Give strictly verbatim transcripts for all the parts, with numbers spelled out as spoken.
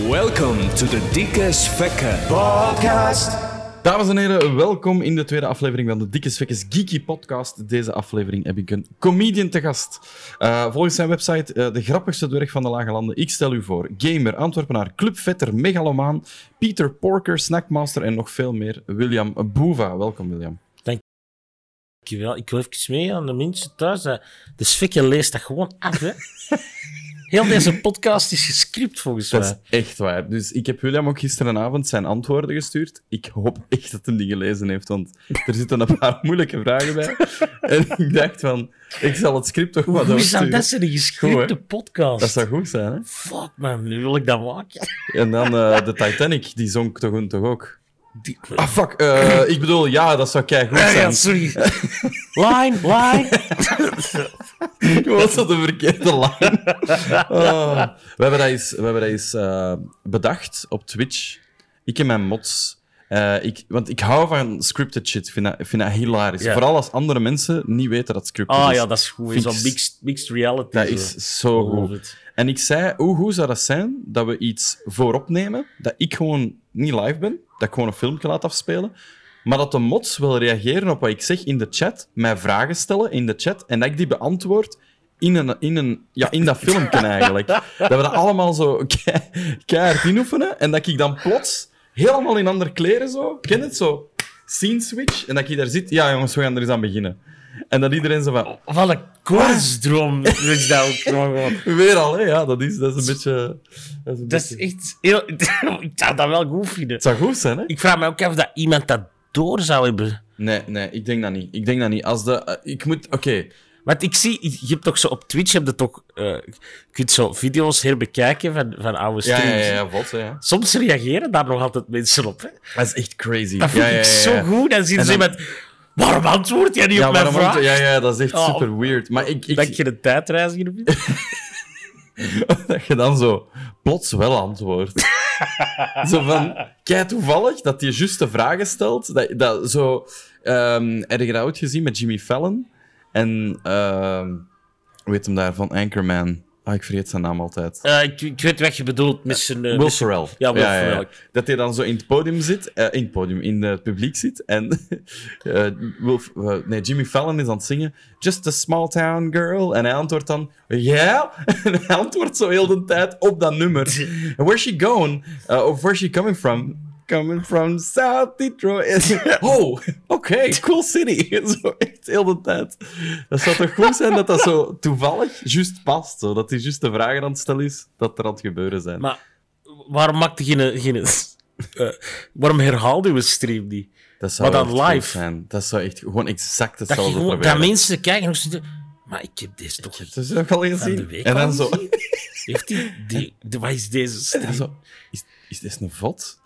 Welcome to the Dikke Svekke Podcast. Dames en heren, welkom in de tweede aflevering van de Dikke Svekkes Geeky Podcast. Deze aflevering heb ik een comedian te gast. Uh, volgens zijn website uh, de grappigste dwerg van de Lage Landen. Ik stel u voor gamer, Antwerpenaar, clubvetter, megalomaan, Peter Porker, snackmaster en nog veel meer. William Boeva. Welkom, William. Dankjewel. Ik wil even mee aan de mensen thuis. De Svekke leest dat gewoon af, hè. Heel deze podcast is gescript, volgens mij. Dat is echt waar. Dus ik heb William ook gisterenavond zijn antwoorden gestuurd. Ik hoop echt dat hij die gelezen heeft, want er zitten een paar moeilijke vragen bij. En ik dacht van, ik zal het script toch wat Hoe zou doorsturen. dat zijn, een gescripte Goed, podcast? Dat zou goed zijn, hè? Fuck, man. Nu wil ik dat maken. En dan uh, de Titanic, die zonk toch, toch ook? Die... Ah, fuck. Uh, ik bedoel, ja, dat zou keigoed zijn. Ja, ja, sorry. Line, line. Gewoon zo de verkeerde lijn. Oh. We hebben dat eens, we hebben dat eens uh, bedacht op Twitch. Ik en mijn mods. Uh, ik, want ik hou van scripted shit. Ik vind dat, ik vind dat hilarisch. Ja. Vooral als andere mensen niet weten dat het scripted Ah is. ja, dat is goed. Vind Zo'n ik- mixed, mixed reality. Dat zo. is zo Love goed. it. En ik zei, hoe goed zou dat zijn dat we iets voorop nemen, dat ik gewoon niet live ben, dat ik gewoon een filmpje laat afspelen, maar dat de mods wel reageren op wat ik zeg in de chat, mij vragen stellen in de chat, en dat ik die beantwoord in, een, in, een, ja, in dat filmpje eigenlijk. Dat we dat allemaal zo kei- keihard inoefenen, en dat ik dan plots helemaal in andere kleren zo, ken het zo, scene switch, en dat ik daar zit, ja jongens, we gaan er eens aan beginnen. En dat iedereen zo van, Wat een koortsdroom is dat ook gewoon. weer al, hè? Ja, dat is, dat is een beetje... Dat is, een Dat is beetje... echt heel... Ik zou dat wel goed vinden. Het zou goed zijn, hè? Ik vraag me ook af of dat iemand dat door zou hebben. Nee, nee, ik denk dat niet. Ik denk dat niet. Als de... uh, ik moet... Oké. Okay. Want ik zie, je hebt toch zo op Twitch, heb je toch, uh, je kunt zo video's herbekijken van, van oude Ja, streams. ja, ja, valt, hè, ja. Soms reageren daar nog altijd mensen op. Hè? Dat is echt crazy. Dat vind ja, ik ja, ja, zo ja. goed. Dan zien En ze dan- iemand, waarom antwoord jij niet Ja, op mijn waarom vraag? moet- ja, ja, dat is echt Oh. super weird. Maar ik... ik Dat je een tijdreiziger bent. dat je dan zo plots wel antwoordt. Zo van... Kei toevallig dat je juist de vragen stelt. Dat, dat zo... Um, heb je dat ooit gezien met Jimmy Fallon? En... Um, hoe heet hem daar? Van Anchorman. Ah, ik vergeet zijn naam altijd. Uh, ik, ik weet wat je bedoelt met zijn... Uh, Will met zijn- Ferrell. Ja, Will Ferrell. Dat hij dan zo in het podium zit, uh, in het podium, in het publiek zit, en uh, Will, uh, nee, Jimmy Fallon is aan het zingen, just a small town girl, en hij antwoordt dan, yeah? En hij antwoordt zo heel de tijd op dat nummer. Where's she going? Uh, of where's she coming from? Coming from South Detroit. Oh, oké, okay, cool city. Zo echt heel de tijd. Dat zou toch goed zijn dat dat zo toevallig juist past, zo, dat hij juist de vragen aan het stellen is, dat er aan het gebeuren zijn. Maar waarom maakte geen... geen uh, waarom herhaalde je stream niet? Dat zou Maar dan echt goed live. zijn. Dat zou echt gewoon exact Dat, je hetzelfde gewoon, dat proberen. mensen kijken en zeggen, maar ik heb deze toch Ik heb het ook al van de gezien. week En dan al zo... gezien? Heeft hij... Die, de, wat is deze En stream? dan zo... Is, is dit een vod?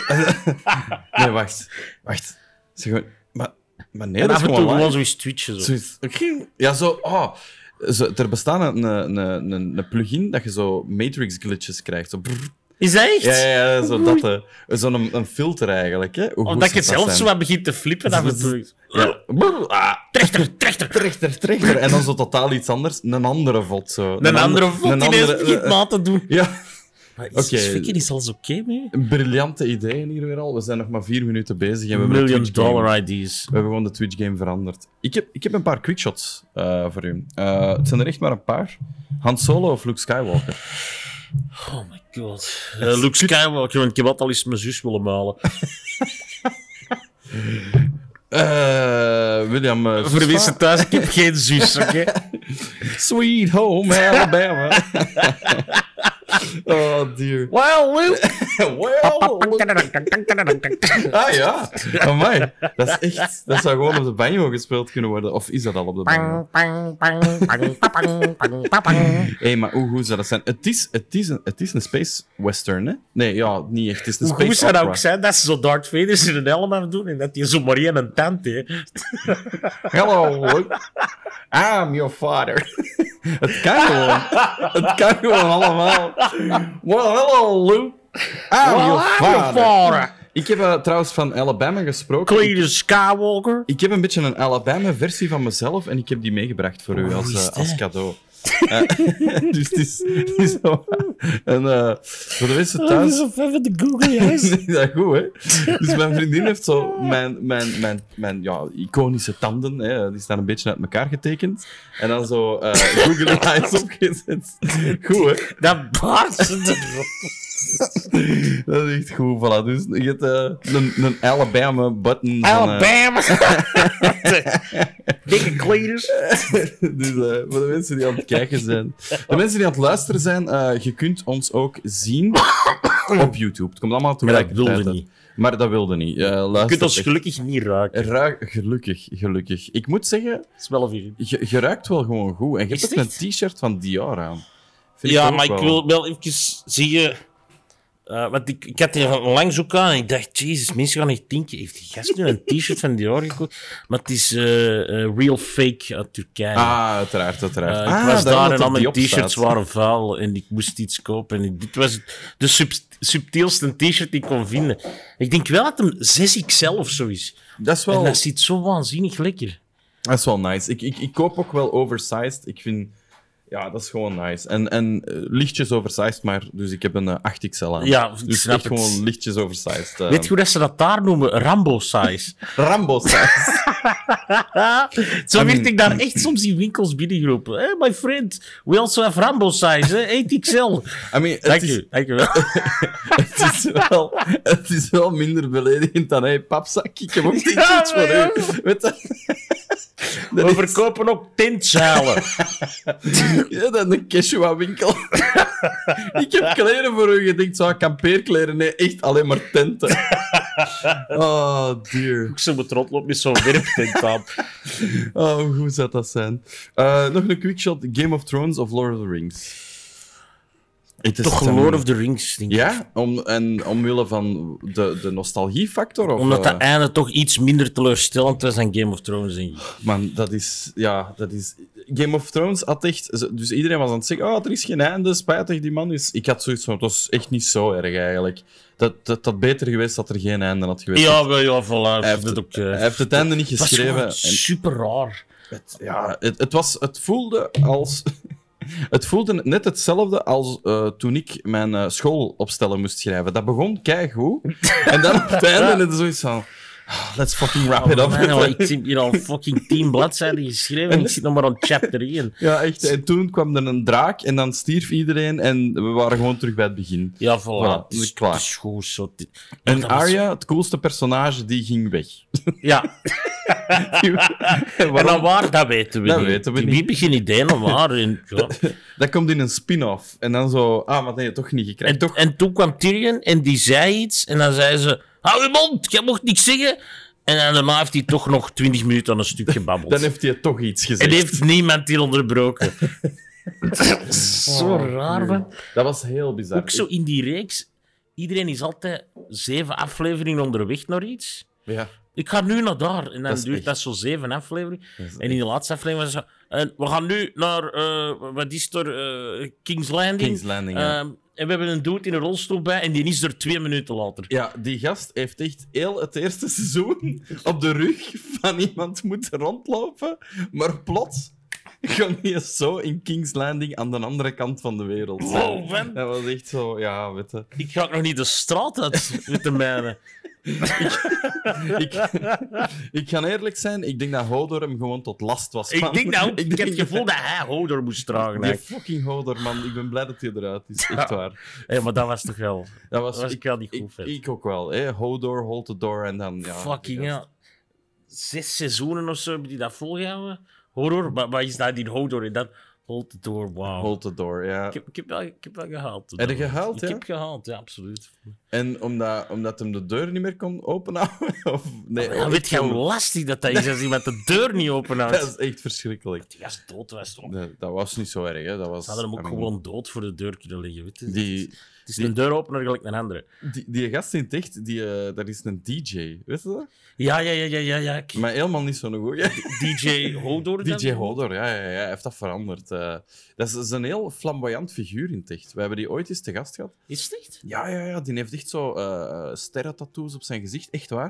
Nee, wacht. Wacht. Zeg gewoon... Maar, maar nee, En dat af is en toe gewoon gewoon live. zoiets twitchen. Zo. Zoiets. Oké. Ja, zo... Oh. Zo, er bestaan een, een, een, een plugin dat je zo Matrix glitches krijgt. Zo brrr. Is dat echt? Ja, ja, ja, zo dat. eh. Zo'n een, een filter eigenlijk. Hè. Hoe goed Omdat je zou dat zelf zijn? zo wat begint te flippen af en toe. Ja. Brrr. Ah. Trechter, trechter. Trechter, trechter. En dan zo totaal iets anders. Een andere vod. Zo. Een andere vod een ineens andere- begint na te doen. Ja. Maar is Oké. Svekke is alles oké mee? Briljante ideeën hier weer al. We zijn nog maar vier minuten bezig. En we hebben, Million de Twitch game, dollar ideas. we hebben gewoon de Twitch game veranderd. Ik heb, ik heb een paar quickshots uh, voor u. Uh, het zijn er echt maar een paar. Han Solo of Luke Skywalker? Oh my god. Uh, Luke Skywalker, want ik heb altijd al eens mijn zus willen malen. Uh, William... Uh, Voor de mensen thuis, ik heb geen zus, oké? Sweet home Alabama. Oh dear. Well, Luke. Well, ah ja, amai. Dat is echt... Dat zou gewoon op de banjo gespeeld kunnen worden. Of is dat al op de banjo? Hé, hey, maar hoe goed zou dat zijn? Het is, het is, een, het is een space western, hè? Nee, ja, niet echt. Het is een Hoe space goed zou dat opera. ook zijn dat ze zo Darth Vader in een helm aan doen en dat hij zo Marie en een tent heeft? Hello, Luke. I'm your father. Het kan gewoon. Het kan gewoon allemaal. Well, hello, Luke. I'm your father. Ik heb uh, trouwens van Alabama gesproken. Cletus Skywalker. Ik heb een beetje een Alabama-versie van mezelf en ik heb die meegebracht voor u Oh, als, hoe is uh, als dat? cadeau. Uh, dus het is, het is zo... En uh, voor de mensen Oh, thuis... zo ver met de Google, juist. Nee, dat is goed, hè. Dus mijn vriendin heeft zo mijn, mijn, mijn, mijn ja, iconische tanden, hè, die staan een beetje uit elkaar getekend. En dan zo uh, Google Eyes opgezet. Goed, hè. Dat baart erop. Dat is echt goed, voilà. Dus je hebt uh, een, een Alabama-button. Alabama! Dikke kleders. Dus uh, voor de mensen die aan het kijken zijn. De mensen die aan het luisteren zijn, uh, je kunt ons ook zien op YouTube. Het komt allemaal Maar dat tegelijkertijd. wilde uit. niet. Maar dat wilde niet. Uh, luister, Je kunt ons echt. gelukkig niet raken. Ruik- gelukkig, gelukkig. Ik moet zeggen, Dat is wel een vriend. je, je ruikt wel gewoon goed. En je Is hebt ook het een echt? t-shirt van Dior aan. Vind Ja, ook maar ik wel. wil wel even zeggen... Uh, want ik, ik had die onlangs ook aan en ik dacht, jezus, mensen gaan echt denken, heeft die gast nu een t-shirt van Dior gekocht? Maar het is uh, uh, real fake uit Turkije. Ah, uiteraard, uiteraard. Uh, ah, ik was daarom daar dat en al er die mijn op t-shirts staat. waren vuil en ik moest iets kopen. En dit was de sub subtielste t-shirt die ik kon vinden. Ik denk wel dat hem zes X L of zo is. Dat is En wel, dat zit zo waanzinnig lekker. dat is wel nice. Ik, ik, ik koop ook wel oversized. Ik vind... Ja, dat is gewoon nice. En, en uh, lichtjes oversized, maar... Dus ik heb een uh, acht X L aan. Ja, ik dus snap echt het. gewoon lichtjes oversized. Uh, Weet je hoe dat ze dat daar noemen? Rambo-size. Rambo-size. Zo I werd mean- ik daar echt soms in winkels binnengeroepen. Hey, my friend, we also have Rambo-size, eh? acht X L. I mean, het Dank is, u, dank u wel. het, is wel, het is wel minder beledigend dan... Hey, papzak, ik heb ook t-shirts Ja, voor ja. u. Weet je? Dat We is- verkopen ook tentzalen. Ja, dat is een Quechua-winkel. Ik heb kleren voor u. Je denkt zo, kampeerkleren. Nee, echt alleen maar tenten. Oh, dear. Ik zou moeten rondlopen met zo'n werptent aan. Oh, hoe goed zou dat zijn? Uh, nog een quickshot. Game of Thrones of Lord of the Rings? Het is Toch een- Lord of the Rings, denk ik. Ja? Om, en omwille van de, de nostalgiefactor? Of, Omdat eh, dat einde toch iets minder teleurstellend was dan Game of Thrones, denk ik. Man, dat is... Ja, dat is... Game of Thrones had echt... Dus iedereen was aan het zeggen, oh, er is geen einde, spijtig, die man is... Ik had zoiets van, het was echt niet zo erg, eigenlijk. Dat, dat had beter geweest dat er geen einde had geweest. Ja, wel, ja, voilà. Hij heeft, Dat het, ook, eh, hij heeft het einde niet het was geschreven. gewoon En super raar. het, ja, het, het, was, het voelde als... Het voelde net hetzelfde als uh, toen ik mijn uh, schoolopstellen moest schrijven. Dat begon keigoed. En dan op het einde en het is zoiets van... ah, let's fucking wrap it up. Oh, man, joh, ik heb hier al fucking tien bladzijden geschreven en ik zit nog maar aan chapter één. Ja, echt. En toen kwam er een draak en dan stierf iedereen en we waren gewoon terug bij het begin. Ja, voilà. Voilà, het, is, klaar. het is goed zo. Ja, En dat was- Arya, het coolste personage, die ging weg. Ja, Die- en waarom? dan waar, dat weten we Dat niet. weten we Die niet. hebben geen idee nog waar. En, ja. Dat komt in een spin-off. En dan zo... Ah, maar nee, toch niet. Je krijgt en, toch... en toen kwam Tyrion en die zei iets en dan zei ze... Hou je mond, jij mocht niks zeggen. En dan daarna heeft hij toch nog twintig minuten aan een stuk gebabbeld. Dan heeft hij toch iets gezegd. En heeft niemand die onderbroken. Zo Oh, raar, dear. man. Dat was heel bizar. Ook zo in die reeks. Iedereen is altijd zeven afleveringen onderweg naar iets. Ja. Ik ga nu naar daar. En dan Dat is duurt echt- dat zo zeven afleveringen. Dat is En in de laatste aflevering was het zo... En we gaan nu naar... eh, wat is er? eh, King's Landing. King's Landing, ja. Ehm, en we hebben een dude in een rolstoel bij. En die is er twee minuten later. Ja, die gast heeft echt heel het eerste seizoen op de rug van iemand moeten rondlopen. Maar plots kwam hij zo in King's Landing aan de andere kant van de wereld. Wow, man. Dat was echt zo, ja, weet je. Ik ga ook nog niet de straat uit met de mijne. Ik, ik ga eerlijk zijn, ik denk dat Hodor hem gewoon tot last was. Ik man. denk nou... Ik, heb denk het gevoel dat hij Hodor moest dragen. Die eigenlijk. fucking Hodor, man. Ik ben blij dat hij eruit is. Echt waar. Hey, maar dat was toch wel... Dat was, Dat was ik wel niet goed, ik, vet. ik ook wel. Hè. Hodor, hold the door en dan... Ja, Fucking die ja. gast. Zes seizoenen of zo hebben die dat volgehouden. Horror, maar wat is dat in Hodor? En dan Hold the Door, wow. Hold the door, ja. Ik heb, ik, heb wel, ik heb wel gehaald. Heb je gehaald, Ik ja? heb gehaald, ja, absoluut. En omdat, omdat hem de deur niet meer kon openhouden? Of, nee, Ja, weet je hoe lastig dat, dat is als iemand de deur niet openhoudt? Dat is echt verschrikkelijk. Die gast dood was toch? Dat, dat was niet zo erg, hè. Dat was, Ze hadden hem ook I mean, gewoon dood voor de deur kunnen leggen, weet je? Die, Het is een deuropener gelijk een andere. die, die gast in het echt, die, uh, dat is een D J, weet je dat? Ja, ja, ja, ja, ja. ja. Ik- Maar helemaal niet zo'n goeie. D J Hodor dan? D J Hodor, ja, ja, ja, hij heeft dat veranderd. Uh, dat, is, dat is een heel flamboyant figuur in het echt. We hebben die ooit eens te gast gehad. Is het echt? Ja, ja, ja, die heeft echt zo uh, sterren-tattoos op zijn gezicht, echt waar.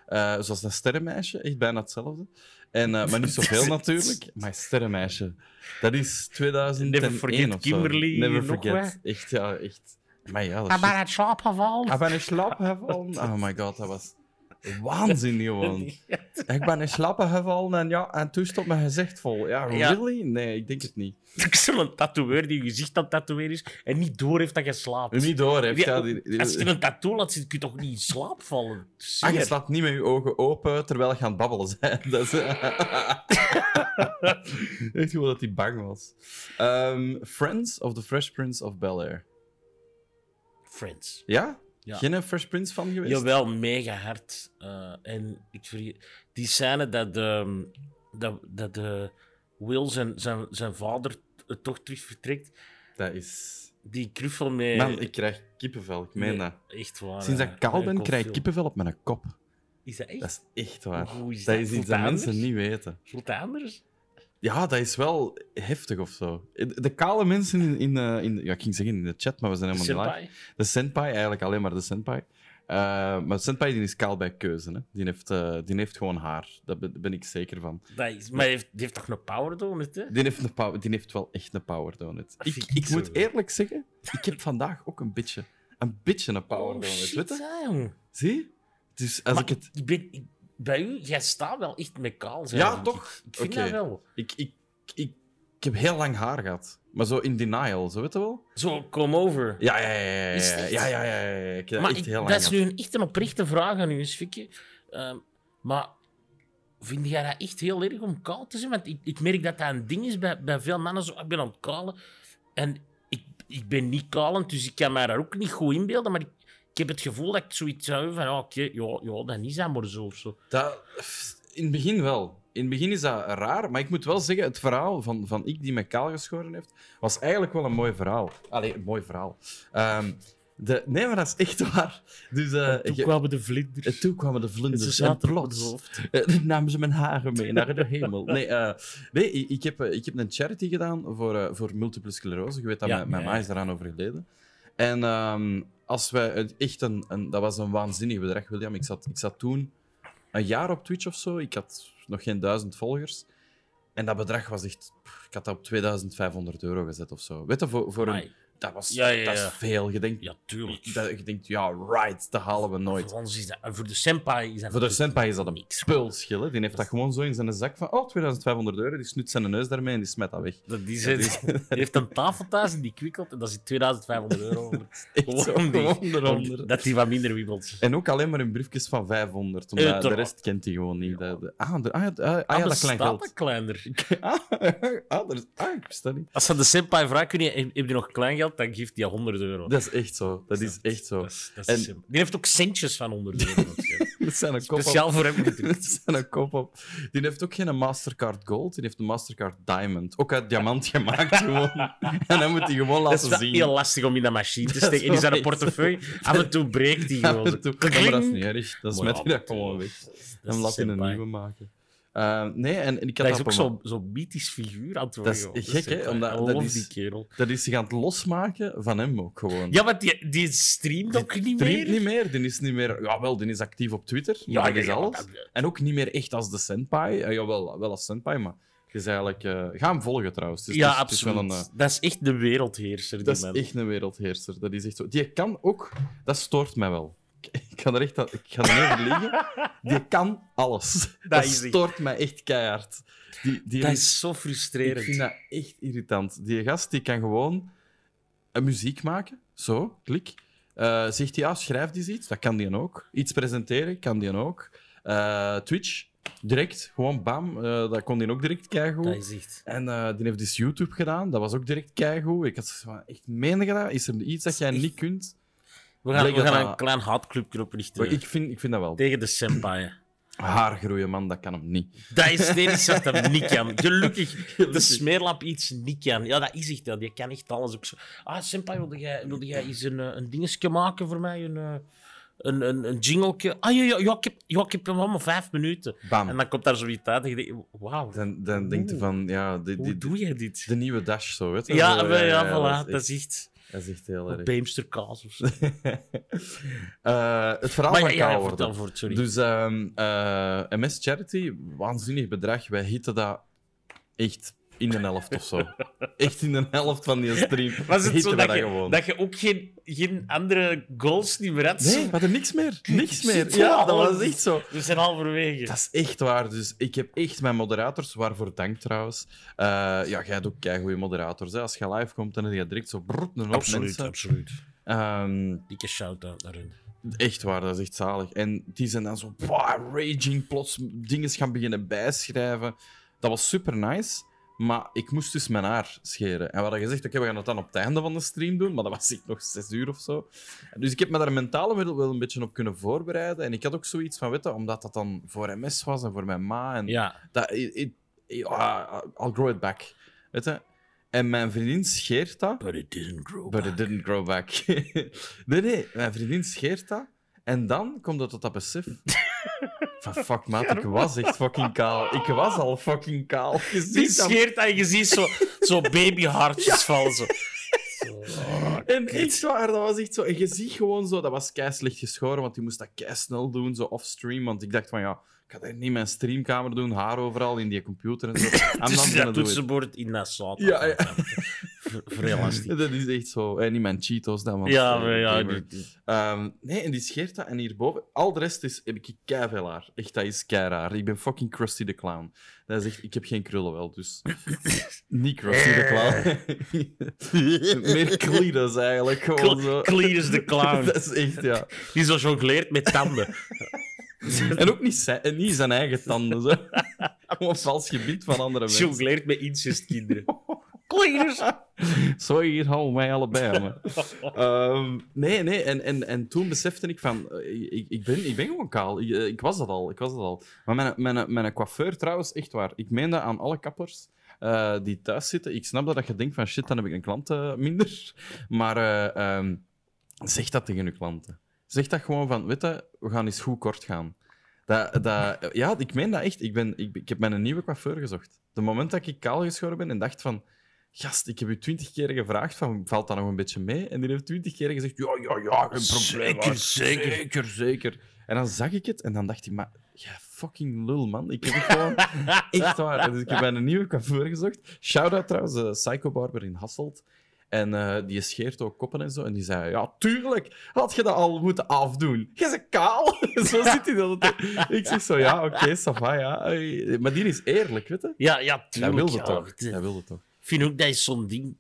Uh, zoals een sterrenmeisje, echt bijna hetzelfde. En, uh, maar niet zoveel natuurlijk. Maar sterrenmeisje, dat is tweeduizend één Never forget of zo. Kimberly, Never nog forget. wat? Echt, ja, echt. Maar ja, dat Ik is ben in slaap gevallen. Ik ben in slaap gevallen. Oh my god, dat was waanzin gewoon. Ik ben in slaap gevallen en ja, en toen stond mijn gezicht vol. Ja, Ja. really? Nee, ik denk het niet. Ik zo'n tatoeëur die je gezicht aan het tatoeëren is en niet door heeft dat je slaapt. Niet door, heeft Ja, ja, die, die- Als je een tattoo laat zitten, kun je toch niet in slaap vallen? Ah, je Zeer. slaat niet met je ogen open terwijl je aan het babbelen bent. Dat is... Echt gewoon dat hij bang was. Ehm, Friends of the Fresh Prince of Bel-Air. Friends. Ja? Ja. Geen Fresh Prince van geweest? Jawel, mega hard. Uh, en ik vergeet... Die scène dat, ehm, dat, dat de Will zijn, zijn, zijn vader t- toch terug vertrekt, Dat is... die kruffel met... Man, ik krijg kippenvel, ik meen met- dat. Echt waar. Sinds dat hè. ik kaal Ja, ben, krijg ik veel. kippenvel op mijn kop. Is dat echt? Dat is echt waar. Hoe is dat dat? is Voelt iets dat dat mensen anders? niet weten. Voelt dat anders? Ja, dat is wel heftig of zo. De kale mensen in, in, eh, in ja, ik ging zeggen in de chat, maar we zijn helemaal niet Senpai? live. De senpai, eigenlijk alleen maar de senpai. Uh, maar de senpai die is kaal bij keuze. Hè. Die, heeft, uh, die heeft gewoon haar. Daar ben, ben ik zeker van. Dat is, maar die heeft, die heeft toch een power donut, hè? Die heeft, een power, die heeft wel echt een power donut. Dat Ik, vind ik ik zo, moet hè. eerlijk zeggen, ik heb vandaag ook een beetje een, beetje een power Oh, donut. shit, Weet je? hè, jong. Zie? Dus als Maar ik het... ik ben, ik- bij u, jij staat wel echt met kaal zijn. Ja, denk toch? Ik, ik vind Oké. dat wel. Ik, ik, ik, ik heb heel lang haar gehad. Maar zo in denial, zo weet je wel? Zo, come over. Ja, ja, ja. ja, Is ja, het echt? ja, ja, ja, ja. Ik heb dat maar echt ik- heel lang dat is gehad. nu een, echt een oprechte vraag aan u, eens, Fikje. Ehm, maar vind jij dat echt heel erg om kaal te zijn? Want ik, ik merk dat dat een ding is bij, bij veel mannen. Zo, ik ben aan het kalen. En ik, ik ben niet kalend, dus ik kan mij daar ook niet goed inbeelden. Maar ik, ik heb het gevoel dat ik zoiets zou hebben van... Ja, oké, ja, ja, dat is dat maar zo of zo. Dat, in het begin wel. In het begin is dat raar, maar ik moet wel zeggen, het verhaal van, van ik die met kaal geschoren heeft, was eigenlijk wel een mooi verhaal. Allee, een mooi verhaal. Ehm, de, nee, maar dat is echt waar. Dus, eh, Toen je- kwamen de vlinders. en toen kwamen de En ze vlinders en zaten op plots het hoofd. eh, namen ze mijn haren mee naar de hemel. Nee, eh, nee ik, ik, heb, eh, ik heb een charity gedaan voor, eh, voor multiple sclerose. Je weet dat Ja, mijn, mijn ja, ma ja. is daaraan overleden. En ehm, als wij het echt een, een... Dat was een waanzinnig bedrag, William. Ik zat, ik zat toen een jaar op Twitch of zo. Ik had nog geen duizend volgers. En dat bedrag was echt... pff, ik had dat op tweeduizend vijfhonderd euro gezet of zo. Weet je, voor, voor een... Amai. Dat, was, Ja, ja, dat is ja. veel. Je denkt, Ja, tuurlijk. dat, je denkt, ja, right, dat halen we nooit. Voor ons is dat... En voor de senpai is dat... Voor de senpai is dat een niks. spulschil. Hè. Die heeft dat gewoon zo in zijn zak van, oh, tweeduizend vijfhonderd euro, die snut zijn neus daarmee en die smet dat weg. Dat is het. Die heeft een tafel thuis en die kwikkelt en dat is tweeduizend vijfhonderd euro. Echt zo, Gewoon die- gewoon eronder. Dat die wat minder wiebelt. En ook alleen maar in briefjes van vijfhonderd, omdat Uiteraard. de rest kent hij gewoon niet. Dat- de- ah, de- ah, ja, ah, ah, ja, dat klein staat geld. dat kleiner. ah, ah, dat is, ah, ik wist dat niet. Als ze de senpai vraagt, kun je, heb je nog kleingeld, dan geeft hij honderd euro. Dat is echt zo. Dat is echt zo. Dat is, dat is En- simpel. Die heeft ook centjes van honderd euro. waarschijnlijk. Dat zijn een kop op. Speciaal voor hem gedrukt. Dat zijn een kop op. Die heeft ook geen Mastercard Gold, die heeft een Mastercard Diamond. Ook uit diamant gemaakt gewoon. En dan moet hij gewoon Dat is laten wel zien. heel lastig om in dat machine te Dat is steken. En in zijn wel portefeuille, af en toe breekt hij Ja, gewoon. maar toen- ja, maar dat is niet erg. Dan Maar smet ja, hij dat maar gewoon toen- weg. dat is En laat hij een senpai. nieuwe maken. Uh, nee, en, en ik had Dat is op ook een- zo'n zo mythisch figuur aan het worden. Dat is joh. gek, hè, senpai. omdat- I dat love is- die kerel. Dat is zich aan het losmaken van hem ook gewoon. Ja, want die, die streamt ook niet Streamt meer. niet meer. Die is niet meer... Jawel, die is actief op Twitter. Ja, maar dat ja, is ja, alles. dat- En ook niet meer echt als de senpai. Uh, jawel, wel als senpai, maar... Je is eigenlijk... uh, ga hem volgen, trouwens. Dus Ja, het is- het is wel absoluut. een, uh, Dat is echt de wereldheerser, die dat is man. echt een wereldheerser. Dat is echt zo. Die kan ook... Dat stoort mij wel. Ik ga er echt... aan- Ik ga er niet over liegen. Die kan alles. Dat, is echt- stoort mij echt keihard. Die, die Dat is zo frustrerend. Ik vind dat echt irritant. Die gast die kan gewoon een muziek maken. Zo, klik. Eh, zegt hij, ja, schrijf die iets. Dat kan die ook. Iets presenteren, kan die ook. Eh, Twitch, direct. Gewoon bam. Eh, dat kon die ook direct keigoed. Dat is echt... En eh, die heeft dus YouTube gedaan. Dat was ook direct keigoed. Ik had zoiets van, echt, meen je dat? Is er iets dat jij Echt- niet kunt? We gaan, Bleek we dat gaan dat- een klein haatclubje oprichten. Maar ik vind, ik vind dat wel. Tegen de senpai. Haargroeien, man, dat kan hem niet. Dat is het enige wat hem niet kan. Gelukkig, de Gelukkig. smeerlap iets niet kan. Ja, dat is echt dat. Je kan echt alles ook zo. Ah, senpai, wilde jij, wilde jij eens een, eh, een dingetje maken voor mij? Een, eh, een, een, een jingletje? Ah, ja, ja, ja, ik heb, ja, ik heb allemaal vijf minuten. Bam. En dan komt daar zoiets uit en je denkt, wauw, Dan, dan denk je van, ja, die, hoe die, doe jij dit? de nieuwe Dash, zo, weet je? Ja, Zo, maar ja, ja, voilà, dat is dat is echt... Dat is echt heel erg. Beemsterkaas of zo. uh, het verhaal Maar van ja, ja, kaal vertel worden. voort, sorry. Dus um, uh, M S Charity, waanzinnig bedrag. Wij hitten dat echt in de helft of zo. Echt in de helft van die stream. Was het hitten zo wij dat je, gewoon. dat je ook geen, geen andere goals niet meer had? Nee, we hadden niks meer. Niks meer. Zit Ja, dat wel. was echt zo. We zijn halverwege. Dat is echt waar. Dus ik heb echt mijn moderators, waarvoor dank trouwens. Uh, ja, jij hebt ook goede moderators. Hè. Als je live komt, dan heb je direct zo brrr, een hoop Absoluut, mensen. absoluut. Um, Dikke shout-out naar hun. Echt waar, dat is echt zalig. En die zijn dan zo bah, raging, plots dingen gaan beginnen bijschrijven. Dat was super nice, maar ik moest dus mijn haar scheren. En we hadden gezegd, oké, okay, we gaan het dan op het einde van de stream doen, maar dat was echt nog zes uur of zo. Dus ik heb me daar mentaal wel, wel een beetje op kunnen voorbereiden. En ik had ook zoiets van, weet je, omdat dat dan voor M S was en voor mijn ma. En Ja. dat, it, it, uh, I'll grow it back. Weet je? En mijn vriendin scheert dat. But it didn't grow But back. it didn't grow back. nee, nee, mijn vriendin scheert dat. En dan komt het tot dat besef. Van fuck, maat, ik was echt fucking kaal. Ik was al fucking kaal. Je Die ziet dat- scheert en je ziet zo, zo babyhartjes vallen. Zo. Zo, oh, En kut. echt waar, dat was echt zo. En je ziet gewoon zo, dat was kei slecht geschoren, want die moest dat kei snel doen, zo offstream. Want ik dacht van ja, ik ga dat niet in mijn streamkamer doen, haar overal in die computer en zo. I'm not Dus gonna dat do it. toetsenbord in dat zout. Ja, ja. Vrij lastig. Dat is echt zo. En niet mijn Cheetos dan. Want, Ja, eh, maar ja. gamer. die- Ehm, nee, en die scheert dat. En hierboven, al de rest is, heb ik keiveel haar. Echt, dat is keiraar. Ik ben fucking Krusty the Clown. Dat is echt, ik heb geen krullen wel, dus... niet Krusty the Clown. Meer Cletus eigenlijk. Gewoon zo. Cletus the Clown. Dat is echt, ja. Die zo jongleert met tanden. En ook niet zijn, en niet zijn eigen tanden. Zo. Gewoon vals gebied van andere mensen. Jongleert met incestkinderen. Cletus! Zo, hier houden wij allebei. Maar. Ehm, nee, nee. En, en, en toen besefte ik van... eh, Ik, ik, ben, ik ben gewoon kaal. Ik, eh, ik was dat al. Ik was dat al. Maar mijn, mijn, mijn coiffeur trouwens, echt waar. Ik meen dat aan alle kappers eh, die thuis zitten. Ik snap dat, dat je denkt van shit, dan heb ik een klant eh, minder. Maar eh, ehm, zeg dat tegen je klanten. Zeg dat gewoon van, weet je, we gaan eens goed kort gaan. Dat, dat, ja, ik meen dat echt. Ik, ben, ik, ik heb mijn nieuwe coiffeur gezocht. De moment dat ik kaal geschoren ben en dacht van... Gast, ik heb u twintig keer gevraagd van, valt dat nog een beetje mee? En die heeft twintig keer gezegd, ja, ja, ja, geen probleem. Zeker, hoor. zeker. zeker, zeker. En dan zag ik het en dan dacht ik, maar, ja, fucking lul, man. Ik heb het gewoon echt waar. Dus ik heb bij een nieuwe coiffeur gezocht. Shout-out trouwens, uh, Psycho Barber in Hasselt. En uh, die scheert ook koppen en zo. En die zei, ja, tuurlijk, had je dat al moeten afdoen. Jij bent kaal. Zo zit hij dan. Ik zeg zo, ja, oké, okay, ça va, ja. Maar die is eerlijk, weet je? Ja, ja, Hij tuurlijk. wilde ja. toch. Hij wilde toch. Ik vind ook dat is zo'n ding...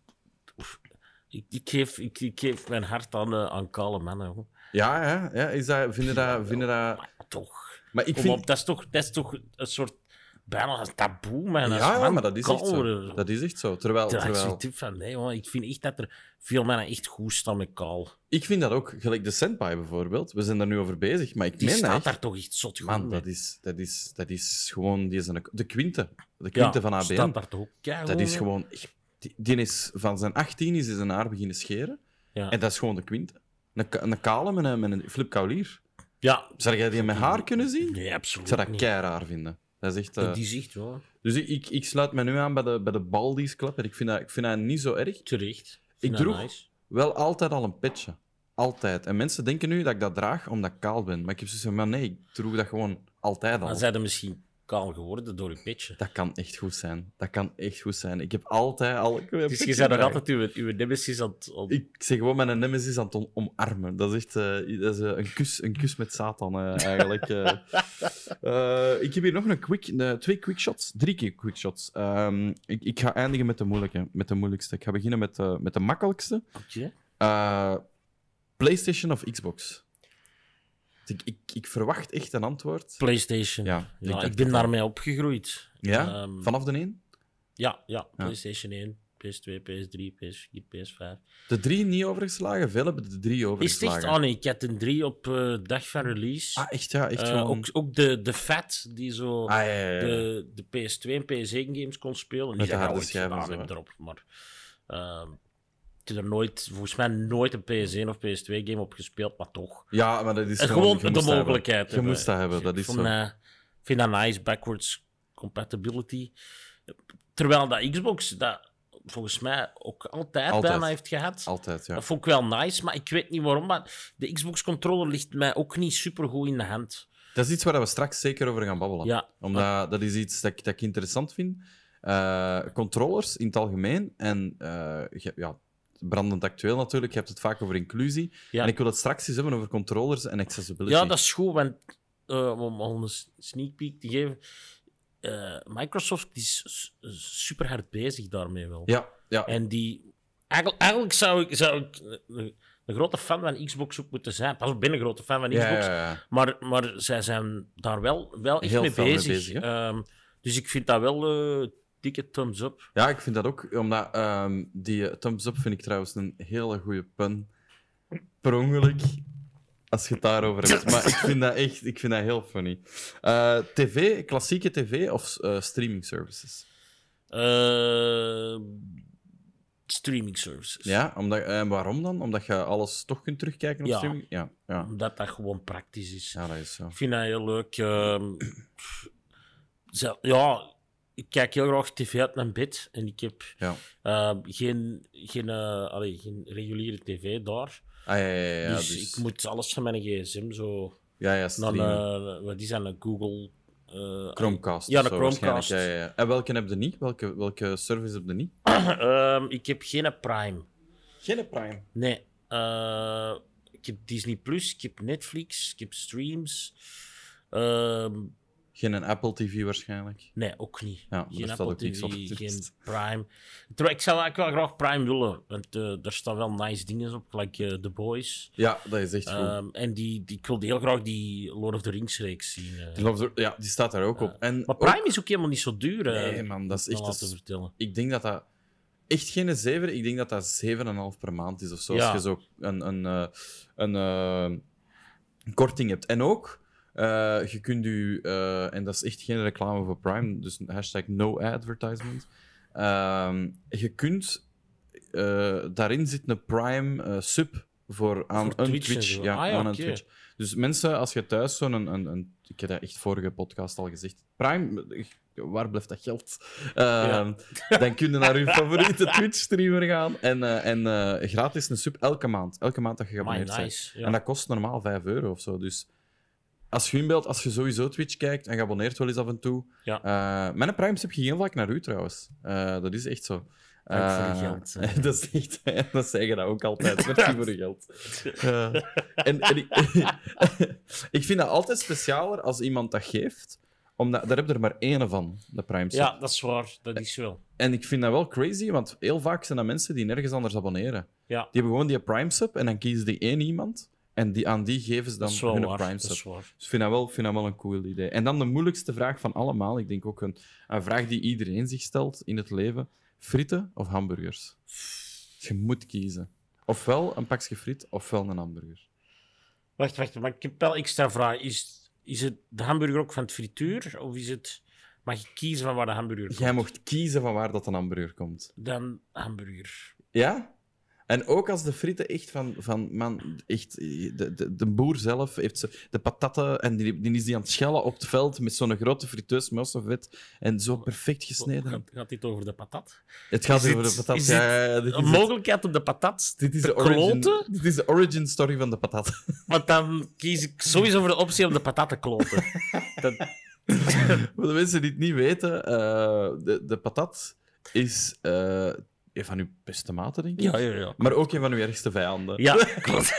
Ik, ik, geef, ik, ik geef mijn hart aan, uh, aan kale mannen. Hoor. Ja, ja, ja. Is dat, vinden dat... Vinden dat... Maar toch. Maar ik Kom vind... op, dat is toch, dat is toch een soort... Bijna een taboe, man. Als Ja, ja, man maar dat is echt kaal zo. worden. Dat is echt zo. Terwijl... Terwijl ik terwijl... zoiets heb van, nee, man, ik vind echt dat er veel mannen echt goed staan met kaal. Ik vind dat ook. Gelijk de Senpai bijvoorbeeld. We zijn daar nu over bezig, maar ik Die meen dat staat echt. daar toch echt zot goed Man, mee. dat is, dat, is, dat is gewoon... Die is een, de Quinte. De Quinte Ja, van A B N. staat daar toch ook keigoed Dat is mee. gewoon... Die, die is van zijn achttien is hij zijn haar beginnen scheren. Ja. En dat is gewoon de Quinte. Een, ka- een kale met een, met een Flip Kaulier. Ja. Zou jij die met haar kunnen zien? Nee, Ik absoluut zou dat niet. keiraar vinden. Dat is echt... eh, Die is echt wel Dus ik, ik, ik sluit me nu aan bij de, bij de Baldies Club. En ik vind, dat, ik vind dat niet zo erg. terecht. Ik Vind dat droeg nice. wel altijd al een petje. Altijd. En mensen denken nu dat ik dat draag omdat ik kaal ben. Maar ik heb zoiets van, maar nee, ik droeg dat gewoon altijd al. Dan zijn er misschien kaal geworden door je petje. Dat kan echt goed zijn. Dat kan echt goed zijn. Ik heb altijd al... Ik Dus je bent nog altijd uw, uw nemesis aan het... aan- Ik zeg gewoon mijn nemesis aan het om- omarmen. Dat is echt eh, dat is, eh, een, kus, een kus met Satan, eh, eigenlijk. eh. Eh, ik heb hier nog een quick, eh, twee quickshots. Drie keer quickshots. Ehm ik, ik ga eindigen met de moeilijke, met de moeilijkste. Ik ga beginnen met, eh, met de makkelijkste. Oké. Eh, PlayStation of Xbox? Ik, ik, ik verwacht echt een antwoord. PlayStation. Ja, Ja, ik ik, dacht ben het al. daarmee opgegroeid. Ja? Ehm, Vanaf de één? Ja, ja, PlayStation één, P S twee, P S drie, P S vier, P S vijf. De drie niet overgeslagen? Veel hebben de drie Is het overgeslagen. echt? Oh nee, ik had een drie op uh, dag van release. Ah, echt ja? Echt Eh, gewoon... ook, ook de, de Fat, die zo Ah, ja, ja, ja. de, de P S twee en P S één games kon spelen. Met Die de zijn harde ooit schijf en gedaan zo, hebben erop. Maar ehm, ik heb er nooit, volgens mij nooit een P S één of P S twee game op gespeeld, maar toch. Ja, maar dat is En gewoon... gewoon je de moest dat mogelijkheid hebben. Je hebben. moest dat hebben, dat is Ik vond, zo. eh, vind dat nice, backwards compatibility. Terwijl dat Xbox, dat, volgens mij ook altijd, Altijd. bijna heeft gehad. Altijd, ja. Dat vond ik wel nice, maar ik weet niet waarom. Maar de Xbox-controller ligt mij ook niet supergoed in de hand. Dat is iets waar we straks zeker over gaan babbelen. Ja. Omdat dat is iets dat ik, dat ik interessant vind. Uh, controllers in het algemeen en uh, je, ja, brandend actueel natuurlijk, je hebt het vaak over inclusie. Ja. En ik wil het straks eens hebben over controllers en accessibility. Ja, dat is goed, want uh, om al een sneak peek te geven, uh, Microsoft is super hard bezig daarmee wel. Ja, ja. En die... Eigenlijk, eigenlijk zou ik, zou ik een, een grote fan van Xbox ook moeten zijn. Pas op, ik ben een grote fan van Xbox. Ja, ja, ja. Maar, maar zij zijn daar wel, wel echt Heel mee fel mee bezig. bezig, um, dus ik vind dat wel uh, dikke thumbs up. Ja, ik vind dat ook, omdat um, die uh, thumbs up vind ik trouwens een hele goede pun. Per ongeluk, als je het daarover hebt. Maar ik vind dat echt ik vind dat heel funny. Uh, tv, klassieke tv of uh, streaming services? Uh, streaming services. Ja, omdat, en waarom dan? Omdat je alles toch kunt terugkijken op Ja. streaming? Ja, ja. Omdat dat gewoon praktisch is. Ja, dat is zo. Ik vind dat heel leuk. Um, zo, ja, ik kijk heel graag tv uit mijn bed. En ik heb Ja. uh, geen, geen, uh, allee, geen reguliere tv daar. Ah, ja, ja, ja, ja, dus, dus- ik moet alles van mijn gsm zo... Ja, ja, Dan, streamen. uh, wat is dat, een Google... Uh, Chromecast. Ja, of de zo Chromecast. waarschijnlijk. Ja, ja, ja. En welke heb je niet? Welke, welke service heb je niet? um, ik heb geen Prime. Geen Prime. Nee. Uh, ik heb Disney Plus, ik heb Netflix, ik heb streams. Um, Geen Apple T V waarschijnlijk. nee, ook niet. Ja, geen daar staat Apple ook niks T V, op de lijst. geen Prime. Terwijl, ik zou eigenlijk wel graag Prime willen, want uh, daar staan wel nice dingen op, like uh, The Boys. Ja, dat is echt goed. Um, en die, die, ik wilde heel graag die Lord of the Rings reeks zien. Uh. Die Love the- ja, die staat daar ook op. En Maar ook- Prime is ook helemaal niet zo duur. Uh, Nee, man, dat is echt... om dat te is- vertellen. ik denk dat dat... Echt geen zeven, ik denk dat dat zeven komma vijf per maand is of zo. Ja. Als je zo een, een, eh, een, eh, een korting hebt. En ook, eh, je kunt u... eh, en dat is echt geen reclame voor Prime, dus hashtag no advertisement. Ehm, je kunt... eh, daarin zit een Prime eh, sub voor aan Voor een Twitch en Twitch. zo. Ja, Ah ja, aan een oké. Twitch. Dus mensen, als je thuis zo'n... Een, een, een, ik heb dat echt vorige podcast al gezegd. Prime, waar blijft dat geld? Uh, Dan kun je naar je favoriete Twitch-streamer gaan en, uh, en uh, gratis een sub elke maand. Elke maand dat je geabonneerd My bent. nice, ja. En dat kost normaal vijf euro of zo. Dus als je inbeeldt, als je sowieso Twitch kijkt en je abonneert wel eens af en toe. Ja. Uh, mijn Prime heb je geen vlak naar u trouwens. Uh, dat is echt zo. Dank voor je Uh, geld, hè. dat is echt, dat zeggen dat ook altijd. Merci voor je geld. Uh, en, en ik, ik vind dat altijd specialer als iemand dat geeft, omdat daar heb je er maar één van, de Prime sub. Ja, dat is waar. Dat is wel. En ik vind dat wel crazy, want heel vaak zijn dat mensen die nergens anders abonneren. Ja, Die hebben gewoon die Prime sub en dan kiezen die één iemand en die, aan die geven ze dat dan is wel hun waar. Prime Dat sub. is waar. Dus ik vind dat wel, vind dat wel een cool idee. En dan de moeilijkste vraag van allemaal, ik denk ook een, een vraag die iedereen zich stelt in het leven. Frieten of hamburgers? Je moet kiezen. Ofwel een pakje friet, ofwel een hamburger. Wacht, wacht. Maar ik heb wel extra vraag. Is, is het de hamburger ook van het frituur? Of is het... Mag je kiezen van waar de hamburger komt? Jij mocht kiezen van waar dat een hamburger komt. Dan hamburger. Ja? En ook als de frieten echt van... van man, echt, de, de, de boer zelf heeft ze de patatten en die, die is die aan het schellen op het veld met zo'n grote friteus met vet en zo perfect gesneden. Gaat, gaat dit over de patat? Het gaat Is over dit- de patat. is Ja, ja, ja, dit is Een het. mogelijkheid om de patat Dit is, te de origin, kloten? dit is de origin story van de patat. Want dan kies ik sowieso voor de optie om de patat te kloten. Dat, Voor de mensen die het niet weten, eh, de, de patat is eh, een van uw beste maten, denk ik. ja, ja, ja. Maar ook een van uw ergste vijanden. Ja, klopt.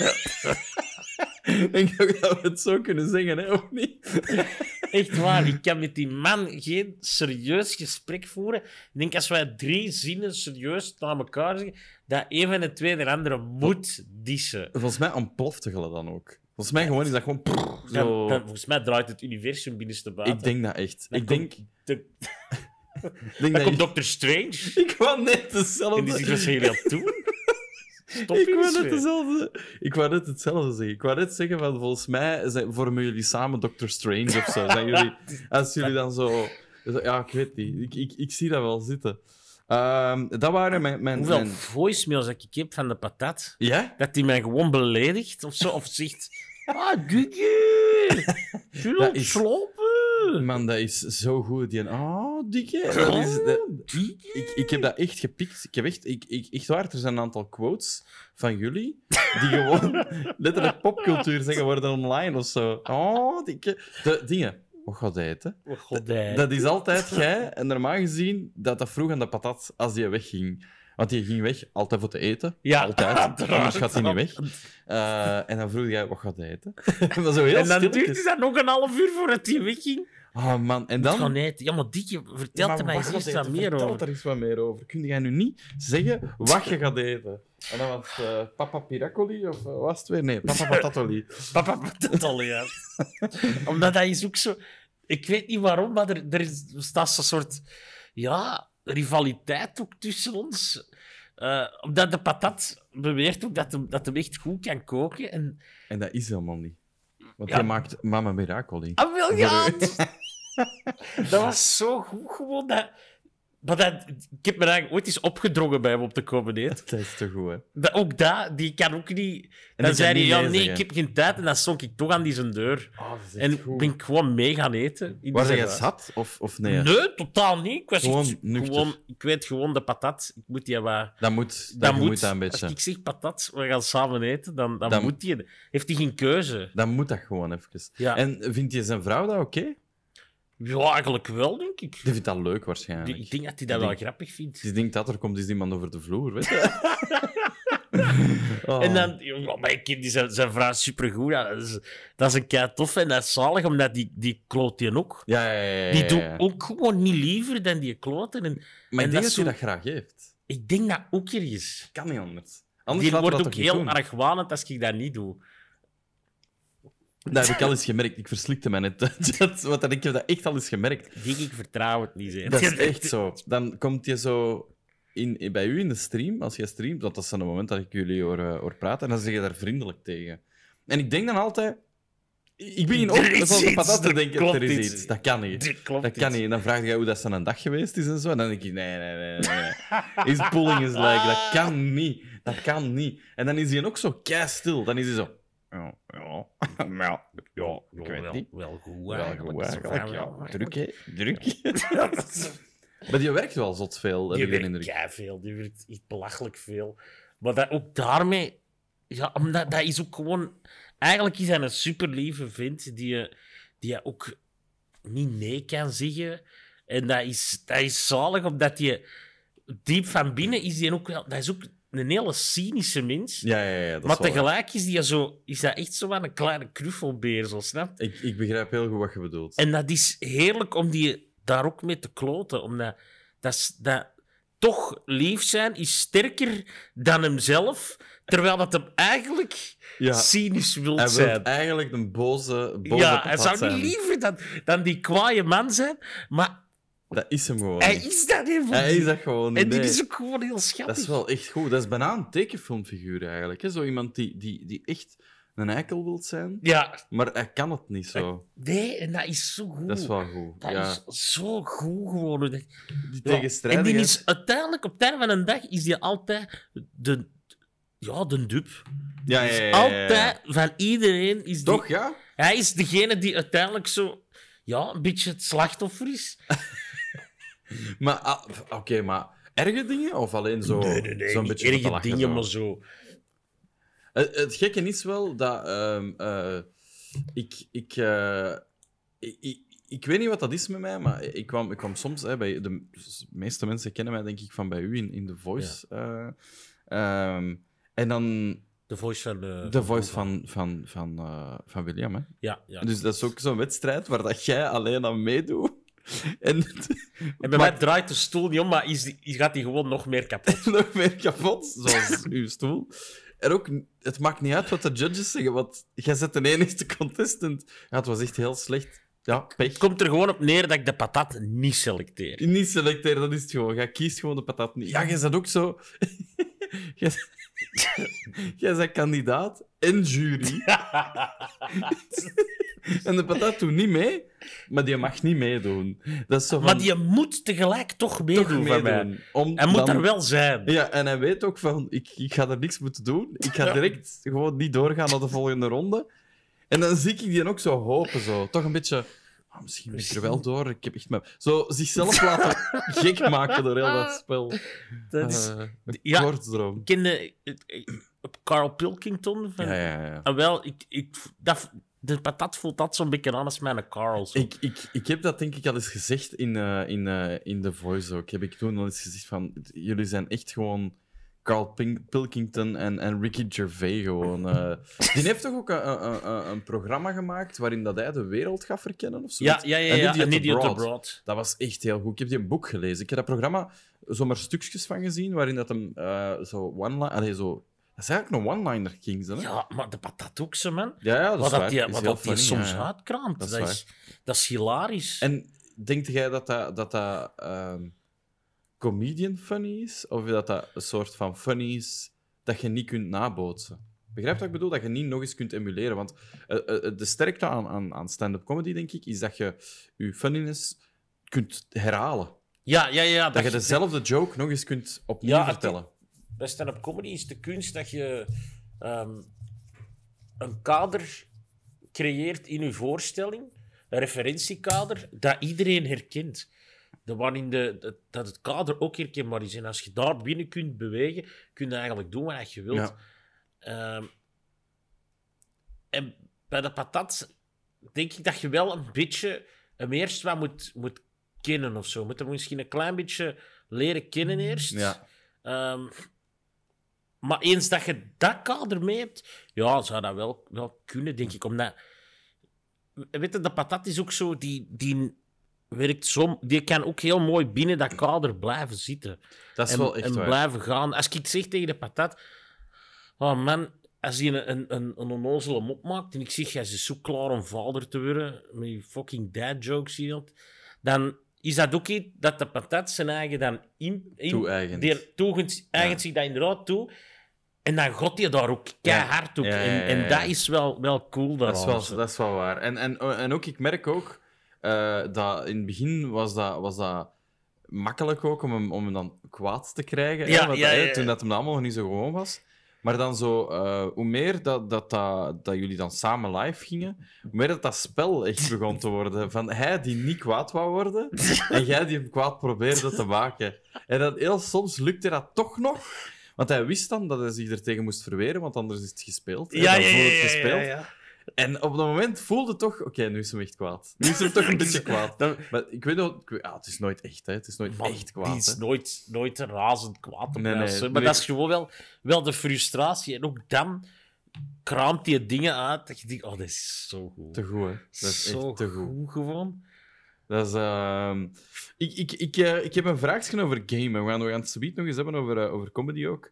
Ik denk ook dat we het zo kunnen zeggen, hè, of niet? Echt waar. Ik kan met die man geen serieus gesprek voeren. Ik denk als wij drie zinnen serieus naar elkaar zeggen, dat een van de twee de andere moet dissen. Volgens mij ontplofte je dan ook. Volgens mij gewoon is dat gewoon... prrr, Dan, zo. dan, volgens mij draait het universum binnenstebuiten. Ik denk dat echt. Dan Ik denk, komt de- ik denk dan dat komt ik... Doctor Strange. Ik wou net hetzelfde... En die zegt, wat zijn jullie aan het doen? Stop Ik wou, eens net weer. hetzelfde, ik wou net hetzelfde zeggen. Ik wou net zeggen van, volgens mij zijn, vormen jullie samen Doctor Strange of zo. Zijn jullie, als jullie dan zo... zo- Ja, ik weet niet. Ik, ik, ik zie dat wel zitten. Ehm, dat waren mijn... mijn, Hoeveel mijn... voicemails dat ik heb van de patat, Ja? dat die mij gewoon beledigt of zo, of zegt... Ah, Gugu! Zullen we Dat is- slopen? Man, dat is zo goed. Die, oh, dikke. Dat is, dat, ik, ik heb dat echt gepikt. Ik heb echt, ik, ik, echt waar, er zijn een aantal quotes van jullie die gewoon letterlijk popcultuur zeggen worden online of zo. Oh, dikke. De dingen. Wat gaat hij eten? Oh, god, nee. Dat is altijd jij. En normaal gezien, dat dat vroeg aan de patat als die wegging. Want die ging weg, altijd voor te eten. Ja, altijd. uiteraard. Anders gaat hij niet weg. Uh, en dan vroeg jij, wat gaat hij eten? Maar zo heel En dan stilletjes. duurde dat nog een half uur voordat hij wegging. Oh man, en Dan... dan... Gaan eten. Ja, maar Dieke, vertel er mij eens iets wat meer Vertel over. er eens wat meer over. Kun jij nu niet zeggen wat je gaat eten? En dan was het uh, Papa Piracoli, of uh, was het weer? Nee, Papa Patatoli. Papa, dat al, ja. Omdat dat is ook zo... Ik weet niet waarom, maar er, er, is, er staat zo'n soort... Ja, rivaliteit ook tussen ons. Uh, omdat de patat beweert ook dat hem, dat hem echt goed kan koken. En... En dat is helemaal niet. Want Ja. hij maakt Mama Miracoli. Ah, wel ja! Dat was zo goed gewoon. Dat... Maar dat... Ik heb me eigenlijk ooit eens opgedrongen bij hem om te komen eten. Dat is te goed, hè? Dat, ook dat, die kan ook niet... die Dan kan zei hij, niet ja, nee nee, zeggen. ik heb geen tijd. En dan stond ik toch aan die zijn deur. Oh, dat is En ben ik gewoon mee gaan eten. in Was die jij huis. zat? Of, of nee? Nee, totaal niet. Ik was Gewoon echt nuchter. gewoon... Ik weet gewoon de patat. Ik moet die wat... Dat moet, dat Dat je moet, moet dat een beetje. Als ik zeg patat, we gaan samen eten, dan, dan Dan- moet die... Heeft hij geen keuze. Dan moet dat gewoon even. Ja. En vindt je zijn vrouw dat oké? Ja, eigenlijk wel, denk ik. Die vindt dat leuk, waarschijnlijk. Die- Ik denk dat hij dat Ik wel denk- grappig vindt. Die denkt dat er komt eens iemand over de vloer, weet je? Oh. En dan... Ja, maar ik ken die zijn, zijn vrouw supergoed. Ja, dat, is, dat is een kei tof en dat is zalig, omdat die, die kloot die ook. Ja, ja, ja. ja, Die ja. doet ook gewoon niet liever dan die kloten. En Maar en ik denk dat dat is hij zo- dat graag heeft. ik denk dat ook ergens. Kan niet anders. Anders Die laten we wordt dat ook toch niet heel doen? argwanend als ik dat niet doe. Dat heb ik al eens gemerkt. Ik verslikte mij net. Dat- Want ik heb dat echt al eens gemerkt. Denk ik, vertrouw het niet. Hè. Dat is echt zo. Dan komt je zo in, in- bij u in de stream, als je streamt, want dat is dan een moment dat ik jullie hoor, uh, hoor praten, en dan zeg je daar vriendelijk tegen. En ik denk dan altijd... Ik begin ook Er is zoals de iets, patat te er denken, klopt er is iets. iets. Dat kan niet. Dit klopt Dat kan iets. niet. En dan vraag je hoe dat zijn een dag geweest is en zo. En dan denk ik, nee, nee, nee, nee. nee. Is pulling is like, dat kan niet. Dat kan niet. En dan is hij ook zo kei stil. Dan is hij zo... Ja, ja, ja, ja, ik weet wel, niet. wel goed, Wel eigenlijk. goed, Zo eigenlijk, van, ja. Druk, hè? Druk. Ja, dat is- Maar die werkt wel zot veel, heb Die ik de werkt indruk. keiveel, die werkt iets belachelijk veel. Maar dat, ook daarmee... Ja, omdat dat is ook gewoon... Eigenlijk is hij een super lieve vent die je, die je ook niet nee kan zeggen. En dat is, dat is zalig, omdat je... Diep van binnen is die ook wel... Dat is ook een hele cynische mens. Ja, ja, ja. Dat maar is wel waar. tegelijk is, die zo, is dat echt zo van een kleine knuffelbeer, zo snap je? Ik, ik begrijp heel goed wat je bedoelt. En dat is heerlijk om die daar ook mee te kloten. Omdat dat, is- dat toch lief zijn is sterker dan hemzelf. Terwijl dat hem eigenlijk Ja. cynisch wil Hij zijn. wil eigenlijk een boze, boze Ja, hij patat zou zijn. niet liever dan, dan die kwaaie man zijn. Maar Dat is hem gewoon. hij niet. is dat even. Hij is dat gewoon niet. En die nee. is ook gewoon heel schattig. Dat is wel echt goed. Dat is bijna een tekenfilmfiguur eigenlijk. Hè? Zo iemand die, die, die echt een eikel wil zijn, Ja, maar hij kan het niet zo. nee, en dat is zo goed. Dat is wel goed. Dat ja. is zo goed gewoon. hoe dat- Die Ja, En die tegenstrijdigheid. is uiteindelijk, op het einde van een dag, is die altijd de, ja, de dupe. Ja, ja, Dus ja, ja, ja. altijd, van iedereen, is die... Toch, ja? Hij is degene die uiteindelijk zo... Ja, een beetje het slachtoffer is. Maar, ah, oké, maar erge dingen? Of alleen zo, nee, nee, nee. zo'n niet beetje om te erge lachen, dingen, zo? maar zo... Het, het gekke is wel dat... ehm, eh, ik, ik, eh, ik, ik... Ik weet niet wat dat is met mij, maar ik kwam, ik kwam soms... Hè, bij de meeste mensen kennen mij, denk ik, van bij u in, in The Voice. eh, ehm, en dan De voice van... de de voice van, van, van, eh, van William. Hè. Ja, ja. Dus dat is ook zo'n wedstrijd waar dat jij alleen aan meedoet. En, En bij mij draait de stoel niet om, maar is die, gaat die gewoon nog meer kapot. nog meer kapot, zoals uw stoel. En ook, het maakt niet uit wat de judges zeggen, want jij zet de enigste contestant. Ja, het was echt heel slecht. Ja, pech. Het komt er gewoon op neer dat ik de patat niet selecteer. Niet selecteren, dat is het gewoon. Jij kiest gewoon de patat niet. Ja, jij bent ook zo... jij, jij bent kandidaat en jury. En de patat doet niet mee, maar die mag niet meedoen. Dat is zo van... Maar die moet tegelijk toch meedoen, toch van mij. meedoen. Om Hij moet dan- er wel zijn. Ja, en hij weet ook van, ik, ik ga er niks moeten doen. Ik ga Ja. direct gewoon niet doorgaan naar de volgende ronde. En dan zie ik die ook zo hopen, zo. Toch een beetje... Oh, misschien ben ik er wel door. Ik heb echt me... Zo zichzelf laten gek maken door heel dat spel. Dat is... Uh, een Ja. koortsdroom. Ik kende op Carl Pilkington. Van, Ja, ja, ja. En wel, ik, ik, dat, de patat voelt dat zo'n beetje aan als mijn Carl. Zo. Ik, ik, ik heb dat denk ik al eens gezegd in, uh, in, uh, in The Voice ook. Heb ik toen al eens gezegd van... Jullie zijn echt gewoon... Carl Pink- Pilkington en, en Ricky Gervais gewoon. Uh. Die heeft toch ook een, een, een, een programma gemaakt waarin dat hij de wereld gaat verkennen of zo? Ja, ja, ja. En ja, Idiot en Idiot Abroad. Abroad. Dat was echt heel goed. Ik heb die een boek gelezen. Ik heb dat programma zomaar stukjes van gezien, waarin dat hem uh, zo one-liner... Allee, zo... Dat is eigenlijk een one-liner king, hè? Ja, maar de patat ook, zo, man. Ja, ja, dat Wat is dat waar. die, Is wat heel dat die funny, soms ja, ja. uitkraamt, Dat dat is is, dat is hilarisch. En denkt jij dat dat, dat, dat um, comedian funny is? Of dat dat een soort van funny is dat je niet kunt nabootsen? Begrijp wat ik bedoel? Dat je niet nog eens kunt emuleren. Want uh, uh, de sterkte aan, aan, aan stand-up comedy, denk ik, is dat je je funniness kunt herhalen. Ja, ja, ja. Dat je dezelfde joke nog eens kunt opnieuw Ja, het- vertellen. Bij stand-up comedy is de kunst dat je ehm, een kader creëert in je voorstelling, een referentiekader, dat iedereen herkent. De, waarin de, de- dat het kader ook herkenbaar is. En als je daar binnen kunt bewegen, kun je eigenlijk doen wat je wilt. Ja. Ehm, en bij de patat denk ik dat je wel een beetje hem eerst wat moet, moet kennen of zo. Je moet hem misschien een klein beetje leren kennen eerst. Ja. Ehm, maar eens dat je dat kader mee hebt, ja, zou dat wel, wel kunnen, denk ik. Omdat, weet je, de patat is ook zo, die, die werkt zo, die kan ook heel mooi binnen dat kader blijven zitten. Dat is en, wel echt en waar. blijven gaan. Als ik zeg tegen de patat, oh man, als hij een, een, een, een onnozele mop maakt en ik zeg, jij is zo klaar om vader te worden, met je fucking dad jokes hier, dan is dat ook iets dat de patat zijn eigen dan in... in Toe-eigent. Die toegent eigent Ja. zich dat inderdaad toe. En dan gaat hij daar ook keihard op. Ja, ja, ja, ja, En, en ja. dat is wel, wel cool Dat is daaraan. wel, dat is wel waar. En, en, en ook, ik merk ook uh, dat in het begin was dat, was dat makkelijk ook om hem, om hem dan kwaad te krijgen. Ja, hè, want, ja, hè, ja, ja. Toen dat hem allemaal nog niet zo gewoon was. Maar dan zo, uh, hoe meer dat, dat, dat, dat jullie dan samen live gingen, hoe meer dat dat spel echt begon te worden. Van hij die niet kwaad wou worden, en jij die hem kwaad probeerde te maken. En dan heel soms lukte dat toch nog. Want hij wist dan dat hij zich er tegen moest verweren, want anders is het gespeeld. hè. Ja, Dan ja, voelde ja, het ja, gespeeld. ja, ja. En op dat moment voelde het toch... Oké, nu is hem echt kwaad. Nu is hem toch een beetje kwaad. Dan- Maar ik weet nog... ik weet- ah, het is nooit echt, hè. Het is nooit Man, echt die kwaad, is hè. nooit, nooit razend kwaad op Nee, mij, nee, hè. nee. Maar dat is gewoon wel, wel de frustratie. En ook dan kraamt hij dingen uit dat je denkt, oh, dat is zo goed. Te goed, hè. Dat is zo echt te goed. goed gewoon. Dat is... ehm, Ik, ik, ik, eh, ik heb een vraagje over gamen. We gaan, we gaan het zometeen nog eens hebben over, eh, over comedy ook.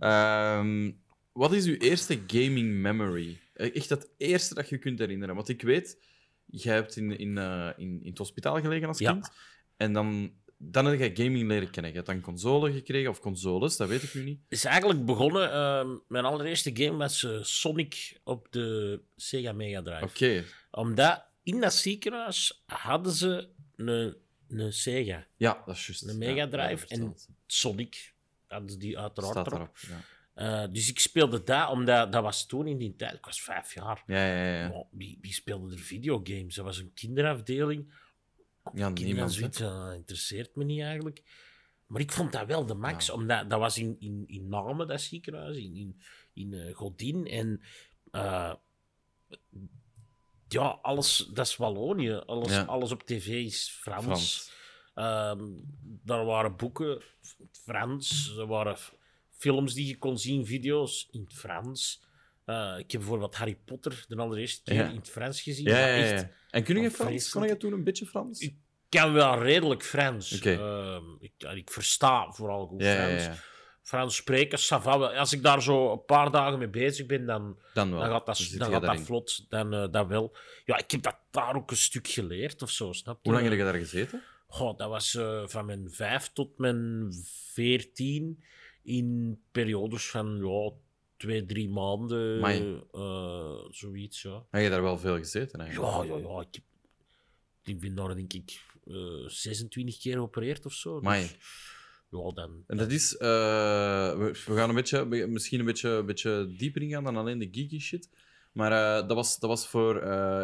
Ehm, wat is uw eerste gaming memory? Eh, Echt het eerste dat je kunt herinneren. Want ik weet, jij hebt in, in, eh, in, in het hospitaal gelegen als Ja. kind. En dan, dan heb je gaming leren kennen. Je hebt dan console gekregen, of consoles, dat weet ik nu niet. Het is eigenlijk begonnen, ehm, mijn allereerste game was eh, Sonic op de Sega Mega Drive. Oké. Omdat in dat ziekenhuis hadden ze een, een Sega, Ja, dat is juist. een Ja, Mega ja, Drive. dat en vertelt. Sonic hadden ze die uiteraard Staat erop. erop. Ja, Eh, dus ik speelde dat, omdat dat was toen in die tijd, ik was vijf jaar. ja, ja. ja, ja. Maar wie, wie speelde er videogames? Dat was een kinderafdeling. Ja, Kinderen niemand. hè. zoiets, eh, interesseert me niet eigenlijk. Maar ik vond dat wel de max, Ja. omdat dat was in, in, in Namen, dat ziekenhuis, in, in, in eh, Godin. En eh, ja, alles, dat is Wallonië. Alles, Ja. alles op tv is Frans. Frans. Ehm, daar waren boeken Frans, er waren f- films die je kon zien, video's in het Frans. Eh, ik heb bijvoorbeeld Harry Potter de allereerste keer Ja. in het Frans gezien. Ja, maar ja, ja. echt, En kun je Oh, Frans? Kon vreselijk. je toen een beetje Frans? Ik kan wel redelijk Frans. Oké. Ehm, ik, ja, ik versta vooral goed Ja, ja, Frans. ja. Frans spreken, ça va wel. Als ik daar zo een paar dagen mee bezig ben, dan, Dan wel. dan gaat dat, Dan zit dan je gaat dat daarin. vlot. Dan eh, dat wel. Ja, ik heb dat daar ook een stuk geleerd of zo, snap je? Hoe lang heb je daar gezeten? Goh, dat was eh, van mijn vijf tot mijn veertien. In periodes van ja, twee, drie maanden. Amai. eh, zoiets, ja. Heb je daar wel veel gezeten eigenlijk? Ja, ja, ja. Ik, heb- ik ben daar denk ik eh, zesentwintig keer geopereerd of zo. Dus, Amai. ja, dan... En dat is... eh, we, we gaan een beetje, misschien een beetje, een beetje dieper ingaan dan alleen de geeky shit. Maar eh, dat, was, dat was voor eh, uw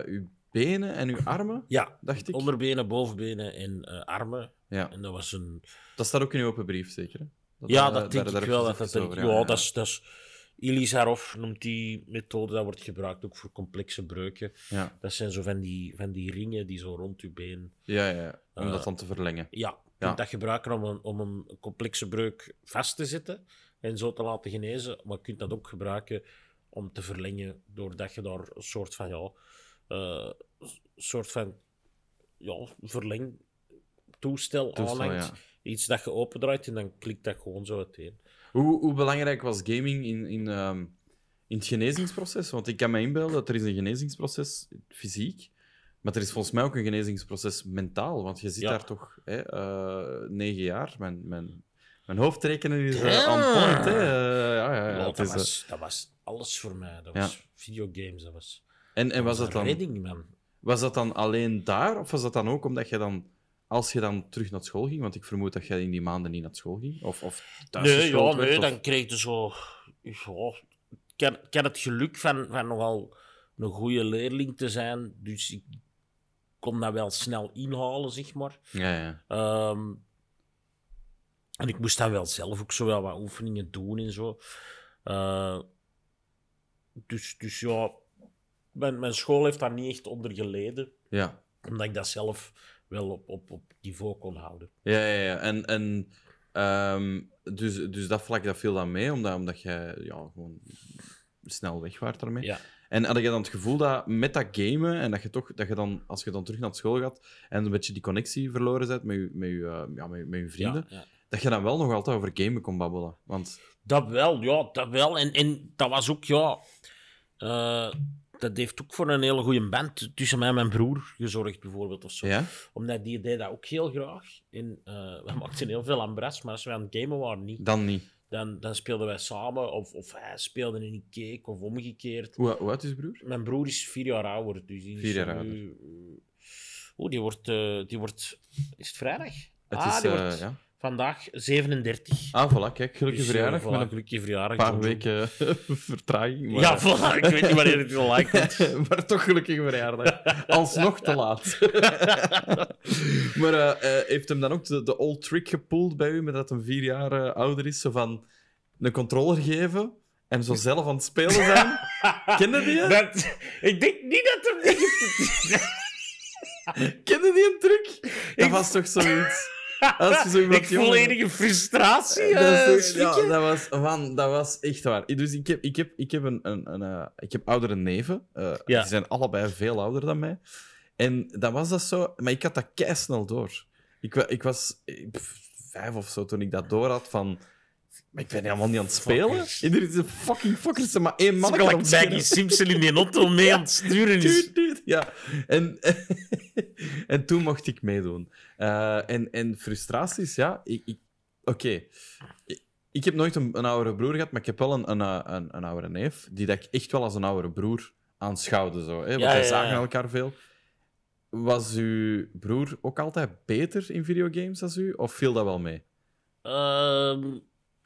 benen en je armen, Ja, dacht ik. onderbenen, bovenbenen en uh, armen. Ja. En dat was een... Dat staat ook in je open brief, zeker? Hè? Dat, ja, dat denk daar, ik wel. Dat dat over, ja, ja, ja. Dat is... Dat is Ilizarov noemt die methode, dat wordt gebruikt ook voor complexe breuken. Ja. Dat zijn zo van die, van die ringen die zo rond je been... Ja, ja, om uh, dat uh, dan te verlengen. Ja, je kunt ja. dat gebruiken om een, om een complexe breuk vast te zetten en zo te laten genezen. Maar je kunt dat ook gebruiken om te verlengen, doordat je daar een soort van, ja... Uh, soort van ja, verlengtoestel aanhangt. Ja. Iets dat je opendraait en dan klikt dat gewoon zo uiteen. Hoe, hoe belangrijk was gaming in, in, um, in het genezingsproces? Want ik kan me inbeelden dat er is een genezingsproces fysiek, maar er is volgens mij ook een genezingsproces mentaal. Want je zit ja. daar toch hè, uh, negen jaar. Mijn, mijn, mijn hoofdrekenen is uh, on point. Hè. Uh, ja, ja, ja, ja, dat, is, was, dat was alles voor mij. Dat was ja. videogames. Dat was, en, en was, dat was een dan, redding, man. Was dat dan alleen daar? Of was dat dan ook omdat je dan... Als je dan terug naar school ging, want ik vermoed dat je in die maanden niet naar school ging, of, of thuis nee, ja, werd, nee, of... dan kreeg je zo... Ja, ik, had, ik had het geluk van, van nogal een goede leerling te zijn, dus ik kon dat wel snel inhalen, zeg maar. Ja, ja. Um, en ik moest dan wel zelf ook zo wel wat oefeningen doen en zo. Uh, dus, dus ja, mijn, mijn school heeft daar niet echt onder geleden. Ja. Omdat ik dat zelf... wel op, op, op niveau kon houden. Ja, ja, ja. En, en um, dus, dus dat vlak dat viel dan mee, omdat, omdat jij ja, gewoon snel weg waart daarmee. Ja. En had je dan het gevoel dat met dat gamen, en dat je toch, dat je dan, als je dan terug naar school gaat, en een beetje die connectie verloren bent met je, met je, uh, ja, met, met je vrienden, ja, ja. dat je dan wel nog altijd over gamen kon babbelen? Want... Dat wel, ja, dat wel. En, en dat was ook, ja... Uh, dat heeft ook voor een hele goede band tussen mij en mijn broer gezorgd, bijvoorbeeld. Of zo. Ja? Omdat die deed dat ook heel graag. En, uh, we maakten heel veel ambras, maar als we aan het gamen waren, niet. Dan niet? Dan, dan speelden wij samen, of, of hij speelde en ik keek, of omgekeerd. Hoe, hoe oud is je broer? Mijn broer is vier jaar ouder. Dus die vier jaar is ouder. Uh, oh, die wordt, uh, die wordt... Is het vrijdag? Het ah, is, die uh, wordt ja. vandaag zevenendertig. Ah, voilà, kijk, gelukkige dus, verjaardag. Uh, voilà, gelukkige verjaardag. Een paar weken vertraging. Maar... Ja, voilà, ik weet niet wanneer het gelijk komt. Maar toch gelukkige verjaardag. Alsnog te laat. Maar uh, uh, heeft hem dan ook de, de old trick gepoeld bij u, met dat hij vier jaar uh, ouder is, zo van een controller geven en zo zelf aan het spelen zijn? Kende die? Dat, ik denk niet dat er niet... Kende die een truc? Dat ik... was toch zoiets... Als je zo ik voel jongen... enige frustratie. Uh, dat, is, ja, dat, was, man, dat was echt waar. Dus ik heb, ik heb, ik heb, een, een, een, uh, ik heb oudere neven. Uh, ja. Die zijn allebei veel ouder dan mij. En dan was dat zo... Maar ik had dat keisnel door. Ik, ik was pff, vijf of zo toen ik dat door had van... Maar ik ben helemaal niet aan het spelen. Iedereen is een fucking fuckers. Maar één man kan op Maggie Simpson in die auto mee aan het sturen is. Ja, en, en toen mocht ik meedoen. Uh, en, en frustraties, ja. Ik, ik, Oké. Okay. Ik, ik heb nooit een, een oudere broer gehad, maar ik heb wel een, een, een, een oudere neef die dat ik echt wel als een oudere broer aanschouwde. Zo, hè? Want ja, wij ja, zagen ja. elkaar veel. Was uw broer ook altijd beter in videogames als u? Of viel dat wel mee? Um...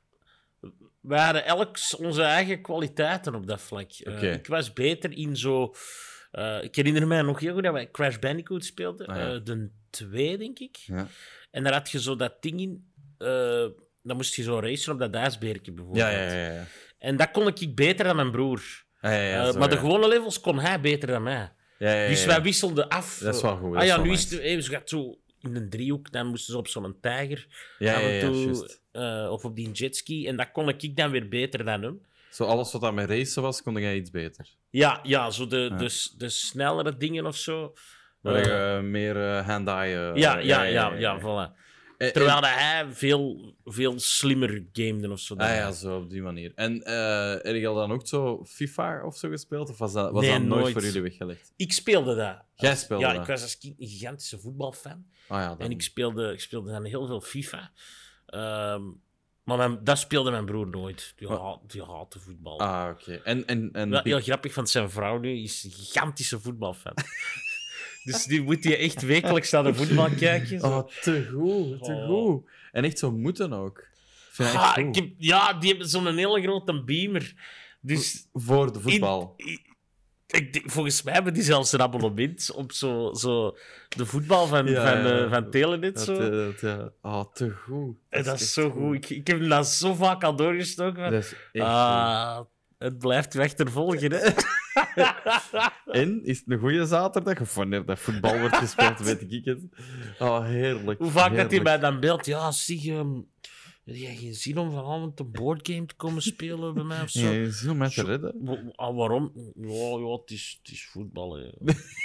We hadden elk onze eigen kwaliteiten op dat vlak. Okay. Uh, ik was beter in zo... Uh, ik herinner mij nog heel goed dat wij Crash Bandicoot speelden. Ah, ja. uh, de twee, denk ik. Ja. En daar had je zo dat ding in... Uh, dan moest je zo racen op dat ijsbeertje, bijvoorbeeld. Ja, ja, ja, ja. En dat kon ik beter dan mijn broer. Ah, ja, ja, uh, zo, maar de ja. gewone levels kon hij beter dan mij. Ja, ja, ja, dus ja. wij wisselden af. Dat is wel goed. Ah ja, nu nice. is het... Hey, ze gaat zo in een driehoek, dan moesten ze op zo'n tijger. Ja, af en ja, ja, toe, juist. uh, of op die jetski. En dat kon ik dan weer beter dan hem. Zo alles wat aan mijn racen was, kon jij iets beter. Ja, ja zo de, Ja. de, de snellere dingen of zo. Waar Uh, je meer uh, hand-eye... uh, ja, ja, ja, ja, voilà. Eh, Terwijl en- dat hij veel, veel slimmer gamede of zo. dan Ah hij. ja, zo op die manier. En uh, heb je dan ook zo FIFA of zo gespeeld? Of was dat, was Nee, dat nooit, nooit. voor jullie weggelegd? Ik speelde dat. Jij speelde ja, dat? ik was als kind een gigantische voetbalfan. Ah ja, dan... En ik speelde, ik speelde dan heel veel FIFA. Ehm, maar mijn, dat speelde mijn broer nooit. Die, Wat? haat, die haatte voetbal. Ah, oké. En, en, en Wel, Big- heel grappig, want zijn vrouw nu is een gigantische voetbalfan. Dus die moet je echt wekelijks naar de voetbal kijken. Zo. Oh, te goed, te Oh. goed. En echt zo moeten ook. Ik vind dat echt Ah, goed. ik heb, ja, die hebben zo'n hele grote beamer. Dus Voor de voetbal. in- Ik denk, volgens mij hebben die zelfs een abonnement op zo, zo de voetbal van, Ja, van, ja. uh, van Telenet. Dat, Zo. eh, dat, ja. Oh, te goed. En dat is echt zo goed. Ik, ik heb hem dat zo vaak al doorgestoken. Dat is echt Ah, het blijft u achtervolgen, hè. goed. En, is het een goede zaterdag? Of wanneer dat voetbal wordt gespeeld, weet ik het. Oh, heerlijk. Hoe vaak dat hij heerlijk. mij dan beeldt, ja, zie je... Heb jij geen zin om vanavond een boardgame te komen spelen bij mij of zo? Ja, je ziet om mij te Zo- redden. Wa- ah, waarom? Ja, ja het, is, het is voetbal. Hè.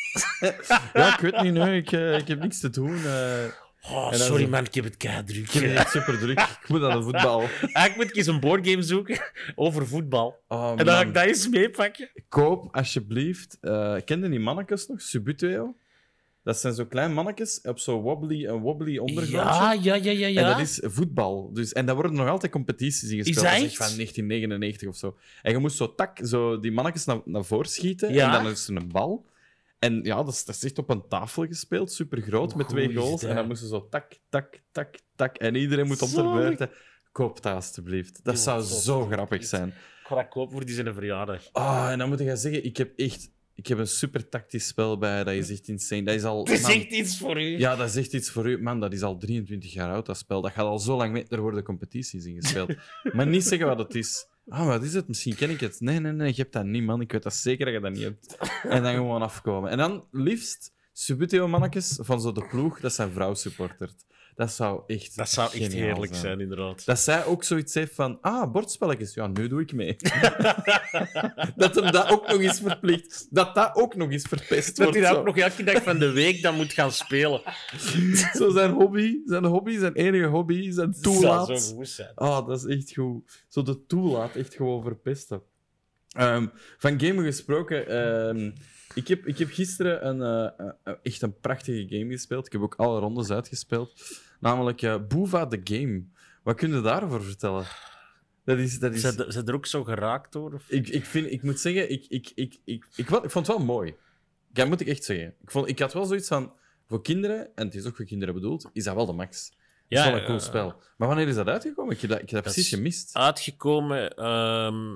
Ja, ik weet niet, nee, ik, eh, ik heb niks te doen. eh. Oh, En dan sorry zo- man, ik heb het keidruk. ik heb het echt super druk. Ik moet aan de voetbal. Eigenlijk moet ik eens een boardgame zoeken over voetbal. Oh, En dan ga man. ik dat eens meepakken. Koop alsjeblieft. Uh, kende die mannetjes nog? Subbuteo? Dat zijn zo klein mannetjes op zo'n wobbly, een wobbly ondergrondje. Ja, ja, ja, ja. ja. En dat is voetbal. Dus, en daar worden nog altijd competities in gespeeld. Is dat Dat echt? van negentien negenennegentig of zo. En je moest zo tak, zo die mannetjes naar, naar voren schieten. Ja. En dan is er een bal. En ja, dat is, dat is echt op een tafel gespeeld. Super groot, met Hoe twee goed is goals. dat? En dan moesten ze zo tak, tak, tak, tak. En iedereen moet om de Zalig. beurt. hè. Koop dat alsjeblieft. Dat Ja, zou dat is zo echt grappig iets. zijn. Ik ga dat kopen voor die zijn verjaardag. Oh, en dan moet je zeggen, ik heb echt... Ik heb een super tactisch spel bij, dat is echt insane. Dat is al... Het is man, echt iets voor u. ja, dat is echt iets voor u. Man, dat is al drieëntwintig jaar oud, dat spel. Dat gaat al zo lang mee. Er worden competities in gespeeld. Maar niet zeggen wat het is. Ah, wat is het? Misschien ken ik het. Nee, nee, nee, je hebt dat niet, man. Ik weet dat zeker dat je dat niet hebt. En dan gewoon afkomen. En dan liefst Subbuteo-mannetjes van zo de ploeg, dat zijn vrouwsupporters. Dat zou echt Dat zou echt geniaal heerlijk zijn, inderdaad. Dat zij ook zoiets heeft van, ah, bordspelletjes, ja, nu doe ik mee. Dat hem dat ook nog eens verplicht. Dat dat ook nog eens verpest Dat wordt. hij dat zo. ook nog elke dag van de week dan moet gaan spelen. Zo zijn hobby, zijn hobby, zijn enige hobby, zijn Dat zou toelaat. zo goed zijn. Ah, dat is echt goed. Zo de toelaat echt gewoon verpesten. Ehm, van gamen gesproken, ehm, ik, heb, ik heb gisteren een, eh, eh, echt een prachtige game gespeeld. Ik heb ook alle rondes uitgespeeld. Namelijk eh Boeva the Game. Wat kun je daarover vertellen? Dat is... Dat is... Zijn er- zijn er ook zo geraakt door? Of? Ik, ik, vind, ik moet zeggen, ik, ik, ik, ik, ik, wa- ik vond het wel mooi. Dat moet ik echt zeggen. Ik, vond, ik had wel zoiets van, voor kinderen, en het is ook voor kinderen bedoeld, is dat wel de max. Dat is wel een cool ja, spel. Maar wanneer is dat uitgekomen? Ik heb dat, ik heb dat Dat precies is- gemist. Uitgekomen ehm,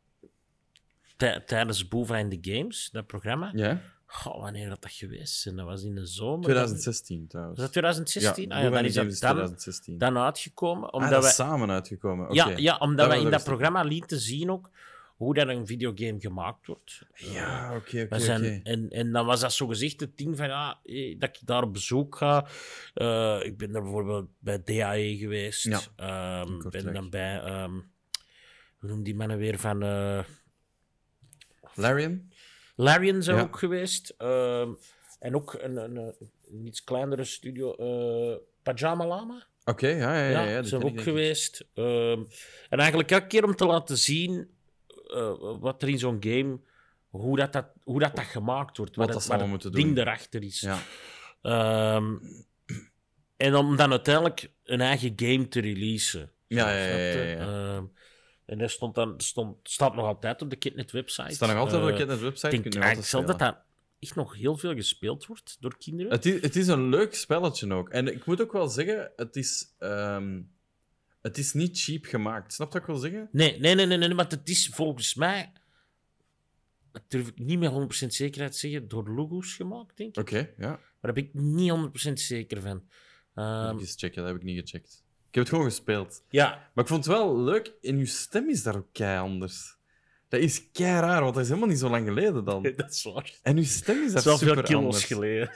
tij- tijdens Boeva in the Games, dat programma. Ja? Goh, wanneer had dat geweest? En dat was in de zomer. twintig zestien trouwens. Was dat twintig zestien? Ja, ah, ja, dan is Games dat is dan, twintig zestien. dan uitgekomen. ah, Omdat dat wij, is samen uitgekomen. Oké. ja, ja, omdat Dat wij wel, in dat dat wist ik. programma lieten zien ook hoe dat een videogame gemaakt wordt. Ja, oké, oké, We zijn, oké. en, en dan was dat zo gezegd het ding van ja, eh, dat ik daar op bezoek ga. Eh, ik ben daar bijvoorbeeld bij D A E geweest. Ja, Ehm, in ben Kortrijk. dan bij, ehm hoe noemt die mannen weer van uh, Larian? Larian zijn Ja. ook geweest. Ehm, en ook een, een, een, een iets kleinere studio, eh, Pajama Lama. Oké, ja, ja, ja. Ja, ja, die zijn ken ook ik, denk ik. geweest. Ehm, en eigenlijk elke keer om te laten zien eh, wat er in zo'n game, hoe dat, dat, hoe dat, dat gemaakt wordt. Wat Wat, dat het, ze wat allemaal het moeten ding doen. erachter is. Ja. Ehm, en om dan uiteindelijk een eigen game te releasen. Ja, ja, ja, Snap je? ja, ja. Ehm, en dat stond dan, stond, staat nog altijd op de Kidnet website. Het staat nog altijd op de Eh, Kidnet website. Ik denk kun je eigenlijk zelf altijd dat spelen. dat echt nog heel veel gespeeld wordt door kinderen. Het is, het is een leuk spelletje ook. En ik moet ook wel zeggen, het is, ehm, het is niet cheap gemaakt. Snap je wat ik wil zeggen? Nee, nee, nee, nee, nee, want het is volgens mij, dat durf ik niet met honderd procent zekerheid te zeggen, door Logos gemaakt, denk ik. Oké, ja. Maar daar ben ik niet honderd procent zeker van. Ehm, Moet ik eens checken, dat heb ik niet gecheckt. Ik heb het gewoon gespeeld. ja, Maar ik vond het wel leuk. En uw stem is daar ook kei anders. Dat is kei raar, want dat is helemaal niet zo lang geleden dan. dat is waar. En uw stem is Dat daar is wel veel super kilo's anders. geleden.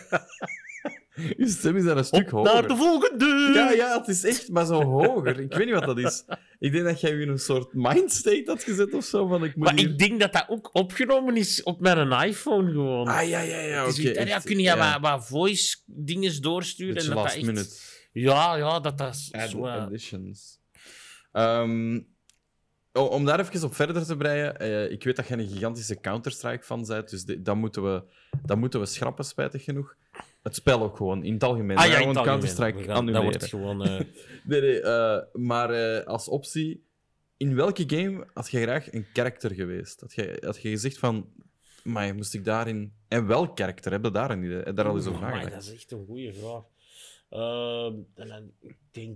Uw stem is daar een stuk Op hoger. naar de volgende! Ja, ja, het is echt maar zo hoger. Ik weet niet wat dat is. Ik denk dat jij je in een soort mindstate had gezet of zo. Van, ik moet Maar hier... ik denk dat dat ook opgenomen is op mijn iPhone gewoon. Ah, ja, ja, ja. Het is Oké. niet- ja, echt, kun je ja. wat, wat voice dingen doorsturen? Beetje En dat dat last echt... minute. Ja, ja, dat dat is Add zo... eh, additions. Ehm, o- om daar even op verder te breien. eh, ik weet dat jij een gigantische Counter-Strike-fan bent, dus di- dat, moeten we, dat moeten we schrappen, spijtig genoeg. Het spel ook gewoon, in het algemeen. Ah Hè, ja, in gewoon het algemeen. Counter-Strike We gaan- Dat annuleren. wordt gewoon... eh, Nee, nee, eh, maar eh, als optie, in welke game had je graag een karakter geweest? Had je, had je gezegd van, maar moest ik daarin... En welk karakter? Heb je daar een idee? Heb je daar al eens over Amai, nagedacht? dat is echt een goede vraag. Ehm, en dan, ik denk...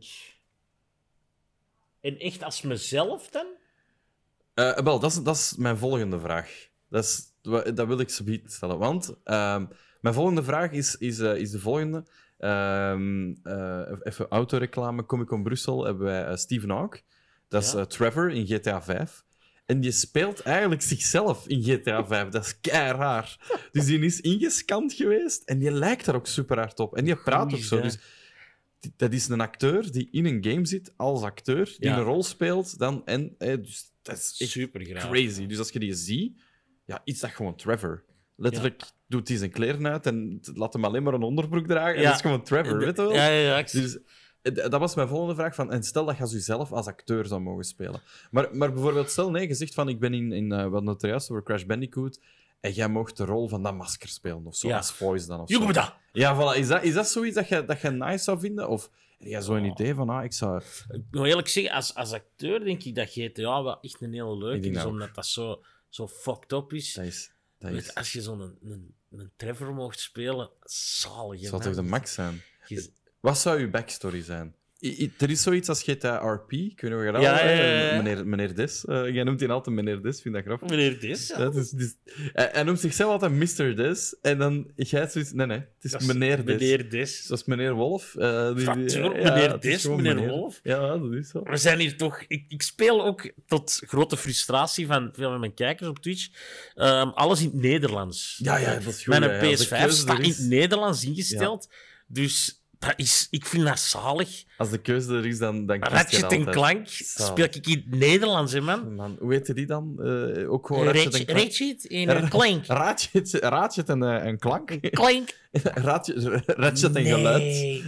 En echt als mezelf dan? Eh, wel, dat is, dat is mijn volgende vraag. Dat, is, dat wil ik zometeen stellen. Want uh, mijn volgende vraag is, is, uh, is de volgende. Um, uh, even autoreclame. Comic-Con Brussel hebben wij uh, Stephen Hawke. Dat is Ja. uh, Trevor in G T A vijf. En die speelt eigenlijk zichzelf in G T A vijf. Dat is kei raar. Dus die is ingescand geweest en die lijkt daar ook super hard op. En die praat ook Goeie, zo. hè? Dus die- dat is een acteur die in een game zit als acteur, die Ja. een rol speelt. Dan, en, eh, dus dat is echt Super graag. crazy. Dus als je die ziet, ja, is dat gewoon Trevor. Letterlijk doet hij zijn kleren uit en laat hem alleen maar een onderbroek dragen. En Ja. dat is gewoon Trevor, weet je wel? Ja, ja, ja. ik- Dus eh, dat was mijn volgende vraag. Van, en stel dat je als jezelf als acteur zou mogen spelen. Maar, maar bijvoorbeeld, stel nee, je zegt van ik ben in, in uh, wat het er juist over Crash Bandicoot en jij mocht de rol van dat masker spelen of zo, Ja. als voice dan of zo. Joe, dat. Ja, voilà. Is dat, is dat zoiets dat je, dat je nice zou vinden? Of heb jij zo'n Oh. idee van, ah, ik zou... Ik moet eerlijk zeggen, als, als acteur denk ik dat G T A wel echt een hele Ik leuke denk is, dat ook. omdat dat zo, zo fucked up is. Dat is... Dat Weet, is als je zo'n een, een, een Trevor mocht spelen, zalig. hè, zou man. toch de max zijn? Je- Wat zou je backstory zijn? I- I- er is zoiets als G T A R P, kunnen we gaan Ja, al- ja, ja, ja. Meneer, meneer Des. Uh, jij noemt hij altijd meneer Des, vind dat grappig. Meneer Dis, ja. Dat is, dus, hij, hij noemt zichzelf altijd mister Des. En dan jij zoiets... Nee, nee, het is Dat is meneer Des. Meneer Dis. Zoals meneer Wolf. uh, die, Ja, die- tuurlijk, ja, meneer het is Des, gewoon meneer Wolf. Ja, dat is zo. We zijn hier toch... Ik, ik speel ook tot grote frustratie van veel van mijn kijkers op Twitch. ehm, alles in het Nederlands. Ja, ja, dat is goed. Mijn hè. Als P S de vijf keuze staat er in is- het Nederlands ingesteld. Dus dat is, ik vind dat zalig. Als de keuze er is, dan, dan kies je Ratchet en altijd. Clank Zalig. speel ik in het Nederlands, hè, man. Man, hoe heette die dan? Uh, ook gewoon Ratchet en Ratchet, Clank. Ratchet en een Clank. Ratchet, Ratchet en, uh, en Clank. Clank. Ratchet, Ratchet en geluid. Nee.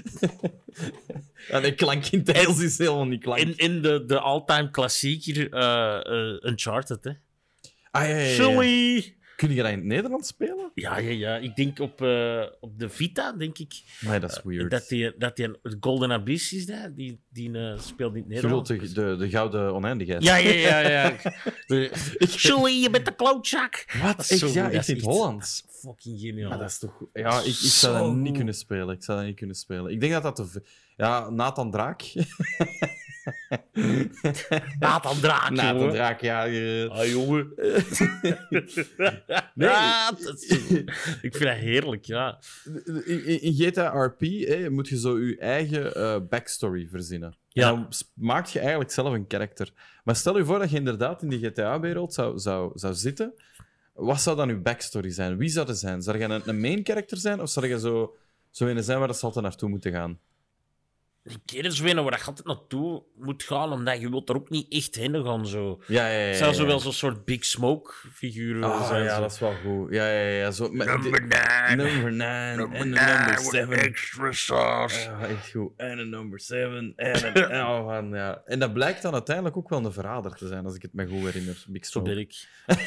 Ja, nee, Clank in het Engels is helemaal niet Clank. En, en de, de all-time klassieker uh, uh, Uncharted, hè. Ah, ja, ja, ja. Sully! Kun je dat in het Nederlands spelen? Ja, ja, ja. Ik denk op, uh, op de Vita, denk ik. Nee, dat is weird. Dat die, dat die een Golden Abyss is, dat. Die, die uh, speelt in het Je bedoelt Nederlands. de, de, de gouden oneindigheid. Ja, ja, ja. ja. De- Sully, je bent de klootzak! Wat? Dat is Ik, zo ja, goed, echt dat in is het echt- Hollands. dat is fucking geniaal. Maar dat is toch goed. Ja, ik, ik zou Zo dat niet goed. kunnen spelen. Ik zou dat niet kunnen spelen. Ik denk dat dat te... v- Ja, Nathan Draak. Nathan Draak, Nathan jongen. Draak, ja. je- Ah, jongen. Nee. Ah, dat is zo- ik vind dat heerlijk, ja. In, in- in G T A R P hè, moet je zo je eigen eh, backstory verzinnen. Ja. En dan s- maak je eigenlijk zelf een karakter. Maar stel je voor dat je inderdaad in die G T A-wereld zou, zou, zou zitten. Wat zou dan je backstory zijn? Wie zou dat zijn? Zou je een, een main character zijn? Of zou je zo, zo een zijn waar dat ze altijd naartoe moeten gaan? Ik ken het zo weinig waar je altijd naartoe moet gaan, omdat je wilt er ook niet echt heen gaan. Zo. Ja, ja, ja. Het ja, zou zo ja. wel zo'n soort Big Smoke-figuur Ah, zijn. ja, zo. dat is wel goed. Ja, ja, ja. Zo, met, Number nine. Number nine. Number En de nine number with seven. extra sauce. Ja, echt goed. En een number seven. En, een, oh, man, ja. En dat blijkt dan uiteindelijk ook wel een verrader te zijn, als ik het me goed herinner. Big Zo Smoke. ben ik.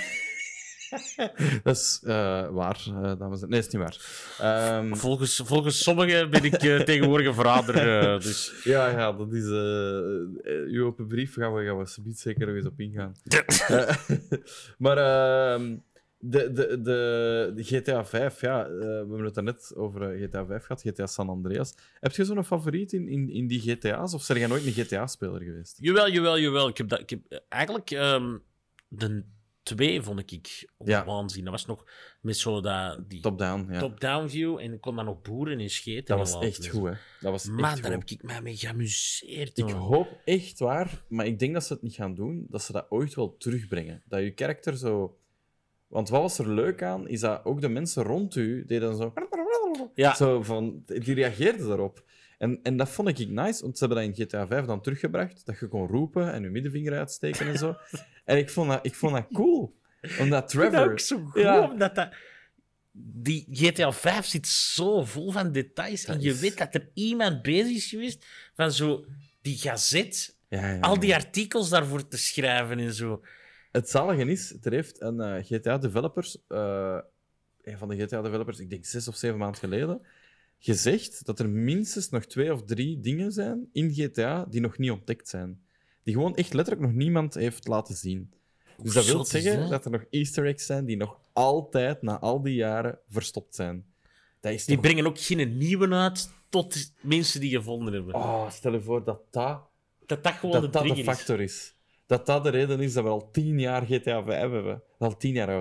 Dat is eh, waar, uh, dames en heren. Nee, dat is niet waar. Ehm, Volgens, volgens sommigen ben ik uh, tegenwoordig een verrader. Uh, dus. ja, ja, dat is... Uh, uw open brief gaan we, gaan we subiet zeker nog eens op ingaan. Uh, maar uh, de, de, de, de G T A vijf, ja, uh, we hebben het net over uh, G T A vijf gehad, G T A San Andreas. Heb je zo'n favoriet in, in, in die G T A's? Of ben jij nooit een G T A-speler geweest? Jawel, jawel, jawel. Ik heb dat, ik heb, eigenlijk, um, de twee vond ik Ja. waanzin. Dat was nog met zo dat, die Top-down, ja. top-down view en ik kon dan nog boeren in scheten. Dat was en laten. echt goed, hè. Dat was Man, echt daar goed. heb ik mij mee geamuseerd. Ik jongen. hoop echt waar, maar ik denk dat ze het niet gaan doen, dat ze dat ooit wel terugbrengen. Dat je karakter zo... Want wat was er leuk aan, is dat ook de mensen rond u deden zo... Ja. Zo van... Die reageerden daarop. En, en dat vond ik nice, want ze hebben dat in G T A vijf dan teruggebracht, dat je kon roepen en je middenvinger uitsteken en zo. En ik vond dat, ik vond dat cool. Omdat Ik vind dat Trevor... ook zo goed, Ja. omdat dat... Die G T A vijf zit zo vol van details en je is- weet dat er iemand bezig is geweest van zo die gazet, Ja, ja, al die ja. artikels daarvoor te schrijven en zo. Het zalige is, er heeft een uh, G T A-developers, uh, een van de G T A-developers, ik denk zes of zeven maanden geleden, gezegd dat er minstens nog twee of drie dingen zijn in G T A die nog niet ontdekt zijn. Die gewoon echt letterlijk nog niemand heeft laten zien. Dus dat wil zot is zeggen dat? dat er nog easter eggs zijn die nog altijd, na al die jaren, verstopt zijn. Dat is Die toch... brengen ook geen nieuwe uit tot mensen die gevonden hebben. Oh, stel je voor dat dat, Dat dat gewoon dat, de dat de trigger is. factor is. Dat dat de reden is dat we al tien jaar G T A vijf hebben. Dat is al tien jaar oud, hè.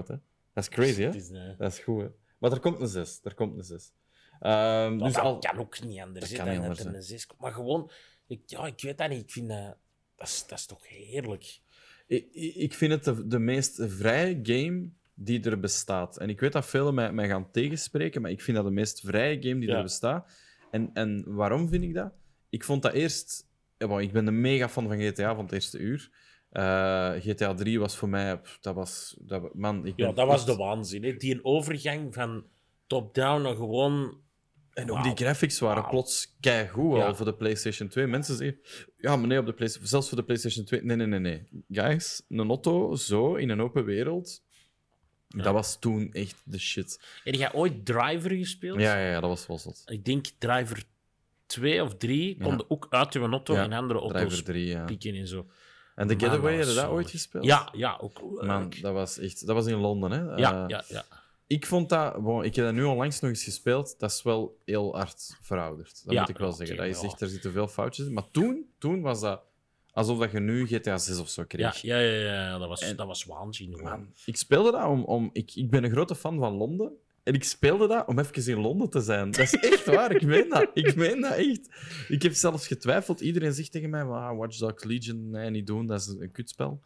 Dat is crazy, hè? Het is, eh, Dat is goed, hè? Maar er komt een zes. Er komt een zes. Um, dat dus al... kan ook niet anders. Dat hè, kan niet dan anders, dat er hè. een zes komt. Maar gewoon, ik, ja, ik weet dat niet. Ik vind dat... Dat is, dat is toch heerlijk. Ik, ik vind het de, de meest vrije game die er bestaat. En ik weet dat velen mij, mij gaan tegenspreken, maar ik vind dat de meest vrije game die Ja. er bestaat. En, en waarom vind ik dat? Ik vond dat eerst... Ja, bon, ik ben een mega fan van G T A van het eerste uur. Uh, G T A drie was voor mij... pff, Dat was... Dat, man, ik Ja, ben dat was echt- de waanzin. Hè. Die een overgang van top-down naar gewoon... En ook Wauw. die graphics waren Wauw. plots keigoed Ja. al voor de PlayStation twee. Mensen zeggen, ja, maar nee, op de Play- zelfs voor de PlayStation twee. Nee, nee, nee, nee. Guys, een auto zo in een open wereld, Ja. dat was toen echt de shit. Heb jij ooit Driver gespeeld? Ja, ja, ja, dat was wel zot. Ik denk Driver twee of drie Ja. konden ook uit je auto Ja, in andere auto's Driver drie, ja. pieken en zo. En The Man, Getaway, dat heb je was dat ooit zalig. gespeeld? Ja, ja, ook leuk. Man, dat was echt... Dat was in Londen, hè. Ja, Eh, ja, ja. Ik vond dat... Bon, ik heb dat nu onlangs nog eens gespeeld. Dat is wel heel hard verouderd. Dat Ja, moet ik wel oké, zeggen. Dat is ja. echt, er zitten veel foutjes in. Maar toen, toen was dat alsof dat je nu G T A zes of zo Ja, kreeg. ja, ja, ja, dat was, En- dat was waanzin. Gewoon. Man, ik speelde dat om... om ik, ik ben een grote fan van Londen. En ik speelde dat om even in Londen te zijn. Dat is echt waar, ik meen dat. Ik meen dat echt. Ik heb zelfs getwijfeld. Iedereen zegt tegen mij, ah, Watch Dogs Legion, nee, niet doen, dat is een kutspel.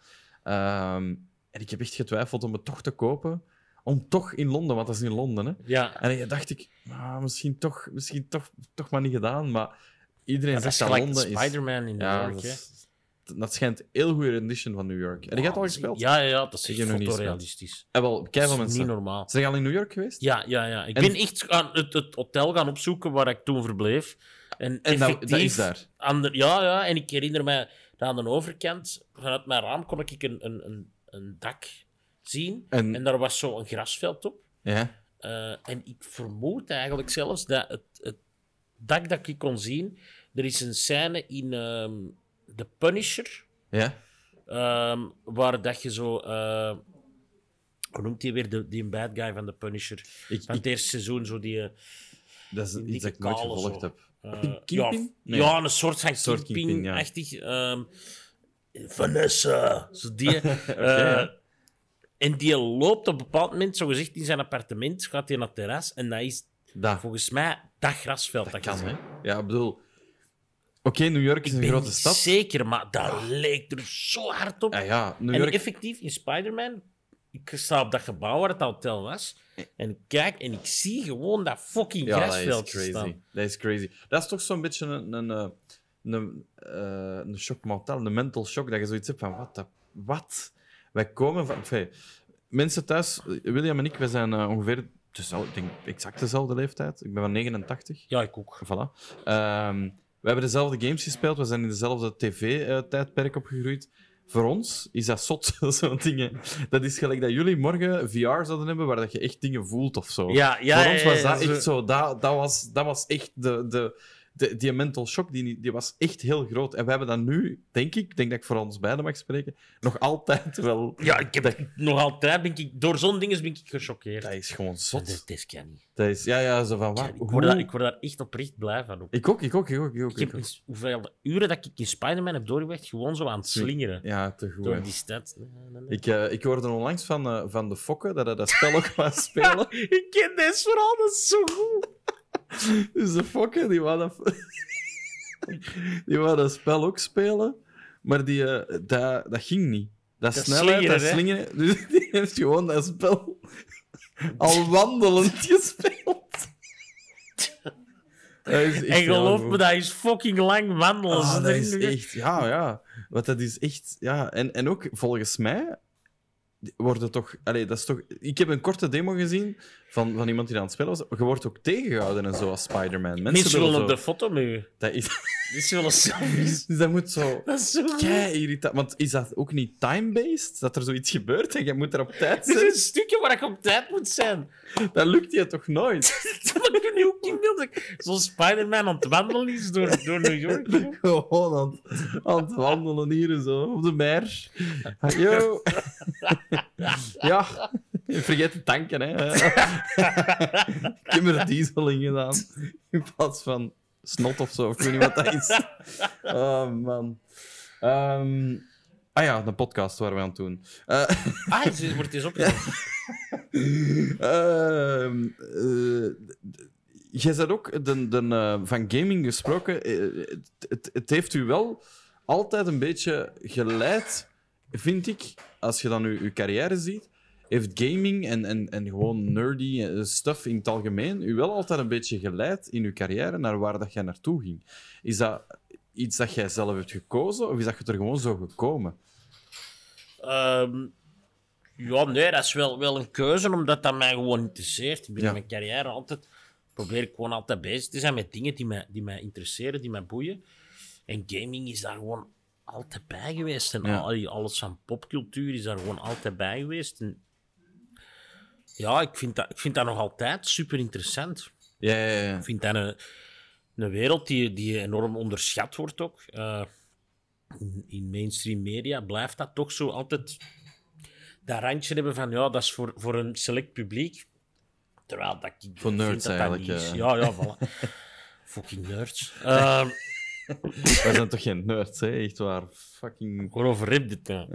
Ehm, en ik heb echt getwijfeld om het toch te kopen. Om toch in Londen, want dat is in Londen, hè. Ja, En dan dacht ik, ah, misschien, toch, misschien toch, toch maar niet gedaan. Maar iedereen dat zegt is dat gelijk Londen is... Spider-Man in New Ja, York. dat, hè. is- dat schijnt een heel goede rendition van New York. En je hebt al gespeeld? Ja, ja, ja, dat is Ik echt heb nog niet fotorealistisch. En wel, Dat keiveel is mensen. niet normaal. Zijn je al in New York geweest? Ja, ja, ja. Ik En- ben echt gaan, het, het hotel gaan opzoeken waar ik toen verbleef. En, En dat, effectief... dat is daar. Aan de, ja, ja, en ik herinner mij dat aan de overkant, vanuit mijn raam, kon ik een, een, een, een dak zien. En- En daar was zo een grasveld op. Ja. Eh, en ik vermoed eigenlijk zelfs dat het, het dak dat ik kon zien... Er is een scène in ehm The Punisher, Ja. ehm, waar dat je zo... eh, hoe noemt hij weer? De, die bad guy van The Punisher. Ik, Van ik, het eerste seizoen, zo die... eh, dat is die iets dikke dat ik nooit kale gevolgd zo. heb. eh, Kingpin? Ja, Nee. ja, een soort van soort Kingpin, Kingpin-achtig. ehm, Vanessa. Zo die, eh, ja. En die loopt op een bepaald moment, zo gezegd, in zijn appartement, gaat hij naar het terras. En dat is Dat, volgens mij dat grasveld. Dat, dat je kan, ziet. hè. Ja, ik bedoel... Oké, New York is Ik een ben grote niet stad. zeker, maar dat leek er zo hard op. Ah, ja, New En York... effectief, in Spider-Man, ik sta op dat gebouw waar het hotel was, en ik kijk en ik zie gewoon dat fucking Ja, dat grasveld is crazy. staan. Dat is crazy. Dat is toch zo'n beetje een, een, eh, een, eh, een shock mental, een mental shock, dat je zoiets hebt van, wat? dat- Wat? Wij komen van... Enfin, mensen thuis, William en ik, wij zijn eh, ongeveer dezelfde, ik denk exact dezelfde leeftijd. Ik ben van negenentachtig. Ja, ik ook. Voilà. Ehm, we hebben dezelfde games gespeeld, we zijn in dezelfde tv-tijdperk opgegroeid. Voor ons is dat zot, zo'n dingen. Dat is gelijk dat jullie morgen V R zouden hebben waar dat je echt dingen voelt of zo. Ja, ja, Voor ons ja, was ja, dat zo- echt zo. Dat, dat, was, dat was echt de, de, de, die mental shock, die, die was echt heel groot. En we hebben dat nu, denk ik, ik denk dat ik voor ons beiden mag spreken, nog altijd wel... Ja, ik heb Dat, nog altijd, ben ik, door zo'n dingen ben ik gechoqueerd. dat is gewoon Dat, zot. dat kan niet. Dat is, ja, ja, zo van... Waar, Ik word, daar, ik word daar echt oprecht blij van. Ook. ik ook, ik ook, ik ook. Ik ook, Ik heb ik ook. eens- hoeveel uren dat ik in Spider-Man heb doorgebracht, gewoon zo aan het slingeren. Ja, te goed. Door hè. die stad. Nee, nee, nee. Ik, eh, ik hoorde onlangs van, eh, van de Fokken dat hij dat spel ook wou spelen. Ik ken deze verhaal, dat is zo goed. Dus de Fokken, die wou dat, die wou dat spel ook spelen. Maar die, eh, dat, dat ging niet. Dat, Dat snelheid, slingeren, dat hè? slingeren. Dus die heeft gewoon dat spel al wandelend gespeeld. Dat is echt En heel geloof goed. me, dat is fucking lang wandelen. Ah, Ze dat is denken- echt... Ja, ja. Want dat is echt... Ja. En, en ook, volgens mij... Worden toch, allee, dat is toch... Ik heb een korte demo gezien van, van iemand die aan het spelen was. Je wordt ook tegengehouden en zo als Spider-Man. Mensen willen willen zo... op de foto met u. Dat is... Mensen willen selfies. Dus dat moet zo... Dat is zo goed. Kei irritant. Want is dat ook niet time-based? Dat er zoiets gebeurt en je moet er op tijd Dit is zijn? een stukje waar ik op tijd moet zijn. Dat lukt je toch nooit? Dat kun je ook niet beelden. Zo'n Spider-Man aan het wandelen is door, door New York. Gewoon aan, het- aan het wandelen hier zo, op de mer. Yo. Ja, vergeet te tanken, hè. Ik heb er diesel in gedaan. In plaats van snot of zo. Ik weet niet wat dat is. Oh, man. Ehm, ah ja, de podcast waar we aan het doen. Eh, Ah, het is- wordt eens opgenomen. uh, uh, jij bent ook de, de, uh, van gaming gesproken. Uh, het, het, het heeft u wel altijd een beetje geleid, vind ik, als je dan uw, uw carrière ziet. Heeft gaming en, en, en gewoon nerdy stuff in het algemeen u wel altijd een beetje geleid in uw carrière naar waar dat jij naartoe ging? Is dat iets dat jij zelf hebt gekozen of is dat je er gewoon zo gekomen? Um, ja, nee, dat is wel, wel een keuze, omdat dat mij gewoon interesseert. Binnen Ja. mijn carrière altijd, probeer ik gewoon altijd bezig te zijn met dingen die mij, die mij interesseren, die mij boeien. En gaming is daar gewoon altijd bij geweest. En Ja. al, alles van popcultuur is daar gewoon altijd bij geweest. En ja, ik vind, dat, ik vind dat nog altijd super interessant. Ja, ja, ja. Ik vind dat een, een wereld die, die enorm onderschat wordt ook. Uh, in, in mainstream media blijft dat toch zo altijd dat randje hebben van ja, dat is voor, voor een select publiek. Terwijl dat ik Voor vind nerds dat dat eigenlijk, niet is. uh. Ja, ja, voilà. Fucking nerds. Uh, Wij zijn toch geen nerds, hè? Echt waar. Fucking... waarover heb je het nou?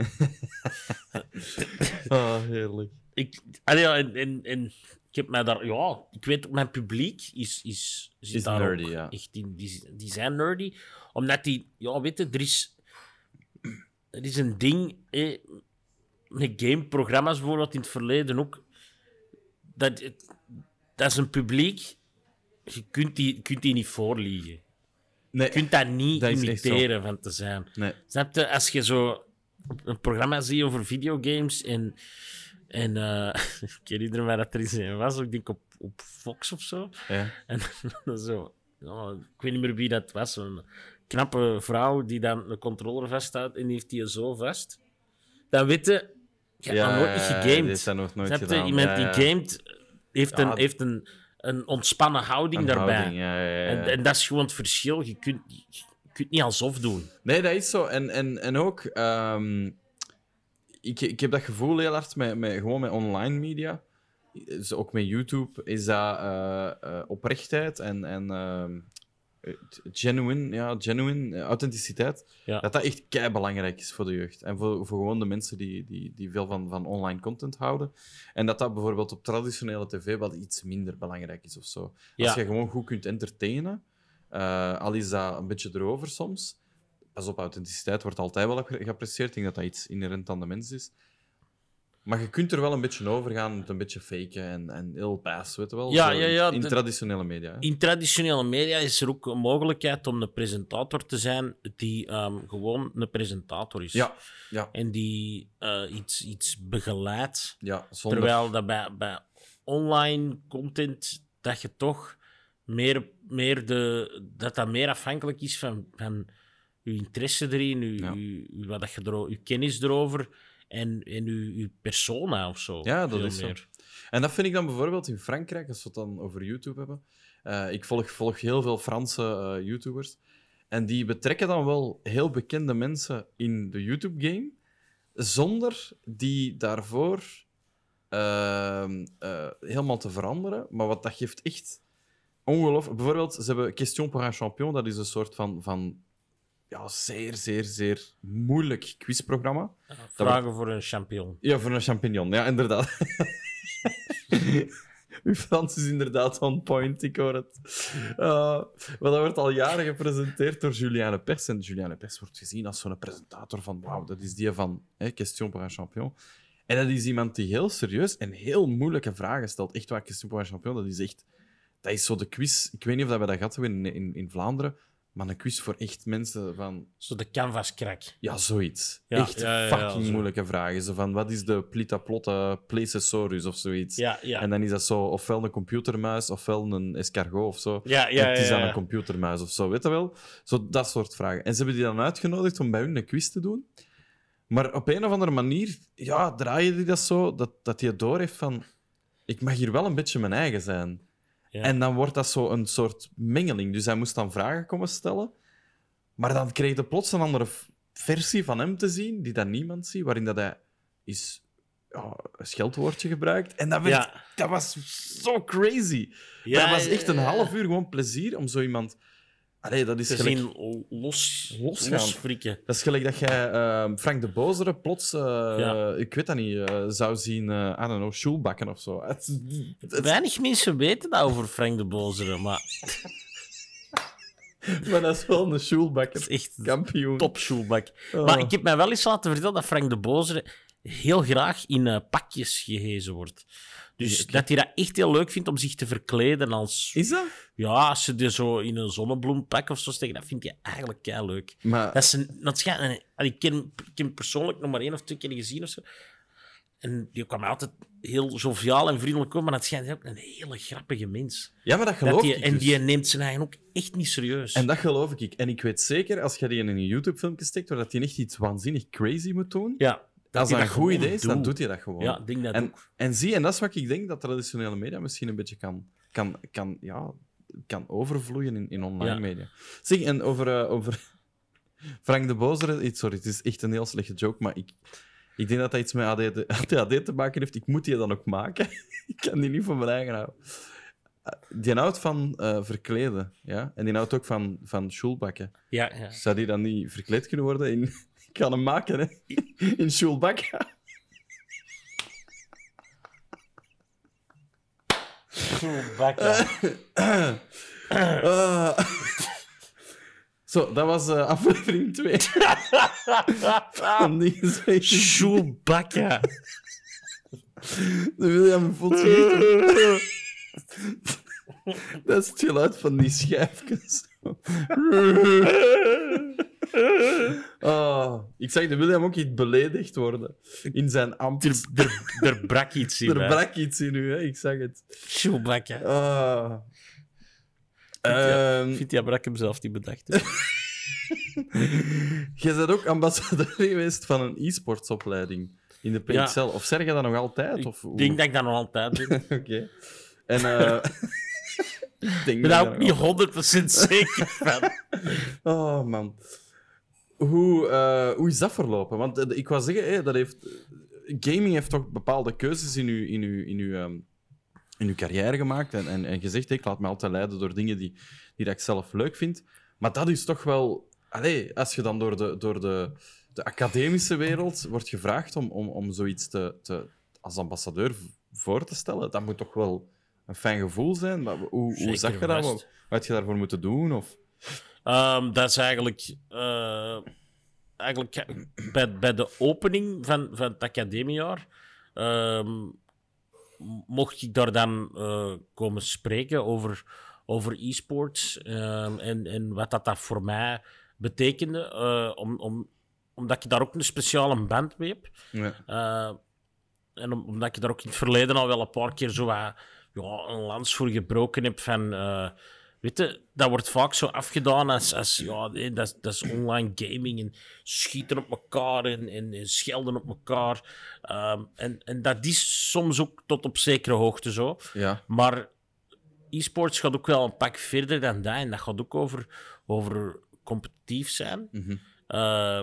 Ah, heerlijk. Ik, allee, ja, en, en, en ik heb mij daar, ja, ik weet ook, mijn publiek is, is, zit Is daar nerdy, ook ja. echt in. Die, die zijn nerdy, omdat die, ja, weet je, er is, er is een ding, eh, met gameprogramma's bijvoorbeeld in het verleden ook, dat, het- dat is een publiek, je kunt die, je kunt die niet voorliegen. Nee, Je kunt dat niet Dat is echt imiteren van te zijn. nee. Snap je? Als je zo een programma ziet over videogames en... en uh, ik herinner me dat er eens een was, ik denk op, op Fox of zo. Ja. En dan zo... ja, ik weet niet meer wie dat was. Een knappe vrouw die dan een controller vasthoudt en die heeft die zo vast. Dan weet je... Je hebt nog nooit niet dit gegamed. is dat nog nooit Snap je? gedaan. Iemand Ja, die ja. gamet heeft, Ja, een, heeft een, een ontspannen houding Een daarbij. houding, ja, ja, ja. En, en dat is gewoon het verschil. Je kunt, je kunt niet alsof doen. Nee, dat is zo. En, en, en ook, ehm, ik, ik heb dat gevoel heel hard met, met, gewoon met online media. Dus ook met YouTube is dat eh, eh, oprechtheid en, en ehm, het- genuine, ja, genuine eh, authenticiteit. Ja. Dat dat echt keibelangrijk is voor de jeugd. En voor, voor gewoon de mensen die, die, die veel van, van online content houden. En dat dat bijvoorbeeld op traditionele tv wel iets minder belangrijk is of zo. Als Ja. je gewoon goed kunt entertainen, eh, al is dat een beetje erover soms. Pas op, authenticiteit wordt altijd wel ge- geapprecieerd. Ik denk dat dat iets inherent aan de mens is. Maar je kunt er wel een beetje over gaan, het een beetje faken en, en heel pass, weet je wel? Ja, Zo ja, ja, In de- traditionele media. Hè? In traditionele media is er ook een mogelijkheid om een presentator te zijn die ehm, gewoon een presentator is. Ja, ja, En die eh, iets, iets begeleidt. ja, zonder... Terwijl dat bij, bij online content dat je toch meer, meer de, dat dat meer afhankelijk is van, van je interesse erin, je, Ja. je, je- wat dat je, ero- je kennis erover en, en je, je persona of zo. Ja, dat Veel is zo. meer. En dat vind ik dan bijvoorbeeld in Frankrijk, als we het dan over YouTube hebben. Eh, ik volg, volg heel veel Franse eh, YouTubers. En die betrekken dan wel heel bekende mensen in de YouTube-game, zonder die daarvoor ehm, eh, helemaal te veranderen. Maar wat dat geeft echt ongelooflijk. Bijvoorbeeld, ze hebben Question pour un champion, dat is een soort van, van ja, zeer, zeer, zeer moeilijk quizprogramma. Vragen voor een champion. Ja, voor een champignon, ja, inderdaad. Uw Frans is inderdaad on point, ik hoor het. Uh, maar dat wordt al jaren gepresenteerd door Juliane Pers. En Juliane Pers wordt gezien als zo'n presentator van... Wauw, dat is die van hè, Question pour un champion. En dat is iemand die heel serieus en heel moeilijke vragen stelt. Echt waar, Question pour un champion, dat is echt... Dat is zo de quiz... Ik weet niet of dat we dat gehad hebben in, in, in Vlaanderen, maar een quiz voor echt mensen van... Zo de canvas crack. Ja, zoiets. Ja, echt ja, ja, ja, fucking zo. moeilijke vragen. Zo van, wat is de plitaplotte plesiosaurus of zoiets? Ja, ja. En dan is dat zo, ofwel een computermuis, ofwel een escargot of zo. Ja, ja, het is ja, dan ja. een computermuis of zo, weet je wel? Zo dat soort vragen. En ze hebben die dan uitgenodigd om bij hun een quiz te doen. Maar op een of andere manier ja, draaien die dat zo, dat, dat hij door heeft van... Ik mag hier wel een beetje mijn eigen zijn. Ja. En dan wordt dat zo een soort mengeling. Dus hij moest dan vragen komen stellen. Maar dan kreeg je plots een andere f- versie van hem te zien, die dat niemand ziet, waarin dat hij is, ja, een scheldwoordje gebruikt. En dat, werd, Ja. dat was zo crazy. Ja, dat was echt een ja, ja. half uur gewoon plezier om zo iemand Allee, dat is Te gelijk... zien los, Losgaan. losfrikken. Dat is gelijk dat jij uh, Frank de Bozere plots, uh, Ja. ik weet dat niet, uh, zou zien, uh, I don't know, Schulbakken of zo. Het, het, Weinig mensen weten dat over Frank de Bozere, maar maar dat is wel een het Schulbakken. is echt Kampioen. top Schulbak. Oh. Maar ik heb mij wel eens laten vertellen dat Frank de Bozere heel graag in uh, pakjes gehezen wordt. Dus Oké. dat hij dat echt heel leuk vindt om zich te verkleden als... Is dat? Ja, als ze er zo in een zonnebloempak of zo steken, dat vind je eigenlijk kei leuk. Maar, Dat is een, dat schijnt, en ik ken, ik ken persoonlijk nog maar één of twee keer gezien of zo. En die kwam altijd heel joviaal en vriendelijk op, maar dat schijnt ook een hele grappige mens. ja, maar dat geloof Dat die, ik en dus. die neemt zijn eigen ook echt niet serieus. En dat geloof ik. En ik weet zeker, als je die in een YouTube-filmpje steekt, waar dat die echt iets waanzinnig crazy moet doen, ja, als hij dat een dat goed gewoon idee is, dan doet. doet hij dat gewoon. ja, ik denk dat En, ook. en zie, en dat is wat ik denk dat traditionele media misschien een beetje kan, kan, kan, ja, kan overvloeien in, in online Ja. media. Zeg, en over, uh, over Frank de Bozere, sorry, het is echt een heel slechte joke, maar ik, ik denk dat dat iets met A D H D te maken heeft. Ik moet die dan ook maken. Ik kan die niet voor mijn eigen houden. Uh, Die houdt van uh, verkleden, ja? En die houdt ook van, van Schulbakken. Ja, ja. Zou die dan niet verkleed kunnen worden in... Ik kan hem maken, hè? In Schulbakken. Uh, Zo, dat was uh, aflevering twee. Van die gezegd. Chewbacca. De William voelt zich. Dat is het geluid van die schijfjes. Oh, ik zag de William ook iets beledigd worden in zijn ambt. Er, er, er brak iets in. Er hè. brak iets in u, hè? Ik zag het. Chewbacca. Ah. Ja, Ehm, ik vind die brak hem zelf niet bedacht. hè. Jij bent ook ambassadeur geweest van een e-sportsopleiding in de P X L. Ja. Of zeg je dat nog altijd? Of, Ik denk dat ik dat nog altijd ben. Ik Oké. En... eh ik denk ben dat daar je ook nog niet honderd procent zeker van. Oh, man. Hoe, eh, hoe is dat verlopen? Want eh, ik wou zeggen, hè, dat heeft, gaming heeft toch bepaalde keuzes in uw, in uw, in uw, ehm, in uw carrière gemaakt. En, en, en gezegd, hè, ik laat me altijd leiden door dingen die, die dat ik zelf leuk vind. Maar dat is toch wel... Allee, als je dan door de, door de, de academische wereld wordt gevraagd om, om, om zoiets te, te, als ambassadeur v- voor te stellen, dat moet toch wel een fijn gevoel zijn? Maar hoe, hoe Zeker zag je dat? vast. Wat had je daarvoor moeten doen? Of... Ehm, dat is eigenlijk... eh, eigenlijk bij, bij de opening van, van het academiejaar ehm, mocht ik daar dan eh, komen spreken over, over e-sports ehm, en, en wat dat, dat voor mij betekende, eh, om, om, omdat ik daar ook een speciale band mee heb. Ja. Eh, en om- omdat ik daar ook in het verleden al wel een paar keer zo wat, ja, een lans voor gebroken heb van... eh, weet je, dat wordt vaak zo afgedaan als... als ja, nee, dat, is- dat is online gaming en schieten op elkaar en, en, en schelden op elkaar. Ehm, en, en dat is soms ook tot op zekere hoogte zo. Ja. Maar e-sports gaat ook wel een pak verder dan dat. En dat gaat ook over, over competitief zijn. Mhm. Eh,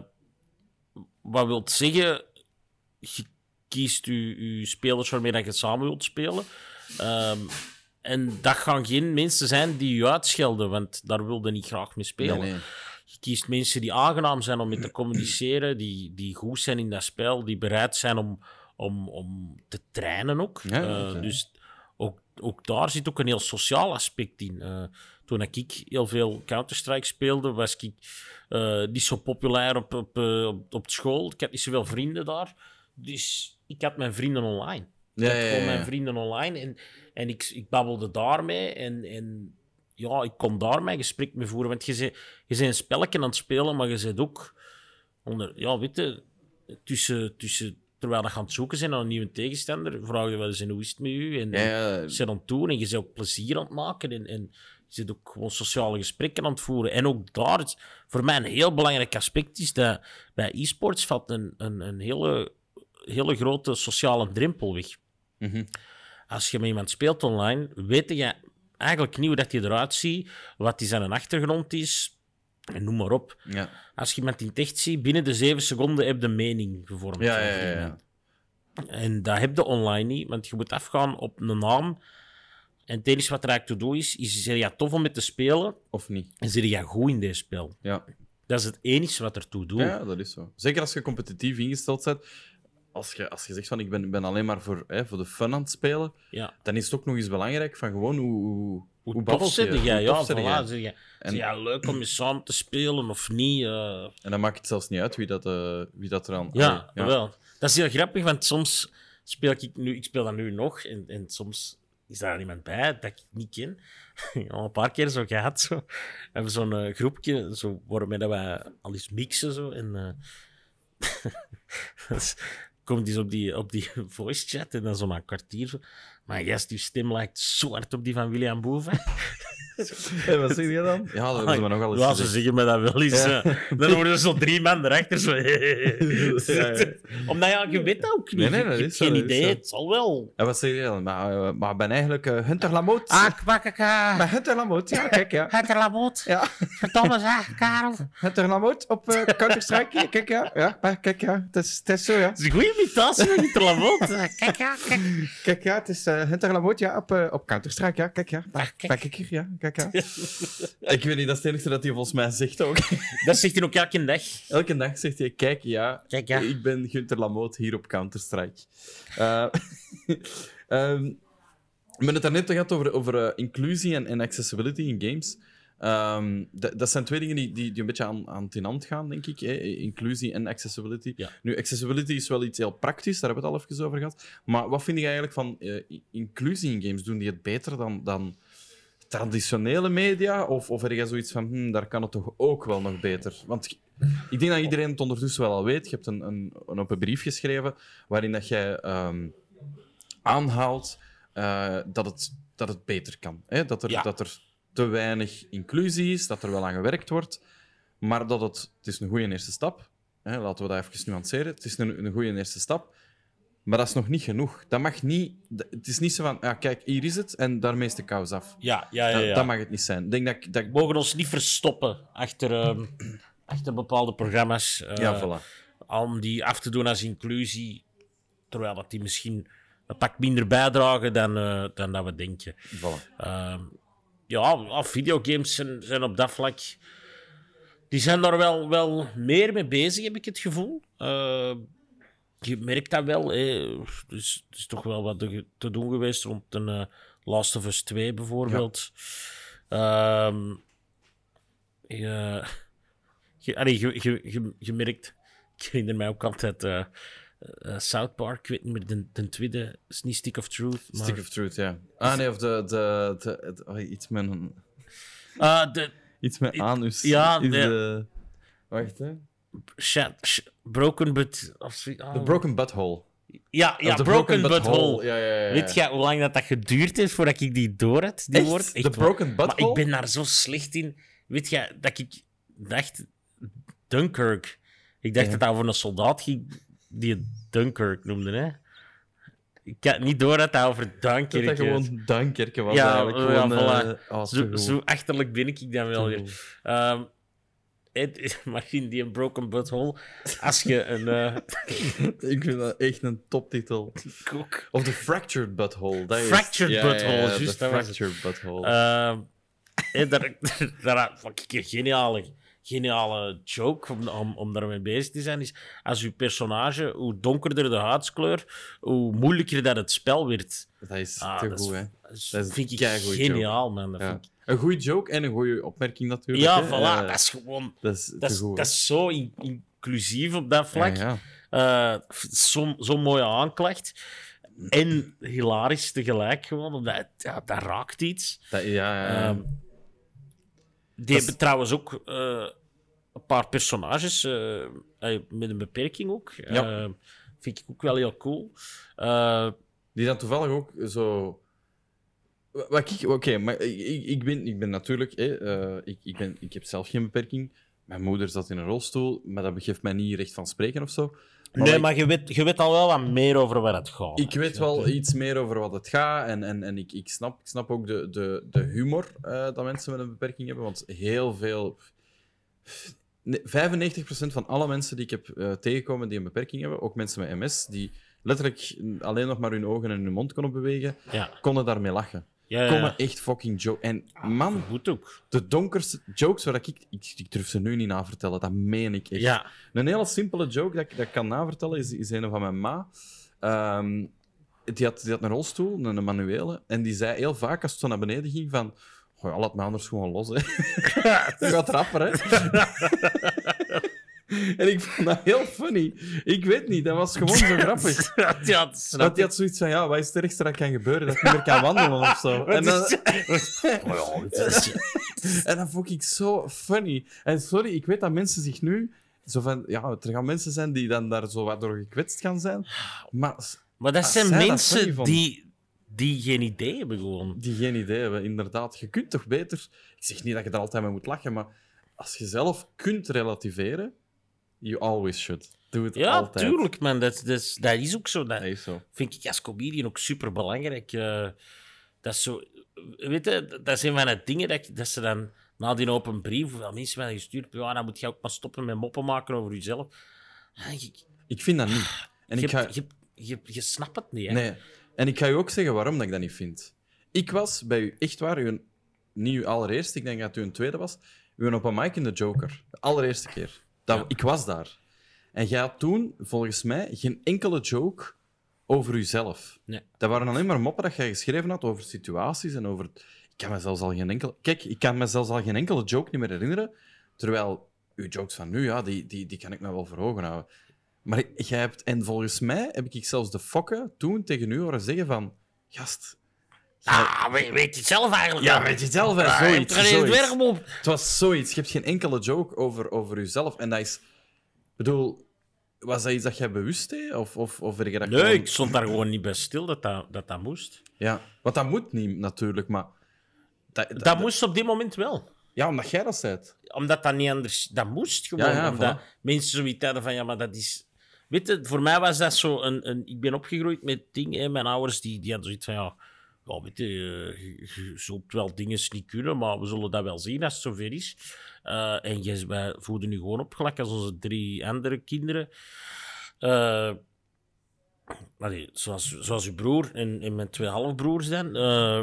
wat wil zeggen, je kiest je, je spelers waarmee dat je samen wilt spelen. Ehm, en dat gaan geen mensen zijn die je uitschelden, want daar wilde niet graag mee spelen. Nee, nee. Je kiest mensen die aangenaam zijn om mee te communiceren, die, die goed zijn in dat spel, die bereid zijn om, om, om te trainen ook. Ja, Eh, oké. Dus ook, ook daar zit ook een heel sociaal aspect in. Eh, toen ik heel veel Counter-Strike speelde, was ik eh, niet zo populair op, op, eh, op, op school. Ik had niet zoveel vrienden daar. Dus ik had mijn vrienden online. Ik Ja, had ja, ja, gewoon ja. mijn vrienden online en, en ik, ik babbelde daarmee. En, en ja, ik kon daar mijn gesprek mee voeren. Want je bent, je bent een spelletje aan het spelen, maar je zit ook onder, ja, weet je, tussen, tussen, terwijl je aan het zoeken zijn naar een nieuwe tegenstander, vraag je wel eens, en hoe is het met u? En Ja, ja. je zit aan het doen en je bent ook plezier aan het maken en, en je zit ook gewoon sociale gesprekken aan het voeren. En ook daar, is voor mij een heel belangrijk aspect is dat bij e-sports valt een, een, een hele, hele grote sociale drempel weg. Mhm. Als je met iemand speelt online, weet je eigenlijk niet hoe dat hij eruit ziet, wat die zijn achtergrond is, en noem maar op. Ja. Als je iemand in het echt ziet, binnen de zeven seconden heb je een mening gevormd. Ja, over ja, ja, ja. iemand. En dat heb je online niet, want je moet afgaan op een naam En het enige wat er eigenlijk toe doet is, is zeg je tof om met te spelen Of niet? en zeg je goed in deze spel. Ja. Dat is het enige wat er toe doet. Ja, dat is zo. Zeker als je competitief ingesteld bent. Als je, als je zegt van ik ben, ben alleen maar voor, hè, voor de fun aan het spelen, Ja. dan is het ook nog eens belangrijk van gewoon hoe, hoe, Hoe, hoe tof babbel zit je? jij? Hoe Ja, tof zit voilà. jij? Zeg je, En- zeg je, leuk om je samen te spelen of niet? eh. En dan maakt het zelfs niet uit wie dat, uh, wie dat er aan... Ja, Allee, ja. wel. Dat is heel grappig, want soms speel ik nu... Ik speel dat nu nog en, en soms is daar iemand bij dat ik niet ken. Al een paar keer zo gehad. Zo. We hebben zo'n uh, groepje zo, waarmee dat wij al eens mixen. Zo, en uh, dus komt eens op die, op die voice chat en dan zo na een kwartier zo. Maar yes, die stem lijkt zo hard op die van William Boeven. Hey, wat zeg je dan? Ja, dat hebben ze me nog wel eens Ja, ze gezegd. zeggen me dat wel eens. Ja. uh, dan worden er zo drie man erachter. Zo. Ja, ja. Omdat ja, je weet dat ook niet. Nee, nee, dat je hebt is zo, geen dat is idee, zo. het zal wel. En wat zeg je dan? Maar, uh, maar ik ben eigenlijk uh, Hunter Lamoot. Ah, kwakkaka. Maar Hunter Lamoot, ja, kijk, ja. Hunter Lamoot. Ja, Verdomme zeg, Karel. Hunter Lamoot op uh, Counter-Strike. Kijk, ja. Ja, maar kijk, ja. Het is, het is zo, ja. Dat is een goede imitatie van Hunter Lamoot. Kijk, ja, kijk. Kijk, ja, het is uh, Hunter Lamoot, ja, op, uh, op Counter-Strike, ja. Kijk, ja. Ah, Maar, kijk. kijk hier, ja. Kijk, ja. Ik weet niet, dat is het enige dat hij volgens mij zegt ook. Dat zegt hij ook elke dag. Elke dag zegt hij, kijk, ja, Kijk, ja. ik ben Gunther Lamoot hier op Counter-Strike. Uh, um, we hebben het daarnet gehad over, over uh, inclusie en, en accessibility in games. Um, dat, dat zijn twee dingen die, die, die een beetje aan, aan ten hand gaan, denk ik. Hè? Inclusie en accessibility. Ja. Nu, accessibility is wel iets heel praktisch, daar hebben we het al even over gehad. Maar wat vind je eigenlijk van uh, inclusie in games? Doen die het beter dan... dan traditionele media? Of, of heb jij zoiets van, hm, daar kan het toch ook wel nog beter? Want ik denk dat iedereen het ondertussen wel al weet. Je hebt een, een, een open brief geschreven waarin dat jij um, aanhaalt uh, dat, het, dat het beter kan. Hè? Dat, er, Ja. dat er te weinig inclusie is, dat er wel aan gewerkt wordt, maar dat het, het is een goede eerste stap. Hè? Laten we dat even nuanceren. Het is een, een goede eerste stap. Maar dat is nog niet genoeg. Dat mag niet... Het is niet zo van, ja, kijk, hier is het en daarmee is de kous af. Ja, ja, ja. Dat, ja. dat mag het niet zijn. Ik denk dat, ik- dat We ik... mogen ons niet verstoppen achter, ehm, achter bepaalde programma's. eh, Ja, voilà. Om die af te doen als inclusie. Terwijl dat die misschien een pak minder bijdragen dan, eh, dan dat we denken. voilà. Ehm, ja, ja, videogames zijn, zijn op dat vlak... Die zijn daar wel, wel meer mee bezig, heb ik het gevoel. Eh, je merkt dat wel. Hè. Dus, er is toch wel wat te te doen geweest rond een eh, Last of Us twee bijvoorbeeld. Ehm, je, je, allee, je, je, je, je merkt... Ik herinner mij ook altijd... eh, eh, South Park, ik weet niet meer, de, de tweede is niet Stick of Truth. Maar... Stick of Truth, ja. Ah, nee, of de... de, de, het- oh, iets met een... Ah, de Iets met Ik- anus. ja, is de- de... Wacht, hè. Shat, sh- Broken But... Of, zo- ah. The Broken Butthole. Ja, ja Of the Broken, But Whole. Ja, ja, ja, ja. Weet je hoe lang dat, dat geduurd heeft voordat ik die door had? Die Echt? woord? The waar. Broken Maar Butthole? ik ben daar zo slecht in. Weet je dat ik dacht... Dunkirk. Ik dacht Ja. dat dat over een soldaat ging die het Dunkirk noemde, hè. Ik had niet door dat dat over Dat Dunkirk dat is. gewoon Dunkirk was Ja, eigenlijk. ja, Gewoon, voilà. eh, oh, Zo, goed. zo achterlijk ben ik dan wel Te weer. goed. Ehm, het, maar in die Broken Butthole, als je een... eh Ik vind dat echt een toptitel. koek... Of The Fractured Butthole. Dat is... Fractured ja, ja, Butthole, ja, juist, The dat was het. Fractured Butthole. Ehm, eh, daar, daar vond ik een geniale, geniale joke om, om, om daarmee bezig te zijn. Is als uw personage, hoe donkerder de huidskleur, hoe moeilijker dat het spel werd. dat is Ah, te dat goed, is- hè. Dat is- Dat is vind ik keigoed geniaal, man. Dat Ja. vind ik, Een goede joke en een goede opmerking natuurlijk. ja, hè. voilà. Eh, Dat is gewoon... dat is Dat te is, goed. dat hè. is zo in- inclusief op dat vlak. Ja, ja. Eh, Zo'n zo mooie aanklacht. En hilarisch tegelijk gewoon. Omdat, ja, dat raakt iets. Dat, ja, ja, ja. Ehm, die is- hebben trouwens ook eh, een paar personages eh, eh, met een beperking ook. Ja. Eh, vind ik ook wel heel cool. Eh, Die dan toevallig ook zo... Wat ik... Oké, maar ik, ik, ben, ik ben natuurlijk... Hè, eh, ik, ik, ben, ik heb zelf geen beperking. Mijn moeder zat in een rolstoel, maar dat geeft mij niet recht van spreken of zo. Maar nee, wat maar je weet, je weet al wel wat meer over waar het gaat. Ik weet wel iets meer over wat het gaat en, en, en ik, ik, snap, ik snap ook de, de, de humor uh, dat mensen met een beperking hebben, want heel veel... Nee, vijfennegentig procent van alle mensen die ik heb uh, tegengekomen die een beperking hebben, ook mensen met M S, die letterlijk alleen nog maar hun ogen en hun mond konden bewegen, Ja. konden daarmee lachen. Ja, ja. komen echt fucking jokes. En man, Moet ook. de donkerste jokes waar ik, ik... Ik durf ze nu niet navertellen, dat meen ik echt. Ja. Een hele simpele joke dat ik, dat ik kan navertellen is, is een van mijn ma. Ehm, die, had, die had een rolstoel, een, een manuele, en die zei heel vaak als het zo naar beneden ging van... Goh, ja, laat me anders gewoon los, hè. Dat gaat rapper, hè. En ik vond dat heel funny. Ik weet niet, dat was gewoon zo grappig. Ja, dat snap Dat hij had zoiets van, ja, wat is het ergste dat kan gebeuren? Dat ik niet meer kan wandelen of zo. En dan, en dat vond ik zo funny. En sorry, ik weet dat mensen zich nu... Zo van, ja, er gaan mensen zijn die dan daar zo wat door gekwetst gaan zijn. Maar, Maar dat als zijn zij dat mensen funny vonden, die, die geen idee hebben gewoon. die geen idee hebben, inderdaad. Je kunt toch beter... Ik zeg niet dat je er altijd mee moet lachen, maar als je zelf kunt relativeren, you always should. Doe het Ja, altijd. tuurlijk, man. Dat, dat, is, dat is ook zo. Dat Dat is zo. vind ik als comedian ook super belangrijk. Uh, dat is zo... Weet je, dat is een van de dingen dat, ik, dat ze dan... Na die open brief, hoeveel mensen mij gestuurd, ja, dan moet je ook maar stoppen met moppen maken over jezelf. Ja, je, Ik vind dat niet. En je, ik ga... je, je, je snapt het niet, hè? Nee. En ik ga je ook zeggen waarom dat ik dat niet vind. Ik was bij u, echt waar, uw, niet uw allereerste, ik denk dat het uw tweede was, uw open mic in de Joker. De allereerste keer. Dat, Ja. Ik was daar. En jij had toen, volgens mij, geen enkele joke over uzelf. Nee. Dat waren alleen maar moppen dat jij geschreven had over situaties en over... Ik kan me zelfs al geen enkele... Kijk, ik kan me zelfs al geen enkele joke niet meer herinneren, terwijl uw jokes van nu, ja, die, die, die kan ik me wel voor ogen houden. Maar jij hebt... En volgens mij heb ik zelfs de fokken toen tegen u horen zeggen van... Gast... jij- Ah, weet, weet je het zelf eigenlijk Ja, wel? weet je het zelf, hè, Ah, zoiets, heb er geen zoiets. werk op. Het was zoiets. Je hebt geen enkele joke over, over jezelf. En dat is... Ik bedoel... Was dat iets dat jij bewust deed? Of, of, of werd je dat Nee, gewoon- ik stond daar gewoon niet bij stil dat dat, dat, dat moest. Ja, want dat moet niet, natuurlijk, maar... Dat, dat- Dat moest op dit moment wel. Ja, omdat jij dat zei. Omdat dat niet anders... Dat moest gewoon. Ja, ja, omdat voilà. mensen zoiets hadden van, ja, maar dat is... Weet je, voor mij was dat zo een... een ik ben opgegroeid met dingen, hè. Mijn ouders die, die hadden zoiets van, ja... Ja, weet je, eh, je, je zult wel dingen niet kunnen, maar we zullen dat wel zien als het zover is. Uh, en yes, wij voeden nu gewoon op, gelijk als onze drie andere kinderen. Uh, allee, zoals, zoals uw broer en, en mijn twee halfbroers dan. Uh,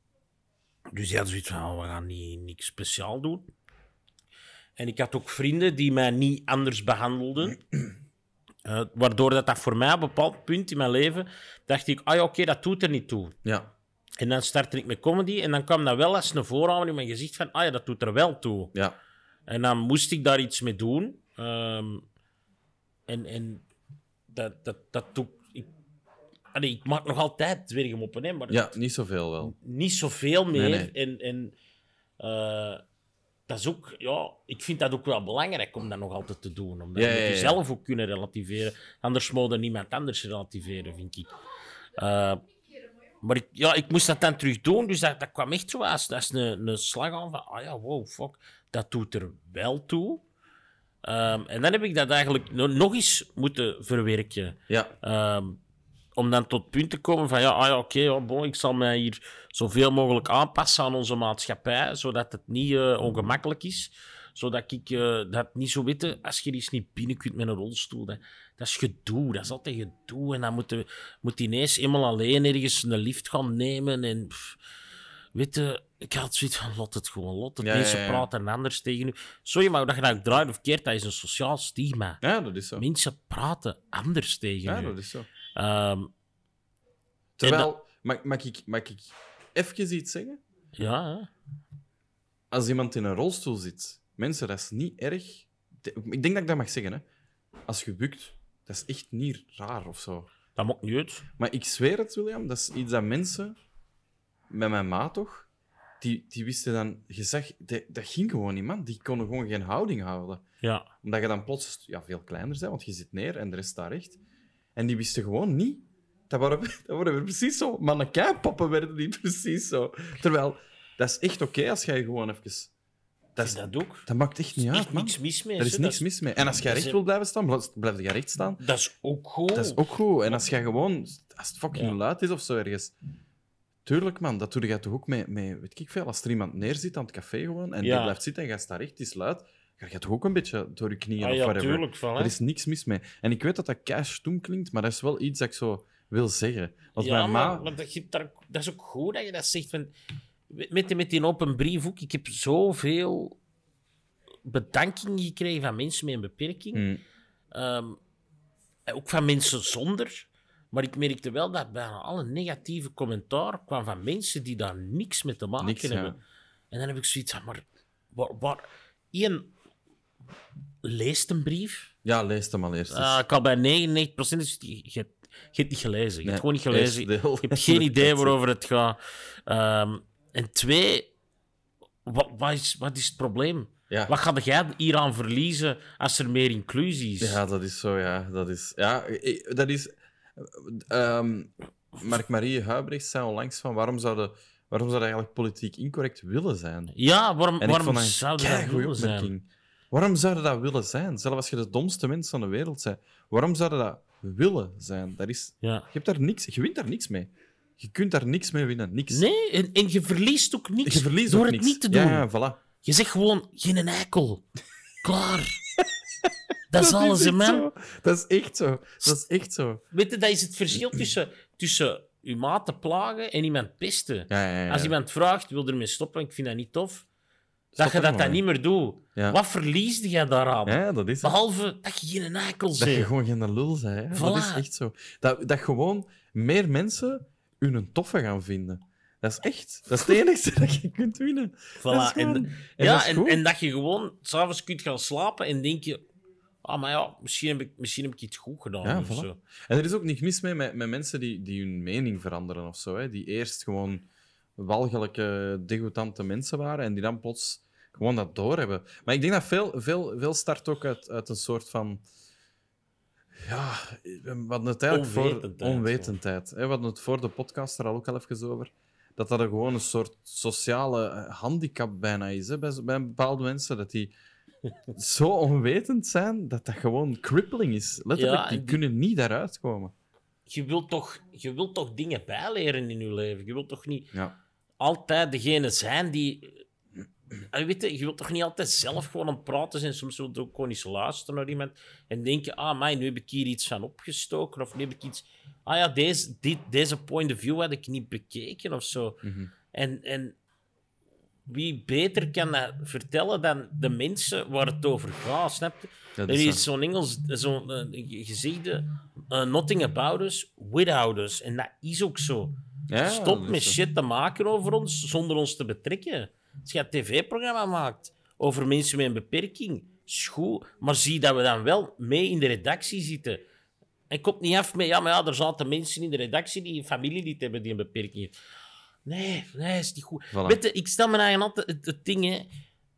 dus die hadden zoiets van, oh, we gaan niet, niks speciaal doen. En ik had ook vrienden die mij niet anders behandelden. Uh, waardoor dat, dat voor mij op een bepaald punt in mijn leven... dacht ik, ah ja, oké, okay, dat doet er niet toe. Ja. En dan startte ik met comedy en dan kwam dat wel als een voorhouden in mijn gezicht van, ah ja, dat doet er wel toe. Ja. En dan moest ik daar iets mee doen. Um, en en dat, dat, dat doe ik... Allee, ik maak nog altijd dwergenmoppen, hè, maar Ja, niet zoveel wel. niet zoveel meer. Nee, nee. En, en uh, dat is ook... Ja, ik vind dat ook wel belangrijk om dat nog altijd te doen. Omdat Ja, je ja, ja. jezelf ook kunnen relativeren. Anders moet er niemand anders relativeren, vind ik. Uh, Maar ik, ja, ik moest dat dan terug doen, dus dat, dat kwam echt zo als, als een, een slag aan van, ah ja, wow, fuck, dat doet er wel toe. Um, en dan heb ik dat eigenlijk no- nog eens moeten verwerken. Ja. Um, om dan tot het punt te komen van, ja, ah ja oké, okay, ja, bon, ik zal mij hier zoveel mogelijk aanpassen aan onze maatschappij, zodat het niet uh, ongemakkelijk is. Zodat ik uh, dat niet zo weet, als je eens niet binnen kunt met een rolstoel. Dat, dat is gedoe, dat is altijd gedoe. En dan moet je moet ineens eenmaal alleen ergens een lift gaan nemen. En pff, weet je, ik had zoiets van, lot het gewoon, lot het. Ja, Mensen ja, ja. praten anders tegen u. Sorry, maar dat je dat draait of keert, dat is een sociaal stigma. Ja, dat is zo. Mensen praten anders tegen Ja, u. dat is zo. Um, Terwijl, mag, mag, ik, mag ik even iets zeggen? ja, hè. Als iemand in een rolstoel zit, mensen, dat is niet erg. Ik denk dat ik dat mag zeggen, hè. Als je bukt, dat is echt niet raar of zo. Dat maakt niet uit. Maar ik zweer het, William, dat is iets dat mensen, met mijn ma toch, die, die wisten dan, je zag, dat, dat ging gewoon niet, man. Die konden gewoon geen houding houden. Ja. Omdat je dan plots ja, veel kleiner bent, want je zit neer en de rest staat recht. En die wisten gewoon niet. Dat waren, dat waren weer precies zo. Mannekijpoppen werden die precies zo. Terwijl, dat is echt oké okay als jij gewoon even... Dat, is, Dat ook. dat maakt echt niet Er is uit, echt man. niks mis mee. Er is hè. niks Dat mis mee. En als jij dat is- recht wil blijven staan, blijf blijf je recht staan. Dat is ook goed. Dat is ook goed. En als jij gewoon... Als het fucking Ja. luid is of zo ergens... Tuurlijk, man. Dat doe jij toch ook met, met... Weet ik veel. Als er iemand neerzit aan het café gewoon, en Ja. die blijft zitten en jij staat recht, het is luid, ga je toch ook een beetje door je knieën Ah, of ja, whatever. tuurlijk. Voilà. Er is niks mis mee. En ik weet dat dat kei stoem klinkt, maar dat is wel iets dat ik zo wil zeggen. Want ja, mijn maar, ma... maar dat, je hebt daar, dat is ook goed dat je dat zegt. Van, met, die- met die open brief ook. Ik heb zoveel bedankingen gekregen van mensen met een beperking. Mm. Ehm, ook van mensen zonder. Maar ik merkte wel dat bijna alle negatieve commentaar kwam van mensen die daar niks mee te maken Niks, ja. hebben. En dan heb ik zoiets van, maar... Waar, waar, één, leest een brief. Ja, lees hem al eerst eens. Uh, ik had bij negenennegentig procent... Dus je, je, je hebt het niet gelezen. Je Nee, hebt gewoon niet gelezen. eerste deel. Je hebt geen idee waarover het gaat. Ehm, en twee... Wat, wat, is, wat is het probleem? Ja. Wat ga jij hieraan verliezen als er meer inclusie is? Ja, dat is zo, ja. Dat is... Ja, eh, dat is... ehm Mark-Marie Huibrechts zei onlangs van waarom zouden, waarom zouden eigenlijk politiek incorrect willen zijn? Ja, waarom, En ik waarom vond zou dat een dat keigoeie willen zijn? opmerking. Waarom zouden dat willen zijn? Zelfs als je de domste mens van de wereld bent. Waarom zouden dat willen zijn? Dat is... Ja. Je, hebt daar niks, je wint daar niks mee. Je kunt daar niks mee winnen. Niks. Nee, en, en je verliest ook niks Je verliest door ook het niks. niet te doen. Ja, ja, voilà. Je zegt gewoon, geen eikel. Klaar. Dat is Dat alles, hè, echt man. zo. Dat is echt zo. Dat is echt zo. Weet je, dat is het verschil tussen, tussen je maat te plagen en iemand pesten. Ja, ja, ja. Als iemand vraagt, wil ermee stoppen, ik vind dat niet tof, dat Stop je er dat maar dan mee. niet meer doet. Ja. Wat verliesde jij daaraan? Ja, dat is het. Behalve dat je geen eikel Dat je bent. gewoon geen lul bent. Hè? Dat Voilà. is echt zo. Dat, dat gewoon meer mensen hun toffe gaan vinden. Dat is echt... Dat is het enige dat je kunt winnen. Voilà. Dat is gewoon- En, en ja, dat is en, goed. en dat je gewoon s'avonds kunt gaan slapen en denk je, ah, maar ja, misschien heb ik, misschien heb ik iets goed gedaan. Ja, of voilà. zo. En er is ook niks mis mee met, met mensen die, die hun mening veranderen of zo. Hè? Die eerst gewoon walgelijke, degoutante mensen waren en die dan plots gewoon dat doorhebben. Maar ik denk dat veel, veel, veel start ook uit, uit een soort van... Ja, we hadden het eigenlijk voor Onwetendheid, onwetendheid. Hè? We hadden het voor de podcast er al ook al even over. Dat dat er gewoon een soort sociale eh, handicap bijna is hè? Bij, bij bepaalde mensen. Dat die zo onwetend zijn dat dat gewoon crippling is. Letterlijk, Ja, die die- kunnen niet daaruit komen. Je wilt, toch, je wilt toch dingen bijleren in je leven. Je wilt toch niet Ja. altijd degene zijn die... Ah, weet je, je wilt toch niet altijd zelf gewoon aan het praten zijn. Soms wil je ook gewoon eens luisteren naar iemand en denken, ah, maar nu heb ik hier iets van opgestoken. Of nu heb ik iets... Ah ja, deze, dit, deze point of view had ik niet bekeken of zo. Mhm. En, en wie beter kan dat vertellen dan de mensen waar het over gaat, snap je? Dat Er is is zo. zo'n Engels zo'n uh, gezegde, uh, nothing about us without us. En dat is ook zo. Ja, Stop dat met is zo. shit te maken over ons zonder ons te betrekken. Als je een tv-programma maakt over mensen met een beperking, is goed, maar zie dat we dan wel mee in de redactie zitten. En komt niet af met, ja, maar ja, er zaten mensen in de redactie die een familielid hebben die een beperking heeft. Nee, nee, is niet goed. Voilà. Weet je, ik stel me eigenlijk altijd het, het ding, hè.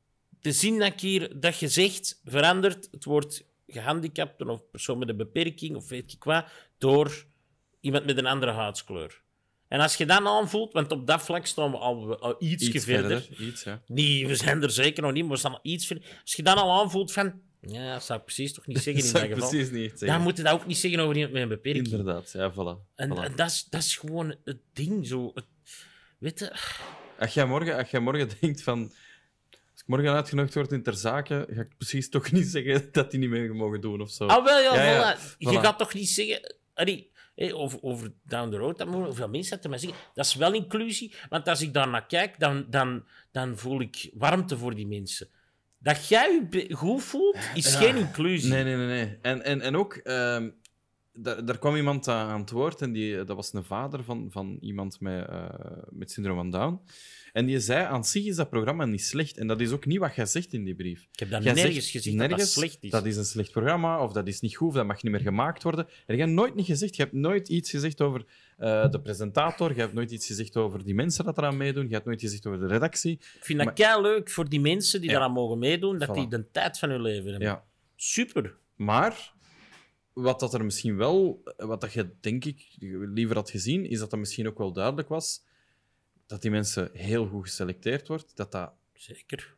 De zin dat, ik hier, dat je zegt, verandert het woord gehandicapten of persoon met een beperking of weet ik wat, door iemand met een andere huidskleur. En als je dat aanvoelt, want op dat vlak staan we al, al iets, Iets verder. verder. Iets, ja. Nee, we zijn er zeker nog niet, maar we staan al iets verder. Als je dan al aanvoelt van, ja, dat zou ik precies toch niet zeggen Dat in zou dat ik geval. precies niet zeggen. Dan moet je dat ook niet zeggen over iemand met een beperking. Inderdaad, ja, voilà. En, voilà. en dat, is, dat is gewoon het ding. Zo. Het, weet je, Als jij morgen, als jij morgen denkt van... Als ik morgen uitgenodigd word in ter zake, ga ik precies toch niet zeggen dat die niet meer mogen doen of zo. ah, wel, ja, Ja, ja, voilà. voilà. Je gaat toch niet zeggen... Allee, hé, over, over down the road, dat mogen hoeveel mensen dat er maar zeggen. Dat is wel inclusie, want als ik daar naar kijk, dan, dan, dan voel ik warmte voor die mensen. Dat jij je be- goed voelt, is Ja. geen inclusie. Nee, nee, nee. nee. En, en, en ook, ehm, daar, daar kwam iemand aan aan het woord en die, dat was een vader van, van iemand met, eh, met syndroom van Down. En die zei, aan zich is dat programma niet slecht. En dat is ook niet wat jij zegt in die brief. Ik heb dat Jij nergens zegt gezegd dat dat nergens, slecht is. Dat is een slecht programma, of dat is niet goed, of dat mag niet meer gemaakt worden. En je hebt nooit niet gezegd. Je hebt nooit iets gezegd over eh, de presentator. Je hebt nooit iets gezegd over die mensen dat eraan meedoen. Je hebt nooit iets gezegd over de redactie. Ik vind dat Maar- kei leuk voor die mensen die Ja. daaraan mogen meedoen, dat Voilà. die de tijd van hun leven hebben. Ja. Super. Maar wat dat er misschien wel, wat dat je denk ik liever had gezien, is dat dat misschien ook wel duidelijk was dat die mensen heel goed geselecteerd wordt, dat dat Zeker.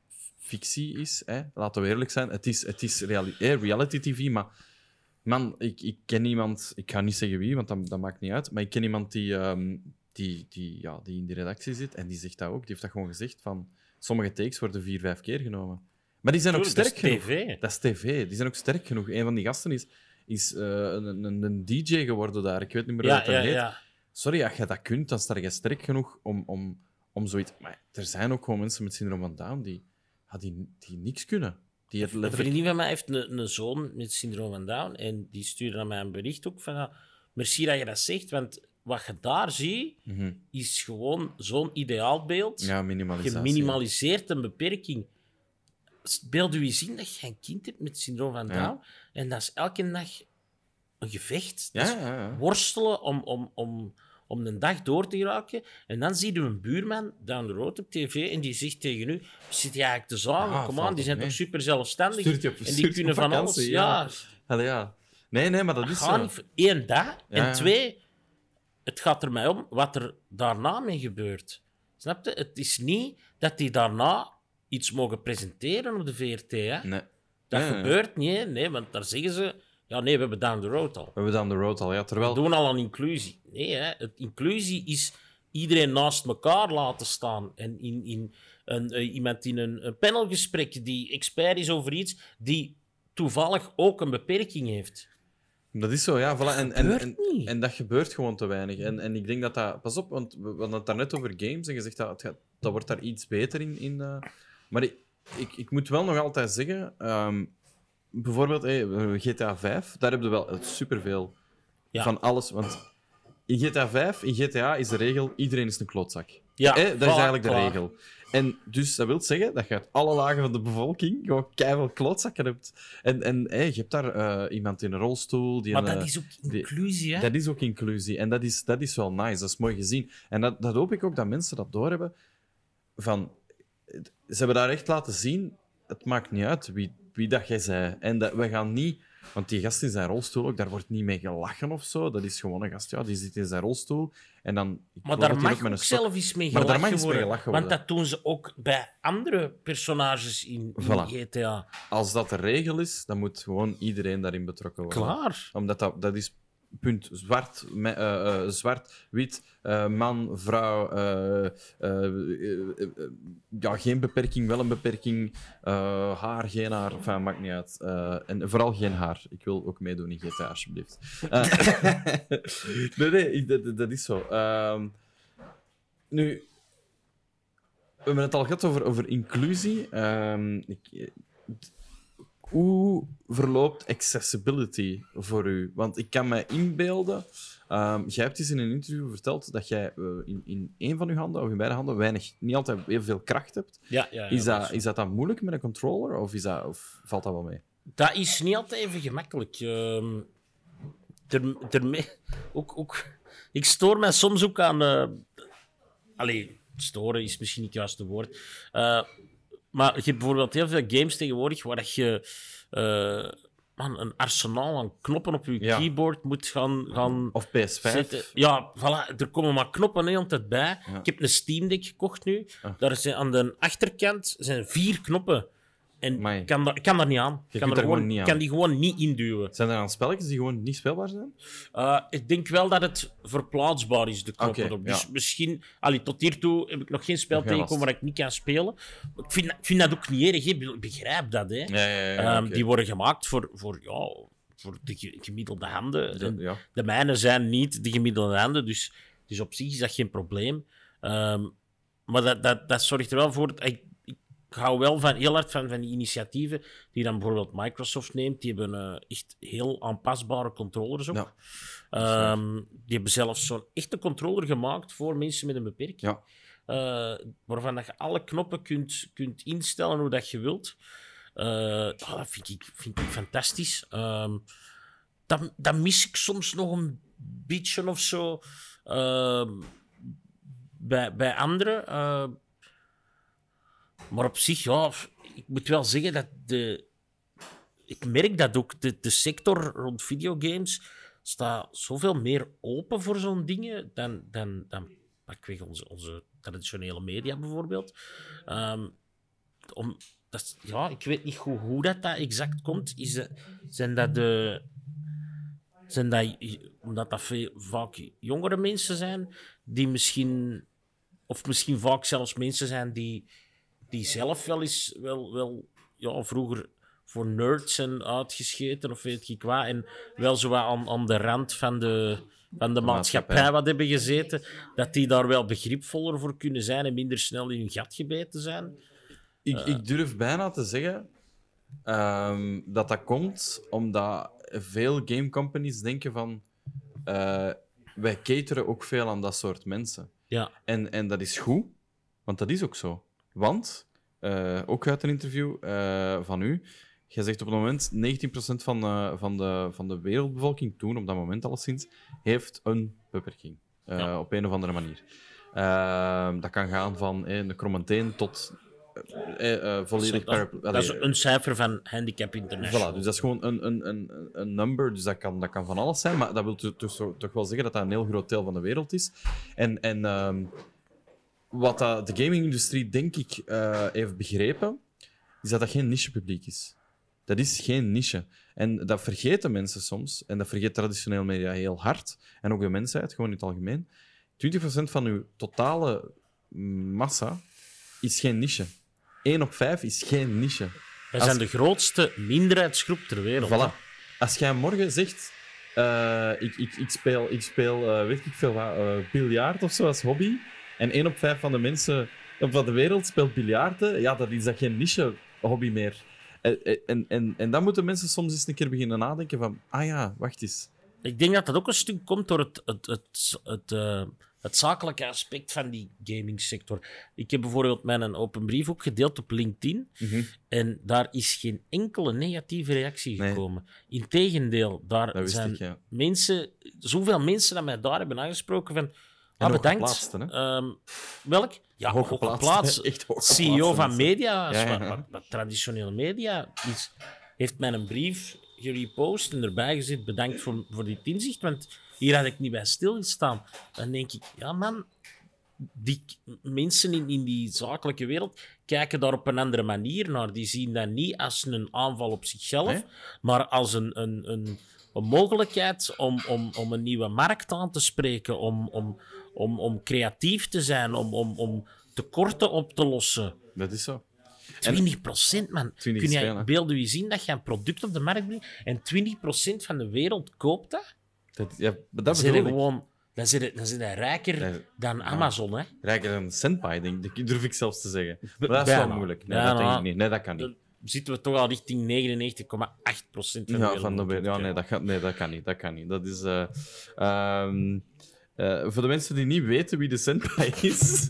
fictie is. Hè? Laten we eerlijk zijn. Het is, het is reali- eh, reality T V, maar man, ik, ik ken iemand, ik ga niet zeggen wie, want dat, dat maakt niet uit, maar ik ken iemand die, ehm, die, die, ja, die in die redactie zit en die zegt dat ook. Die heeft dat gewoon gezegd van sommige takes worden vier, vijf keer genomen. Maar die zijn ook Tuurlijk, sterk dat is genoeg. tv. Dat is tv. Die zijn ook sterk genoeg. Een van die gasten is, is uh, een, een, een D J geworden daar. Ik weet niet meer Ja, hoe dat ja, heet. ja. Sorry, als je dat kunt, dan sta je sterk genoeg om, om, om zoiets... Maar er zijn ook gewoon mensen met syndroom van Down die, ja, die, die niks kunnen. Die het Een letterlijk... vriendin van mij heeft een, een zoon met syndroom van Down en die stuurde aan mij een bericht ook van ja, merci dat je dat zegt, want wat je daar ziet, Mhm. is gewoon zo'n ideaalbeeld. Ja, minimalisatie. Je minimaliseert een beperking. Beeld u eens in dat je een kind hebt met syndroom van Down Ja. en dat is elke dag een gevecht. Ja, Dat is ja, ja. worstelen om, om, om, om een dag door te geraken. En dan zie je een buurman down the road op tv en die zegt tegen u, zit je eigenlijk te zagen? Ah, Kom valt aan, die op zijn mee. toch super zelfstandig? Stuurt je op- en die stuurt je kunnen op van alles. vakantie, Ja, ja. Allee, ja. Nee, nee, maar dat is ga zo. niet... Eén, dat. Ja, En ja. twee, het gaat er mij om wat er daarna mee gebeurt. Snap je? Het is niet dat die daarna iets mogen presenteren op de V R T. Hè? Nee. Dat Nee, nee. gebeurt niet, hè? Nee, want daar zeggen ze... Ja, nee, we hebben down the road al. We hebben dan de road al, ja. We Terwijl... doen al aan inclusie. Nee, hè? Het, inclusie is iedereen naast elkaar laten staan. En in, in een, eh, iemand in een, een panelgesprek die expert is over iets, die toevallig ook een beperking heeft. Dat is zo, ja. Voilà. En, en, gebeurt en, niet. en dat gebeurt gewoon te weinig. En, en ik denk dat dat... Pas op, want we hadden het daarnet over games en je zegt dat, het gaat, dat wordt daar iets beter in. in uh... Maar ik, ik, ik moet wel nog altijd zeggen... ehm, bijvoorbeeld hey, G T A vijf, daar heb je wel superveel Ja. van alles. Want in G T A vijf, in G T A is de regel, iedereen is een klootzak. Ja, Hey, dat is voilà, eigenlijk de klaar. regel. En dus dat wil zeggen dat je uit alle lagen van de bevolking gewoon keiveel klootzakken hebt. En, en hey, je hebt daar uh, iemand in een rolstoel... Die Maar een, dat uh, is ook die- inclusie, hè? Dat is ook inclusie. En dat is, dat is wel nice. Dat is mooi gezien. En dat, dat hoop ik ook dat mensen dat doorhebben. Van, ze hebben daar echt laten zien... Het maakt niet uit wie, wie dat jij zei. En dat, we gaan niet... Want die gast in zijn rolstoel, ook, daar wordt niet mee gelachen of zo. Dat is gewoon een gast, ja, die zit in zijn rolstoel. En dan... ik Maar geloof daar dat hij mag ook met ook een stok- zelf eens mee Maar daar gelachen mag eens mee worden. gelachen Want worden. dat doen ze ook bij andere personages in, in Voilà. G T A. Als dat de regel is, dan moet gewoon iedereen daarin betrokken worden. Klaar. Omdat dat, dat is punt. Zwart, me- eh, eh, zwart wit, eh, man, vrouw. eh, eh, eh, eh, ja, geen beperking, wel een beperking. eh, haar, geen haar. Enfin, maakt niet uit. Eh, en vooral geen haar. Ik wil ook meedoen in G T A, alsjeblieft. Eh, nee, nee, ik- dat, dat is zo. Ehm, nu, we hebben het al gehad over, over inclusie. Ehm, ik, hoe verloopt accessibility voor u? Want ik kan me inbeelden... Um, jij hebt eens in een interview verteld dat jij uh, in, in één van je handen, of in beide handen, weinig, niet altijd heel veel kracht hebt. Ja, ja, ja, Is dat dat, is- is dat dan moeilijk met een controller, of, is dat, of valt dat wel mee? Dat is niet altijd even gemakkelijk. Ehm er, ermee, ook, ook, ik stoor mij soms ook aan... eh allee, storen is misschien niet het juiste woord. Eh, maar je hebt bijvoorbeeld heel veel games tegenwoordig waar dat je eh, man, een arsenaal aan knoppen op je Ja. keyboard moet gaan... gaan Of P S vijf? zetten. Ja, voilà, er komen maar knoppen de hele tijd bij. Ja. Ik heb een Steam Deck gekocht nu. Ah. Daar zijn aan de achterkant zijn vier knoppen. En Amai. ik kan, daar, ik kan daar niet aan. Ik Je kan, kunt er er gewoon, gewoon niet ik aan. kan die gewoon niet induwen. Zijn er dan spelletjes die gewoon niet speelbaar zijn? Uh, ik denk wel dat het verplaatsbaar is, de knoppen Oké, erop. Dus ja. misschien... Allee, tot hiertoe heb ik nog geen spel Nog geen tegengekomen waar last. ik niet kan spelen. Maar Ik vind, ik vind dat ook niet erg. Hè. Ik begrijp dat. Hè. Ja, ja, ja. Ehm, oké. Die worden gemaakt voor, voor, ja, voor de ge- gemiddelde handen. De- En ja. de mijne zijn niet de gemiddelde handen, dus, dus op zich is dat geen probleem. Ehm, maar dat, dat, dat zorgt er wel voor... Ik, ik hou wel van, heel hard van, van die initiatieven die dan bijvoorbeeld Microsoft neemt. Die hebben eh, echt heel aanpasbare controllers ook. Ja, Ehm, die hebben zelfs zo'n echte controller gemaakt voor mensen met een beperking. Ja. Eh, waarvan dat je alle knoppen kunt, kunt instellen hoe dat je wilt. Eh, oh, dat vind ik, vind ik fantastisch. Ehm, dat, dat mis ik soms nog een beetje of zo ehm, bij, bij anderen. Eh, maar op zich, ja, ik moet wel zeggen dat de... Ik merk dat ook de, de sector rond videogames staat zoveel meer open voor zo'n dingen dan, dan, dan pakweg onze, onze traditionele media bijvoorbeeld. Ehm, om, dat, is- ja, ik weet niet hoe, hoe dat, dat exact komt. Is dat, zijn dat de... Zijn dat, omdat dat veel, vaak jongere mensen zijn, die misschien... Of misschien vaak zelfs mensen zijn die, die zelf wel eens... Wel, wel, ja, vroeger voor nerds zijn uitgescheten of weet ik wat. En wel zo wat aan, aan de rand van de, van de maatschappij maatschappij. wat hebben gezeten. Dat die daar wel begripvoller voor kunnen zijn en minder snel in hun gat gebeten zijn. Ik, ik durf bijna te zeggen ehm, dat dat komt omdat veel game companies denken van eh, wij cateren ook veel aan dat soort mensen. Ja, En, en dat is goed, want dat is ook zo. Want, eh, ook uit een interview eh, van u, jij zegt op het moment negentien procent van, eh, van, de, van de wereldbevolking, toen op dat moment alleszins, heeft een beperking. Eh, Ja. Op een of andere manier. Eh, dat kan gaan van eh, een kromme tot eh, eh, volledig... dat, paraplu- dat is Allee, een cijfer van Handicap International. Voilà, dus dat is gewoon een, een, een, een number, dus dat kan, dat kan van alles zijn, maar dat wil toch, toch, zo- toch wel zeggen dat dat een heel groot deel van de wereld is. En, en ehm, wat dat de gaming-industrie, denk ik, eh, heeft begrepen, is dat dat geen niche-publiek is. Dat is geen niche. En dat vergeten mensen soms, en dat vergeet traditioneel media heel hard, en ook de mensheid, gewoon in het algemeen. twintig procent van uw totale massa is geen niche. één op vijf is geen niche. Wij Als- zijn de grootste minderheidsgroep ter wereld. hè. Voilà. Als jij morgen zegt, eh, ik, ik, ik speel, ik speel eh, weet ik veel wat, eh, biljaard of zo als hobby, en één op vijf van de mensen van de wereld speelt biljarten, ja, dat is dat geen niche-hobby meer. En, en, en, en dan moeten mensen soms eens een keer beginnen nadenken van, ah ja, wacht eens. Ik denk dat dat ook een stuk komt door het, het, het, het, eh, het zakelijke aspect van die gamingsector. Ik heb bijvoorbeeld mijn open brief ook gedeeld op LinkedIn. En daar is geen enkele negatieve reactie Nee. gekomen. Integendeel, daar Dat wist zijn ik, ja. mensen, zoveel mensen dat mij daar hebben aangesproken van... En Ah, bedankt. hooggeplaatste, hè? Ehm, welk? Ja, Hooggeplaatste, hooggeplaatst. echt C hooggeplaatste E O van mensen. media, Ja, ja, wat, ja. wat- wat traditionele media, is, heeft mij een brief gerepost en erbij gezet. Bedankt voor, voor dit inzicht, want hier had ik niet bij stilgestaan. Dan denk ik, ja man, die k- mensen in, in die zakelijke wereld kijken daar op een andere manier naar. Die zien dat niet als een aanval op zichzelf, Nee? maar als een, een, een, een mogelijkheid om, om, om een nieuwe markt aan te spreken, om, om, om, om creatief te zijn, om, om, om tekorten op te lossen. Dat is zo. twintig procent, man. twintig Kun is je veel, hè? beelden je zien dat je een product op de markt brengt en twintig procent van de wereld koopt dat? Dat, ja, dat Dan zit je bedoel ik. gewoon... Dan zit je, dan zit je rijker Ja. dan Amazon, hè. Rijker dan Senpai, denk ik, durf ik zelfs te zeggen. Maar dat is Bijna. wel moeilijk. Nee, Bijna. dat denk ik niet. Nee, dat kan niet. Dan zitten we toch al richting negenennegentig komma acht procent van de Ja, wereld. van de, moet ja ik, nee, eh. dat gaat, nee, dat kan niet. Dat kan niet. Dat is... eh, ehm, eh, voor de mensen die niet weten wie de Senpai is,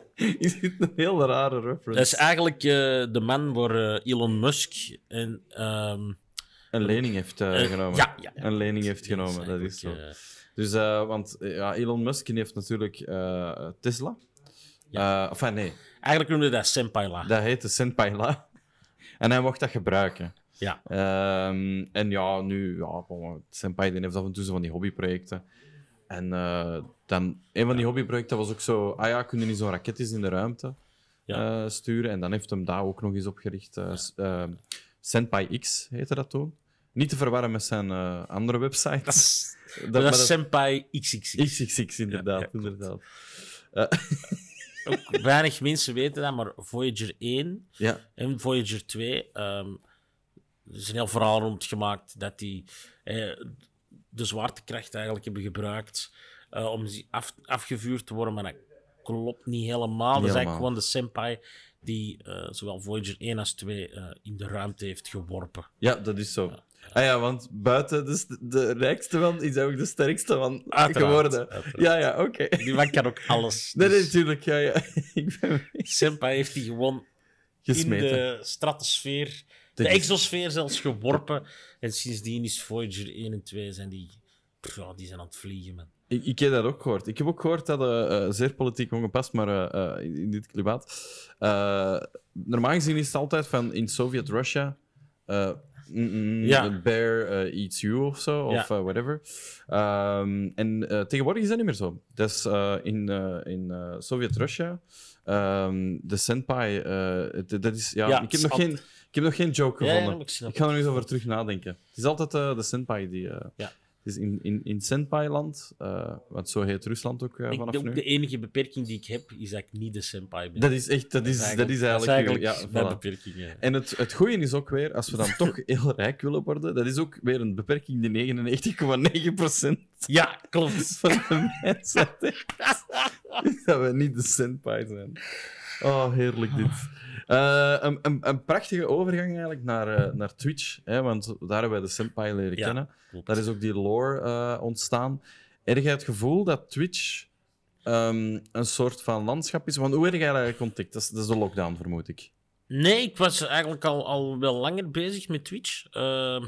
is dit een heel rare reference. Dat is eigenlijk eh, de man voor eh, Elon Musk. En, ehm, Een lening heeft eh, eh, genomen. ja, ja, ja. Een lening heeft genomen, dat is zo. eigenlijk, eh, Dus, eh, want eh, ja, Elon Musk heeft natuurlijk eh, Tesla. Ja. enfin, nee, eigenlijk noemde dat Senpai-la. dat heet de Senpai-la. En hij mocht dat gebruiken. Ja. Ehm, en ja, nu, ja, bon, Senpai die heeft af en toe zo van die hobbyprojecten. En eh, dan, een van die hobbyprojecten was ook zo, ah ja, kun je niet zo'n raketjes in de ruimte Ja. eh, sturen? En dan heeft hem daar ook nog eens opgericht. eh s- eh, Senpai X heette dat toen. Niet te verwarren met zijn eh, andere website. Dat is, Dat- dat maar is dat- Senpai X X X. X X X, inderdaad. Ja, ja, klopt. inderdaad. Ook weinig mensen weten dat, maar Voyager één Ja, en Voyager twee... ehm, er is een heel verhaal rondgemaakt dat die eh, de zwaartekracht eigenlijk hebben gebruikt eh, om ze af, afgevuurd te worden, maar dat klopt niet helemaal. Dat is eigenlijk helemaal. gewoon de Senpai die eh, zowel Voyager één als twee eh, in de ruimte heeft geworpen. ja, dat is zo. Ah ja, want buiten de, st- de rijkste man is hij ook de sterkste man Uiteraard, geworden. uiteraard. Ja, ja, oké. Die man kan ook alles. Nee, nee, Dus natuurlijk. Ja, ja. Ik ben Senpai heeft die gewoon in gesmeten. de stratosfeer, de Dit is- exosfeer zelfs geworpen. En sindsdien is Voyager één en twee zijn die, pff, ja, die zijn aan het vliegen, man. Ik, ik heb dat ook gehoord. Ik heb ook gehoord dat, uh, uh, zeer politiek ongepast, maar uh, uh, in, in dit klimaat. Uh, normaal gezien is het altijd van in Sovjet-Russia. Uh, mm, mm, Ja. The bear uh, eats you of zo, Ja. of uh, whatever. Um, en uh, tegenwoordig is dat niet meer zo. Dus uh, in, uh, in uh, Sovjet-Russia, um, de Senpai, uh, d- dat is. Ja, Ja, ik, heb het nog is geen, ik heb nog geen joke Ja, gevonden. ja, ik snap ik ga er nog eens over terug nadenken. Het is altijd uh, de Senpai die. Uh, Ja. is in, in, in Senpai-land, uh, want zo heet Rusland ook uh, Ik, vanaf de, nu. de enige beperking die ik heb, is dat ik niet de senpai ben. Dat is echt, dat is, dat is eigenlijk... eigenlijk ja, mijn voilà. beperking. Ja. En het, het goeie is ook weer, als we dan toch heel rijk willen worden, dat is ook weer een beperking die negenennegentig komma negen procent Ja, klopt. van de mensen heeft. Dat we niet de senpai zijn. Oh, heerlijk dit. Uh, een, een, een prachtige overgang eigenlijk naar, uh, naar Twitch, hè, want daar hebben wij de senpai leren Ja, kennen. klopt. Daar is ook die lore uh, ontstaan. Heb jij het gevoel dat Twitch um, een soort van landschap is? Want hoe heb jij eigenlijk contact? Dat is, dat is de lockdown, vermoed ik. Nee, ik was eigenlijk al, al wel langer bezig met Twitch. Uh,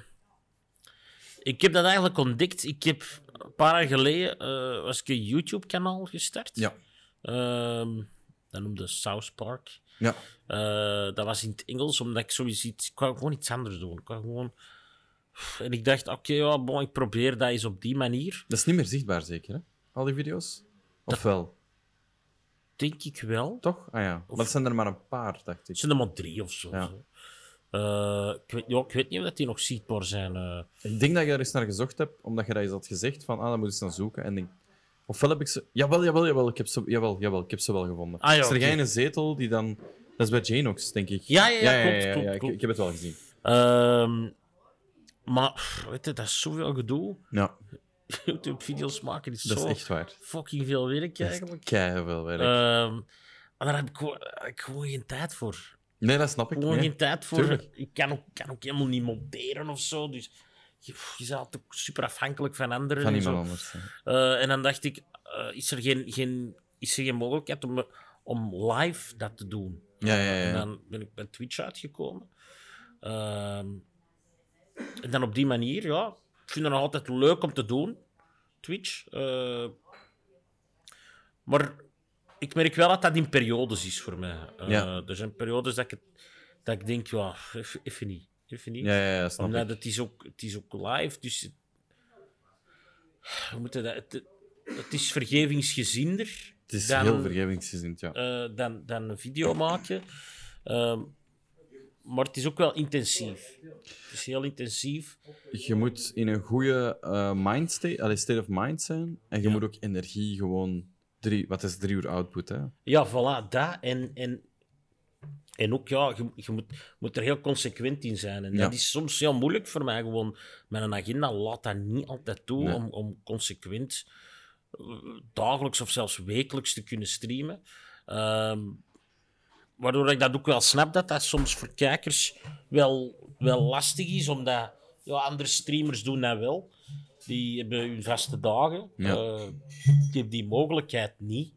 ik heb dat eigenlijk ontdekt. Ik heb een paar jaar geleden uh, was ik een YouTube-kanaal gestart. Ja. Uh, dat noemde South Park. Ja. Uh, dat was in het Engels, omdat ik zoiets... Ik wou gewoon iets anders doen. Ik wou gewoon... En ik dacht, oké, okay, ja, bon, ik probeer dat eens op die manier. Dat is niet meer zichtbaar, zeker, hè? Al die video's? Of dat... wel? Denk ik wel. Toch? Ah ja. Of... Maar het zijn er maar een paar, dacht ik. Het zijn er maar drie of zo. Ja. zo. Uh, ik, weet, ja, ik weet niet of die nog zichtbaar zijn. Uh... Ik denk dat je er eens naar gezocht hebt, omdat je dat eens had gezegd, van, ah, dan moet je eens naar zoeken. En denk... Ofwel heb ik ze... Jawel, jawel, jawel, ik heb ze, jawel, jawel, ik heb ze wel gevonden. Ah, ja, is er okay. geen zetel die dan... Dat is bij Janox, denk ik. Ja, ja, ja, ja, klopt, ja, ja, klopt, ja, klopt. Ik, ik heb het wel gezien. Uh, maar, weet je, dat is zoveel gedoe. Ja. YouTube-video's maken is dat zo is echt waar. fucking veel werk, eigenlijk. Keiveel werk. Uh, maar daar heb ik gewoon, ik gewoon geen tijd voor. Nee, dat snap ik. Gewoon nee. geen tijd voor. Tuurlijk. Ik kan ook, kan ook helemaal niet monteren of zo. Dus je, je bent altijd super afhankelijk van anderen. Van en iemand zo. anders. Uh, en dan dacht ik, uh, is, er geen, geen, is er geen mogelijkheid om, om live dat te doen? Ja, ja, ja. En dan ben ik bij Twitch uitgekomen. Uh, en dan op die manier, ja. Ik vind het nog altijd leuk om te doen. Twitch. Uh, maar ik merk wel dat dat in periodes is voor mij. Uh, ja. Er zijn periodes dat ik, dat ik denk, ja, even, even niet. Even niet. Ja, ja, ja, snap Omdat ik. het is ook, het is ook live, dus... We moeten dat, het, het is vergevingsgezinder. Het is dan, heel vergevingsgezind, ja. Uh, dan, dan een video maken. Uh, maar het is ook wel intensief. Het is heel intensief. Je moet in een goede uh, mind state, allee, state of mind zijn. En je Ja. moet ook energie gewoon... Drie, wat is drie uur output, hè? Ja, voilà, dat. En, en, en ook, ja, je, je moet, moet er heel consequent in zijn. En Ja. dat is soms heel moeilijk voor mij. Gewoon, mijn agenda laat dat niet altijd toe Nee. om, om consequent uh, dagelijks of zelfs wekelijks te kunnen streamen. Um, waardoor ik dat ook wel snap dat dat soms voor kijkers wel, wel lastig is, omdat ja, andere streamers doen dat wel. Die hebben hun vaste dagen. Ja. Uh, die hebben die mogelijkheid niet.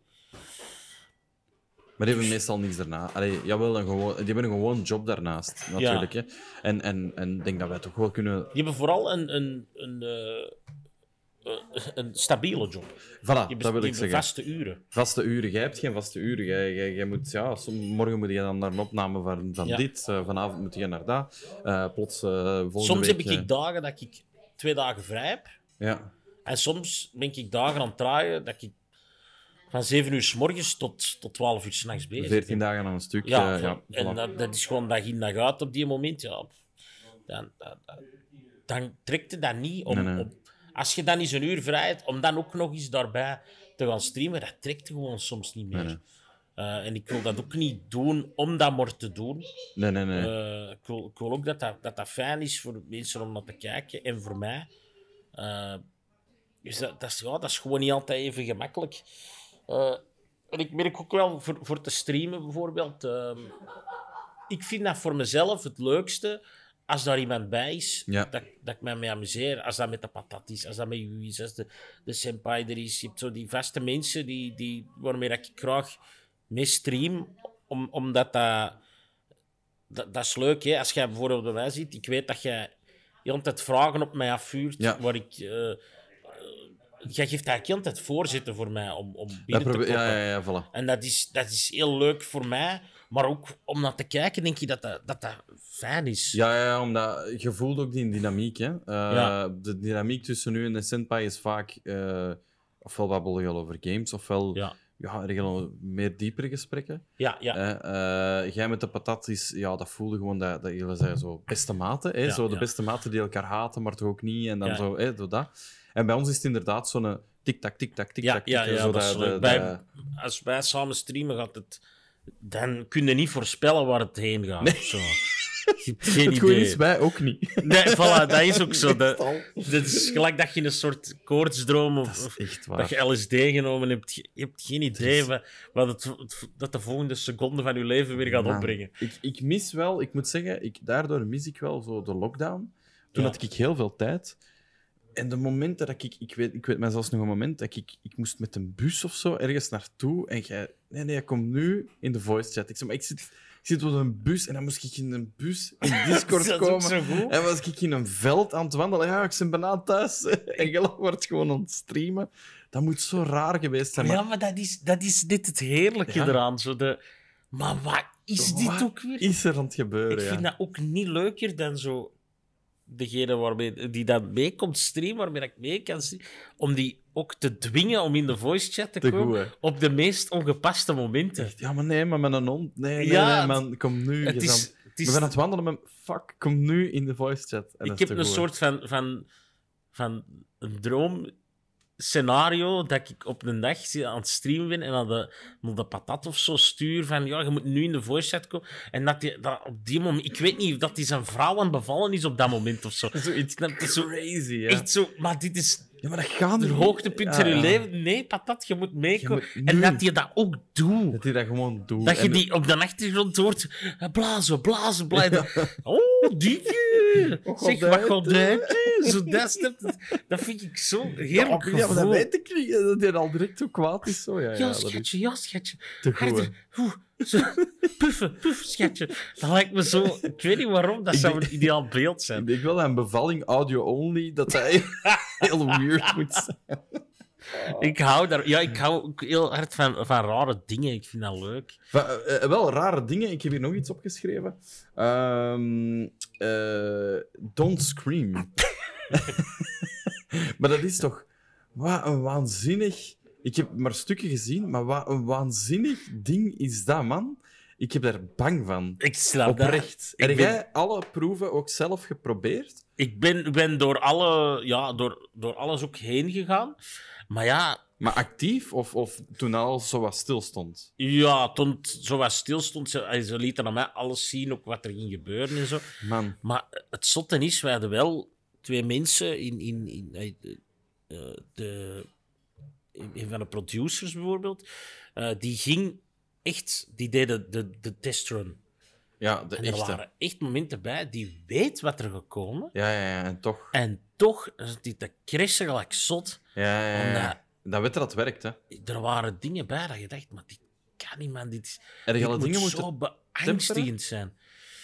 Maar die hebben meestal niets daarna. Allee, jawel, een gewoon, die hebben een gewoon job daarnaast, natuurlijk. Hè. En ik en, en denk dat wij toch wel kunnen... Die hebben vooral een, een, een, uh, een stabiele job. Voilà, Die hebben, dat wil die ik hebben zeggen. vaste uren. Vaste uren. Jij hebt geen vaste uren. Jij, jij, jij moet, ja, som, morgen moet je dan naar een opname van, van Ja. dit. Uh, vanavond moet je naar dat. Uh, plots uh, volgende Soms week... heb ik dagen dat ik twee dagen vrij heb. Ja. En soms ben ik dagen aan het draaien dat ik van zeven uur s morgens tot, tot twaalf uur s'nachts bezig ben. veertien dagen aan een stuk. Ja, uh, ja, en voilà. dat, dat is gewoon dag in dag uit op die moment. Ja. Dan, dan, dan trekt het dat niet om, Nee, nee. om... Als je dan eens een uur vrij hebt, om dan ook nog eens daarbij te gaan streamen, dat trekt gewoon soms niet meer. Nee, nee. Uh, en ik wil dat ook niet doen om dat maar te doen. Nee, nee, nee. Uh, ik, wil, ik wil ook dat dat, dat dat fijn is voor mensen om naar te kijken en voor mij. Uh, dus dat, dat, is, ja, dat is gewoon niet altijd even gemakkelijk. Uh, en ik merk ook wel voor, voor te streamen bijvoorbeeld. Uh, ik vind dat voor mezelf het leukste als daar iemand bij is, Ja. dat, dat ik me mee amuseer. Als dat met de patat is, als dat met u is, als de, de senpai er is. Je hebt zo die vaste mensen die, die, waarmee dat ik graag mee stream, om, omdat dat, dat... Dat is leuk, hè? Als jij bijvoorbeeld bij mij ziet, ik weet dat jij de hele tijd vragen op mij afvuurt, Ja. waar ik... Uh, uh, jij geeft eigenlijk de hele tijd voorzitten voor mij om, om Dat binnen te probeer- koppen. ja, ja, ja, voilà. En dat is, dat is heel leuk voor mij, maar ook om naar te kijken, denk je dat dat, dat, dat fijn is. Ja, ja, ja, omdat je voelt ook die dynamiek. Hè. Uh, Ja. De dynamiek tussen nu en de senpai is vaak uh, ofwel babbelen je over games, ofwel Ja. ja, regelen meer diepere gesprekken. Ja, ja. Eh, uh, jij met de patat is, ja, dat voelde gewoon dat, dat jullie zijn zo beste maten. Hè? Ja, Zo de ja. beste maten die elkaar haten, maar toch ook niet. En dan Ja. zo, hè, zo dat. En bij ons is het inderdaad zo'n tik-tak, tik-tak, tik-tak. Ja, ja, tik-tak, ja, zo dat is dat- leuk. dat- Bij- dat- Als wij samen streamen, gaat het... Dan kun je niet voorspellen waar het heen gaat. Nee. of Zo. Je hebt geen Het goede idee. is, wij ook niet. Nee, voilà, dat is ook zo. Dat, Meestal. dat is gelijk dat je een soort koortsdroom of, Dat is of echt waar. dat je L S D genomen hebt. Je, je hebt geen idee wat, wat het, dat de volgende seconde van je leven weer gaat Man, opbrengen. Ik, ik mis wel, ik moet zeggen, ik, daardoor mis ik wel zo de lockdown. Toen Ja. had ik heel veel tijd. En de momenten dat ik, ik weet, ik weet mij zelfs nog een moment dat ik, ik moest met een bus of zo ergens naartoe. En jij, nee, nee, kom nu in de voice chat. Ik zei, maar ik zit, ik zit op een bus en dan moest ik in een bus in Discord Dat is ook komen. zo goed. En was ik in een veld aan het wandelen. Ja, ik ben bijna thuis. En je wordt gewoon aan het streamen. Dat moet zo raar geweest zijn. Ja, maar dat is, dat is dit het heerlijke Ja. eraan. Zo de, maar wat is dit Wat ook weer? is er aan het gebeuren? Ik vind ja. dat ook niet leuker dan zo degene waarmee, die dat mee komt streamen, waarmee ik mee kan streamen, om die ook te dwingen om in de voice chat te, Te komen goed, hè. op de meest ongepaste momenten. Echt, ja, maar nee, maar met een hond. Nee, nee, Ja, nee, man. Kom nu. Het je is, bent- het We is, zijn aan het wandelen met... Fuck, kom nu in de voice chat. En dat ik is heb te een goed, hè. soort van, van, van een droomscenario dat ik op een dag zie- aan het streamen ben en aan de, naar de patat of zo stuur van ja, je moet nu in de voice chat komen. En dat, die, dat op die moment... Ik weet niet of dat die zijn vrouw aan het bevallen is op dat moment of zo. Zoiets Dat is zo- crazy, ja. Echt zo... Maar dit is Ja, maar dat gaat het niet. hoogtepunt Ja, van je ja. leven. Nee, patat, je moet meekomen. Je moet En nu. dat je dat ook doet. Dat hij dat gewoon doet. Dat je En- die op de achtergrond hoort eh, blazen, blazen, blazen. Oh, dieke. Zeg, wat gaat dit? Zo, dat, dat, dat vind ik zo Ja, heerlijk ja, maar dat gevoel. weet ik niet. Dat hij al direct zo kwaad is. Zo. Ja, ja, Ja, dat is schatje, ja, schatje. te goed. hè. Harder. Oeh, zo. Puffen, puff, schatje. Dat lijkt me zo... Ik weet niet waarom, dat Ik zou denk- een ideaal beeld Ik zijn. denk wel dat een bevalling audio-only, dat dat heel weird moet zijn. Ik hou, daar, ja, ik hou ook heel hard van, van rare dingen. Ik vind dat leuk. Va- eh, wel, rare dingen. Ik heb hier nog iets opgeschreven. Ehm, eh, don't scream. Maar dat is toch... Wat een waanzinnig... Ik heb maar stukken gezien, maar wat een waanzinnig ding is dat, man. Ik heb daar bang van. Ik snap dat. Oprecht. Ik Heb ben- jij alle proeven ook zelf geprobeerd? Ik ben, ben door, alle, ja, door, door alles ook heen gegaan. Maar ja, Maar actief of, of toen alles zo wat stil stond? ja toen het zo wat stil stond, ze, ze lieten aan mij alles zien, ook wat er ging gebeuren en zo. Man. Maar het zotte is, wij hadden wel twee mensen in, in, in eh, de, eh, de, een van de producers bijvoorbeeld, eh, die ging echt, die deden de, de testrun. Ja, de En er echte. waren echt momenten bij, die weet wat er gekomen. Ja, ja, ja, en toch. En toch zit die te crashen gelijk zot. Ja, ja, ja. Omdat Dat weet dat het werkt, hè. er waren dingen bij dat je dacht, maar dit kan niet, man. Dit, is, Er dit gaan moet dingen zo moeten... beangstigend zijn.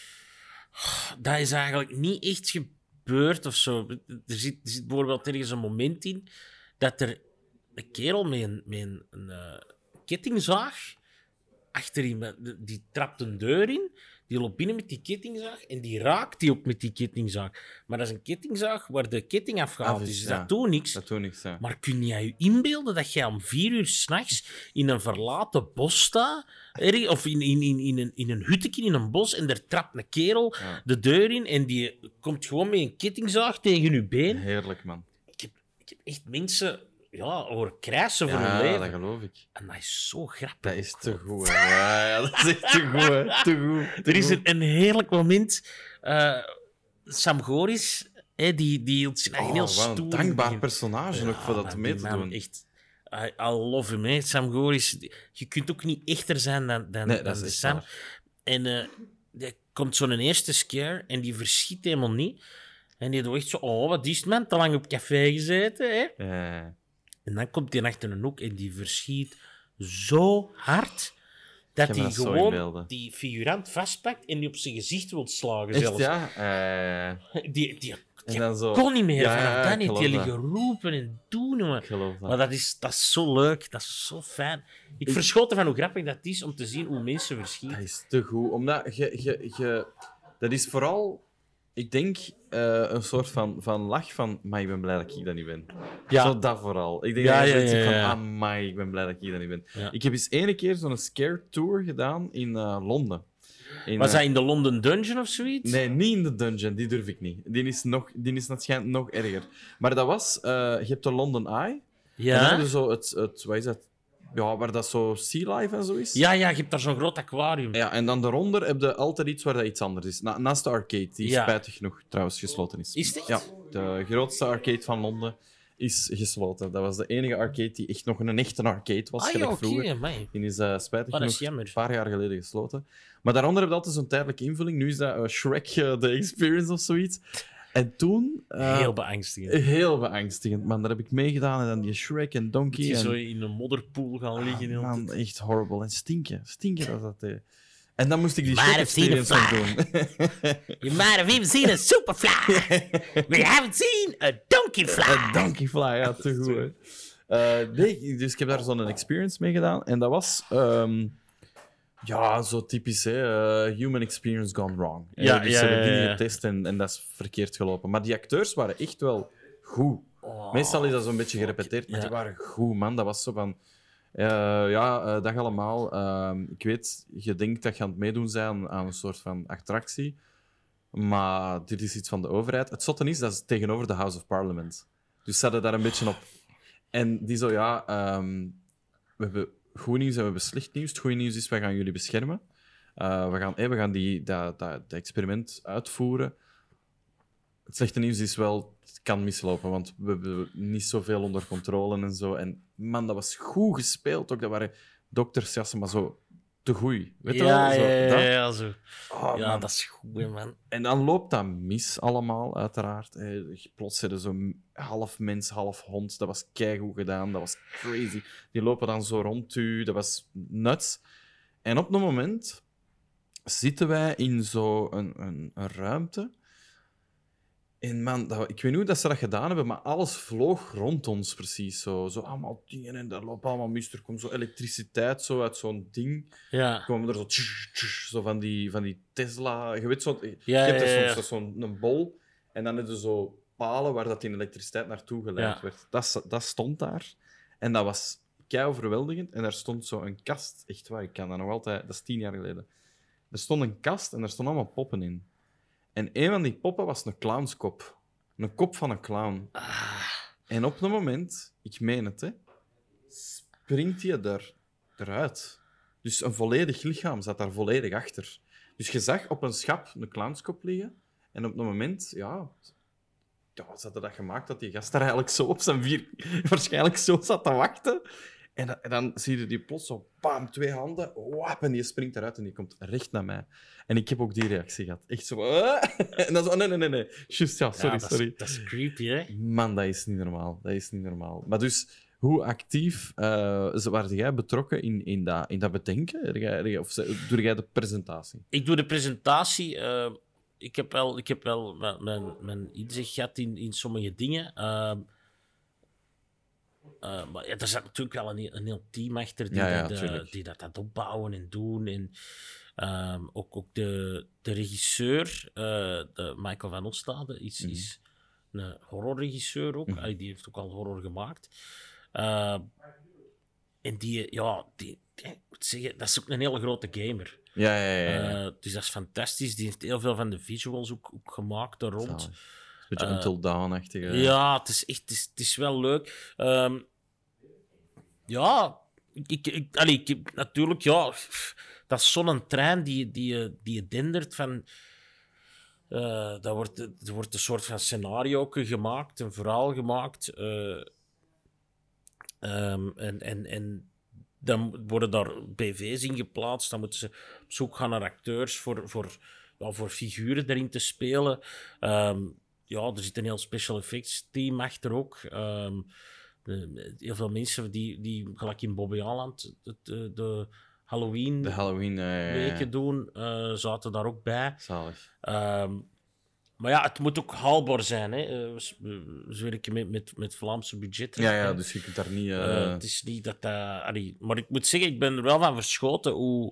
Dat is eigenlijk niet echt gebeurd of zo. Er zit, er zit bijvoorbeeld ergens een moment in dat er een kerel met een, met een, een eh, kettingzaag achterin, die, die trapt een deur in, die loopt binnen met die kettingzaag en die raakt die ook met die kettingzaag. Maar dat is een kettingzaag waar de ketting afgehaald Ah, is, dus dus ja. dat doet niks. Dat doet niks, hè. Maar kun jij je inbeelden dat jij om vier uur s'nachts in een verlaten bos staat? erg- Of in, in, in, in, een, in een hutteke in een bos en er trapt een kerel Ja. de deur in en die komt gewoon met een kettingzaag tegen je been. Heerlijk, man. Ik heb, ik heb echt mensen ja, horen krijsen voor hun Ja, leven. dat geloof ik. En dat is zo grappig. Dat is te goed, hè. Ja, ja, dat is echt te goed, hè. Te goed. te Er is goed. een, een heerlijk moment. eh, Sam Goris, hè, die, die hield zich eigenlijk Oh, heel wat stoer. een dankbaar begin. personage ook voor dat man, mee die te man, doen. Echt, I, I love him, hè. Sam Goris. Je kunt ook niet echter zijn dan, dan, Nee, dan dat is de echt Sam. waar. En eh er komt zo'n eerste scare en die verschiet helemaal niet. En die doet echt zo, oh, wat is het, man? Te lang op café gezeten, hè? Ja. En dan komt hij achter een hoek en die verschiet zo hard dat kan hij me dat zo gewoon inbeelden. die figurant vastpakt en die op zijn gezicht wil slagen Echt, zelfs. ja? Eh, Die, die, en die dan zo... kon niet meer. Ja, Vanaf ja, dan ik heeft hij geloof liggen roepen en doen. jongen. Ik geloof dat. Maar dat is, dat is zo leuk, dat is zo fijn. Ik verschoot ervan hoe grappig dat is om te zien hoe mensen Dat verschieten. is te goed. Omdat je... je, je dat is vooral... Ik denk uh, een soort van, van lach van, maar ik ben blij dat ik dat niet ben. Ja. Zo dat vooral. Ik denk Ja, dat je ja, zoiets ja, hebt ja. van, amai, ik ben blij dat ik dat niet ben. Ja. Ik heb eens ene keer zo'n scare tour gedaan in uh, Londen. In, Was uh, dat in de London Dungeon of zoiets? Nee, niet in de dungeon, die durf ik niet. Die is, nog, die is waarschijnlijk nog erger. Maar dat was, uh, je hebt de London Eye. En dan Ja? heb je zo het, het, wat is dat? Ja, waar dat zo Sea Life en zo is. Ja, ja, je hebt daar zo'n groot aquarium. Ja, en dan daaronder heb je altijd iets waar dat iets anders is. Na, naast de arcade, die Ja. spijtig genoeg trouwens gesloten is. Is het echt? Ja, de grootste arcade van Londen is gesloten. Dat was de enige arcade die echt nog een echte arcade was, Ah ja, gelijk oké, vroeger. amai. Die is uh, spijtig Ah, dat is genoeg jammer. een paar jaar geleden gesloten. Maar daaronder heb je altijd zo'n tijdelijke invulling. Nu is dat uh, Shrek uh, The Experience of zoiets. En toen... uh, Heel beangstigend. heel beangstigend, man. Daar heb ik meegedaan. En dan die Shrek en Donkey. Die en... zo in een modderpoel gaan liggen. Ah, heel man, de tijd. echt horrible. En stinken. Stinken dat dat... deed. En dan moest ik die You might Shrek have seen a Experience nog doen. You might have even seen a superfly. We haven't seen a donkeyfly. Een Donkeyfly, ja, te goed. hè. Uh, nee, dus ik heb daar zo'n experience mee gedaan. En dat was... um, ja, zo typisch, hè. Uh, human experience gone wrong. Ja, dus ja, ze hebben ja, dingen ja. getest en, en dat is verkeerd gelopen. Maar die acteurs waren echt wel goed. Oh. Meestal is dat zo'n beetje gerepeteerd, maar Ja. die waren goed, man. Dat was zo van... Uh, ja, uh, dag allemaal. Uh, ik weet, je denkt dat je aan het meedoen bent aan een soort van attractie. Maar dit is iets van de overheid. Het zotte is, dat is tegenover de House of Parliament. Dus ze hadden daar een beetje op. En die zo, ja... Um, we hebben goed nieuws en we hebben slecht nieuws. Het goede nieuws is, we gaan jullie beschermen. Uh, we gaan, hey, we gaan die, dat, dat, dat experiment uitvoeren. Het slechte nieuws is wel, het kan mislopen, want we hebben niet zoveel onder controle en zo. En man, dat was goed gespeeld ook. Dat waren dokters, ja, maar zo te goed. Weet je Ja, wel? Zo, ja, ja, dat. ja, zo. Oh, Ja, man. dat is goed, hè, man. En dan loopt dat mis allemaal, uiteraard. Eh, Plots zitten zo half mens, half hond. Dat was keigoed gedaan. Dat was crazy. Die lopen dan zo rond u. Dat was nuts. En op een moment zitten wij in zo'n een, een, een ruimte. En man, dat, ik weet niet hoe dat ze dat gedaan hebben, maar alles vloog rond ons precies. Zo, zo allemaal dingen en daar loopt allemaal mis. Er komt zo elektriciteit zo uit zo'n ding. Ja. Komen er zo, tsch, tsch, zo van, die, van die Tesla... Je weet zo, je Ja, hebt er ja, ja. soms zo'n een bol en dan heb je zo palen waar dat die elektriciteit naartoe geleid Ja. werd. Dat, dat stond daar. En dat was kei overweldigend. En daar stond zo een kast. Echt waar, ik kan dat nog altijd... Dat is tien jaar geleden. Er stond een kast en er stonden allemaal poppen in. En een van die poppen was een clownskop. Een kop van een clown. Ah. En op een moment, ik meen het, hè, springt hij er, eruit. Dus een volledig lichaam zat daar volledig achter. Dus je zag op een schap een clownskop liggen. En op een moment, ja... Ja, wat hadden dat gemaakt dat die gast daar eigenlijk zo op zijn vier... Waarschijnlijk zo zat te wachten. En, dan- en dan zie je die plots zo... Bam, twee handen. Wap, en die springt eruit en die komt recht naar mij. En ik heb ook die reactie gehad. Echt zo... "Ah." En dan zo... Nee, nee, nee, nee. Juist, ja, sorry, Ja, dat is- sorry. Dat is creepy, hè? Man, dat is niet normaal. Dat is niet normaal. Maar dus, hoe actief uh, was jij betrokken in, in, dat, in dat bedenken? Heb jij- heb jij- Of ze- doe jij de presentatie? Ik doe de presentatie. eh, ik heb wel, ik heb wel mijn, mijn, mijn inzicht gehad in, in sommige dingen. Ehm, eh, maar ja, er zat natuurlijk wel een, heel- een heel team achter die, Ja, ja, dat, eh, tuurlijk. die dat, dat opbouwen en doen. En, ehm, ook, ook de, de regisseur, eh, de Michael van Ostade, is, Mhm. is een horrorregisseur ook. Mhm. Allee, die heeft ook al horror gemaakt. Ehm, en die, ja, die, die- ik moet zeggen, dat is ook een hele grote gamer. Ja, ja, ja. ja. Eh, dus dat is fantastisch. Die heeft heel veel van de visuals ook, ook gemaakt daar rond. Zalig. Een beetje eh, Until Dawn-achtige... Ja, het is echt het is, het is wel leuk. Ehm, ja, ik, ik, ik, allee, ik, natuurlijk, ja, dat is zo'n trein die, die, die je dendert van. eh dat wordt, er wordt een soort van scenario gemaakt, een verhaal gemaakt. eh, ehm, en, en, en dan worden daar B V's in geplaatst. Dan moeten ze op zoek gaan naar acteurs voor, voor, ja, voor figuren erin te spelen. Ehm, ja, er zit een heel special effects team achter ook. Ehm, de- heel veel mensen die, die gelijk in Bobby Aland de, de, de Halloween De Halloween... eh, weken doen, eh, zaten daar ook bij. Zalig. Ehm, maar ja, het moet ook haalbaar zijn. Hè. Eh, we, we- we werken met, met, met Vlaamse budgetten. Ja, ja, hè. dus je kunt daar niet... Eh, eh, het is niet dat dat... allee, maar ik moet zeggen, ik ben er wel van verschoten hoe,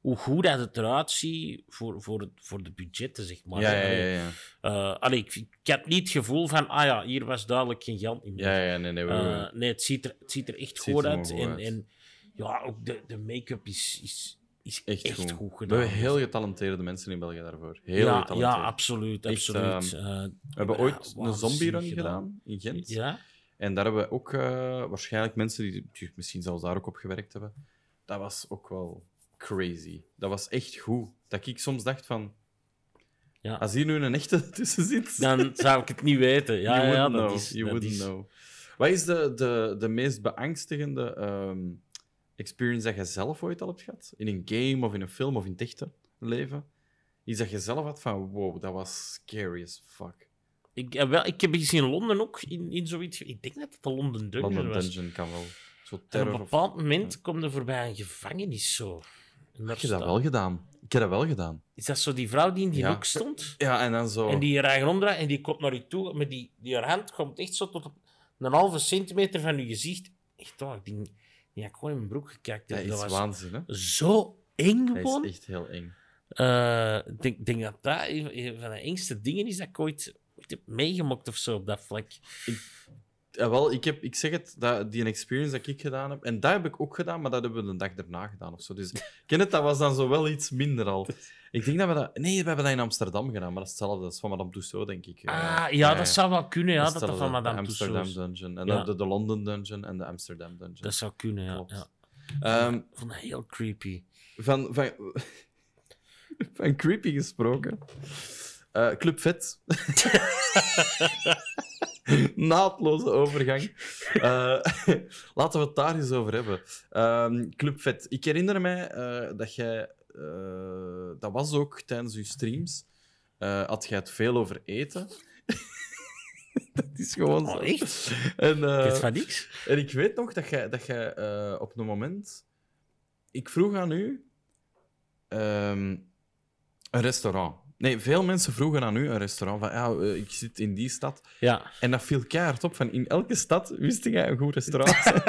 hoe goed dat het eruit ziet voor, voor, het, voor de budgetten, zeg maar. Ja, ja, ja. ja. Uh, allee, ik, ik had niet het gevoel van, ah ja, hier was duidelijk geen geld in. Ja, ja, nee, nee. We, uh, nee, het ziet er, het ziet er echt het goed er uit. goed En, uit. en ja, ook de, de make-up is, is, is echt, echt goed. goed We gedaan. hebben heel getalenteerde mensen in België daarvoor. Heel ja, getalenteerd. ja, absoluut. Echt, absoluut. uh, uh, we hebben ja, ooit een zombie-run waanzinnig gedaan in Gent. Ja? En daar hebben we ook uh, waarschijnlijk mensen die, die misschien zelfs daar ook op gewerkt hebben. Dat was ook wel crazy. Dat was echt goed. Dat ik soms dacht van... Ja. Als hier nu een echte tussen zit... Dan zou ik het niet weten. Ja, you ja, wouldn't dat know. is... You dat wouldn't is... know. Wat is de, de, de meest beangstigende um, experience dat je zelf ooit al hebt gehad? In een game of in een film of in het echte leven? Iets dat je zelf had van, wow, dat was scary as fuck. Ik, ja, wel, ik heb iets in Londen ook, in, in zoiets... Ik denk dat het de London Dungeon London was. Dungeon kan wel. Zo En terror op een of... bepaald moment ja. komt er voorbij een gevangenis zo. En Heb je dat wel gedaan? Ik heb dat wel gedaan. Is dat zo die vrouw die in die Ja. hoek stond? Ja, en dan zo... En die je eigen omdraait en die komt naar je toe, maar die, die haar hand komt echt zo tot op een halve centimeter van je gezicht. Echt waar, ik denk, die heb ik gewoon in mijn broek gekeken. Dat is was waanzin, hè? zo eng Dat gewoon. is echt heel eng. Uh, ik denk, denk dat dat een van de engste dingen is dat ik ooit, ooit heb meegemaakt of zo op dat vlak. Ik, ja, wel, ik, heb, ik zeg het, dat, die een experience dat ik gedaan heb, en dat heb ik ook gedaan, maar dat hebben we de dag daarna gedaan of zo. Dus ik ken het, dat was dan zo wel iets minder al. Ik denk dat we dat... Nee, we hebben dat in Amsterdam gedaan, maar dat is hetzelfde. Dat is van Madame Tussauds, denk ik. Ah, ja, ja, ja, dat zou wel kunnen, ja, dat dat van Madame de Amsterdam Tussauds. Dungeon. En Ja. dan de, de London Dungeon en de Amsterdam Dungeon. Dat zou kunnen, ja. Klopt. ja. Um, Ik vond dat heel creepy. van, van, van creepy gesproken. Uh, Club Vet. Naadloze overgang. Uh, laten we het daar eens over hebben. Um, Club Vet. Ik herinner mij uh, dat jij... Uh, dat was ook tijdens je streams. Uh, had jij het veel over eten. Dat is gewoon zo. Oh, echt? En, uh, Dit van niks? en ik weet nog dat jij, dat jij uh, op een moment... Ik vroeg aan u... Um, een restaurant. Nee, veel mensen vroegen aan u een restaurant. Van, ja, uh, ik zit in die stad. Ja. En dat viel keihard op. Van, in elke stad wist jij een goed restaurant.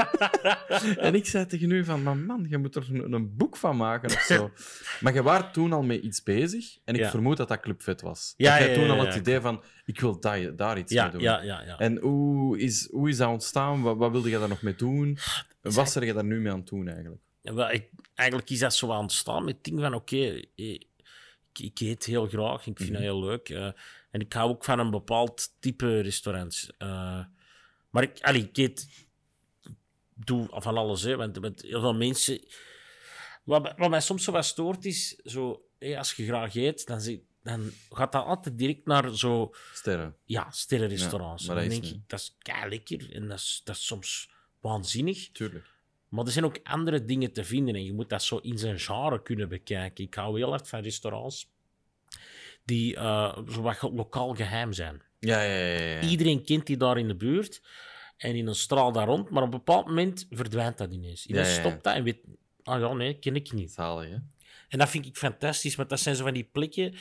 En ik zei tegen u van... Maar man, je moet er een, een boek van maken of zo. Maar je was toen al mee iets bezig. En ik Ja. vermoed dat dat Club Vet was. Ja, dat jij ja, toen ja, al ja, het ja. idee van... Ik wil daar, daar iets Ja, mee doen. ja, ja, ja. En hoe is, hoe is dat ontstaan? Wat, wat wilde je daar nog mee doen? Wat er je daar nu mee aan het doen, eigenlijk? Ja, wel, ik, eigenlijk is dat zo aan het staan met het ding van, oké, okay, ik, ik eet heel graag, ik vind Mhm. dat heel leuk. Uh, en ik hou ook van een bepaald type restaurants. Uh, maar ik, allee, ik eet... Ik doe van alles, hè, want met heel veel mensen... Wat, wat mij soms zo wat stoort is, zo, hey, als je graag eet, dan, zie, dan gaat dat altijd direct naar zo... Sterren. Ja, sterrenrestaurants. Ja, maar dan dat is denk niet. ik, dat is kei lekker en dat is, dat is soms waanzinnig. Tuurlijk. Maar er zijn ook andere dingen te vinden en je moet dat zo in zijn genre kunnen bekijken. Ik hou heel hard van restaurants die uh, zo wat ge- lokaal geheim zijn. Ja, ja, ja. ja. Iedereen kent die daar in de buurt en in een straal daar rond, maar op een bepaald moment verdwijnt dat ineens. Ineens Ja, ja, ja. stopt dat en weet... Ah ja, nee, ken ik niet. Zalig, hè? En dat vind ik fantastisch, want dat zijn zo van die plekken...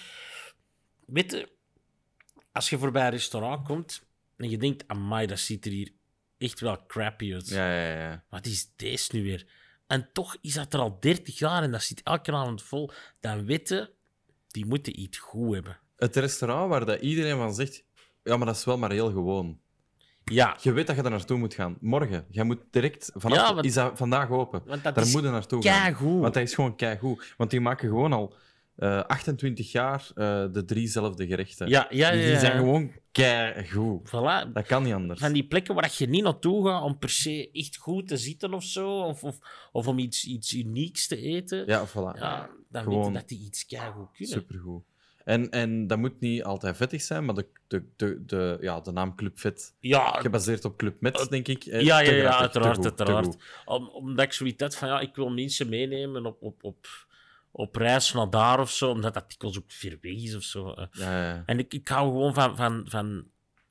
Weet je, als je voorbij een restaurant komt en je denkt, amai, dat ziet er hier echt wel crappy uit. Ja, ja, ja. Wat is deze nu weer? En toch is dat er al dertig jaar en dat zit elke avond vol. Dan weten, die moeten iets goed hebben. Het restaurant waar dat iedereen van zegt... Ja, maar dat is wel maar heel gewoon. Ja, Je weet dat je daar naartoe moet gaan. Morgen. Je moet direct... Vanaf, Ja, want- is dat vandaag open. want dat Daar is moet je naartoe gaan. keigoed. Want dat is gewoon keigoed. Want die maken gewoon al uh, achtentwintig jaar uh, de driezelfde gerechten. Ja, ja, ja. Die, die ja. zijn gewoon keigoed. Voilà. Dat kan niet anders. Van die plekken waar je niet naartoe gaat om per se echt goed te zitten of zo. Of, of, of om iets, iets unieks te eten. Ja, voilà. Ja, dan Gewoon weten dat die iets keigoed kunnen. Supergoed. En, en dat moet niet altijd vettig zijn, maar de, de, de, de, ja, de naam Club Vet, Ja, gebaseerd op Club Met, denk ik. eh, ja, te ja, ja, grappig, te uiteraard. goed, te uiteraard. goed. Om, omdat ik zoiets had van, ja, ik wil mensen meenemen op, op, op, op reis naar daar of zo, omdat dat dikwijls ook ver weg is of zo. eh. Ja, ja. En ik, ik hou gewoon van, van, van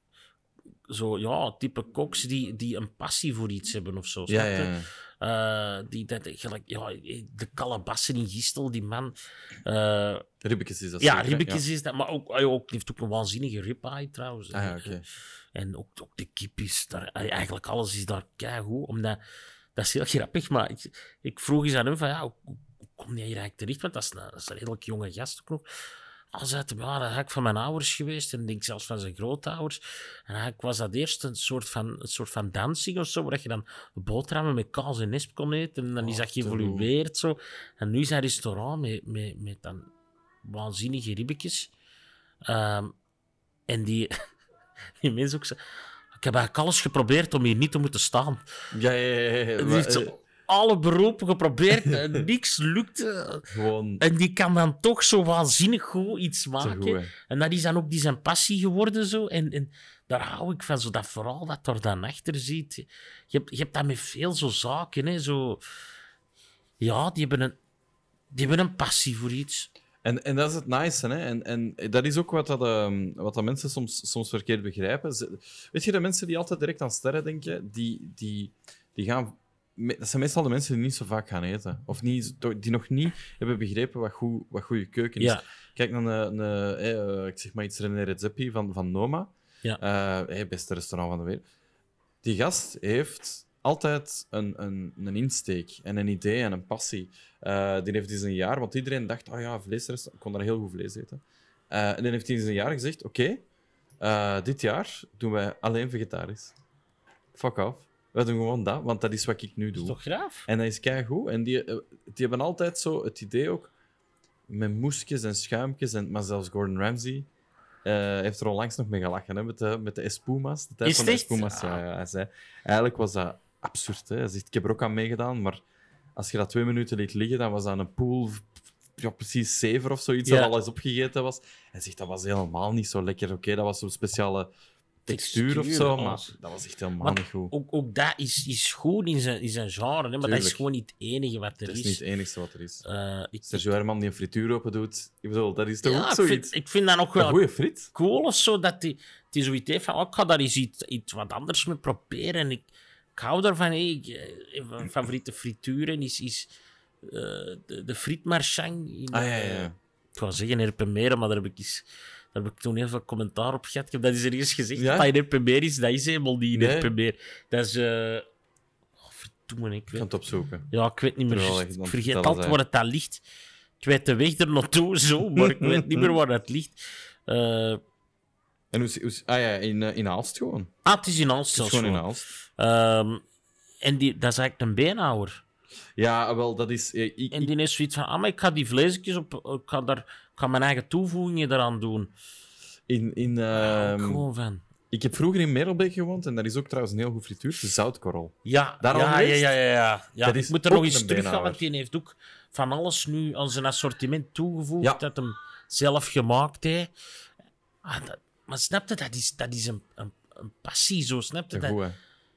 zo, ja, type koks die, die een passie voor iets hebben of zo. Ja, snap ja, je? ja. Uh, die, dat, gelijk, ja, de kalebassen in Gistel, die man. Uh, Ribbekes is dat ja, zeker, hè? ribbetjes is dat, maar ook, hij ook, die heeft ook een waanzinnige ribeye trouwens. Ah, ja, oké. En ook, ook de kip is daar, eigenlijk alles is daar keigoed, omdat dat is heel grappig, maar ik, ik vroeg eens aan hem van ja, hoe, hoe kom jij hier eigenlijk terecht? Want dat is een, dat is een redelijk jonge gast ook nog. Hij zei, ja, dat heb ik van mijn ouders geweest. En ik denk zelfs van zijn grootouders. En eigenlijk was dat eerst een soort van, een soort van dansing of zo, waar je dan boterhammen met kaas en esp kon eten. En dan is Oh, dat geëvolueerd zo. En nu is hij restaurant met, met, met dan waanzinnige ribbetjes. Um, en die, die mensen ook zo... Ik heb eigenlijk alles geprobeerd om hier niet te moeten staan. Ja, ja, ja. ja, Die maar, heeft zo eh, alle beroepen geprobeerd en niks lukte. gewoon En die kan dan toch zo waanzinnig goed iets te maken. goed, hè. En dat is dan ook die zijn passie geworden. Zo. En, en daar hou ik van, zo dat verhaal dat er dan achter ziet. Je hebt, je hebt dat met veel zo zaken. Hè, zo... Ja, die hebben, een, die hebben een passie voor iets. En, en dat is het nice, hè? En, en dat is ook wat, dat, um, wat dat mensen soms, soms verkeerd begrijpen. Ze, weet je, de mensen die altijd direct aan sterren denken, die, die, die gaan... me- Dat zijn meestal de mensen die niet zo vaak gaan eten. Of niet, die nog niet hebben begrepen wat, goed, wat goede keuken is. Ja. Kijk naar een, een, eh, ik zeg maar iets, René Redzepi van, van Noma. Ja. Eh, eh, beste restaurant van de wereld. Die gast heeft altijd een, een, een insteek en een idee en een passie. Eh, die heeft in zijn jaar, want iedereen dacht, oh ja, vleesrestaurant, ik kon daar heel goed vlees eten. Eh, en dan heeft hij in zijn jaar gezegd, oké, eh, dit jaar doen wij alleen vegetarisch. Fuck off. We doen gewoon dat, want dat is wat ik nu Dat is doe. toch graaf? En dat is keigoed. En die, eh, die hebben altijd zo het idee ook, met moesjes en schuimpjes, en, maar zelfs Gordon Ramsay eh, heeft er onlangs nog mee gelachen, hè, met de, met de espumas. De tijd Is van de het echt? espumas, ja, ja. Hij zei, eigenlijk was dat absurd. Hè. Hij zegt, ik heb er ook aan meegedaan, maar als je dat twee minuten liet liggen, dan was dat een pool, ja, precies zeven of zoiets, Ja. dat alles opgegeten was. Hij zegt, dat was helemaal niet zo lekker. Oké, dat was zo'n speciale textuur, of Textuur, zo, ja. maar dat was echt helemaal Want niet goed. Ook, ook dat is, is goed in zijn, in zijn genre, hè, maar dat is Tuurlijk. gewoon niet het enige wat er Dat is is. niet het enige wat er is. Eh, ik, Sergio Herman die een frituur open doet, ik bedoel, dat is toch ja, ook ik, zoiets? vind, ik vind dat nog Een wel goede frit. cool of zo, dat hij die zoiets heeft van, oh, ik ga daar eens iets, iets wat anders mee proberen. En ik, ik hou daarvan. Hey, ik, eh, mijn favoriete frituren is, is eh, de, de frietmarchang. In, Ah, ja, eh, ja. ik wou zeggen Erpenmeren, maar daar heb ik eens... Daar heb ik toen heel veel commentaar op gehad. Ik heb dat eens ergens gezegd. Ja? Dat in Erpenmeer is, dat is helemaal niet in Nee. Erpenmeer. Dat is... eh Oh, verdoemen, ik Ik ga weet... het opzoeken. Ja, ik weet niet meer. Terwijl juist. je Ik dan vergeet vertellen altijd zei. waar het dat ligt. Ik weet de weg er naartoe, zo, maar ik weet niet meer waar het ligt. Eh En hoe, hoe, ah ja, in, eh, in Aalst gewoon. ah, het is in Het Aalst is zelfs gewoon in gewoon. Aalst. Ehm, en die, dat is eigenlijk een beenhouwer. Ja, wel, dat is... eh, ik, En ik- die heeft zoiets van, ah, maar ik ga die vleesjes op... Ik ga, daar, ik ga mijn eigen toevoegingen eraan doen. in, in, Daar ehm, hou ik gewoon van. ik heb vroeger in Merelbeek gewoond en daar is ook trouwens een heel goed frituur, de zoutkorrel. Ja, Daarom ja, ja, ligt. ja, ja, ja. ja Dat ik is moet er ook nog eens een terug gaan, beenhouwer. want die heeft ook van alles nu aan zijn assortiment toegevoegd, Ja. dat hem zelf gemaakt heeft. Ah, dat, maar snap je, dat is, dat is een, een, een passie, zo, snap je? Te Dat, goed, hè.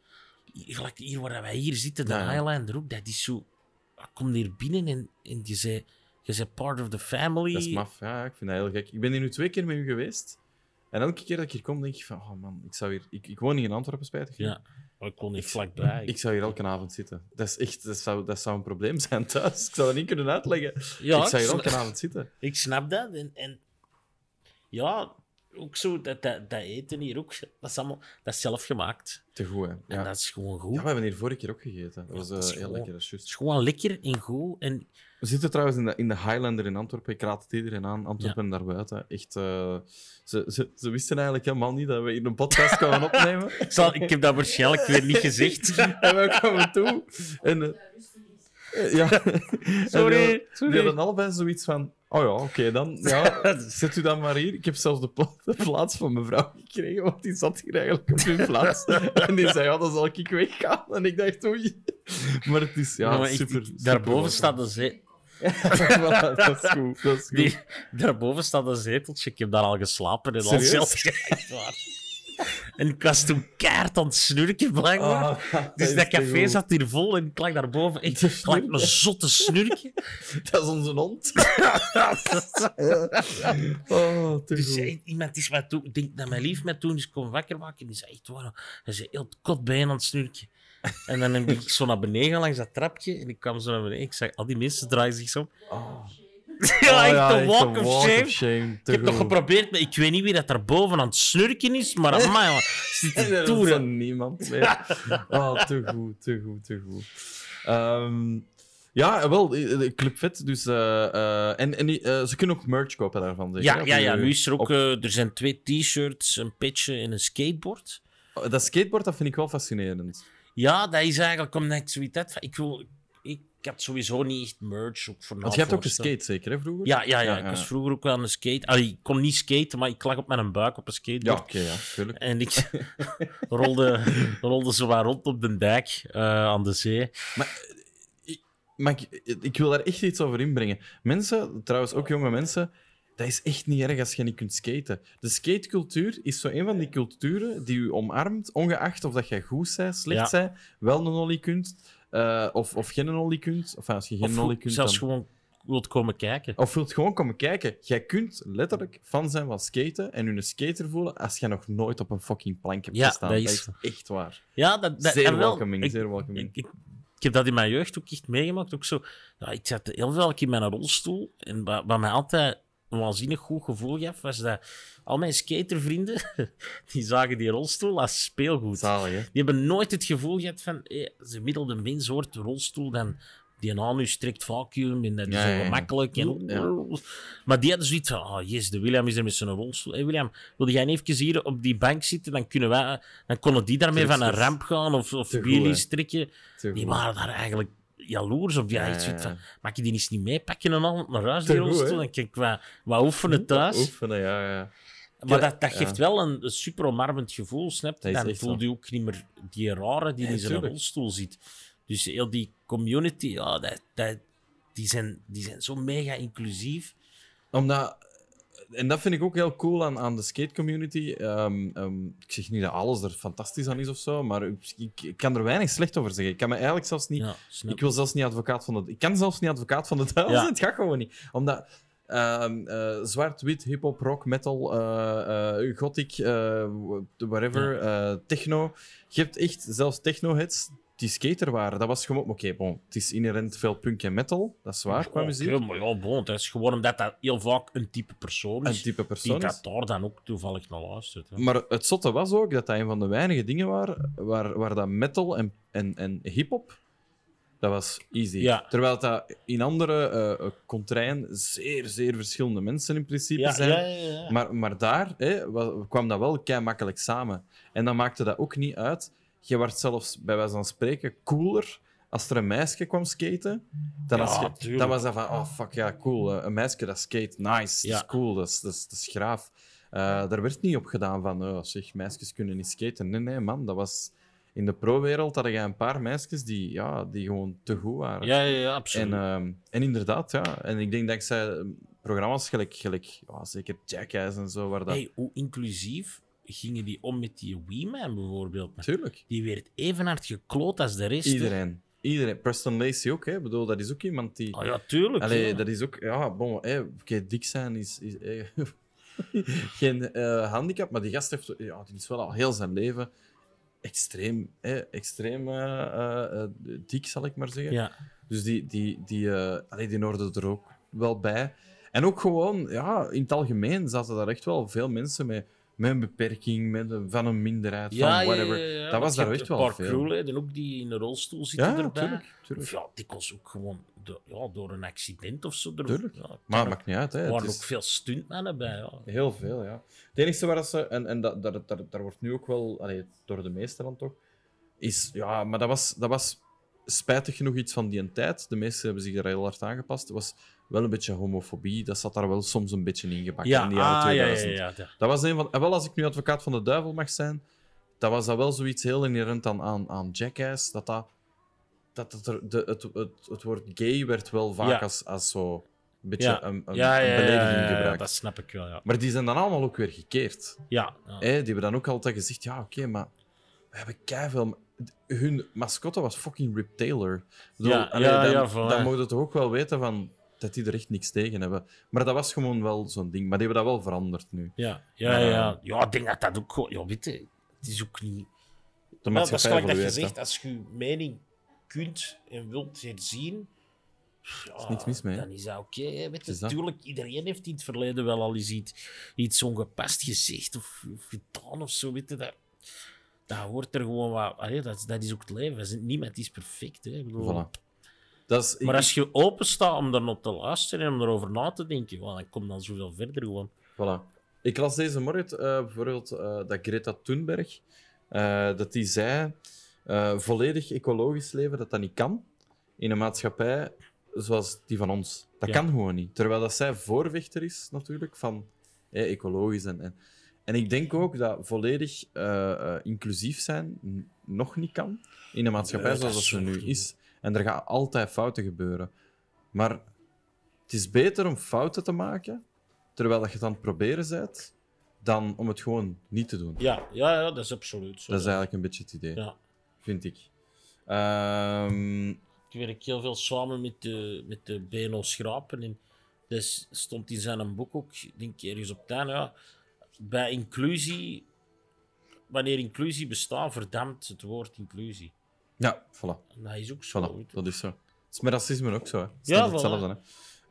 gelijk hier waar wij hier zitten, de Ja, ja. Highlander ook, dat is zo... Je komt hier binnen en, en je zei... Je bent part of the family. Dat is maf, ja, ik vind dat heel gek. Ik ben hier nu twee keer met u geweest. En elke keer dat ik hier kom, denk ik van, oh man, ik zou hier... Ik, ik woon niet in Antwerpen, spijtig. Ja, maar ik kon niet vlakbij. Ik zou hier elke avond zitten. Dat is echt... Dat zou, dat zou een probleem zijn thuis. Ik zou dat niet kunnen uitleggen. Ja, ik zou hier ik elke snap- avond zitten. Ik snap dat. En, en ja, ook zo, dat, dat, dat eten hier ook, dat is allemaal dat is zelf gemaakt. Te goed, hè. En Ja. dat is gewoon goed. Ja, we hebben hier vorige keer ook gegeten. Dat was dat is eh, heel gewoon- lekker, dat is Het juist. is gewoon lekker en goed. En We zitten trouwens in de, in de Highlander in Antwerpen. Ik raad het iedereen aan. Antwerpen en daarbuiten. Echt, eh, ze, ze, ze wisten eigenlijk helemaal niet dat we hier een podcast kwamen opnemen. ik, zal, ik heb dat waarschijnlijk weer niet gezegd. En wij kwamen toe. En, eh, eh, ja. Sorry, En die, sorry. die hadden allebei zoiets van... Oh ja, oké, dan. Ja, zet u dan maar hier. Ik heb zelfs de, pla- de plaats van mevrouw gekregen, want die zat hier eigenlijk op hun plaats. En die zei, ja, dan zal ik weggaan. En ik dacht, oei. Maar het is, ja, Ja, maar ik- super, ik- super daarboven leuk. staat een ze- Voilà, dat is goed, dat is goed. die, daarboven staat een zeteltje. Ik heb daar al geslapen en al Serieus? zelf. Echt waar. En ik was toen keihard aan het snurken, blijkbaar. Ah, Dus is dat te café goed. zat hier vol en ik lag daarboven echt Te gelijk een zotte snurken. Dat is onze hond. Oh, te Dus goed. eh, iemand is mij toen, ik denk dat mijn lief mij toen is komen wakker maken. En die zei echt, wow, hij zei heel kot bij aan het snurken. En dan ben ik zo naar beneden langs dat trapje en ik kwam zo naar beneden. Ik zag al die mensen draaien zich zo. Oh. Ja, Oh, echt echt een walk een of shame. Te Ik heb nog goed. geprobeerd, maar ik weet niet wie dat daar boven aan het snurken is, maar amai, man, zit En te er is toeren. dan niemand meer. Oh, te goed, te goed, te goed. Ehm, Ja, wel, de Club Vet. Dus, uh, uh, en en uh, ze kunnen ook merch kopen daarvan. Zeker, Ja, hè? ja, ja, nu is er ook... Op... Uh, er zijn twee t-shirts, een petje en een skateboard. Dat skateboard, dat vind ik wel fascinerend. Ja, dat is eigenlijk omdat ik zoiets had van... Ik, wil, ik, ik had sowieso niet echt merch. Ook voor Want je hebt ook geskate, zeker, hè, vroeger? Ja, ja, ja, ja, ik ja. was vroeger ook wel aan de skate. Allee, ik kon niet skaten, maar ik lag op mijn buik op een Ja, skateboard. oké, okay, ja, tuurlijk. En ik rolde, rolde zo wat rond op de dijk uh, aan de zee. Maar, ik, maar ik, ik wil daar echt iets over inbrengen. Mensen, trouwens ook jonge mensen, dat is echt niet erg als je niet kunt skaten. De skatecultuur is zo een van die culturen die je omarmt, ongeacht of dat jij goed bent, slecht Ja. bent, wel een ollie kunt, uh, of, of geen ollie kunt. Of als je geen Of ollie kunt, zelfs dan... gewoon wilt komen kijken. Of wilt gewoon komen kijken. Jij kunt letterlijk fan zijn van skaten en je een skater voelen als je nog nooit op een fucking plank hebt Ja, gestaan. dat Dat is- is echt waar. Ja, dat, dat, Zeer en wel, welcoming, ik- zeer welcoming. Ik, ik, ik heb dat in mijn jeugd ook echt meegemaakt. Ook zo, ja, ik zat heel veel in mijn rolstoel. En wat, wat mij altijd een waanzinnig goed gevoel gaf, was dat al mijn skatervrienden, die zagen die rolstoel als speelgoed. Zalig, hè? Die hebben nooit het gevoel gehad van, hey, als een gemiddelde mens hoort de rolstoel, dan die anus trekt vacuüm en dat is Ja, zo ja, ja. gemakkelijk. En, Ja. Maar die hadden zoiets van, oh yes, de William is er met zijn rolstoel. Hey William, wil jij even hier op die bank zitten? Dan, kunnen wij, dan konden die daarmee van een Terugsters. ramp gaan of, of Te goed, wheelies hè. trekken. Te Die goed. waren daar eigenlijk jaloers op. Die Ja, hadden ja, zoiets ja. van, mag je die eens niet meepakken en al naar huis, Te die goed, rolstoel? hè. Dan kan ik wat, wat oefenen thuis. Oefenen, ja, ja. Maar dat, dat Ja. geeft wel een, een super omarmend gevoel, snap je? Dat is Dan echt voel zo. je ook niet meer die rare die Ja, in zijn tuurlijk. rolstoel zit. Dus heel die community, ja, dat, dat, die, zijn, die zijn zo mega inclusief. Omdat, en dat vind ik ook heel cool aan, aan de skate community. Um, um, ik zeg niet dat alles er fantastisch aan is of zo, maar ik, ik, ik kan er weinig slecht over zeggen. Ik kan me eigenlijk zelfs niet. Ja, snap Ik wil zelfs niet advocaat van de. Ik kan zelfs niet advocaat van de duivel Ja. zijn. Het gaat gewoon niet. Omdat um, uh, zwart, wit, hip-hop, rock, metal, uh, uh, gothic, uh, whatever, uh, techno. Je hebt echt zelfs techno-heads die skater waren. Dat was gewoon. Oké, okay, bon, het is inherent veel punk en metal. Dat is waar qua Oh, muziek. oké, maar ja, bon, dat is gewoon omdat dat heel vaak een type persoon Een is. type Die persoon is. dat daar dan ook toevallig naar luistert. Hè. Maar het zotte was ook dat dat een van de weinige dingen waren waar, waar dat metal en, en, en hip-hop, dat was easy. Ja. Terwijl dat in andere uh, contraien zeer, zeer verschillende mensen in principe Ja, zijn. ja, ja, ja. Maar, maar daar hè, wa- kwam dat wel kei makkelijk samen. En dan maakte dat ook niet uit. Je werd zelfs, bij wijze van spreken, cooler als er een meisje kwam skaten. Dan, Ja, als je, tuurlijk. dan was dat van, oh fuck, ja, cool. uh, Een meisje dat skate, nice, dat Ja. is cool, dat is, dat is, dat is graaf. Uh, daar werd niet op gedaan van, oh, zeg, meisjes kunnen niet skaten. Nee, nee, man, dat was... In de pro-wereld had je een paar meisjes die, ja, die gewoon te goed waren. Ja, ja, ja, absoluut. En, ehm, en inderdaad, ja. En ik denk dat ik zei, programma's gelijk, gelijk ja, zeker Jackass en zo, waar dat... Hey, hoe inclusief gingen die om met die Wee-Man bijvoorbeeld? Natuurlijk. Die werd even hard gekloot als de rest. hè. Iedereen. Iedereen. Preston Lacey ook, hè. Ik bedoel, dat is ook iemand die... Oh ja, tuurlijk. Allee, ja. dat is ook... Ja, bon, hè. Oké, dik zijn is... is eh, geen eh, handicap, maar die gast heeft... Ja, die is wel al heel zijn leven extreem, hè, extreem eh, eh, eh, dik, zal ik maar zeggen. Ja. Dus die, die, die, eh allee, die hoorden er ook wel bij. En ook gewoon, ja, in het algemeen zaten daar echt wel veel mensen met, met een beperking, met een, van een minderheid, Ja, van whatever. ja, ja, ja. Dat was Want daar je echt hebt wel een paar veel. crewleden ook die in een rolstoel zitten Ja, erbij. tuurlijk, tuurlijk. Of ja, dikwijls ook gewoon do- ja, door een accident of zo. Er, Tuurlijk. Ja, Maar kan het ook- maakt niet uit, hè. er Het waren is ook veel stuntmannen bij. Ja. heel veel, ja. Het enige waar dat ze... En, en dat, dat, dat, daar wordt nu ook wel... Allee, door de meesten dan toch... Is... Ja, maar dat was... Dat was spijtig genoeg iets van die tijd. De meesten hebben zich er heel hard aangepast. Het was wel een beetje homofobie. Dat zat daar wel soms een beetje in gebakken Ja, in de jaren ah, ja, ja, tweeduizend. ja, ja. Dat was een van... En wel, als ik nu advocaat van de duivel mag zijn, dat was dat wel zoiets heel inherent aan, aan, aan Jackass. Dat dat... dat het, er, de, het, het, het woord gay werd wel vaak Ja. als, als zo... Een beetje Ja. een, een, Ja, ja, een ja, belediging ja, ja, ja, gebruikt. dat snap ik wel, ja. Maar die zijn dan allemaal ook weer gekeerd. Ja, ja. Hè, die hebben dan ook altijd gezegd, ja, oké, maar we hebben keiveel... Hun mascotte was fucking Rip Taylor. Ik bedoel, Ja, allee, ja, dan, ja, voilà. dan moet je toch ook wel weten van, dat die er echt niks tegen hebben. Maar dat was gewoon wel zo'n ding. Maar die hebben dat wel veranderd nu. Ja, ja, Maar, ja, eh, ja. Ja, ik denk dat dat ook gewoon... Ja, weet je, het is ook niet... De Ja, dat is maatschappij gelijk dat je evolueert, zegt, als je je mening kunt en wilt herzien... Ja, is niks mis mee, hè? Dan is dat oké. hè. Weet je, is dat. natuurlijk, iedereen heeft in het verleden wel al eens iets, iets ongepast gezegd of, of gedaan of zo. Weet je, dat, dat hoort er gewoon wat... Allee, dat, dat is ook het leven. We zijn- Niemand is perfect. Hè. Ik bedoel, Voilà. Dat is, Maar ik- als je open staat om daar nog te luisteren en om erover na te denken, well, dan kom dan zoveel verder gewoon. Voilà. Ik las deze morgen uh, bijvoorbeeld uh, dat Greta Thunberg uh, dat die zei uh, volledig ecologisch leven, dat dat niet kan in een maatschappij zoals die van ons. Dat Ja. kan gewoon niet. Terwijl dat zij voorvechter is natuurlijk van eh, ecologisch. En, en, en ik denk ook dat volledig uh, uh, inclusief zijn n- nog niet kan in een maatschappij Nee, dat zoals is dat ze zo nu niet. is. En er gaan altijd fouten gebeuren. Maar het is beter om fouten te maken terwijl dat je het aan het proberen bent, dan om het gewoon niet te doen. Ja, ja, ja, dat is absoluut zo. Dat is eigenlijk een beetje het idee, Ja. vind ik. Ehm, Ik werk heel veel samen met de, met de B N O Schrapen. En dat stond in zijn boek ook, ik denk ergens op tuin, ja, bij inclusie, wanneer inclusie bestaat, verdampt het woord inclusie. ja, voilà. En dat is ook zo. voilà. weet je. Dat is zo. Het is met racisme ook zo. Hè. Het is Ja, net voilà. hetzelfde. Hè.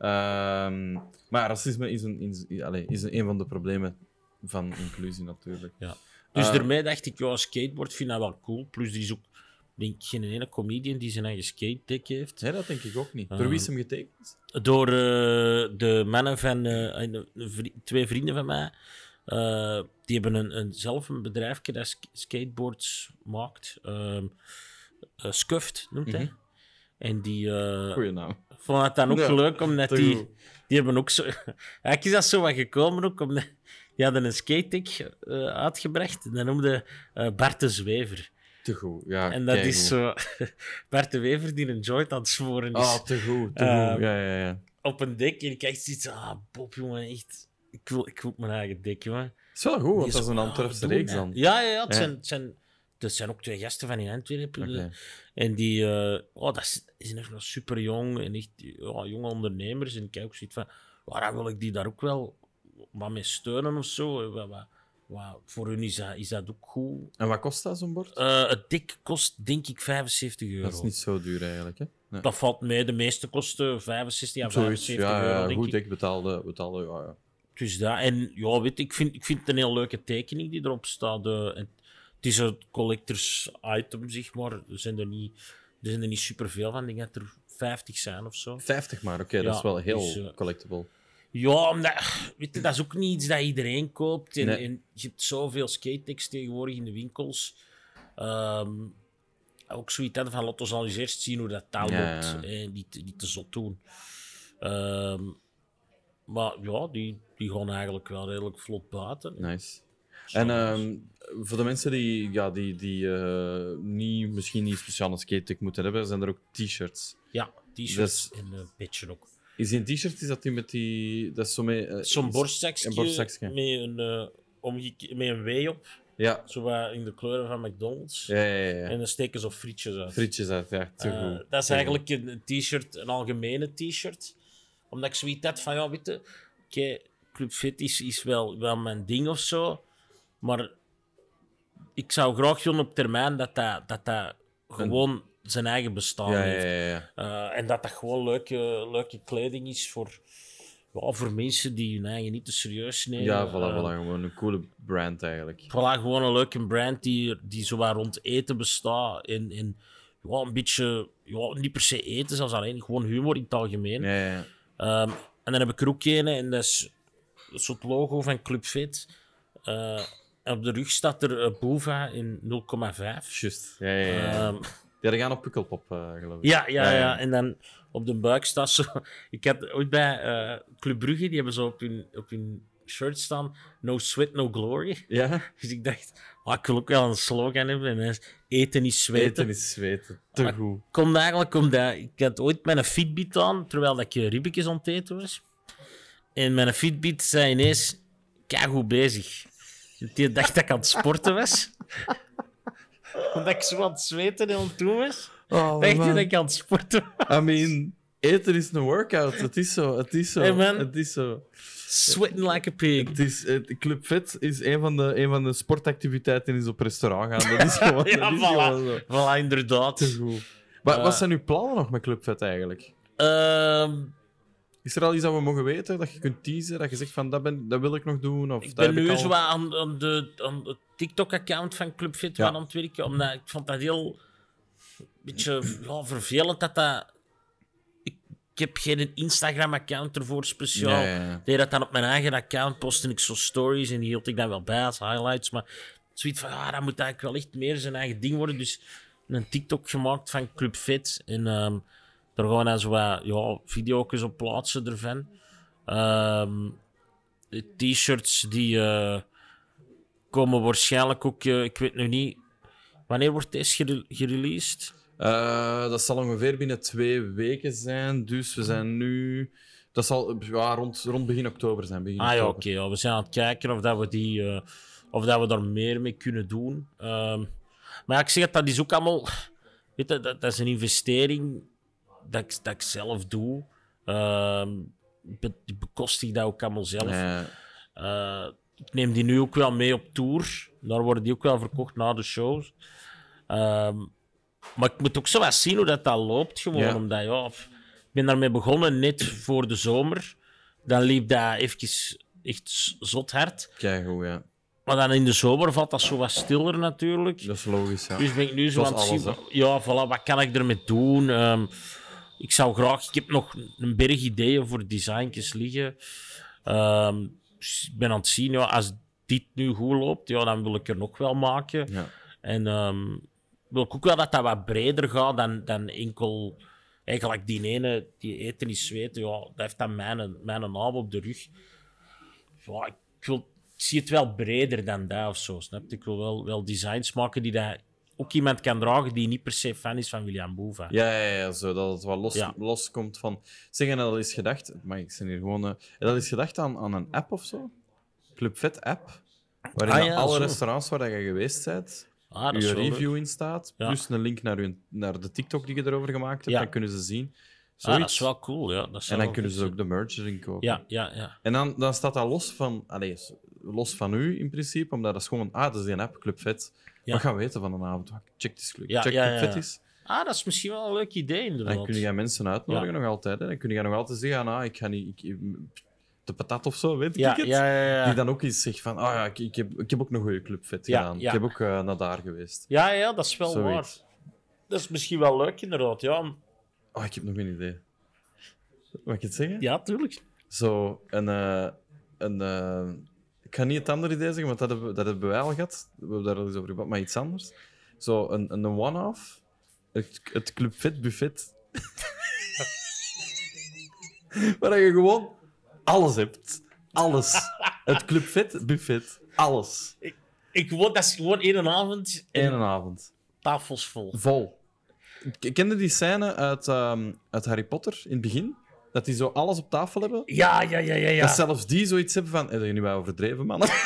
Ehm, maar racisme is een, is, allez, is een, een van de problemen van inclusie natuurlijk. Ja. Dus Eh, daarmee dacht ik, ja, skateboard vind ik wel cool. Plus er is ook, denk ik, geen ene comedian die zijn eigen skate deck heeft. Nee, dat denk ik ook niet. Ah. Door wie is hem getekend? Door eh, de mannen van eh, een- een vri- twee vrienden van mij. Eh, die hebben een, een, zelf een bedrijfje dat sk- skateboards maakt. Ehm eh, Scuffed noemt hij. Mhm. En die eh Goeie naam. vond het dan ook Ja, leuk, omdat te die, goed. die hebben ook zo... Eigenlijk is dat zo wat gekomen ook, omdat die hadden een skate deck eh, uitgebracht. En dat noemde eh Bart de Zwever. Te goed. Ja, En dat keigoed. is zo... Bart de Wever die een joint aan het smoren is. Ah, te goed, te Ehm, goed. Ja, ja, ja. Op een dek. En ik echt zoiets ah, Bob, jongen, echt... Ik wil, ik wil mijn eigen dek, jongen. Het is wel goed, want Die dat is een zo, Antwerpse ah, reeks doen, dan. hè. Ja, ja, ja. Het, Ja. Zijn, het, zijn, het zijn ook twee gasten van in Antwerpen. Oké. En die... eh, oh, dat is, die zijn echt nog super jong. En echt ja, jonge ondernemers. En ik heb ook zoiets van... Waarom wil ik die daar ook wel wat mee steunen of zo? Wat, wat, wat, voor hun is dat, is dat ook goed. En wat kost dat, zo'n bord? Eh, het dek kost denk ik vijfenzeventig euro. Dat is niet zo duur eigenlijk, hè? Nee. Dat valt mee. De meeste kosten vijfenzestig à Zoiets, vijfenzeventig ja, euro, ja, denk goed ik. dik betaalde, betaalde ja, ja. Dus dat. En ja, weet, je, ik, vind, ik vind het een heel leuke tekening die erop staat. Eh, en het is een collectors item, zeg maar. Er zijn er niet, er zijn er niet superveel van. Ik denk dat er vijftig zijn of zo. vijftig maar, oké, dat Ja, is wel heel dus, eh, collectible. Ja, omdat, weet je, dat is ook niet iets dat iedereen koopt. En, Nee. en je hebt zoveel skate-decks tegenwoordig in de winkels. Ehm, ook zoiets hadden van, laten we al eens eerst zien hoe dat taal Ja, loopt. ja. En niet, niet te zot doen. Ehm, maar ja, die, die gaan eigenlijk wel redelijk vlot buiten. Nice. Zo, En dus. ehm, voor de mensen die, ja, die, die eh, niet, misschien niet speciaal een skate moeten hebben, zijn er ook t-shirts. Ja, t-shirts dus- en een petje ook. Is die een t-shirt, is dat die met die... Dat is zo met... eh, Zo'n is- borstzakje, een borstzakje. met een, eh, omgeke- met een W op. Ja. Zo wat in de kleuren van McDonald's. Ja, ja, ja. ja. En dan steken ze frietjes uit. Frietjes uit, ja. Te Eh, goed. dat is Te eigenlijk een, een t-shirt, een algemene t-shirt. Omdat ik zoiets had van, ja, weet je, oké, Club Fit is, is wel, wel mijn ding of zo. Maar ik zou graag willen op termijn dat dat, dat, dat gewoon zijn eigen bestaan goed. Ja, heeft. ja, ja. ja. Eh, en dat dat gewoon leuke, leuke kleding is voor, ja, voor mensen die hun eigen niet te serieus nemen. Ja, voilà, Eh, voilà. Gewoon een coole brand eigenlijk. Voilà, gewoon een leuke brand die, die zo wat rond eten bestaat. En, en ja, een beetje, ja, niet per se eten, zelfs alleen gewoon humor in het algemeen. Ja, ja, ja. Ehm, en dan heb ik er ook een, en dat is een soort logo van Club Fit. Eh, en op de rug staat er uh, Boeva in nul komma vijf. Juist. Ja, ja, ja. Ehm, Ja, die gaan op Pukkelpop, eh, geloof ik. ja, ja, ja. En dan op de buik staat zo... Ik had ooit bij eh, Club Brugge, die hebben zo op hun, op hun shirt staan, no sweat, no glory. Ja? Dus ik dacht, ah, ik wil ook wel een slogan hebben. En dat is, eten is zweten. Eten is zweten. Te Maar- goed. Komt eigenlijk omdat ik had ooit mijn Fitbit aan, terwijl ik eh, ribbetjes aan het eten was. En mijn Fitbit zei ineens, keigoed bezig. Die dacht dat ik aan het sporten was. Omdat ik zo aan het zweten en aan het doen was. Oh, Dacht je man. dat ik aan het sporten was? I mean, eten is een workout. Het is zo. Het is zo. Hey, man. Het is zo. Sweating like a pig. Het is, het, Club Fit is een van, de, een van de sportactiviteiten is op restaurant gaan. Dat is gewoon, Ja, dat is voilà. gewoon zo. Voilà, inderdaad. Te goed. Maar, Ja. wat zijn uw plannen nog met Club Fit eigenlijk? Ehm, Is er al iets dat we mogen weten? Dat je kunt teasen? Dat je zegt van dat, ben, dat wil ik nog doen? Of ik dat ben heb nu al... zo wat aan, aan, de, aan het TikTok-account van Club Fit Ja. aan het werken. Omdat ik vond dat heel... beetje ja, vervelend dat dat ik heb geen Instagram-account ervoor speciaal. Ja, ja, ja. Ik deed dat dan op mijn eigen account, postte ik zo stories en die hield ik dan wel bij als highlights. Maar zoiets van, ah, dat moet eigenlijk wel echt meer zijn eigen ding worden. Dus een TikTok gemaakt van Club Fit. En um, daar gaan we dan zo wat ja, video's op plaatsen ervan. Um, de t-shirts die uh, komen waarschijnlijk ook, uh, ik weet nu niet, wanneer wordt deze gere- gereleased? Uh, dat zal ongeveer binnen twee weken zijn. Dus we zijn nu... Dat zal ja, rond, rond begin oktober zijn. Begin Ah ja, oké. oktober. Okay, ja. We zijn aan het kijken of, dat we, die, uh, of dat we daar meer mee kunnen doen. Um, maar ja, ik zeg het, dat is ook allemaal... Weet je, dat, dat is een investering dat ik, dat ik zelf doe. Um, be, bekostig dat ook allemaal zelf. Ja. Uh, ik neem die nu ook wel mee op tour. Daar worden die ook wel verkocht na de shows. Um, maar ik moet ook zo wat zien hoe dat, dat loopt. Gewoon, Ja. omdat ja, ik ben daarmee begonnen net voor de zomer. Dan liep dat even echt zot hard. Keigoed, ja. Maar dan in de zomer valt dat zo wat stiller natuurlijk. Dat is logisch, ja. Dus ben ik nu zo Zoals aan het zien. alles, van, ja, voilà, wat kan ik ermee doen? Um, ik zou graag... Ik heb nog een berg ideeën voor designtjes liggen. Um, dus ik ben aan het zien, ja, als dit nu goed loopt, ja, dan wil ik er nog wel maken. Ja. En um, wil ik ook wel dat dat wat breder gaat dan, dan enkel... Eigenlijk die ene, die eten is zweten, ja, dat heeft dan mijn, mijn naam op de rug. Ja, ik, wil, ik zie het wel breder dan dat of zo, snap je? Ik wil wel, wel designs maken die dat ook iemand kan dragen die niet per se fan is van William Boeva. Ja, ja, ja, zo, dat het wat los, Ja. loskomt van... Zeg, en dat is gedacht... Maar ik ben hier gewoon... Uh, dat is gedacht aan, aan een app of zo? Club Fit app? Waarin Ah, ja, alle zo. restaurants waar je geweest bent, Ah, dat is je wel review leuk. in staat, Ja. plus een link naar, hun, naar de TikTok die je erover gemaakt hebt, Ja. dan kunnen ze zien. Ah, Zoiets. dat is wel cool, ja. Dat zou En dan wel kunnen goed ze ook de merch erin kopen. zijn. Ja, ja, ja. En dan, dan staat dat los van, allez, los van u in principe, omdat dat is gewoon, ah, dat is die app, Club Fit. Ja. Wat gaan we weten van een avond? Check, this, Ja, check ja, Club ja, Fit ja. is. Ah, dat is misschien wel een leuk idee, inderdaad. Dan kun je mensen uitnodigen Ja. nog altijd. Hè. Dan kun je nog altijd zeggen, ah, nou, ik ga niet... Ik, de patat of zo, weet Ja, ik het? ja, ja, ja. Die dan ook iets zegt van, ah ja, ik, ik, heb, ik heb ook een goede Club Fit Ja, gedaan. ja. Ik heb ook uh, naar daar geweest. Ja, ja, dat is wel Zoiets. waar. Dat is misschien wel leuk, inderdaad, ja. Oh, ik heb nog een idee. Mag ik het zeggen? Ja, tuurlijk. Zo, een... Uh, een uh, ik ga niet het andere idee zeggen, want dat hebben, dat hebben wij al gehad. We hebben daar al eens over gehad, maar iets anders. Zo, een, een one-off. Het, het Club Fit buffet. Waar je gewoon alles hebt. Alles. Het Club Fit buffet. Alles. Ik, gewoon, dat is gewoon één avond en Eén avond. tafels vol. Vol. Ik kende die scène uit, um, uit Harry Potter in het begin. Dat die zo alles op tafel hebben. Ja, ja, ja, ja. ja. Dat zelfs die zoiets hebben van... Heb je nu wel overdreven, man? dat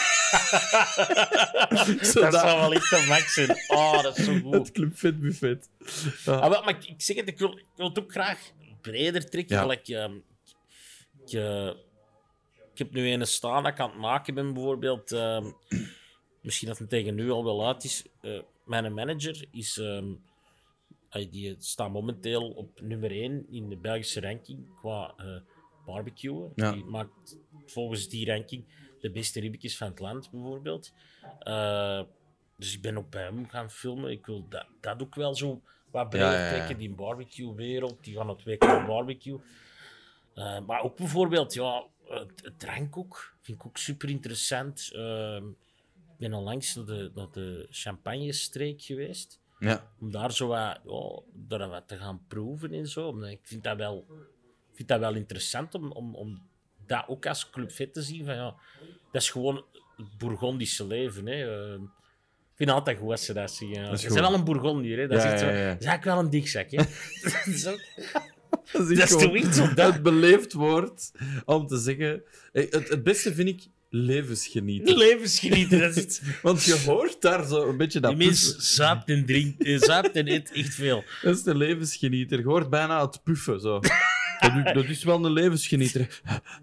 Zodat- zou wel echt een max zijn. Oh, dat is zo goed. Het Club Fit buffet. Ja. Ah, wel, maar ik, ik zeg het, ik wil, ik wil het ook graag breder trekken. Ja. Gelijk, ehm, ik, eh, ik heb nu een staan dat ik aan het maken ben, bijvoorbeeld. ehm, misschien dat het tegen nu al wel uit is. Eh, mijn manager is... ehm, hij- die staat momenteel op nummer één in de Belgische ranking qua eh barbecuen. Ja. Die maakt volgens die ranking de beste ribbetjes van het land, bijvoorbeeld. Eh, dus ik ben ook bij hem gaan filmen. Ik wil dat, dat ook wel zo wat breder Ja, ja, ja. trekken, die barbecue-wereld. Die gaan het W K barbecue. Eh, maar ook bijvoorbeeld, ja, het, het drank ook. Vind ik ook super interessant. Eh, ik ben onlangs naar de, naar de Champagne-streek geweest. Ja. Om daar zo wat, ja, daar wat te gaan proeven en zo. Omdat ik vind dat wel, ik vind dat wel interessant om, om, om dat ook als Club Fit te zien. Van, ja, dat is gewoon het Bourgondische leven. Hè. Uh, ik vind het altijd goed als ze dat zien. Ja. is Dat is goed. wel een Bourgondier. Hè. Dat, Ja, is echt zo, ja, ja. dat is eigenlijk wel een dikzak. Hè. Dat is ook- Dat Dat is toch iets zo dat- Het beleefd woord om te zeggen... Eh, Het, het beste vind ik levensgenieten. levensgenieten. Dat is iets. Want je hoort daar zo een beetje dat Die mens puffen. zuipt en drinkt, eh, zuipt en eet echt veel. Dat is de levensgenieter. Je hoort bijna het puffen. Zo. Dat, is, dat is wel een levensgenieter.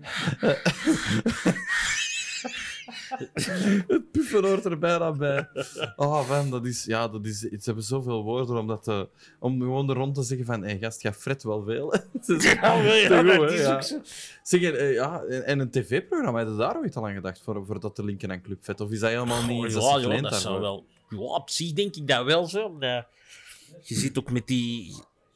Het puffen hoort er bijna bij. Oh man, dat is... Ja, dat is... Ze hebben zoveel woorden om, dat te, om gewoon er rond te zeggen van... Hé, hey, gast, jij fret wel veel. Het is- Ja, wel, ja, Te goed, dat hè, is ja. ook zo. Zeg, eh, ja, en een tv-programma, heb je daar ooit al aan gedacht voor, voor dat te linken aan Club Vet? Of is dat helemaal niet Oh, iets ja, dat ze ja, geleend dat zou daarvoor? wel. Ja, op zich denk ik dat wel zo. omdat je zit ook met die. Ik,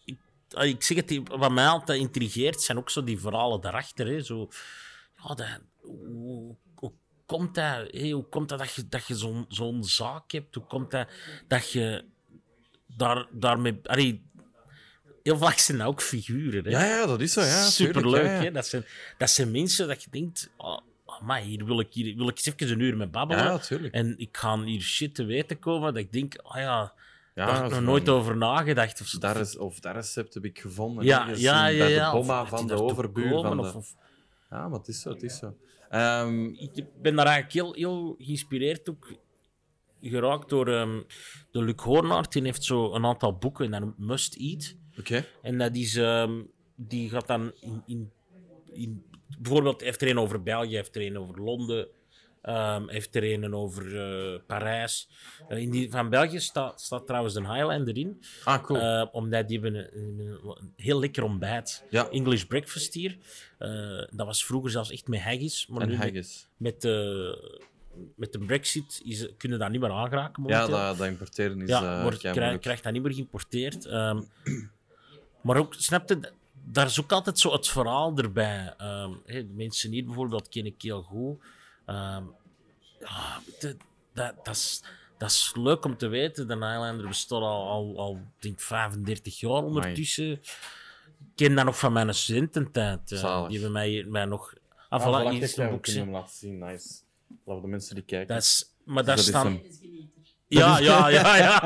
ik zeg het, wat mij altijd intrigeert, zijn ook zo die verhalen daarachter. Hè. Zo, ja, dat, hoe, hoe komt dat, hè? Hoe komt dat dat je, dat je zo'n, zo'n zaak hebt? Hoe komt dat dat je daar, daarmee... Allee, heel vaak zijn dat ook figuren. Hè. Ja, ja, dat is zo. Ja, Superleuk. ja, ja. Hè? Dat, zijn, dat zijn mensen dat je denkt... Oh, maar hier wil ik, hier wil ik eens even een uur mee babbelen. Ja, natuurlijk. En ik ga hier shit te weten komen dat ik denk... Oh ja, Ja, daar heb ik zo nog nooit van, over nagedacht. Of, Daar is, of dat recept heb ik gevonden. ja, ergens ja, in- ja, bij ja. de Of bomma dat van die de daartoe overbuur. komen, Van de... of, of, Ja, maar het is zo, het is zo. Ehm, ik ben daar eigenlijk heel, heel geïnspireerd ook geraakt door um, de Luc Hoornaert. Die heeft zo een aantal boeken en dat noemt Must Eat. Oké. En dat is, um, die gaat dan in, in, in... Bijvoorbeeld, hij heeft er een over België, hij heeft er een over Londen, um, hij heeft er een over uh, Parijs. Uh, in die van België staat, staat trouwens een Highlander in. Ah, cool. Uh, omdat die hebben een, een, een heel lekker ontbijt. Ja. English breakfast hier. Uh, dat was vroeger zelfs echt met haggis. Maar en nu haggis. Met de, met de brexit is, kunnen dat niet meer aangeraken Ja, momenteel. dat, dat importeren is... Ja, uh, wordt, kei krijg, moeilijk. krijgt dat niet meer geïmporteerd. Um, maar ook, snap je, daar is ook altijd zo het verhaal erbij. Um, hey, de mensen hier bijvoorbeeld ken ik heel goed. Um, ja, de, dat, dat, is, dat is leuk om te weten. De Highlander bestaat al, al, al denk vijfendertig jaar ondertussen. Ik ken dat nog van mijn studententijd. Uh, Zalig. die hebben mij, mij nog... Ah, Ah, voilà, voilà, hier kijk, is ja, een we boek. kunnen hem laten zien. Nice. Laten de mensen die kijken. Dat is, maar daar Dat is staan... hem. Ja, ja, ja, ja.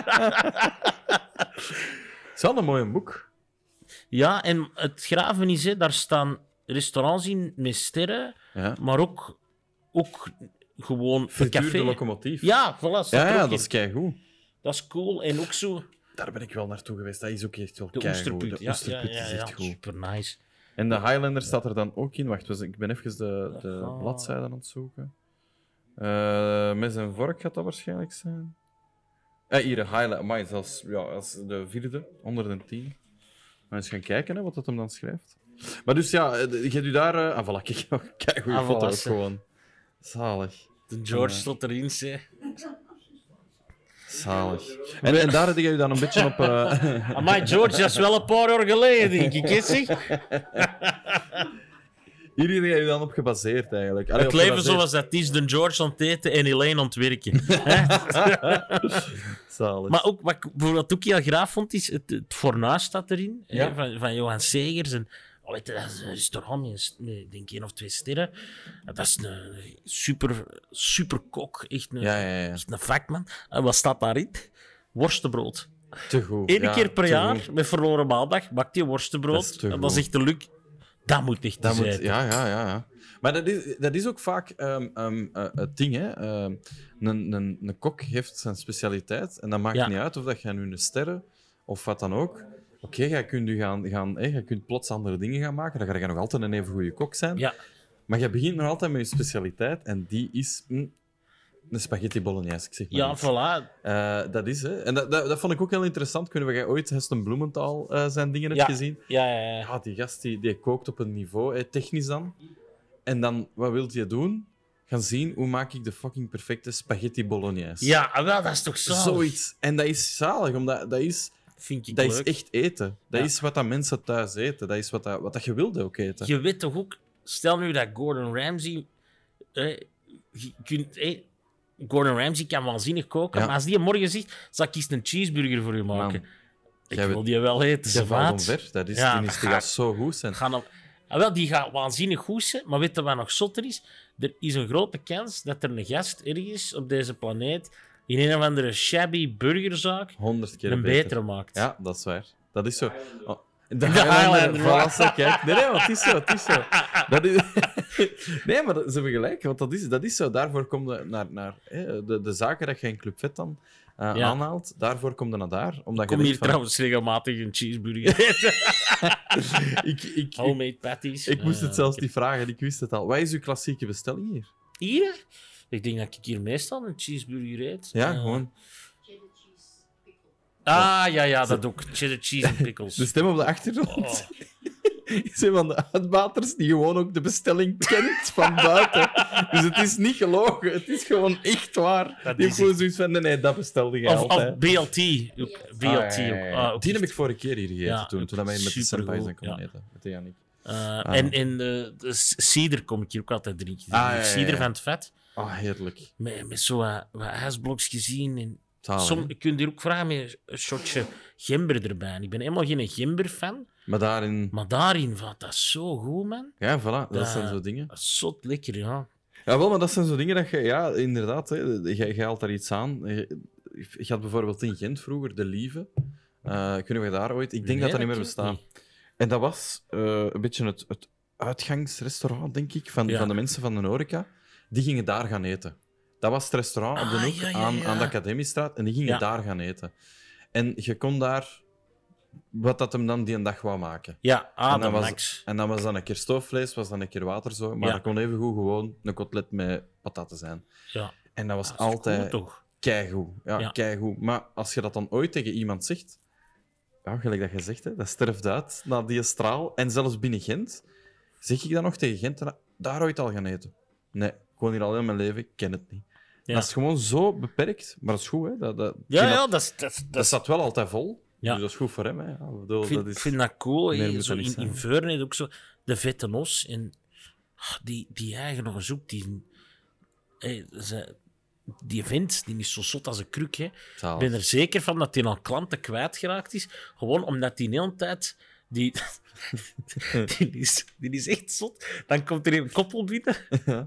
Het is wel een mooi boek. Ja, en het graven is, hè, daar staan restaurants in met sterren, Ja. maar ook, ook gewoon een Frituur café. de locomotief. Ja, voilà, staat ja, er ja ook dat in. is keigoed. Dat is cool. En ook zo Daar ben ik wel naartoe geweest. Dat is ook echt wel de keigoed. oesterput. De Ja, oesterput ja, ja, is ja, echt goed. super nice. En de Highlander staat er dan ook in. Wacht, ik ben even de, de Ah. bladzijde aan het zoeken. Uh, mes en vork gaat dat waarschijnlijk zijn. Eh, hier, de Highlander. Amai, zelfs ja, als de vierde, honderdtien. Maar eens gaan kijken hè, wat dat hem dan schrijft. Maar dus ja, je hebt u daar... Uh, ah, voilà, kijk, kijk goede Ah, foto voilà, ook gewoon. Zalig. De George Ja. stond erin, zeg. Zalig. En, en daar heb je u dan een beetje op... Uh... Amai, George, dat is wel een paar jaar geleden, denk ik. Hè, zeg? Hier heb je u dan op gebaseerd, eigenlijk. Allee, Het op leven gebaseerd. zoals dat is, de George aan het eten en Elaine aan het werken. Hè? Zalig. Maar ook, wat ik bijvoorbeeld ook heel graaf vond, is het, het fornuis staat erin, hè, Ja. van, van Johan Segers. En, oh, weet je, dat is een restaurant met, met denk ik één of twee sterren. Dat is een super, super kok, echt een, Ja, ja, ja. echt een vakman. En wat staat daarin? Worstenbrood. Te goed. Eén ja, keer per te jaar, goed. met verloren maandag, bakt hij worstenbrood. Dat is te en dat goed. is echt de Luc. Dat moet echt Dat eens moet, eten. ja, ja, ja, ja. Maar dat is, dat is ook vaak um, um, uh, het ding, hè. Um, een, een, een kok heeft zijn specialiteit en dat maakt Ja. niet uit of dat jij nu een sterren of wat dan ook. Oké, okay, jij kunt, nu gaan, gaan, hey, jij kunt plots andere dingen gaan maken, dan ga je nog altijd een even goede kok zijn. Ja. Maar je begint nog altijd met je specialiteit en die is mm, een spaghetti bolognese. Ik zeg maar Ja, iets. voilà. Uh, dat is, hè. En dat, dat, dat vond ik ook heel interessant. Kunnen we jij ooit Heston Bloementhal uh, zijn dingen hebt Ja. gezien? Ja, ja, ja. Ja, die gast die, die kookt op een niveau, hè, technisch dan. En dan, wat wil je doen? Gaan zien hoe maak ik de fucking perfecte spaghetti bolognese. Ja, ah, wel, dat is toch zo. Zoiets. En dat is zalig, omdat dat is, Vind ik dat is leuk. echt eten. Dat Ja. is wat dat mensen thuis eten. Dat is wat, dat, wat dat je wilde ook eten. Je weet toch ook, stel nu dat Gordon Ramsay. Eh, je kunt, eh, Gordon Ramsay kan waanzinnig koken, Ja. maar als die morgen zegt, zal ik eens een cheeseburger voor u maken. Man, ik jij wil weet- die wel eten. Je ze valt maat. omver. Dat is, Ja, die, is, dat die gaat- gaat zo goed zijn. Gaan op, ah, wel, die gaat waanzinnig goed zijn, maar weet je wat nog zotter is? Er is een grote kans dat er een gast ergens op deze planeet in een of andere shabby burgerzaak Honderd keer een beter. betere maakt. Ja, dat is waar. Dat is zo. Oh, de, De Highlander, Highlander, voilà, zo, kijk. Nee, nee, maar het is zo. Het is zo. Dat is... nee, maar dat, ze hebben gelijk, want dat is, dat is zo. Daarvoor kom je naar, naar hè, de, de zaken dat je in Club Vet dan uh, Ja. aanhaalt. Daarvoor kom je naar daar. Omdat Ik kom je hier denkt van, trouwens regelmatig een cheeseburger eten. ik, ik, ik, Homemade patties. ik moest Eh, het zelfs ik- niet vragen, ik wist het al. Wat is uw klassieke bestelling hier? Hier? Ik denk dat ik hier meestal een cheeseburger eet. Ja, Eh, gewoon. Ah, ja, ja, dat ook. Cheddar cheese en pickles. De stem op de achtergrond. Oh. is een van de uitbaters die gewoon ook de bestelling kent van buiten. Dus het is niet gelogen, het is gewoon echt waar. Dat Die is heeft gewoon zoiets van, nee, nee, dat bestelde je Of, altijd. of B L T. B L T. Ah, ja, ja, ja. Ah, ook Die heb echt. ik vorige keer hier gegeten, Ja, toen, toen wij met de supergoed, senpai zijn komen ja. eten. Met de Jannik. Uh, Ah. En, en de, de cider kom ik hier ook altijd drinken. Ah, ja, ja, Cider ja. van het vet. Ah, heerlijk. Met, met zo wat, wat ijsblokjes gezien. En Zalig, som, hè? je kunt hier ook vragen met een shotje gember erbij. Ik ben helemaal geen gember-fan. Maar daarin... Maar daarin valt dat zo goed, man. Ja, voilà, dat Dat- zijn zo dingen. Dat is zot lekker, ja. Ja, wel, maar dat zijn zo dingen dat je... Ja, inderdaad, hè, je, je haalt daar iets aan. Je, je had bijvoorbeeld in Gent vroeger de Lieve. Uh, kunnen we daar ooit... Ik denk Nee, dat dat niet meer ken ik bestaat. En dat was uh, een beetje het, het uitgangsrestaurant, denk ik, van, Ja. van de mensen van de horeca. Die gingen daar gaan eten. Dat was het restaurant op de Ah, hoek ja, ja, aan, ja. aan de Academiestraat. En die gingen Ja. daar gaan eten. En je kon daar... Wat dat hem dan die een dag wou maken. Ja, En dan, Adam was, Max. en dan was dan een keer stoofvlees, was dan een keer water zo. Maar Ja. dat kon even goed gewoon een kotelet met pataten zijn. Ja. En dat was Dat is altijd goed, toch? keigoed. Ja, Ja. keigoed. Maar als je dat dan ooit tegen iemand zegt, ja, gelijk dat je zegt, hè, dat sterft uit na die straal. En zelfs binnen Gent, zeg ik dan nog tegen Gent, daar ooit al gaan eten. Nee, ik woon hier al heel mijn leven, ik ken het niet. Ja. Dat is gewoon zo beperkt, maar dat is goed. Hè. Dat, dat, Ja, dat, ja, dat is... Dat, is- dat dat is- staat wel altijd vol, Ja. dus dat is goed voor hem. Hè. Ja, ik bedoel, ik vind, dat is... ik vind dat cool. meer hè. moet Zo dat niet in, zijn. in Veurne heeft ook zo de vette nos. En ah, die, die eigenaar zoekt, die... Hey, ze, die vent, die is zo zot als een kruk, hè. Zalig. Ik ben er zeker van dat hij al klanten kwijtgeraakt is. Gewoon omdat die de hele tijd... Die, die, is, die is echt zot. Dan komt er een koppel binnen. Ja.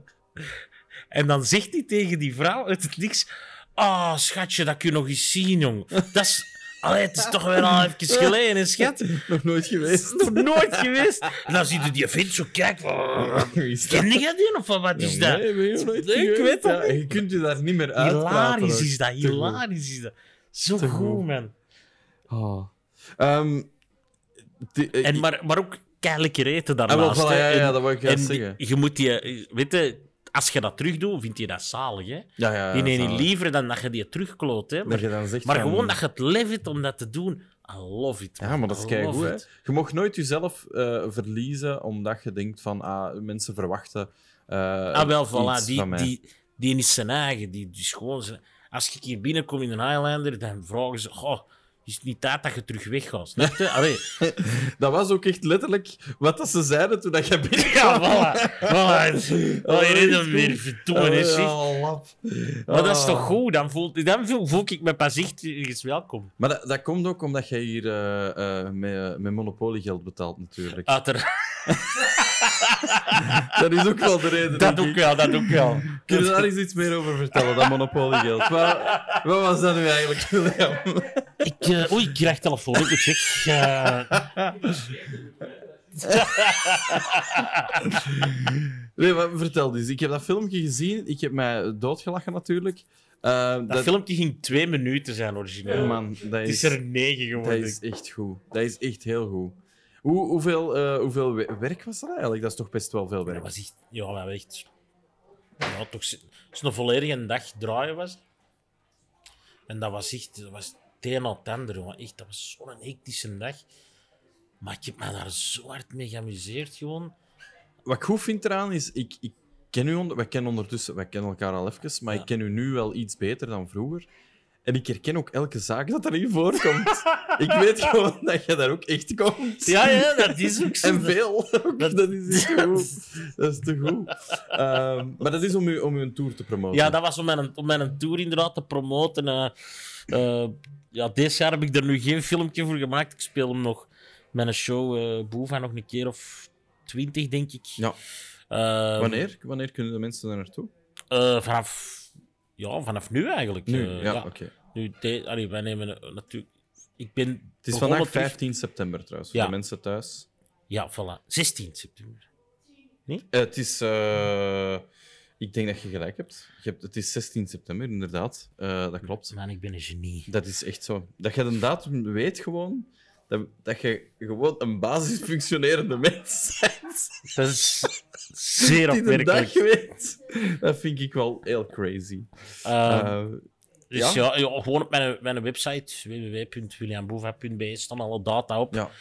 En dan zegt hij tegen die vrouw uit het niks... Ah, schatje, dat kun je nog eens zien, jong. Dat is... Allee, het is toch wel al even geleden, hè, schat. Nog nooit Dat geweest. is nog nooit geweest. En dan zie je die vent zo kijken van... Wie is dat? Ken je die of wat is dat? Nee, ben je nog nooit Nee, ik geweest? weet dat Ja, niet. je kunt je daar niet meer uitpraten. Hilarisch ook. is dat, Te goed. hilarisch is dat. Zo Te goed, goed. man. Oh. Ehm, die- eh, En, maar, maar ook keihard eten Ah, wel, daarnaast. voilà, hè. ja, ja, En- dat wou ik en juist die- zeggen. je moet die... Weet je, als je dat terug doet, vind je dat zalig, hè? Ja, ja, Die neemt zalig. niet liever dan dat je die terugkloot, hè? Dat Maar, je dan zegt maar van- gewoon dat je het lef hebt om dat te doen. I love it. Ja, man. maar dat is I keigoed, love hè. it. Je mag nooit jezelf eh, verliezen omdat je denkt van ah, mensen verwachten eh, Ah, wel, iets voilà. Die, van mij. die, die is zijn eigen. Die, die is gewoon zijn... Als ik hier binnenkom in een Highlander, dan vragen ze... Goh, is het niet tijd dat je terug weggaat? Snap je? Allee. Dat was ook echt letterlijk wat dat ze zeiden toen dat je binnenkwam. Ja, voilà. voilà. Oh, je redt hem weer verdoen, hè, zeg. Oh, lap. Maar dat is Oh. toch goed? Dan voel, dan voel, voel ik me pas echt ergens welkom. Maar dat, dat komt ook omdat jij hier eh, eh, met, met monopoliegeld betaalt, natuurlijk. Uiteraard. Dat is ook wel de reden. Dat denk ook ik. wel, dat ook wel. Kun je daar eens iets meer over vertellen, dat monopoliegeld? Wat, wat was dat nu eigenlijk, William? Ik, uh, oei, ik krijg telefoon. Ik moet zeg. Uh, Nee, maar vertel eens. Ik heb dat filmpje gezien. Ik heb mij doodgelachen, natuurlijk. Uh, dat, dat filmpje ging twee minuten zijn, origineel. Man, dat Het is, is er negen dat geworden. is echt goed. Dat is echt heel goed. Hoe, hoeveel, eh, hoeveel we- werk was dat eigenlijk? Dat is toch best wel veel Dat werk. was echt... Ja, maar echt... Ja, toch... z- Het is een volledige dag draaien was. En dat was echt... Dat was het een na het ander, jongen. Echt, dat was zo'n hectische dag. Maar ik heb me daar zo hard mee geamuseerd, gewoon. Wat ik goed vind eraan is, ik, ik ken u onder, wij kennen ondertussen, wij kennen elkaar al even, maar Ja. ik ken u nu wel iets beter dan vroeger. En ik herken ook elke zaak dat erin voorkomt. Ik weet gewoon dat je daar ook echt komt. Ja, ja, dat is ook zo. En veel. ook. Dat- Dat is echt te goed. Dat is te goed. Ehm, maar dat is om, u, om uw tour te promoten. Ja, dat was om mijn, om mijn tour inderdaad te promoten. eh eh, ja, deze jaar heb ik er nu geen filmpje voor gemaakt. Ik speel hem nog met een show, eh Boeva, nog een keer of twintig, denk ik. Ja. Eh, Wanneer? Wanneer kunnen de mensen daar naartoe? eh, vanaf, ja, vanaf nu eigenlijk. Nu? Eh, ja, oké. Nu, de, allee, wij nemen eh, natuurlijk... Ik ben Het is begonnen vandaag terug- vijftien september trouwens, voor Ja. de mensen thuis. Ja, voilà. zestien september. Eh, het is... eh, ik denk dat je gelijk hebt. Je hebt het is zestien september, inderdaad. Eh, dat klopt. Man, ik ben een genie. Dat is echt zo. Dat je de datum weet gewoon... Dat, dat je gewoon een basisfunctionerende mens bent. Dat is zeer Die de dag opmerkelijk. weet. Dat vind ik wel heel crazy. Eh, Eh, Dus Ja? ja, ja, gewoon op mijn, mijn website w w w punt william boeva punt b e staan alle data op. ja.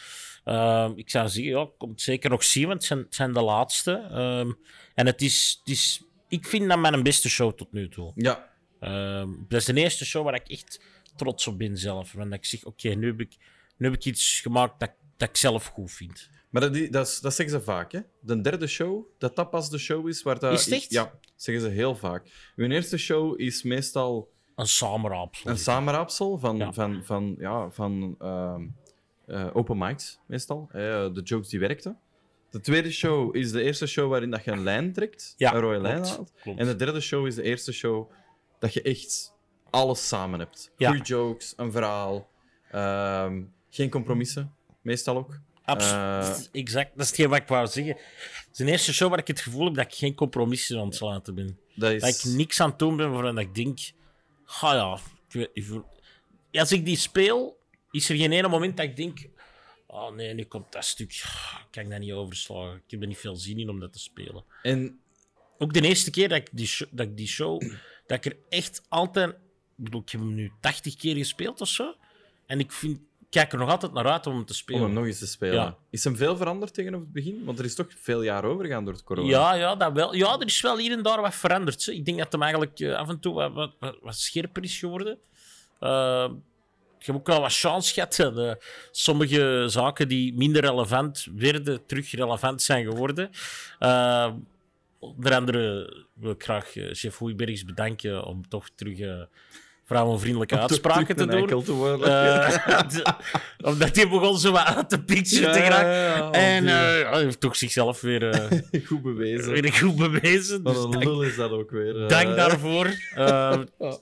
Ehm, ik zou zeggen, ja, komt zeker nog zien, want het zijn, het zijn de laatste. Ehm, en het is, het is... Ik vind dat mijn beste show tot nu toe. Ja. Ehm, dat is de eerste show waar ik echt trots op ben zelf. Want ik zeg, oké, okay, nu, heb ik, nu heb ik iets gemaakt dat, dat ik zelf goed vind. Maar dat, dat, is, dat zeggen ze vaak, hè? De derde show, dat dat pas de show is waar dat... Is het echt? Ja, zeggen ze heel vaak. Hun eerste show is meestal Een samenraapsel. een samenraapsel van, Ja. van, van, ja, van ehm, eh, open mics, meestal. Eh, de jokes die werkten. De tweede show is de eerste show waarin dat je een lijn trekt, Ja, een rode lijn klopt, haalt. klopt. En de derde show is de eerste show dat je echt alles samen hebt. Ja. Goeie jokes, een verhaal, ehm, geen compromissen, meestal ook. Absoluut. Exact. Dat is hetgeen wat ik wou zeggen. Het is de eerste show waar ik het gevoel heb dat ik geen compromissen aan het sluiten ben. Dat is... Dat ik niks aan het doen ben waarvan ik denk... Ah ja, ik weet, ik voel- als ik die speel, is er geen ene moment dat ik denk... Oh nee, nu komt dat stuk. Kan ik dat niet overslagen. Ik heb er niet veel zin in om dat te spelen. En Ook de eerste keer dat ik die show... Dat ik, die show, dat ik er echt altijd... Ik bedoel, ik heb hem nu tachtig keer gespeeld of zo. En ik vind... Ik kijk er nog altijd naar uit om hem te om spelen. hem nog eens te spelen. Ja. Is hem veel veranderd tegenover het begin? Want er is toch veel jaar overgegaan door het corona. Ja, ja, dat wel. Ja, er is wel hier en daar wat veranderd. Hè. Ik denk dat hem eigenlijk eh, af en toe wat, wat, wat, wat scherper is geworden. Uh, ik heb ook wel wat chance gehad. En, uh, sommige zaken die minder relevant werden, terug relevant zijn geworden. Uh, onder andere wil ik graag uh, chef Hoeibergs bedanken om toch terug uh, vrouwenvriendelijke uitspraken te doen. Te worden. Uh, de- omdat hij begon zo wat uit de picture te geraken. ja, En oh, uh, hij heeft toch zichzelf weer... Uh, goed bewezen. weer goed bewezen. Wat Dus een dank, lul is dat ook weer. eh. dank daarvoor. Uh,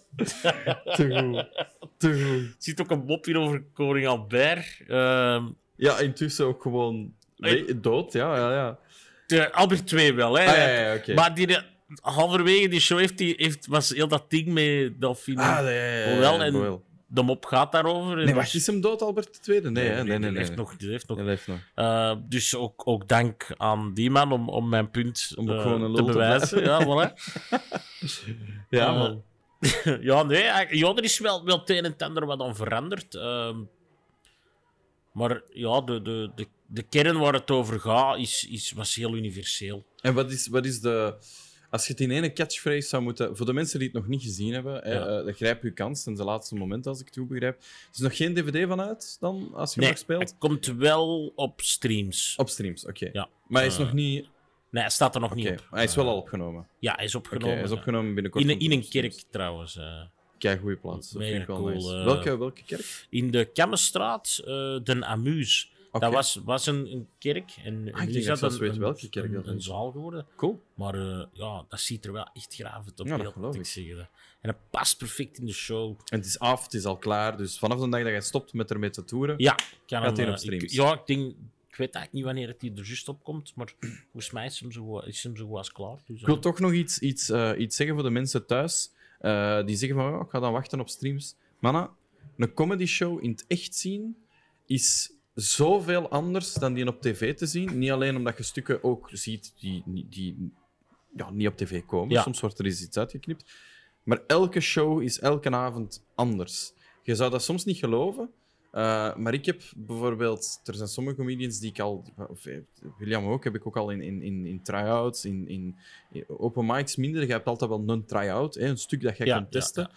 Te goed. Te goed. er zit ook een mop hier over koning Albert. Uh, Ja, intussen ook gewoon we- dood. Ja, ja, ja. de Albert twee wel, hè. Ah, ja, ja, oké. Maar die, halverwege die show heeft, die, heeft, was heel dat ding met Delphine. Ah, ja, ja, ja, ja, Wel, en wel. de mop gaat daarover. En Nee, wacht, dus- is hem dood, Albert de Tweede? Nee, hè? nee, nee, die nee. heeft nog, die heeft nog. Hij leeft nog. Uh, dus ook, ook dank aan die man om, om mijn punt Om ook uh, gewoon een te lul te bewijzen. Ja, voilà. Ja, Uh, man. ja, nee, eigenlijk- ja, er is wel, wel het een en het ander wat dan veranderd. Ehm, maar ja, de, de, de, de kern waar het over gaat, is, is, was heel universeel. En wat is, wat is de... Als je het in één catchphrase zou moeten... Voor de mensen die het nog niet gezien hebben, Ja. eh, uh, grijp je kans. Het is de laatste moment, als ik het goed begrijp. Er is nog geen D V D van uit, dan, als je Nee, nog speelt? het komt wel op streams. Op streams, oké. Ja. Maar hij is Eh, nog niet... Nee, hij staat er nog Oké, niet op. hij is wel al opgenomen. Ja, hij is Oké, opgenomen. hij is opgenomen binnenkort. in, een, op in een streams. kerk trouwens. eh. Kijk, goede plaats. Dat Mega vind ik wel cool, nice. eh. Welke, welke kerk? In de Kammenstraat, uh, Den Amuse. Oké. Dat was, was een, een kerk. En, en ik nu denk is dat ik zelfs een, weet een- welke kerk een, dat een is. zaal geworden. Cool. Maar uh, ja, dat ziet er wel echt gravend op. Ja, dat heel, geloof moet ik. ik zeggen. En dat past perfect in de show. En het is af, het is al klaar. Dus vanaf de dag dat jij stopt met ermee te toeren... Ja, kan Gaat hem, hij op eh, ik, streams? ja, ik denk... Ik weet eigenlijk niet wanneer het hier er juist op komt, maar volgens mij is hem zo, goed- is hem zo goed als klaar. Dus, Ik wil eh, toch nog iets, iets, eh, iets zeggen voor de mensen thuis eh, die zeggen van, oh, ik ga dan wachten op streams. Mannen, een comedy show in het echt zien is zoveel anders dan die op tv te zien. Niet alleen omdat je stukken ook ziet die, die, die ja, niet op tv komen. Ja. Soms wordt er eens iets uitgeknipt. Maar elke show is elke avond anders. Je zou dat soms niet geloven. Uh, maar ik heb bijvoorbeeld... Er zijn sommige comedians die ik al... Of, eh, William ook, heb ik ook al in, in, in, in try-outs, in, in, in open mics minder. Je hebt altijd wel een try-out, hè, een stuk dat je Ja, kunt testen. ja,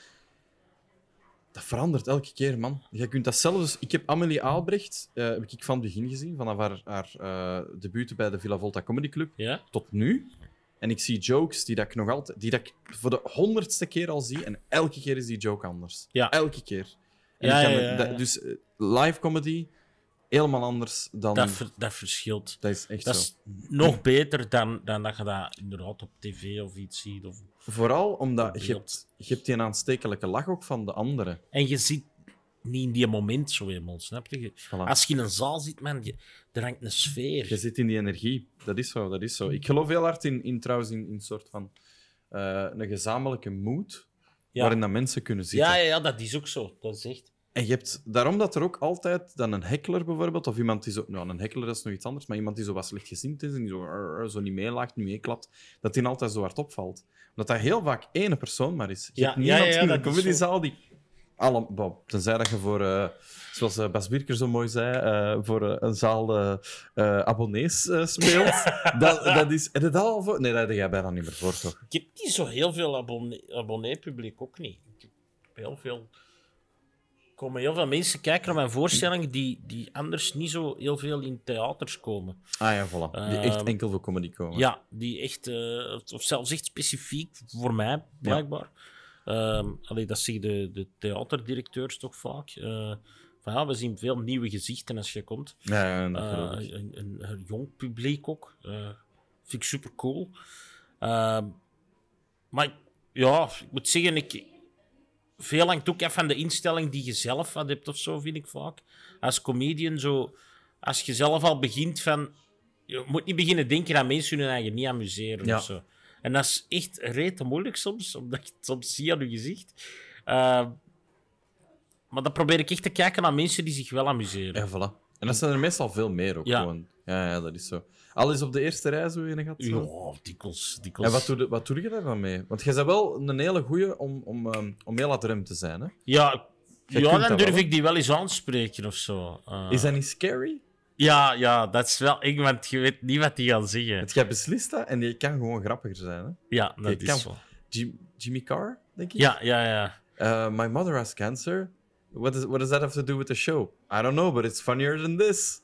Dat verandert elke keer, man. Je kunt dat zelfs... Ik heb Amelie Aalbrecht uh, heb ik van het begin gezien, vanaf haar, haar uh, debuut bij de Villa Volta Comedy Club ja? tot nu. En ik zie jokes die dat ik nog altijd... Die dat ik voor de honderdste keer al zie. En elke keer is die joke anders. Ja. Elke keer. En Ja, ik kan ja, me- ja, ja. dat- dus eh, live comedy, helemaal anders dan... Dat, ver- dat verschilt. dat is echt Dat zo. is nog beter dan, dan dat je dat inderdaad op tv of iets ziet. Of... Vooral omdat je beeld. hebt, je hebt die aanstekelijke lach ook van de anderen. En je zit niet in die moment zo helemaal, snap je? Je- Voilà. Als je in een zaal zit, man, je, er hangt een sfeer. Je zit in die energie. Dat is zo, dat is zo. Ik geloof heel hard in, in trouwens, in in een soort van... eh, een gezamenlijke mood, Ja. waarin dat mensen kunnen zitten. Ja, ja, ja, dat is ook zo. Dat is echt... En je hebt daarom dat er ook altijd dan een heckler bijvoorbeeld, of iemand die zo... Nou, een heckler dat is nog iets anders, maar iemand die zo wat slechtgezind is en die zo, rrr, rrr, zo niet meelacht, niet meeklapt, dat die altijd zo hard opvalt. Omdat dat heel vaak één persoon maar is. Je Ja, hebt ja, niemand ja, in dat een is comedyzaal die... alle, bon, tenzij dat je voor, uh, zoals uh, Bas Birker zo mooi zei, uh, voor uh, een zaal uh, uh, abonnees uh, speelt. dat, dat is... Heb je dat al voor? Nee, dat heb jij bijna niet meer voor, toch? Ik heb niet zo heel veel abonnee, abonnee-publiek, ook niet. Ik heb heel veel... Er komen heel veel mensen kijken naar mijn voorstellingen die, die anders niet zo heel veel in theaters komen. Ah ja, voilà. Die echt enkel voor comedy komen. Ja, die echt... Uh, of zelfs echt specifiek voor mij, blijkbaar. Ja. Um, allee, dat zeggen de, de theaterdirecteurs toch vaak. Uh, van, ja, we zien veel nieuwe gezichten als je komt. Ja, ja, dat uh, een, een, een jong publiek ook. Uh, vind ik super cool. Uh, maar ik, ja, ik moet zeggen, ik... Veel hangt ook af van de instelling die je zelf wat hebt of zo, vind ik vaak. Als comedian, zo, als je zelf al begint van... Je moet niet beginnen denken dat mensen hun eigen niet amuseren ja. of zo. En dat is echt rete moeilijk soms, omdat je het soms ziet aan je gezicht. Uh, maar dan probeer ik echt te kijken naar mensen die zich wel amuseren. Ja, voilà. En dat zijn er meestal veel meer ook ja. gewoon. Ja, ja, dat is zo. Al is op de eerste rij zo in gaat. Ja, dikwijls. dikwijls. En wat doe, je, wat doe je daar dan mee? Want jij bent wel een hele goeie om, om, um, om heel adrem te zijn, hè? Ja, Jij ja dan durf wel, ik die wel eens aanspreken of zo. Uh, is dat niet scary? Ja, ja, dat is wel... Ik, want je weet niet wat die gaan zeggen. Het jij beslist dat en die kan gewoon grappiger zijn, hè? Ja, dat die is kan... zo. Jim, Jimmy Carr, denk ik? Ja, ja, ja. Uh, my mother has cancer. What, is, what does that have to do with the show? I don't know, but it's funnier than this.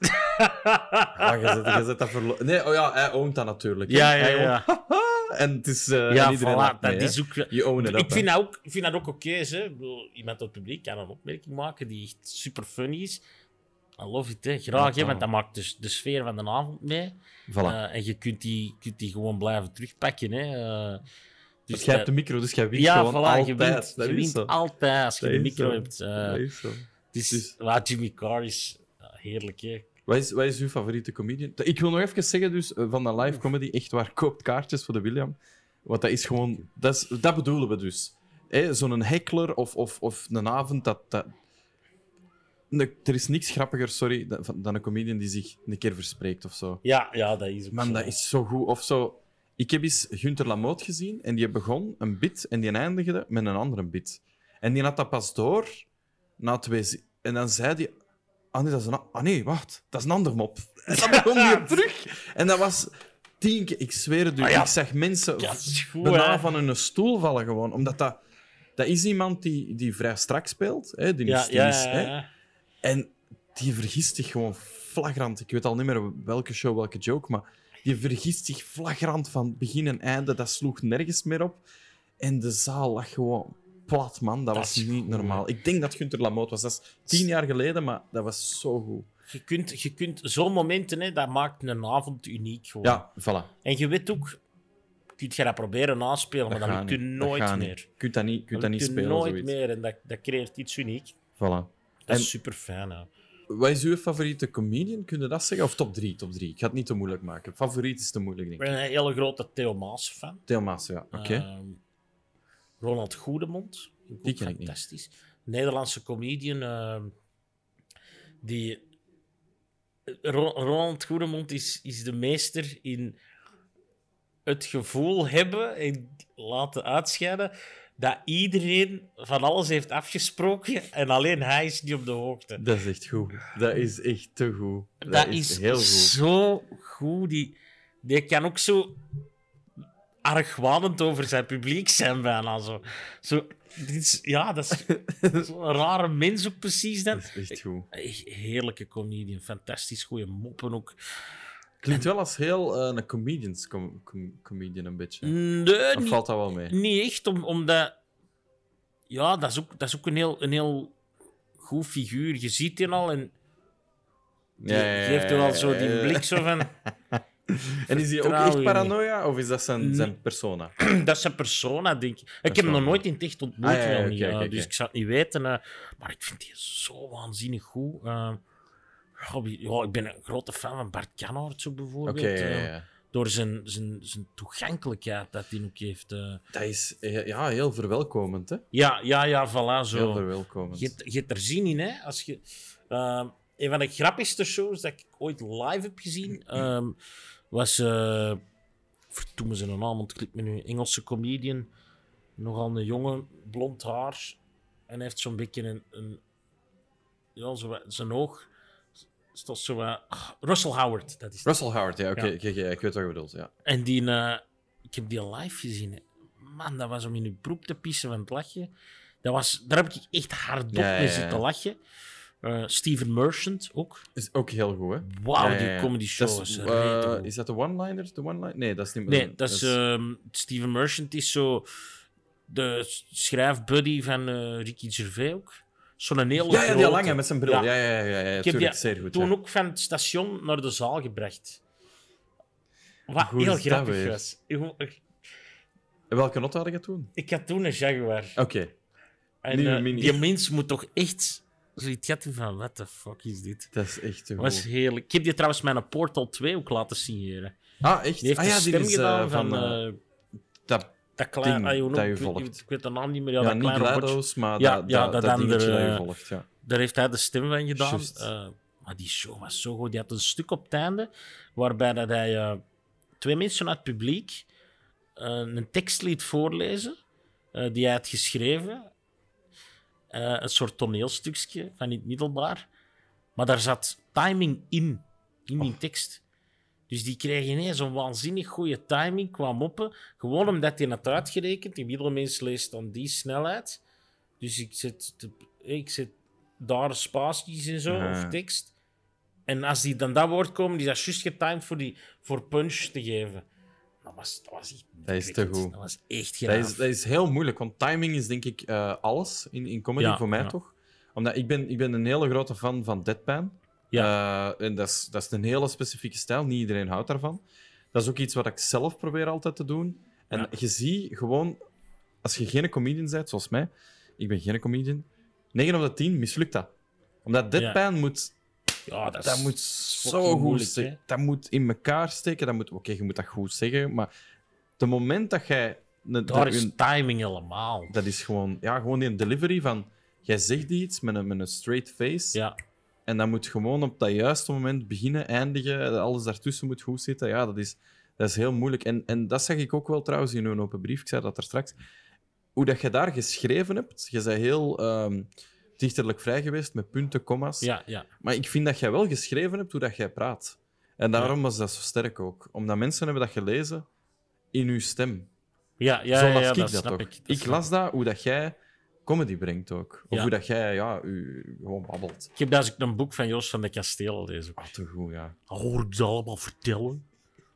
ah, je zet, je zet dat verlo- Nee, oh ja, hij oont dat natuurlijk. Ja, hè? ja, Hij ja. oont, en het is... Uh, Ja, en iedereen voilà, lacht dat mee, is hè? ook... Je own it ik, up, vind hè. dat ook, ik vind dat ook oké. Okay, iemand op het publiek kan een opmerking maken die echt super funny is. I love it, hè. Graag, Ja, hè, want dat maakt dus de sfeer van de avond mee. Voilà. Uh, en je kunt die, kunt die gewoon blijven terugpakken. Hè. Uh, Dus dus jij dat- hebt de micro, dus jij wint ja, gewoon voilà, altijd. je wint, Dat je is wint zo. altijd als je Dat de is micro zo. hebt. Uh, Dat is zo. dus, Dus- waar Jimmy Carr is uh, heerlijk, hè. Wat is, wat is uw favoriete comedian? Ik wil nog even zeggen, dus, eh, van de live comedy, echt waar, koopt kaartjes voor de William. Want dat is gewoon... Dat, is, dat bedoelen we dus. Hè, zo'n heckler of, of, of een avond, dat... dat ne, er is niks grappiger, sorry, dan, dan een comedian die zich een keer verspreekt of zo. Ja, ja, dat is ook Man, zo. dat is zo goed. Of zo... Ik heb eens Gunther Lamotte gezien en die begon een bit en die eindigde met een andere bit. En die had dat pas door na twee... zi- En dan zei hij... Ah nee, dat is een... a- Ah nee, wacht. Dat is een ander mop. En dan begon hij terug. En dat was... Tien keer... Ik zweer het u. Ah ja. Ik zag mensen Ja, dat is goed, bijna hè. van hun stoel vallen gewoon. Omdat dat... Dat is iemand die, die vrij strak speelt. Hè? Die Ja, is, die ja, is, ja, hè? ja. En die vergist zich gewoon flagrant. Ik weet al niet meer welke show, welke joke, maar die vergist zich flagrant van begin en einde. Dat sloeg nergens meer op. En de zaal lag gewoon plat, man. Dat, Dat was is niet goed, normaal. Ik denk dat Gunther Lamotte was. Dat is tien jaar geleden, maar dat was zo goed. Je kunt, je kunt zo'n momenten, hè, dat maakt een avond uniek gewoon. Ja, voilà. En je weet ook, kun je dat proberen naspelen, maar Dat dan gaat lukt je niet. Dat nooit gaat meer. niet. Je kunt dat niet, je kunt dat lukt niet je spelen, nooit zoiets. meer en dat, dat creëert iets uniek. Voilà. Dat En- is super fijn. Hè. Wat is uw favoriete comedian? Kun je dat zeggen? Of top drie? Top drie. Ik ga het niet te moeilijk maken. Favoriet is te moeilijk, denk Ik ik. ben een hele grote Theo Maas-fan. Theo Maas, ja. Oké. Ehm, Ronald Goedemond. Vind ik Die ook ken ik niet. fantastisch. Nederlandse comedian. ehm, die... Ro- Ronald Goedemond is, is de meester in het gevoel hebben en laten uitscheiden dat iedereen van alles heeft afgesproken en alleen hij is niet op de hoogte. Dat is echt goed. Dat is echt te goed. Dat, Dat is, is heel goed. zo goed. Die, die kan ook zo argwanend over zijn publiek zijn, bijna. Zo. Zo, dit is, ja, dat is zo'n rare mens ook precies dan. Dat is echt goed. Echt heerlijke comedian, fantastisch goede moppen ook. Klinkt wel als heel eh, een comedians com- com- comedian een beetje. Nee, Of niet, valt dat wel mee? niet echt, om, omdat... Ja, dat is ook, dat is ook een, heel, een heel goed figuur. Je ziet die al en die Ja, ja, ja, geeft er wel zo die ja, ja. blik zo van... En is hij ook Vertrouw echt je paranoia of is dat zijn, zijn persona? Dat is zijn persona, denk ik. Ik heb hem wel- nog nooit in het echt ontmoet, Ah, ja, ja, wel oké, niet, eh, oké, dus oké. ik zou het niet weten. eh, maar ik vind die zo waanzinnig goed. Eh, goh, wie- ja, ik ben een grote fan van Bart Canaert, zo bijvoorbeeld. Oké, ja, eh, ja. door zijn, zijn, zijn toegankelijkheid dat hij ook heeft. eh. Dat is eh, ja, heel verwelkomend, hè? Ja, ja, ja, voilà. Zo. Heel verwelkomend. Je, hebt- je hebt er zin in, hè? Als je, ehm, een van de grappigste shows dat ik ooit live heb gezien ehm, was. Uh, Verdoemen ze een naam, ontglipt me nu. Engelse comedian. Nogal een jonge, blond haar. En hij heeft zo'n beetje een... een ja, zo, wat- zijn oog... Is toch zo... wat- ah, Russell Howard, dat is het. Russell Howard, ja, oké, Ja. oké, oké, ik weet wat je bedoelt, ja. En die... eh, ik heb die live gezien. Hè. Man, dat was om in je broek te pissen van het lachen. Dat was, daar heb ik echt hardop Ja, ja, mee ja. zitten lachen. Uh, Steven Merchant ook. Is ook heel goed, hè? Wauw, Ja, ja, die ja. comedy show Dat is, is, rete eh, goed. is dat de one-liner? De one-liner? Nee, dat is niet Nee, dat is... ehm, Steven Merchant is zo... De schrijfbuddy van eh, Ricky Gervais ook. Zo'n hele Ja, ja, die grote. lange met zijn bril. Ja. Ja, ja, ja, ja, ja, Ik heb tuurlijk, die zeer goed. toen ja. ook van het station naar de zaal gebracht. Wat Hoe heel is dat grappig weer? was. Ik, En welke auto had je toen? ik had toen een Jaguar. Oké. En nieuwe eh, Mini. die mens moet toch echt zoiets hebben van, what the fuck is dit? Dat is echt te Dat was goed. heerlijk. Ik heb die trouwens mijn Portal twee ook laten signeren. Ah, echt? Die heeft ah, de ja, stem die is, gedaan eh, van... van... eh, eh, dat, dat klein... ding ah, hoe noem- dat je ik, weet, volgt. ik weet de naam niet meer. Ja, ja, dat niet kleine robotje. GLaDOS, maar Ja, dat, ja, dat, dat dat dingetje andere, dat je eh, volgt, ja. Daar heeft hij de stem van gedaan. Juist. Eh, maar die show was zo goed. Die had een stuk op het einde waarbij dat hij eh, twee mensen uit het publiek eh, een tekst liet voorlezen eh, die hij had geschreven. Eh, een soort toneelstukje van in het middelbaar. Maar daar zat timing in, in die tekst. Dus die kreeg ineens een waanzinnig goede timing qua moppen. Gewoon omdat hij had uitgerekend. Die middelmens leest dan die snelheid. Dus ik zet, de, ik zet daar spaties en zo, Ja. of tekst. En als die dan dat woord komen, die is dat juist getimed voor, die, voor punch te geven. Dat was, dat was echt Dat is te indrukwekkend. goed. Dat was echt Dat graaf. is, dat is heel moeilijk, want timing is denk ik eh, alles in, in comedy, Ja, voor mij ja. toch? Omdat ik ben, ik ben een hele grote fan van deadpan. Ja. Eh, en dat is, dat is een hele specifieke stijl. Niet iedereen houdt daarvan. Dat is ook iets wat ik zelf probeer altijd te doen. En Ja. je ziet gewoon, als je geen comedian bent, zoals mij, ik ben geen comedian, negen op de tien mislukt dat. Omdat deadpan moet, Ja, dat, dat is moet fucking zo goed moeilijk, steken. hè. Dat moet in elkaar steken. Dat moet, Oké, je moet dat goed zeggen, maar het moment dat jij... een- Daar dat- is een- timing helemaal. dat is gewoon, ja, gewoon die delivery van... Jij zegt iets met een, met een straight face. Ja. En dat moet gewoon op dat juiste moment beginnen, eindigen. Alles daartussen moet goed zitten. Ja, dat is, dat is heel moeilijk. En, en dat zag ik ook wel trouwens in een open brief. Ik zei dat er straks. Hoe dat je daar geschreven hebt. Je bent heel ehm, dichterlijk vrij geweest met punten, commas. Ja, ja. Maar ik vind dat jij wel geschreven hebt hoe dat jij praat. En daarom was dat zo sterk ook. Omdat mensen hebben dat gelezen in uw stem. Ja, ja, Zo ja, las ja, ik dat dat snap toch. ik. Dat Ik snap las dat, hoe dat jij comedy brengt ook. Of Ja. hoe dat jij ja, u, gewoon babbelt. Ik heb daar ook een boek van Joost van de Kastelen lezen. Ah, te goed, ja. Hoor ik ze allemaal vertellen?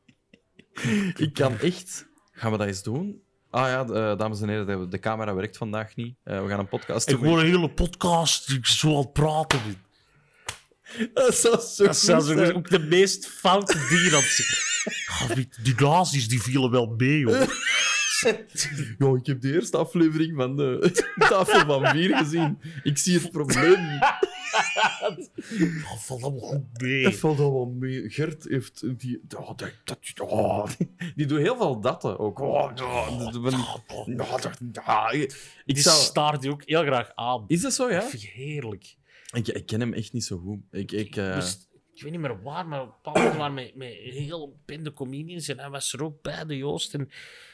Ik kan echt... Gaan we dat eens doen? Ah ja, eh, dames en heren, de, de camera werkt vandaag niet. Eh, we gaan een podcast Ik doen. hoor een hele podcast, ik zo aan het praten ben. Dat zou zo Dat zijn goed zo zijn. ook de meest foute dingen aan het zeggen. Ah, die, die nazi's die vielen wel mee, hoor. Ja, ik heb de eerste aflevering van de Tafel van Vier gezien. Ik zie het probleem niet. Dat valt allemaal goed mee. Dat valt al wel mee. Gert heeft... Die, oh, dat, dat, oh, die doet heel veel datten ook. Oh, oh, dat- van die- oh, dat- ah, ik Die zou... staart die ook heel graag aan. Is dat zo, ja? Dat vind ik heerlijk. Ik, ik ken hem echt niet zo goed. Ik, ik, eh, Dus, ik weet niet meer waar, maar op een bepaald moment waren met, met heel bekende comedians en hij was er ook bij, de Joost. En,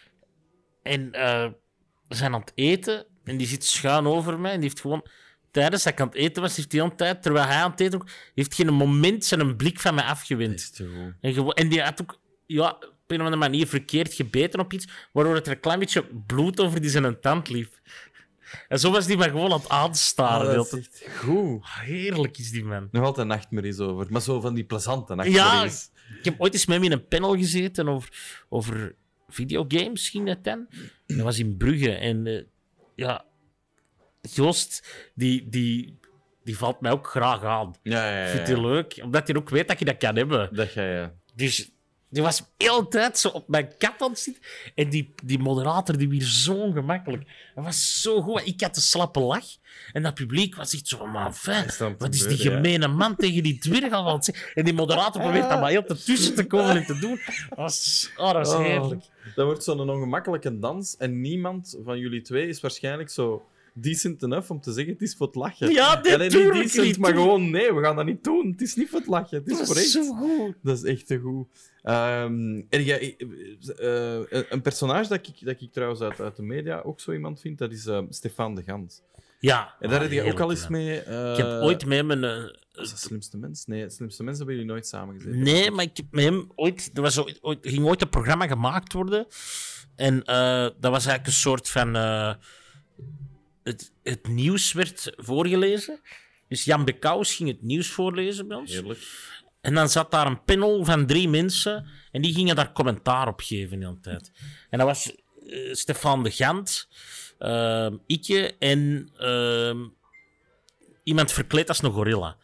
en eh, we zijn aan het eten en die zit schuin over mij en die heeft gewoon... Tijdens dat ik aan het eten was, heeft hij de hele tijd, terwijl hij aan het eten was, heeft geen moment zijn blik van mij dat afgewend. is te goed. En, gewo- en die had ook ja, op een of andere manier verkeerd gebeten op iets, waardoor het er een klein beetje bloed over die zijn tand liep. En zo was die mij gewoon aan het aanstaren. Ah, de dat hele is tijd. echt goed. Heerlijk is die man. Nog altijd nachtmerries over. Maar zo van die plezante Ja, nachtmerries. ik heb ooit eens met hem in een panel gezeten over, over videogames, ging dat dan. Dat was in Brugge. En eh, ja, Joost, die, die, die valt mij ook graag aan. Ja, ja, ja. Ik vind ja. die leuk, omdat hij ook weet dat je dat kan hebben. Dat jij... Ja. Dus die was de hele tijd zo op mijn kat aan het zitten. En die, die moderator die weer zo gemakkelijk. Dat was zo goed. Ik had een slappe lach. En dat publiek was echt zo, man, fijn. is aan het Wat is die gebeuren, ja. gemene man tegen die dwerg aan het zeggen? En die moderator probeert dat maar heel te tussen te komen en te doen. Dat was, oh, dat was Oh. heerlijk. Dat wordt zo'n ongemakkelijke dans en niemand van jullie twee is waarschijnlijk zo decent enough om te zeggen het is voor het lachen. Ja, nee, en niet tuurlijk decent, niet, maar tuurlijk. gewoon nee, we gaan dat niet doen. Het is niet voor het lachen, het is Dat voor was echt. zo goed. Dat is echt te goed. Ehm, en jij, eh, eh, een personage dat ik, dat ik trouwens uit, uit de media ook zo iemand vind, dat is eh, Stefan de Gant. Ja. En daar heb je ook heerlijk, al eens ja. mee... Uh, Ik heb ooit met mijn... Uh, was dat Slimste Mens? Nee, het Slimste Mens hebben jullie nooit samen gezeten. Nee, maar ik heb met hem ooit... Er was ooit, ooit, ging ooit een programma gemaakt worden. En uh, dat was eigenlijk een soort van... Uh, het, het nieuws werd voorgelezen. Dus Jan Bekous ging het nieuws voorlezen bij ons. Heerlijk. En dan zat daar een panel van drie mensen. En die gingen daar commentaar op geven de hele tijd. En dat was uh, Stefan de Gant, uh, Ikke en uh, iemand verkleed als een gorilla.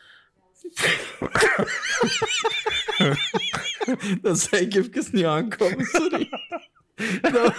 Dat zei ik even niet aankomen, sorry. Nou...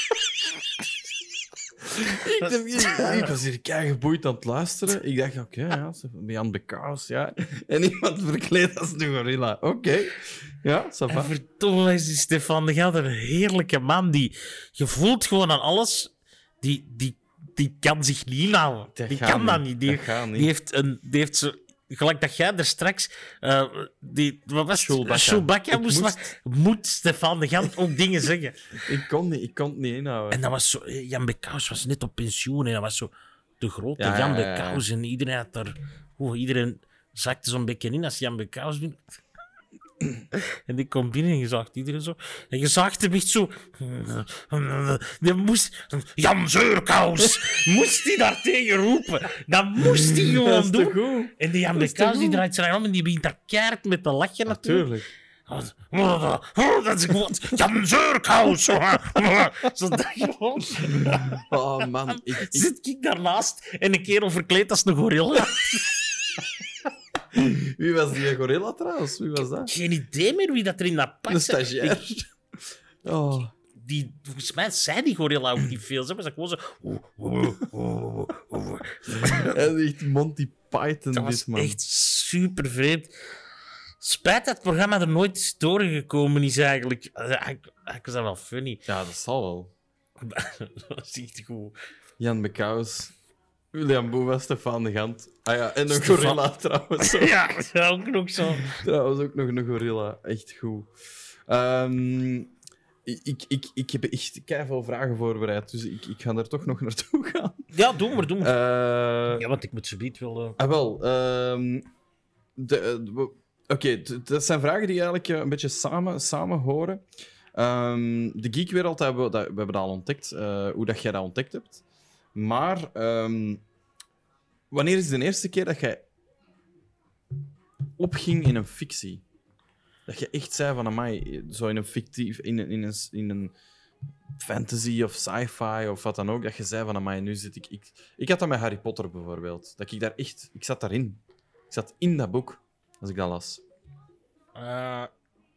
ik, ik, ik was hier kei geboeid aan het luisteren. Ik dacht, oké, okay, ja, Jan Bekous, ja. En iemand verkleed als een gorilla. Oké, okay. Ja, ça va. En verdomme is die Stefan de Gant een heerlijke man. Die, je voelt gewoon aan alles. Die, die, die kan zich niet inhouden. Dat Die gaat kan niet. dat niet. Die, Dat gaat niet. die heeft een... Die heeft zo... Gelijk dat jij er straks... Uh, die, wat was het? Chewbacca. Chewbacca moest, moest... Maar, moet Stefan de Gant ook dingen zeggen. Ik kon niet, ik kon het niet inhouden. En dat was zo... Jan Bekous was net op pensioen en dat was zo de grote Ja, Jan ja, ja, ja. Bekous. En iedereen had er... Oh, iedereen zakte zo'n beetje in als Jan Bekous binnen... En die komt binnen en je zag iedereen zo. En je zag hem echt zo. Die moest, Jan Zeurkous moest hij daar tegen roepen. Dat moest hij Dat gewoon is doen. te goed. En die Jan Dat is te Bekous die goed. draait zich om en die begint daar keihard met te lachen natuurlijk. Tuurlijk. Dat is gewoon Jan Zeurkous. Zo dat gewoon. Oh man, ik, ik, Zit ik daarnaast en een kerel verkleed als een gorilla. wie was die gorilla trouwens? Wie was dat? Geen idee meer wie dat er in dat pak Een zat. stagiair. Oh. Die, volgens mij zei die gorilla ook niet veel. Ze was gewoon zo... Hij is echt Monty Python, Dat was dit man. echt super vreemd. Spijt dat het programma er nooit is doorgekomen is, eigenlijk. Eigenlijk was dat wel funny. Ja, dat zal wel. Dat was echt goed. Jan Bekous, William Boeva, Stefan de Gant. Ah ja, en een Stefan- gorilla trouwens. Ja, ook nog zo. Trouwens ook nog een gorilla. Echt goed. Ehm, ik, ik, ik, ik heb echt keiveel vragen voorbereid, dus ik, ik ga er toch nog naartoe gaan. Ja, doe maar, doe maar. Eh, Ja, want ik moet zometeen wel... eh, Ah, wel. ehm, de- eh, we- Oké, t- dat zijn vragen die eigenlijk eh, een beetje samen, samen horen. Ehm, de geekwereld hebben we, dat, we hebben dat al ontdekt, eh, hoe dat jij dat ontdekt hebt. Maar ehm, wanneer is de eerste keer dat jij opging in een fictie? Dat je echt zei van, amai, zo in een fictief, in een, in een, in een fantasy of sci-fi of wat dan ook, dat je zei van, amai, nu zit ik... Ik, ik had dat met Harry Potter bijvoorbeeld. Dat ik daar echt... Ik zat daarin. Ik zat in dat boek, als ik dat las. eh,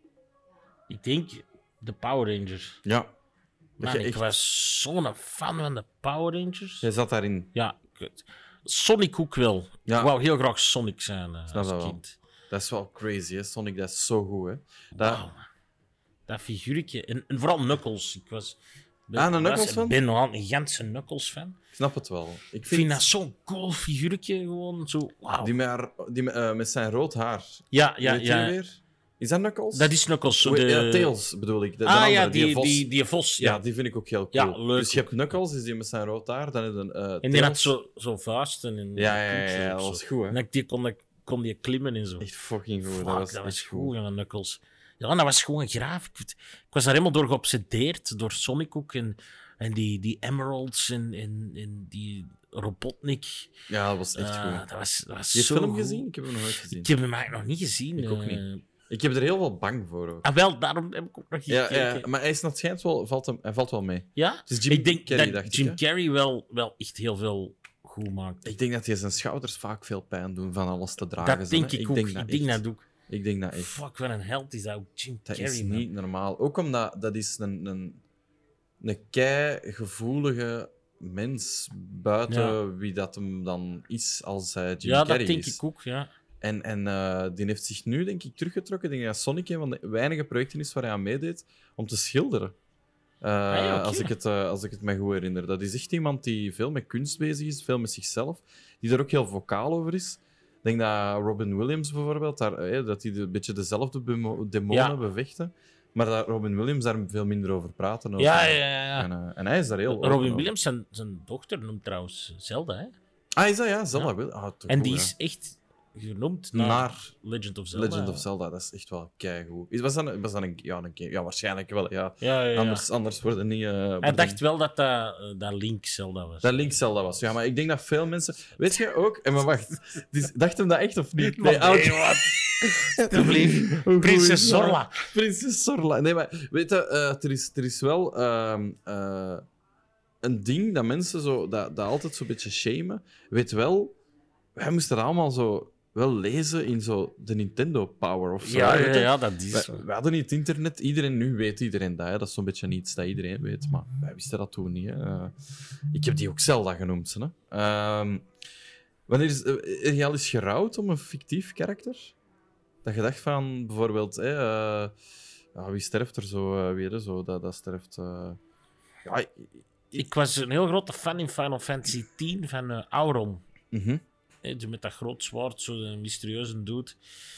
ik denk de Power Rangers. Ja. Dat Man, je ik echt... was zo'n fan van de Power Rangers. Jij zat daarin. Ja, ik- Sonic ook wel. Ja. Ik wou heel graag Sonic zijn eh, Snap als dat wel. kind. Dat is wel crazy, hè. Sonic, dat is zo goed, hè. Dat... Wauw. Dat figuurtje. En, en vooral Knuckles. Ik was, ben, Ah, een was- Knuckles-fan? ben nogal een gigantische Knuckles-fan. Ik snap het wel. Ik Ik vind, vind dat zo'n cool figuurtje. Gewoon zo... Wauw. Die, met, haar- die met, eh, met zijn rood haar. Ja, ja, Weet je ja. weer? Is dat Knuckles? Dat is Knuckles. Zo Hoe- de... Ja, Tails bedoel ik. De, de Ah andere, ja, die, vos. die, die vos. Ja, Ja. die vind ik ook heel Ja, cool. leuk Dus je hebt Knuckles, is die met zijn rood haar. Dan heb je een eh, En die Tails. had zo, zo vuisten. En Ja, ja, ja, en ja, zo. dat was goed, hè. En ik- die kon, kon die klimmen en zo. Echt fucking goed. Fuck, dat was, dat was echt goed, ja, Knuckles. Ja, dat was gewoon graaf. Ik, ik was daar helemaal door geobsedeerd, door Sonic ook. En, en die, die Emeralds en, en, en die Robotnik. Ja, dat was echt Eh, goed. dat was, dat was Je hebt zo film goed. gezien? Ik heb hem nog nooit gezien. Ik heb hem eigenlijk nog niet gezien. Ik ook eh. niet. Ik heb er heel veel bang voor ook. Ah, wel, daarom heb ik ook nog niet Ja, gekeken. ja, maar hij is naar het schijnt wel, valt hem, hij valt wel mee. Ja? Het is Jim ik denk Carrey, dat dacht ik, Jim hè? Carrey wel, wel echt heel veel goed maakt. Ik denk dat hij zijn schouders vaak veel pijn doen van alles te dragen. Dat zo, hè. denk ik ook. Ik denk echt. dat ook. Ik denk dat echt. Fuck, wat een held is dat ook. Jim Dat Carrey, is man. niet normaal. Ook omdat dat is een, een, een kei-gevoelige mens buiten Ja. wie dat hem dan is als hij Jim Ja, Carrey dat denk is. ik ook, ja. En, en eh, die heeft zich nu, denk ik, teruggetrokken. Ik denk dat Sonic een van de weinige projecten is waar hij aan meedeed om te schilderen. Eh, ja, oké. als, ik het, eh, als ik het me goed herinner. Dat is echt iemand die veel met kunst bezig is, veel met zichzelf, die er ook heel vocaal over is. Ik denk dat Robin Williams bijvoorbeeld, daar, eh, dat die een beetje dezelfde bemo- demonen Ja. bevechten, maar dat Robin Williams daar veel minder over praten. Over. Ja, ja, ja. ja. En, eh, en hij is daar heel open Robin over. Williams, zijn, zijn dochter noemt trouwens Zelda, hè? Ah, is dat ja? Zelda Ja. wil. Ah, te En goed, die ja. is echt genoemd naar, Naar Legend of Zelda. Legend of Zelda. Dat is echt wel keigoed. Is- Was dat een, was dat een, ja, een game? Ja, waarschijnlijk wel. Ja. Ja, ja, ja. Anders, anders worden niet... eh, Hij worden- dacht wel dat dat, eh, dat Link Zelda was. Dat Link Zelda was. Ja, maar ik denk dat veel mensen... Weet je ook... En maar wacht. Dus, dachten dat echt of niet? Maar ah, nee, oké. wat? Alsjeblieft. Hoe goed Prinses is dat? Zorla. Prinses Zorla. Nee, maar weet je, eh, er, is, er is wel ehm, eh, een ding dat mensen zo, dat, dat altijd zo'n beetje shamen. Weet wel, wij moesten dat allemaal zo wel lezen in zo de Nintendo Power of zo. Ja, hè, ja, weet je? ja, dat is Wij- zo. we hadden niet het internet. Iedereen, nu weet iedereen dat. Hè. Dat is zo'n beetje iets dat iedereen weet. Maar wij wisten dat toen niet. Hè. Eh, ik heb die ook Zelda genoemd. Hè. Ehm, wanneer is, eh, heb je al eens gerouwd om een fictief karakter? Dat je dacht van, bijvoorbeeld... Hè, eh, ja, wie sterft er zo uh, weer? Hè, zo, dat, dat sterft... eh, ja, i- i- Ik was een heel grote fan in Final Fantasy X van eh, Auron. mhm. Hè, dus met dat groot zwaard, zo een mysterieuze dude.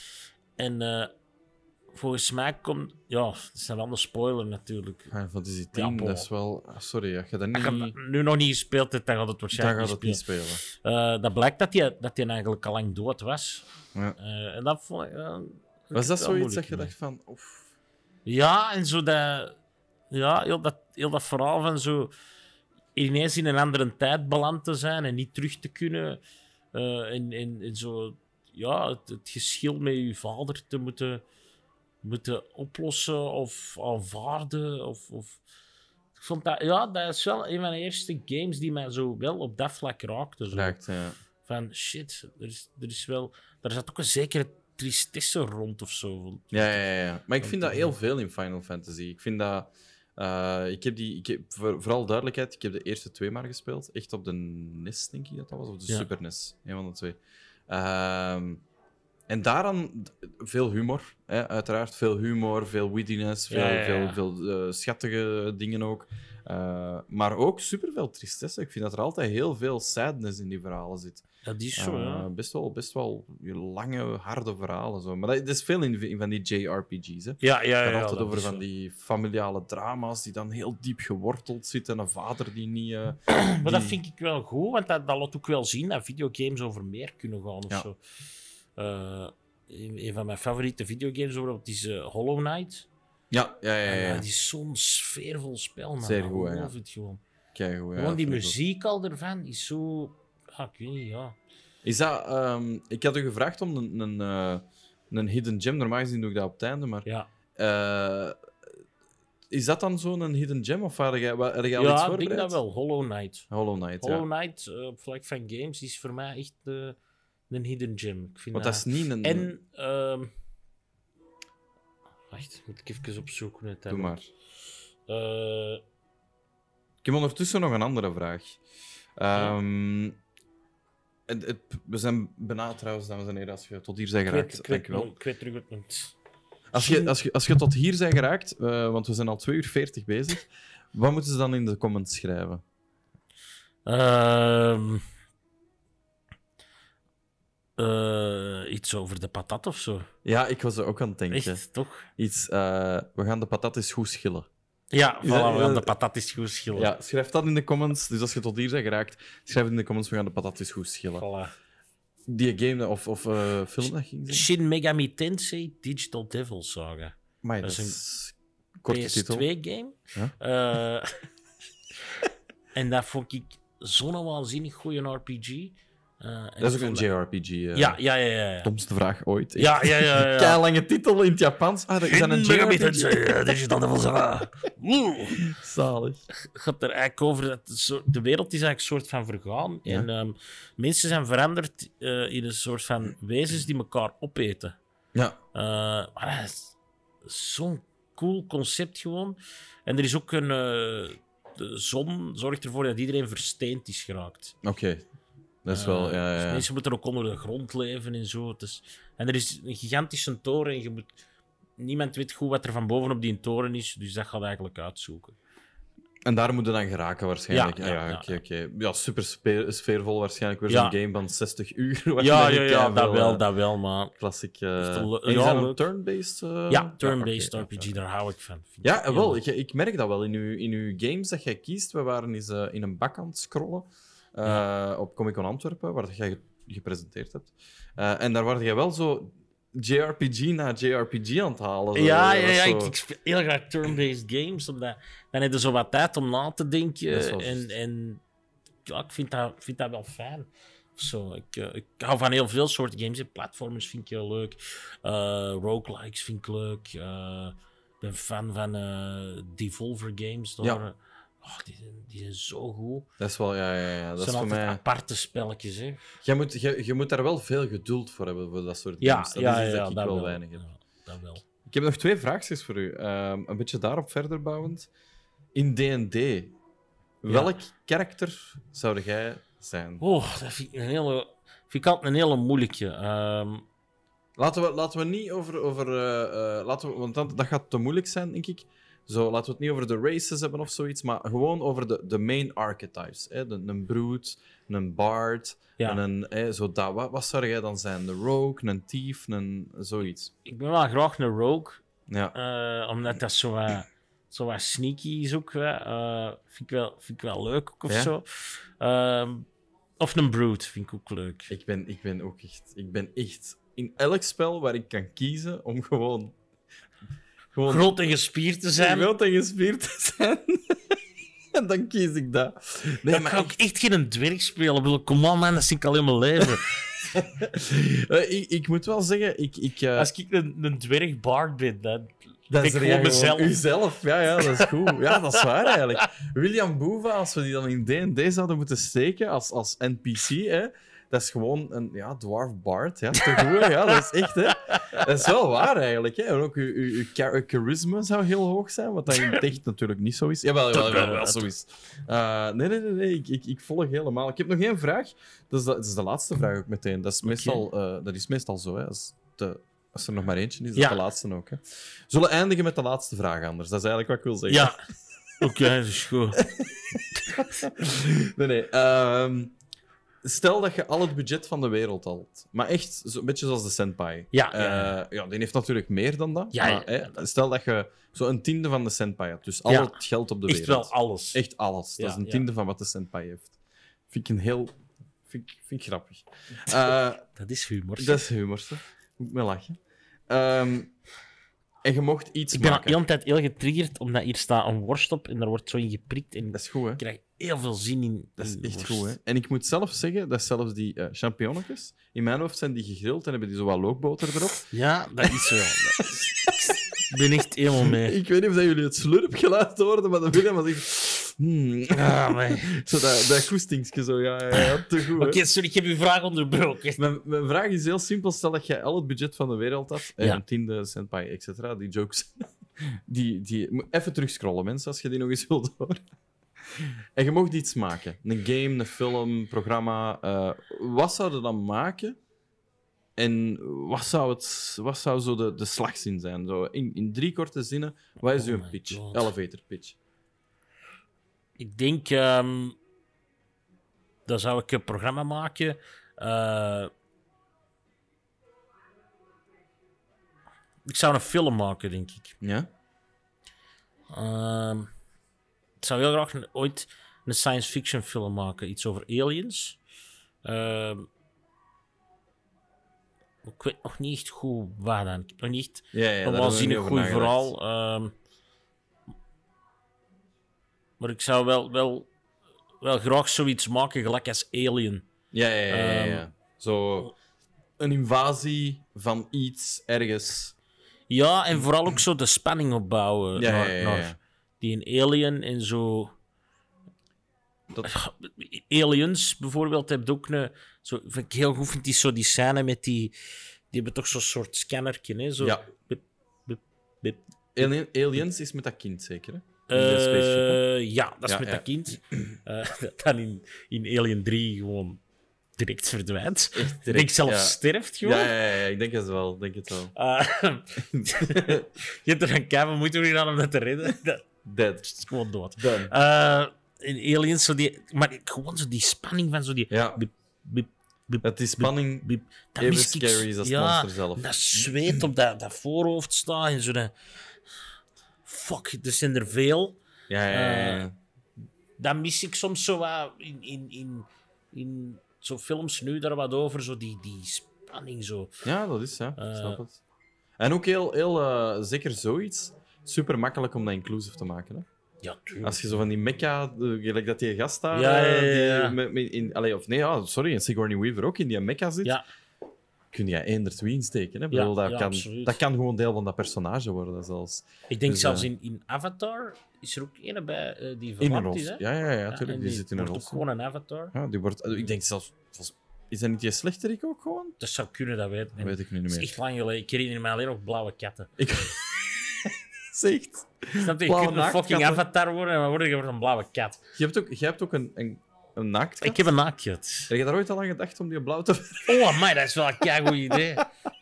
En eh, volgens mij komt... Ja, dat is een andere spoiler natuurlijk. Final Fantasy X, Ja, bon. dat is wel... ah, sorry, als je dat Als je niet... dat nu nog niet gespeeld hebt, dan gaat het Dan waarschijnlijk gaat het niet niet spelen. spelen. Eh, dat blijkt dat hij dat die eigenlijk al lang dood was. Ja. Eh, en dat vond ik... eh, Was dat wel zoiets dat moeilijk je mee. dacht van... Oef. Ja, en zo dat... Ja, heel dat, heel dat verhaal van zo... ineens in een andere tijd beland te zijn en niet terug te kunnen. eh en, en, en zo... Ja, het, het geschil met je vader te moeten, moeten oplossen of aanvaarden. Of, of... Ik vond dat... Ja, dat is wel een van de eerste games die mij zo wel op dat vlak raakte. Zo. Raakt, ja. Van, shit, er is, er is wel... Daar zat ook een zekere tristesse rond of zo. Vond- Ja, ja, ja, ja. Maar ik vind dat heel veel in Final Fantasy. Ik vind dat... eh, ik heb die... Ik heb, voor, vooral duidelijkheid, ik heb de eerste twee maar gespeeld. Echt op de N E S, denk ik dat dat was. Of de Ja. Super N E S. Een van de twee. Ehm, en daaraan d- veel humor. Hè, uiteraard veel humor, veel wittiness, veel, Ja, ja, ja. veel, veel eh, schattige dingen ook. Eh, maar ook superveel tristesse. Ik vind dat er altijd heel veel sadness in die verhalen zit. Dat is zo, Uh, ja. best, wel, best wel lange, harde verhalen. Zo. Maar dat, dat is veel in, in van die J R P G's. Hè. Ja, ja, Het ja. gaat altijd dat over is van zo. die familiale drama's die dan heel diep geworteld zitten. Een vader die niet... eh, Maar dat die- vind ik wel goed, want dat, dat laat ook wel zien dat videogames over meer kunnen gaan of Ja. zo. Eh, een, een van mijn favoriete videogames bijvoorbeeld is eh, Hollow Knight. Ja, ja, ja. ja, Ja, ja. dat is zo'n sfeervol spel, man. Zeer goed, hè, ja. Ik het gewoon. Keigoed, ja, gewoon die vind ik ook. muziek al ervan is zo... Ja, ik weet niet, ja. Is dat... ehm, ik had u gevraagd om een, een, eh, een hidden gem. Normaal gezien doe ik dat op het einde, maar... Ja, eh, is dat dan zo'n hidden gem? Of had jij, had jij al iets ja ik voorbereid? denk dat wel. Hollow Knight. Hollow Knight, Hollow ja. Knight, eh, op vlak van games, is voor mij echt eh, een hidden gem. Ik vind Want dat is niet een... En... ehm Wacht, moet ik even opzoeken. Het Doe maar. Eh, Ik heb ondertussen nog een andere vraag. Ehm, het, het- we zijn bijna trouwens, dames en heren, als je tot hier bent ik, geraakt. weet, ik, weet, Dankjewel. nog- ik weet terug het niet. Als je, als, je, als je tot hier bent geraakt, eh, want we zijn al twee uur veertig bezig, wat moeten ze dan in de comments schrijven? Ehm eh, iets over de patat of zo. Ja, ik was er ook aan het denken. Echt, toch? Iets, eh, we gaan de patat eens goed schillen. Ja, voilà, Is dat- we gaan eh, de patat is goed schillen. Ja, schrijf dat in de comments. Dus als je tot hier bent geraakt, schrijf het in de comments, we gaan de patat eens goed schillen. Voilà. Die game of, of eh, film dat ging zijn? Shin Megami Tensei Digital Devil Saga. Maar dat dat is is een korte P S titel. twee game. Ja. Eh, en dat vond ik zo'n waanzinnig goede R P G. Eh, en Dat is ook ik een vond J R P G. eh. Ja, ja, ja. ja, ja. Domste vraag ooit. Ja, ja, ja. ja, ja. Keilange titel in het Japans. Ah, dat is dan een Shin Megami J R P G. Tensei eh, Digital Devil Saga. Oeh. Zalig. Het gaat er eigenlijk over dat het zo- de wereld is eigenlijk een soort van vergaan. Ja. En ehm, mensen zijn veranderd eh, in een soort van wezens die elkaar opeten. Ja. Eh, maar dat is zo'n cool concept gewoon. En er is ook een... eh, de zon zorgt ervoor dat iedereen versteend is geraakt. Oké. Dat is wel... Eh, Ja, dus ja, ja. mensen moeten ook onder de grond leven en zo. Het is, en er is een gigantische toren en je moet... Niemand weet goed wat er van boven op die toren is, dus dat gaat eigenlijk uitzoeken. En daar moeten dan geraken waarschijnlijk. Ja, Ja, ja, ja, ja, oké, ja. oké. Ja, super spe- sfeervol waarschijnlijk. Weer Ja. zo'n game van zestig uur. Ja, ja, waarschijnlijk. ja, dat veel, wel, eh, dat wel, maar... Klassiek. eh, Echt een le- en is ja, dat een leuk. turn-based? eh? Ja, turn-based oké, R P G, ja, daar hou ik van. Vind Ja, ik heel wel. leuk. Ik, ik merk dat wel in uw, in uw games dat jij kiest. We waren eens eh, in een bak aan het scrollen. uh, op Comic Con Antwerpen, waar jij ge- gepresenteerd hebt. Uh, en daar word jij wel zo J R P G na J R P G aan het halen. Zo. Ja, ja, Dat is ja zo- ik, ik speel heel graag turn-based games. Omdat, dan heb je zo wat tijd om na te denken. Dat is wel En, juist. en ja, ik vind dat, vind dat wel fijn. Zo, ik, uh, ik hou van heel veel soorten games. Platformers vind ik heel leuk. Uh, roguelikes vind ik leuk. Uh, ik ben fan van uh, Devolver Games. Daar. Ja. Oh, die, zijn, die zijn zo goed. Dat is wel, ja, ja, ja. Dat Dat is zijn voor altijd mij... aparte spelletjes. Hè. Jij moet, jij, je moet daar wel veel geduld voor hebben, voor dat soort Ja, games. Dat ja, is iets ja, dat ik dat wel wel. weinig heb. Ja, dat wel. Ik heb nog twee vraagjes voor u. Um, een beetje daarop verder bouwend. In D en D, welk karakter zou jij zijn? Oh, dat vind ik een hele, vind ik altijd een hele moeilijke. Ehm, Laten we, laten we niet over... over uh, uh, laten we, want dat, dat gaat te moeilijk zijn, denk ik. Zo, laten we het niet over de races hebben of zoiets, maar gewoon over de, de main archetypes. Hè? De, een brute, een bard, Ja. en een... Hè, zo dat. Wat, wat zou jij dan zijn? Een rogue, een thief, een, zoiets? ik ben wel graag een rogue, Ja. eh, omdat dat zo wat, zo wat sneaky is ook. Uh, vind, ik wel, vind ik wel leuk ook, of Ja? zo. Ehm, of een brute vind ik ook leuk. Ik ben, ik ben ook echt... Ik ben echt... In elk spel waar ik kan kiezen om gewoon... gewoon Groot en gespierd te zijn. groot en gespierd te zijn. En dan kies ik dat. Nee, Dan maar ga ik echt geen dwerg spelen. Ik bedoel, kom on man, dat zie ik al in mijn leven. Uh, ik, ik moet wel zeggen, ik... ik uh, Als ik een, een dwerg bard ben, dan dat ben ik er gewoon jij mezelf. Uzelf, ja, ja, dat is goed. Ja, dat is waar eigenlijk. William Boeva, als we die dan in D en D zouden moeten steken als, als N P C, hè, dat is gewoon een ja, dwarf bard. Ja, te goed, hè. Ja, dat is echt, hè. Dat is wel waar eigenlijk. Hè. En ook uw, uw, uw char- uw charisma zou heel hoog zijn, wat dat in het echt natuurlijk niet zo is. Jawel, jawel, jawel, wel zo is. Uh, nee, nee, nee, nee. Ik, ik, ik volg helemaal. Ik heb nog één vraag. Dat is de, dat is de laatste vraag ook meteen. Dat is meestal, uh, dat is meestal zo, hè. Als, de, als er nog maar eentje is, is dat Ja. de laatste ook. Hè. Zullen we eindigen met de laatste vraag anders? Dat is eigenlijk wat ik wil zeggen. Ja, oké, dat is goed. Nee, nee. ehm, stel dat je al het budget van de wereld had. Maar echt, zo, een beetje zoals de Senpai. Ja, Eh, ja, ja. ja, die heeft natuurlijk meer dan dat. Ja, ja, maar, hè, ja, dat- Stel dat je zo een tiende van de Senpai had. Dus al Ja. het geld op de Echt wereld. wel alles. Echt alles. Dat Ja, is een ja. tiende van wat de Senpai heeft. Vind ik een heel... Vind ik, vind ik grappig. Eh, Dat is humor. dat is humor, hè. Moet ik me lachen. Ehm, en je mocht iets Ik ben al maken. de hele tijd heel getriggerd, omdat hier staat een worst op en daar wordt zo in geprikt. En Dat is goed, hè. ik krijg heel veel zin in. Dat is in echt worst. goed, hè. En ik moet zelf zeggen dat zelfs die uh, champignonnetjes, in mijn hoofd zijn die gegrild en hebben die zo wat lookboter erop. Ja, dat is wel. Dat is- ik ben echt helemaal mee. Ik weet niet of dat jullie het slurpgeluid hoorden, maar dat William was echt... Hmm. Ah, maar- Zo dat, dat koestingsje zo, ja, ja, ja, te goed, hè. Oké, sorry, ik heb uw vraag onderbroken. Mijn, mijn vraag is heel simpel. Stel dat jij al het budget van de wereld had, eh, Ja. een tiende, senpai, et cetera, die jokes... Die, die, moet even terugscrollen, mensen, als je die nog eens wilt horen. En je mocht iets maken. Een game, een film, programma. eh, wat zou je dan maken? En wat zou, het, wat zou zo de, de slagzin zijn? Zo in, in drie korte zinnen, wat is Oh uw my pitch? God. Elevator pitch. Ik denk, ehm dan zou ik een programma maken. eh, ik zou een film maken, denk ik. Ja? Ehm, ik zou heel graag een- ooit een science fiction film maken. Iets over aliens. Ehm, ik weet nog niet echt goed waar dan. Ik heb nog niet echt Ja, ja, een daar hebben we waanzinnig niet over goed nagedacht. verhaal. Ehm, maar ik zou wel, wel, wel graag zoiets maken, gelijk als Alien. Ja, ja, ja. ja, ja. Ehm, Zo een invasie van iets ergens. Ja, en vooral ook zo de spanning opbouwen Ja, naar, ja, ja, ja. naar die een Alien en zo. Dat- Aliens bijvoorbeeld heb ook een. Zo, vind ik heel goed, vind die zo die scène met die. Die hebben toch zo'n soort scannertje, hè? Zo, Ja. bip, bip, bip. Alien, Aliens is met dat kind, zeker, hè? In de spaceship, hè? Eh, ja, dat is Ja, met ja. dat kind. Eh, dat dan in, in Alien drie gewoon direct verdwijnt. Echt Ik denk zelfs ja. sterft gewoon. Ja, ja, ja, ik denk het wel. Ik denk het wel. Eh, je hebt er een keihard moeite voor gedaan om dat te redden. Dat Dead. is gewoon dood. Done. Eh, in Aliens, zo die, maar gewoon zo die spanning van zo die. Ja. Bip, bip, bip, Dat die spanning bip. Dat even mis ik- scary is als het ja, monster zelf. Dat zweet op dat, dat voorhoofd staat en zo. de- Fuck, er zijn er veel. Ja, ja, ja, ja. Dat mis ik soms zo wat in, in, in, in zo'n films nu daar wat over, zo die, die spanning zo. Ja, dat is, ja. Eh. Ik snap het. En ook heel, heel uh, zeker zoiets, super makkelijk om dat inclusief te maken. Hè? Ja, tuurlijk. Als je zo van die mekka, uh, gelijk dat die gast daar, Ja, ja, ja, uh, die ja. met- met- in, allee, of nee, ja, sorry, en Sigourney Weaver ook in die mekka zit, Ja, kun je eender twee insteken. Hè? Ik Ja, bedoel, dat, ja, kan, absoluut. dat kan gewoon deel van dat personage worden zelfs. ik denk Dus, zelfs eh, in, in Avatar is er ook een bij uh, die In een verlamd rol. is. Hè? Ja, ja, ja, Ja, tuurlijk. en die, zit in een wordt rol. ook gewoon een Avatar. Ja, die wordt, ik denk zelfs, volgens- is dat niet die slechterik ook gewoon? Dat zou kunnen, dat weet ik Dat niet. weet ik nu Dat niet is meer. echt lang geleden. Ik herinner me alleen nog blauwe katten. Ik... Zegt. Snap je? Je Blauwe kunt een fucking naaktkatten. avatar worden en wat word je voor een blauwe kat? Je hebt ook, je hebt ook een, een, een naaktkat. Ik heb een naaktkat. Heb je daar ooit al aan gedacht om die blauw te verven? Oh, amai, dat is wel een keigoed idee.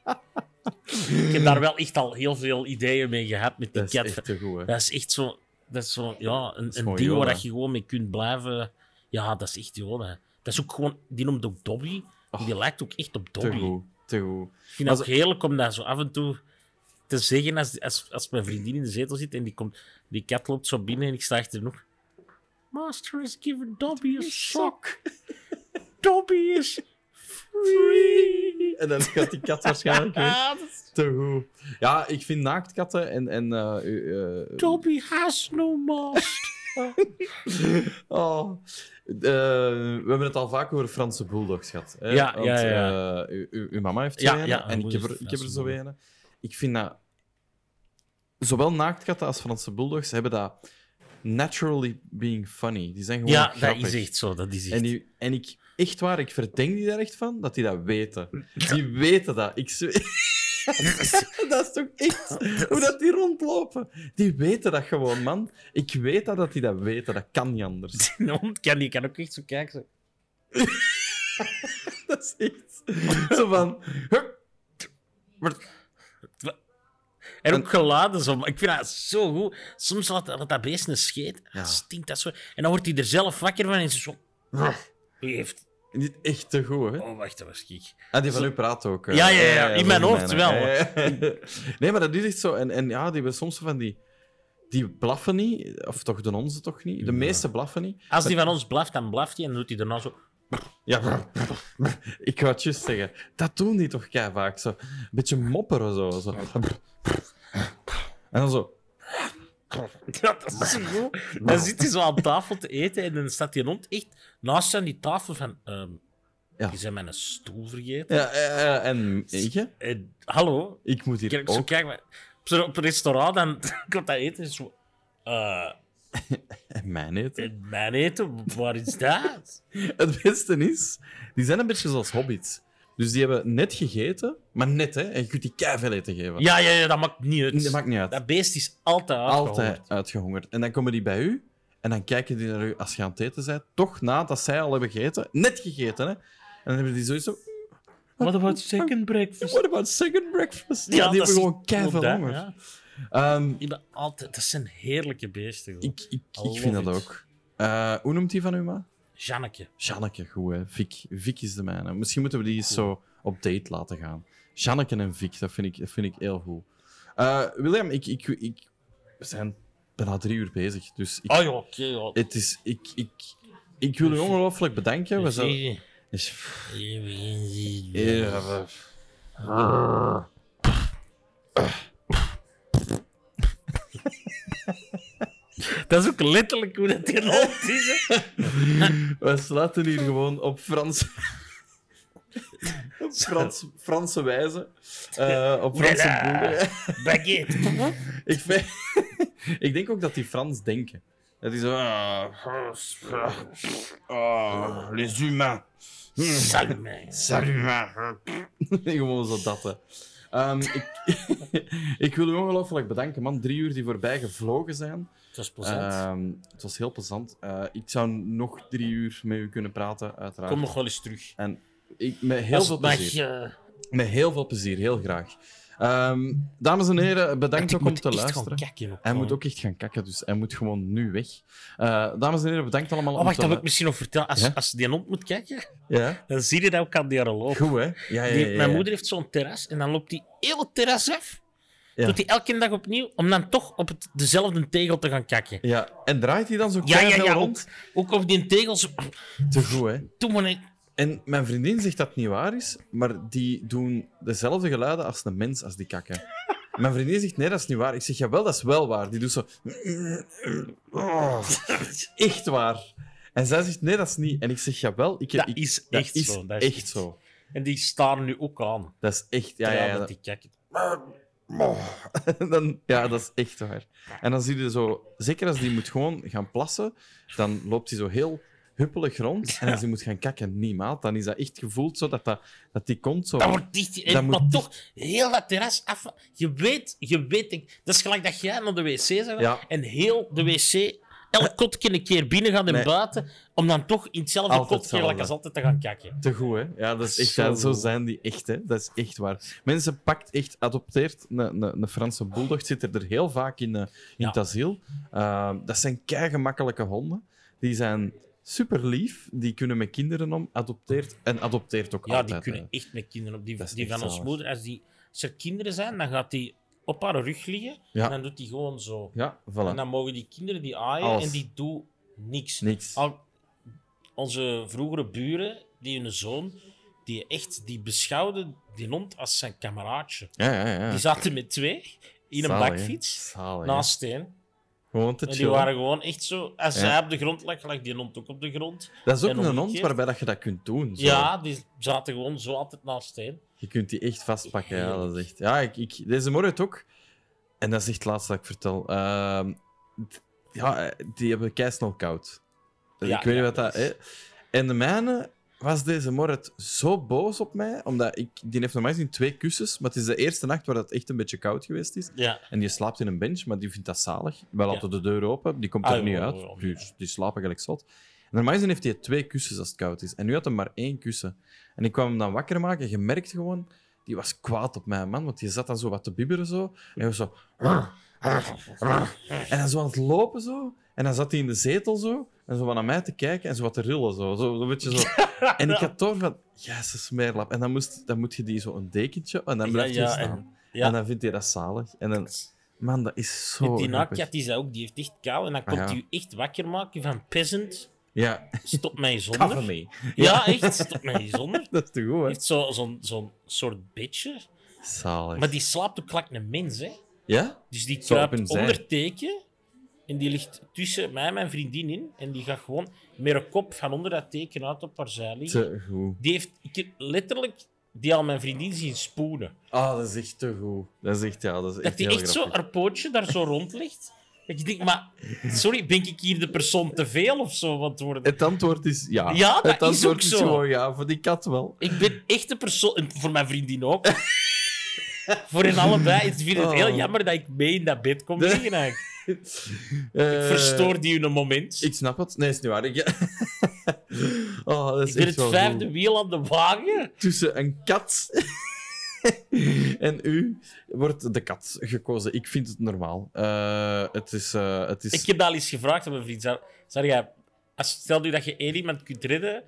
Ik heb daar wel echt al heel veel ideeën mee gehad met die Dat is kat. echt te goed, hè. Dat is echt zo... Dat is zo, ja, een, is een gewoon ding Yoda. waar je gewoon mee kunt blijven... Ja, dat is echt Yoda. Dat is ook gewoon... Die noemt ook Dobby. En die lijkt ook echt op Te Dobby. goed, te goed. Ik vind Maar het ze- ook heerlijk om dat zo af en toe te zeggen als, als, als mijn vriendin in de zetel zit en die, komt, die kat loopt zo binnen en ik sta achter nog. Master has given Dobby a sock. Dobby is free. En dan gaat die kat waarschijnlijk weg. Ah, dat is- Te goed. Ja, ik vind naaktkatten en... en uh, uh, Dobby has no master. oh. Uh, we hebben het al vaak over Franse bulldogs gehad. Hè? Ja, Want, ja, ja. uh, u- u- uw mama heeft Ja, zo een, ja, en ik moeder heb, er, heeft ik heb er Franse zo bulldog. een. Ik vind dat... Zowel naaktkatten als Franse bulldogs hebben dat naturally being funny. Die zijn gewoon Ja, dat grappig. is echt zo. Dat is echt... En, die, en ik, echt waar, ik verdenk die daar echt van, dat die dat weten. Die weten dat. Ik zweer... dat is toch echt hoe dat die rondlopen. Die weten dat gewoon, man. Ik weet dat, dat die dat weten. Dat kan niet anders. Een hond kan, die kan ook echt zo kijken. Zo. Dat is echt zo van... hup. En ook geluiden zo. Ik vind dat zo goed. Soms laat dat, dat beest een scheet. Ja. Stinkt dat zo. En dan wordt hij er zelf wakker van en is zo... Wie heeft... Niet echt te goed, hè? Oh, wacht, dat was ik. Ah, die van u praat ook. eh. Ja, ja, ja, in zo mijn is hoofd wel. Ja, ja, ja. Nee, maar dat is echt zo. En, en ja, die hebben soms zo van die... Die blaffen niet. Of toch de onze toch niet. De meeste blaffen niet. Als die van ons blaft, dan blaft hij en dan doet hij daarna zo... Ja, ik wou het juist zeggen. Dat doen die toch kei vaak. Zo. Een beetje mopperen zo. zo. En dan zo. Ja, dat is zo goed. Dan zit hij zo aan tafel te eten en dan staat die hond echt naast aan die tafel van... ehm Ja. Je bent mijn stoel vergeten. Ja, eh, eh, en ik, En, hallo? ik moet hier Kijk, zo, ook... kijk maar. Op zo'n- op een restaurant, dan komt dat eten en zo... eh, En mijn eten. en mijn eten, waar is dat? Het beste is, die zijn een beetje zoals hobbits. Dus die hebben net gegeten, maar net, hè. En je kunt die keiveel eten geven. Ja, ja, ja, dat maakt niet uit. Dat maakt niet uit. Dat beest is altijd uitgehongerd. Altijd uitgehongerd. En dan komen die bij u, en dan kijken die naar u als je aan het eten bent, toch nadat zij al hebben gegeten, net gegeten, hè. En dan hebben die sowieso... What about second breakfast? What about second breakfast? Ja, Ja, dat die is hebben gewoon keiveel goed, hè, honger. ja. Ehm, Ik ben altijd... Dat zijn heerlijke beesten. gewoon. ik, ik, I ik vind love dat it. ook. Eh, hoe noemt die van u, ma? Janneke. Janneke, goed, hè. Vic. Vic is de mijne. Misschien moeten we die eens zo op date laten gaan. Janneke en Vic, dat vind ik, dat vind ik heel goed. Eh, William, ik, ik, ik, we zijn bijna drie uur bezig, dus ik, Oh ja, oké. ja. het is, ik, ik, ik wil u ongelooflijk bedanken. We zijn, Zie- is, zie- zie- ja, we- Dat is ook letterlijk hoe dat die hond is. hè. we sluiten hier gewoon op Frans... op Frans, Franse wijze. Eh, op Franse Voilà. boeren. Baguette. Ik, vind- ik denk ook dat die Frans denken. Dat is zo... ah, ah, les humains. Salut, man. Salut. Gewoon zo dat, hè. Ehm, ik, ik wil u ongelooflijk bedanken, man. Drie uur die voorbij gevlogen zijn. Het was plezant. Ehm, het was heel plezant. Eh, ik zou nog drie uur met u kunnen praten, uiteraard. Kom nog wel eens terug. En ik, met heel Als veel het mag, plezier. eh, Met heel veel plezier, heel graag. Ehm, dames en heren, bedankt ik ook om moet te echt luisteren. gaan kakken ook Hij moet gewoon. ook echt gaan kakken, dus hij moet gewoon nu weg. Eh, dames en heren, bedankt allemaal Oh, om wacht, te dat wil lu- ik misschien nog vertellen. Als, Ja? als die hond moet kijken, Ja, dan zie je dat ook aan die lopen. goed hè? Ja, ja, ja, Die- ja. Mijn moeder heeft zo'n terras en dan loopt die hele terras af. Ja. doet hij elke dag opnieuw, om dan toch op het, dezelfde tegel te gaan kakken. Ja, en draait hij dan zo Ja, ja, keiveel ja, ook, rond? ook op die tegels. Te goed, hè? Doe maar niet. En mijn vriendin zegt dat het niet waar is, maar die doen dezelfde geluiden als een mens als die kakken. Mijn vriendin zegt, nee, dat is niet waar. Ik zeg, jawel, dat is wel waar. Die doet zo... Oh, echt waar. En zij zegt, nee, dat is niet. En ik zeg, jawel. Ik, Dat ik, is dat echt is zo, dat is echt echt zo. En die staan nu ook aan. Dat is echt... Ja, ja, Terwijl ja, dat dat- die kakken. dan, ja, dat is echt waar. En dan zie je zo... Zeker als die moet gewoon gaan plassen, dan loopt hij zo heel huppelig rond. En als hij moet gaan kakken, niet maat. Dan is dat echt gevoeld zo dat, dat, dat die kont zo... Dat wordt dicht. En, Dat moet maar toch, heel dat terras af. Je weet, je weet... ik- Dat is gelijk dat jij naar de wc zou Ja. en heel de wc... Elk kotje een keer binnen gaat en Nee. buiten, om dan toch in hetzelfde Altijd kotje hetzelfde. gelijk als altijd te gaan kakken. Te goed, hè? Ja, dat is echt, Zo ja, zo goed. zijn die echt, hè? Dat is echt waar. Mensen pakt echt, adopteert een, een, een Franse bulldog, zit er heel vaak in, eh, in Ja. het asiel. Uh, dat zijn keigemakkelijke honden. Die zijn super lief, die kunnen met kinderen om, adopteert en adopteert ook Ja, altijd. die kunnen hè. echt met kinderen op. Die, Dat is die echt van ons zalig. moeder, als, die, als er kinderen zijn, dan gaat die op haar rug liggen Ja. en dan doet die gewoon zo. Ja, voilà. En dan mogen die kinderen die aaien Alles. en die doen niks. Niks. Al, onze vroegere buren, die hun zoon, die echt die beschouwden die hond als zijn kameraadje. Ja, ja, ja. Die zaten met twee in een Zalig, hè. bakfiets Zalig, hè. naast steen. Gewoon te En die chillen. waren gewoon echt zo... Als Ja. zij op de grond lag, lag die hond ook op de grond. Dat is ook en een hond omgekeerd. waarbij dat je dat kunt doen. Zo. Ja, die zaten gewoon zo altijd naast steen. Je kunt die echt vastpakken. Ja, dat is echt... ja ik, ik, deze morgen het ook. En dat is echt het laatste dat ik vertel. Ehm, d- ja, die hebben keisnel koud. Ja, ik weet niet ja, wat dat is. En de mijne was deze morgen zo boos op mij, omdat ik... Die heeft normaal gezien twee kussens, maar het is de eerste nacht waar het echt een beetje koud geweest is. Ja. En die slaapt in een bench, maar die vindt dat zalig. Wij laten de deur open, die komt Ah, er niet ja, uit. ja, ja. Die, die slapen gelijk zot. En normaal gezien heeft hij twee kussens als het koud is. En nu had hij maar één kussen. En ik kwam hem dan wakker maken en je merkt gewoon... Die was kwaad op mij, man, want die zat dan zo wat te bibberen zo. En hij was zo... En dan zo aan het lopen zo. En dan zat hij in de zetel zo. En zo wat naar mij te kijken en zo wat te rillen zo. Zo een beetje zo. En ik had door van... Ja, ze smeerlap. En dan, moest, dan moet je die zo een dekentje... En dan blijft ja, hij ja, staan. en- ja. En dan vindt hij dat zalig. En dan... Man, dat is zo... Die grappig. naakkat die zei ook, die heeft echt kou. En dan komt ja. hij je echt wakker maken van peasant. Ja. Stop mij Cover zonder. me. Ja, echt, stop mij zonder. Dat is te goed, hè? Heeft zo'n zo zo'n soort bedje. Zalig. Maar die slaapt ook gelijk een mens, hè. Ja? Dus die Zo op kruipt een zij. onder teken. En die ligt tussen mij en mijn vriendin in. En die gaat gewoon met haar kop van onder dat teken uit op haar zij liggen. Te goed. Die heeft ik heb letterlijk die al mijn vriendin zien spoenen. Ah, dat is echt te goed. Dat is echt, ja, dat is echt Dat die heel echt zo grappig. haar pootje daar zo rond ligt. Dat je denkt, maar sorry, ben ik hier de persoon te veel of zo? Want worden... Het antwoord is ja. Ja, dat het is antwoord ook is zo. gewoon ja, voor die kat wel. Ik ben echt de persoon... En voor mijn vriendin ook. Voor hen allebei. Ik vind het heel Oh. jammer dat ik mee in dat bed kom Nee. liggen eigenlijk. Eh, Ik verstoor die in een moment. Ik snap het. Nee, is niet waar. Ik... oh, dat is Ik ben echt het wel vijfde goed. wiel aan de wagen. Tussen een kat en u wordt de kat gekozen. Ik vind het normaal. Eh, het is... eh, het is... Ik heb dat al eens gevraagd aan mijn vriend. Zou, zou jij, als, stel nu dat je één iemand kunt redden,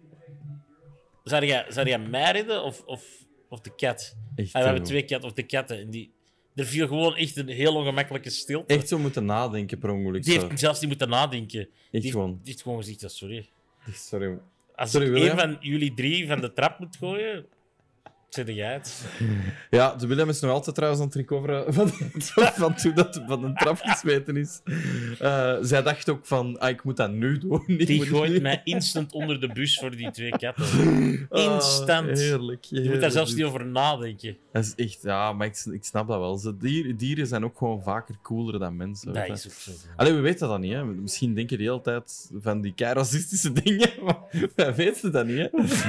zou jij, zou jij mij redden of, of, of de kat? Echt, Ah, we hebben eh, twee katten, of de katten. En die, er viel gewoon echt een heel ongemakkelijke stilte. Echt zo moeten nadenken per ongeluk. Die zo. heeft zelfs niet moeten nadenken. Echt Die heeft, gewoon. die heeft gewoon gezegd, ja, sorry. Sorry. Als Sorry, ik William? één van jullie drie van de trap moet gooien, zet jij het. Ja, de Willem is nog altijd trouwens aan het recoveren van, van toen dat van een trap gesmeten is. Eh, zij dacht ook van, ah, ik moet dat nu doen. Ik Die moet gooit nu- mij instant onder de bus voor die twee katten. Ah, Instant. heerlijk. Je moet daar zelfs niet over nadenken. Dat is echt, ja, maar ik, ik snap dat wel. Ze, dieren, dieren zijn ook gewoon vaker cooler dan mensen. Dat weet is je. ook zo. Allee, we weten dat niet, hè. Misschien denken die hele tijd van die kei-racistische dingen, maar wij weten dat niet, hè.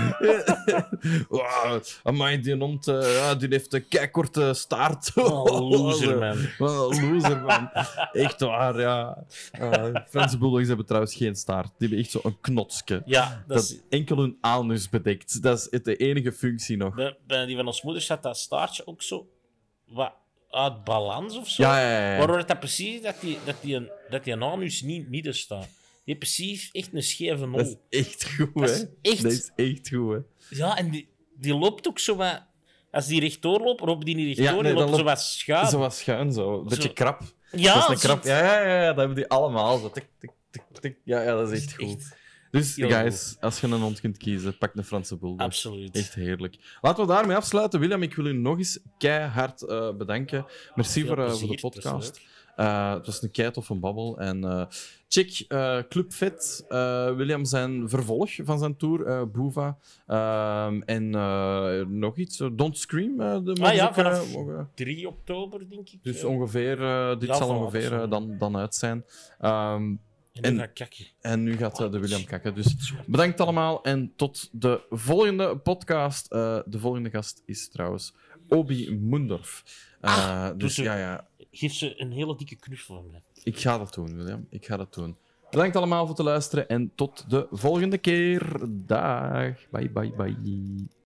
Wow, amai, die hond, eh, ja, die heeft een keikorte staart. Oh, loser, man. Wat een loser, man. Echt waar, ja. Uh, Franse bulldogs hebben trouwens geen staart. Die hebben echt zo'n knotsje. Ja, dat Dat is... enkel hun anus bedekt. Dat is het- de enige functie nog. Bij, bij die van ons moeder staat dat staartje ook zo wat uit balans of zo. Ja, ja, ja. ja. Waardoor het dat precies dat die, dat die, een, dat die een anus niet in het midden staat. Die heeft precies echt een scheve nul. Dat is echt goed, Dat hè. is echt- Dat is echt goed, hè. Ja, en die, die loopt ook zo wat... Als die rechtdoor lopen, lopen die niet Ja, rechtdoor, nee, die dan lopen zo loopt- wat schuin. Zo wat schuin, zo. Een beetje Zo. krap. Ja, dat is een zo- krap. Ja, ja, ja, ja, dat hebben die allemaal. Zo. Tik, tik, tik, tik. Ja, ja, dat is echt goed. Echt Dus, heel guys, als je een hond kunt kiezen, pak een Franse bulldog. absoluut. Echt heerlijk. Laten we daarmee afsluiten. William, ik wil u nog eens keihard uh, bedanken. Merci Veel voor, uh, plezier, voor de dat is podcast. leuk. Uh, het was een keitoffe babbel. En uh, check uh, Club Vet, uh, William zijn vervolg van zijn tour, uh, Boeva. Um, en uh, nog iets, uh, Don't Scream. Uh, de Ah ja, ook, vanaf uh, mogen- drie oktober, denk ik. Dus eh. ongeveer, uh, dit Ja, zal voilà, ongeveer dat is uh, dan, dan uit zijn. Um, En en- nu ga ik kakken. en nu gaat uh, de William kakken. Dus bedankt allemaal en tot de volgende podcast. Uh, de volgende gast is trouwens Obi Mundorf. Uh, Ah, dus dus, uh, ja, ja, Geef ze een hele dikke knuffel aan mij. ik ga dat doen, William. Ik ga dat doen. Bedankt allemaal voor het luisteren en tot de volgende keer. Dag. Bye, bye, bye.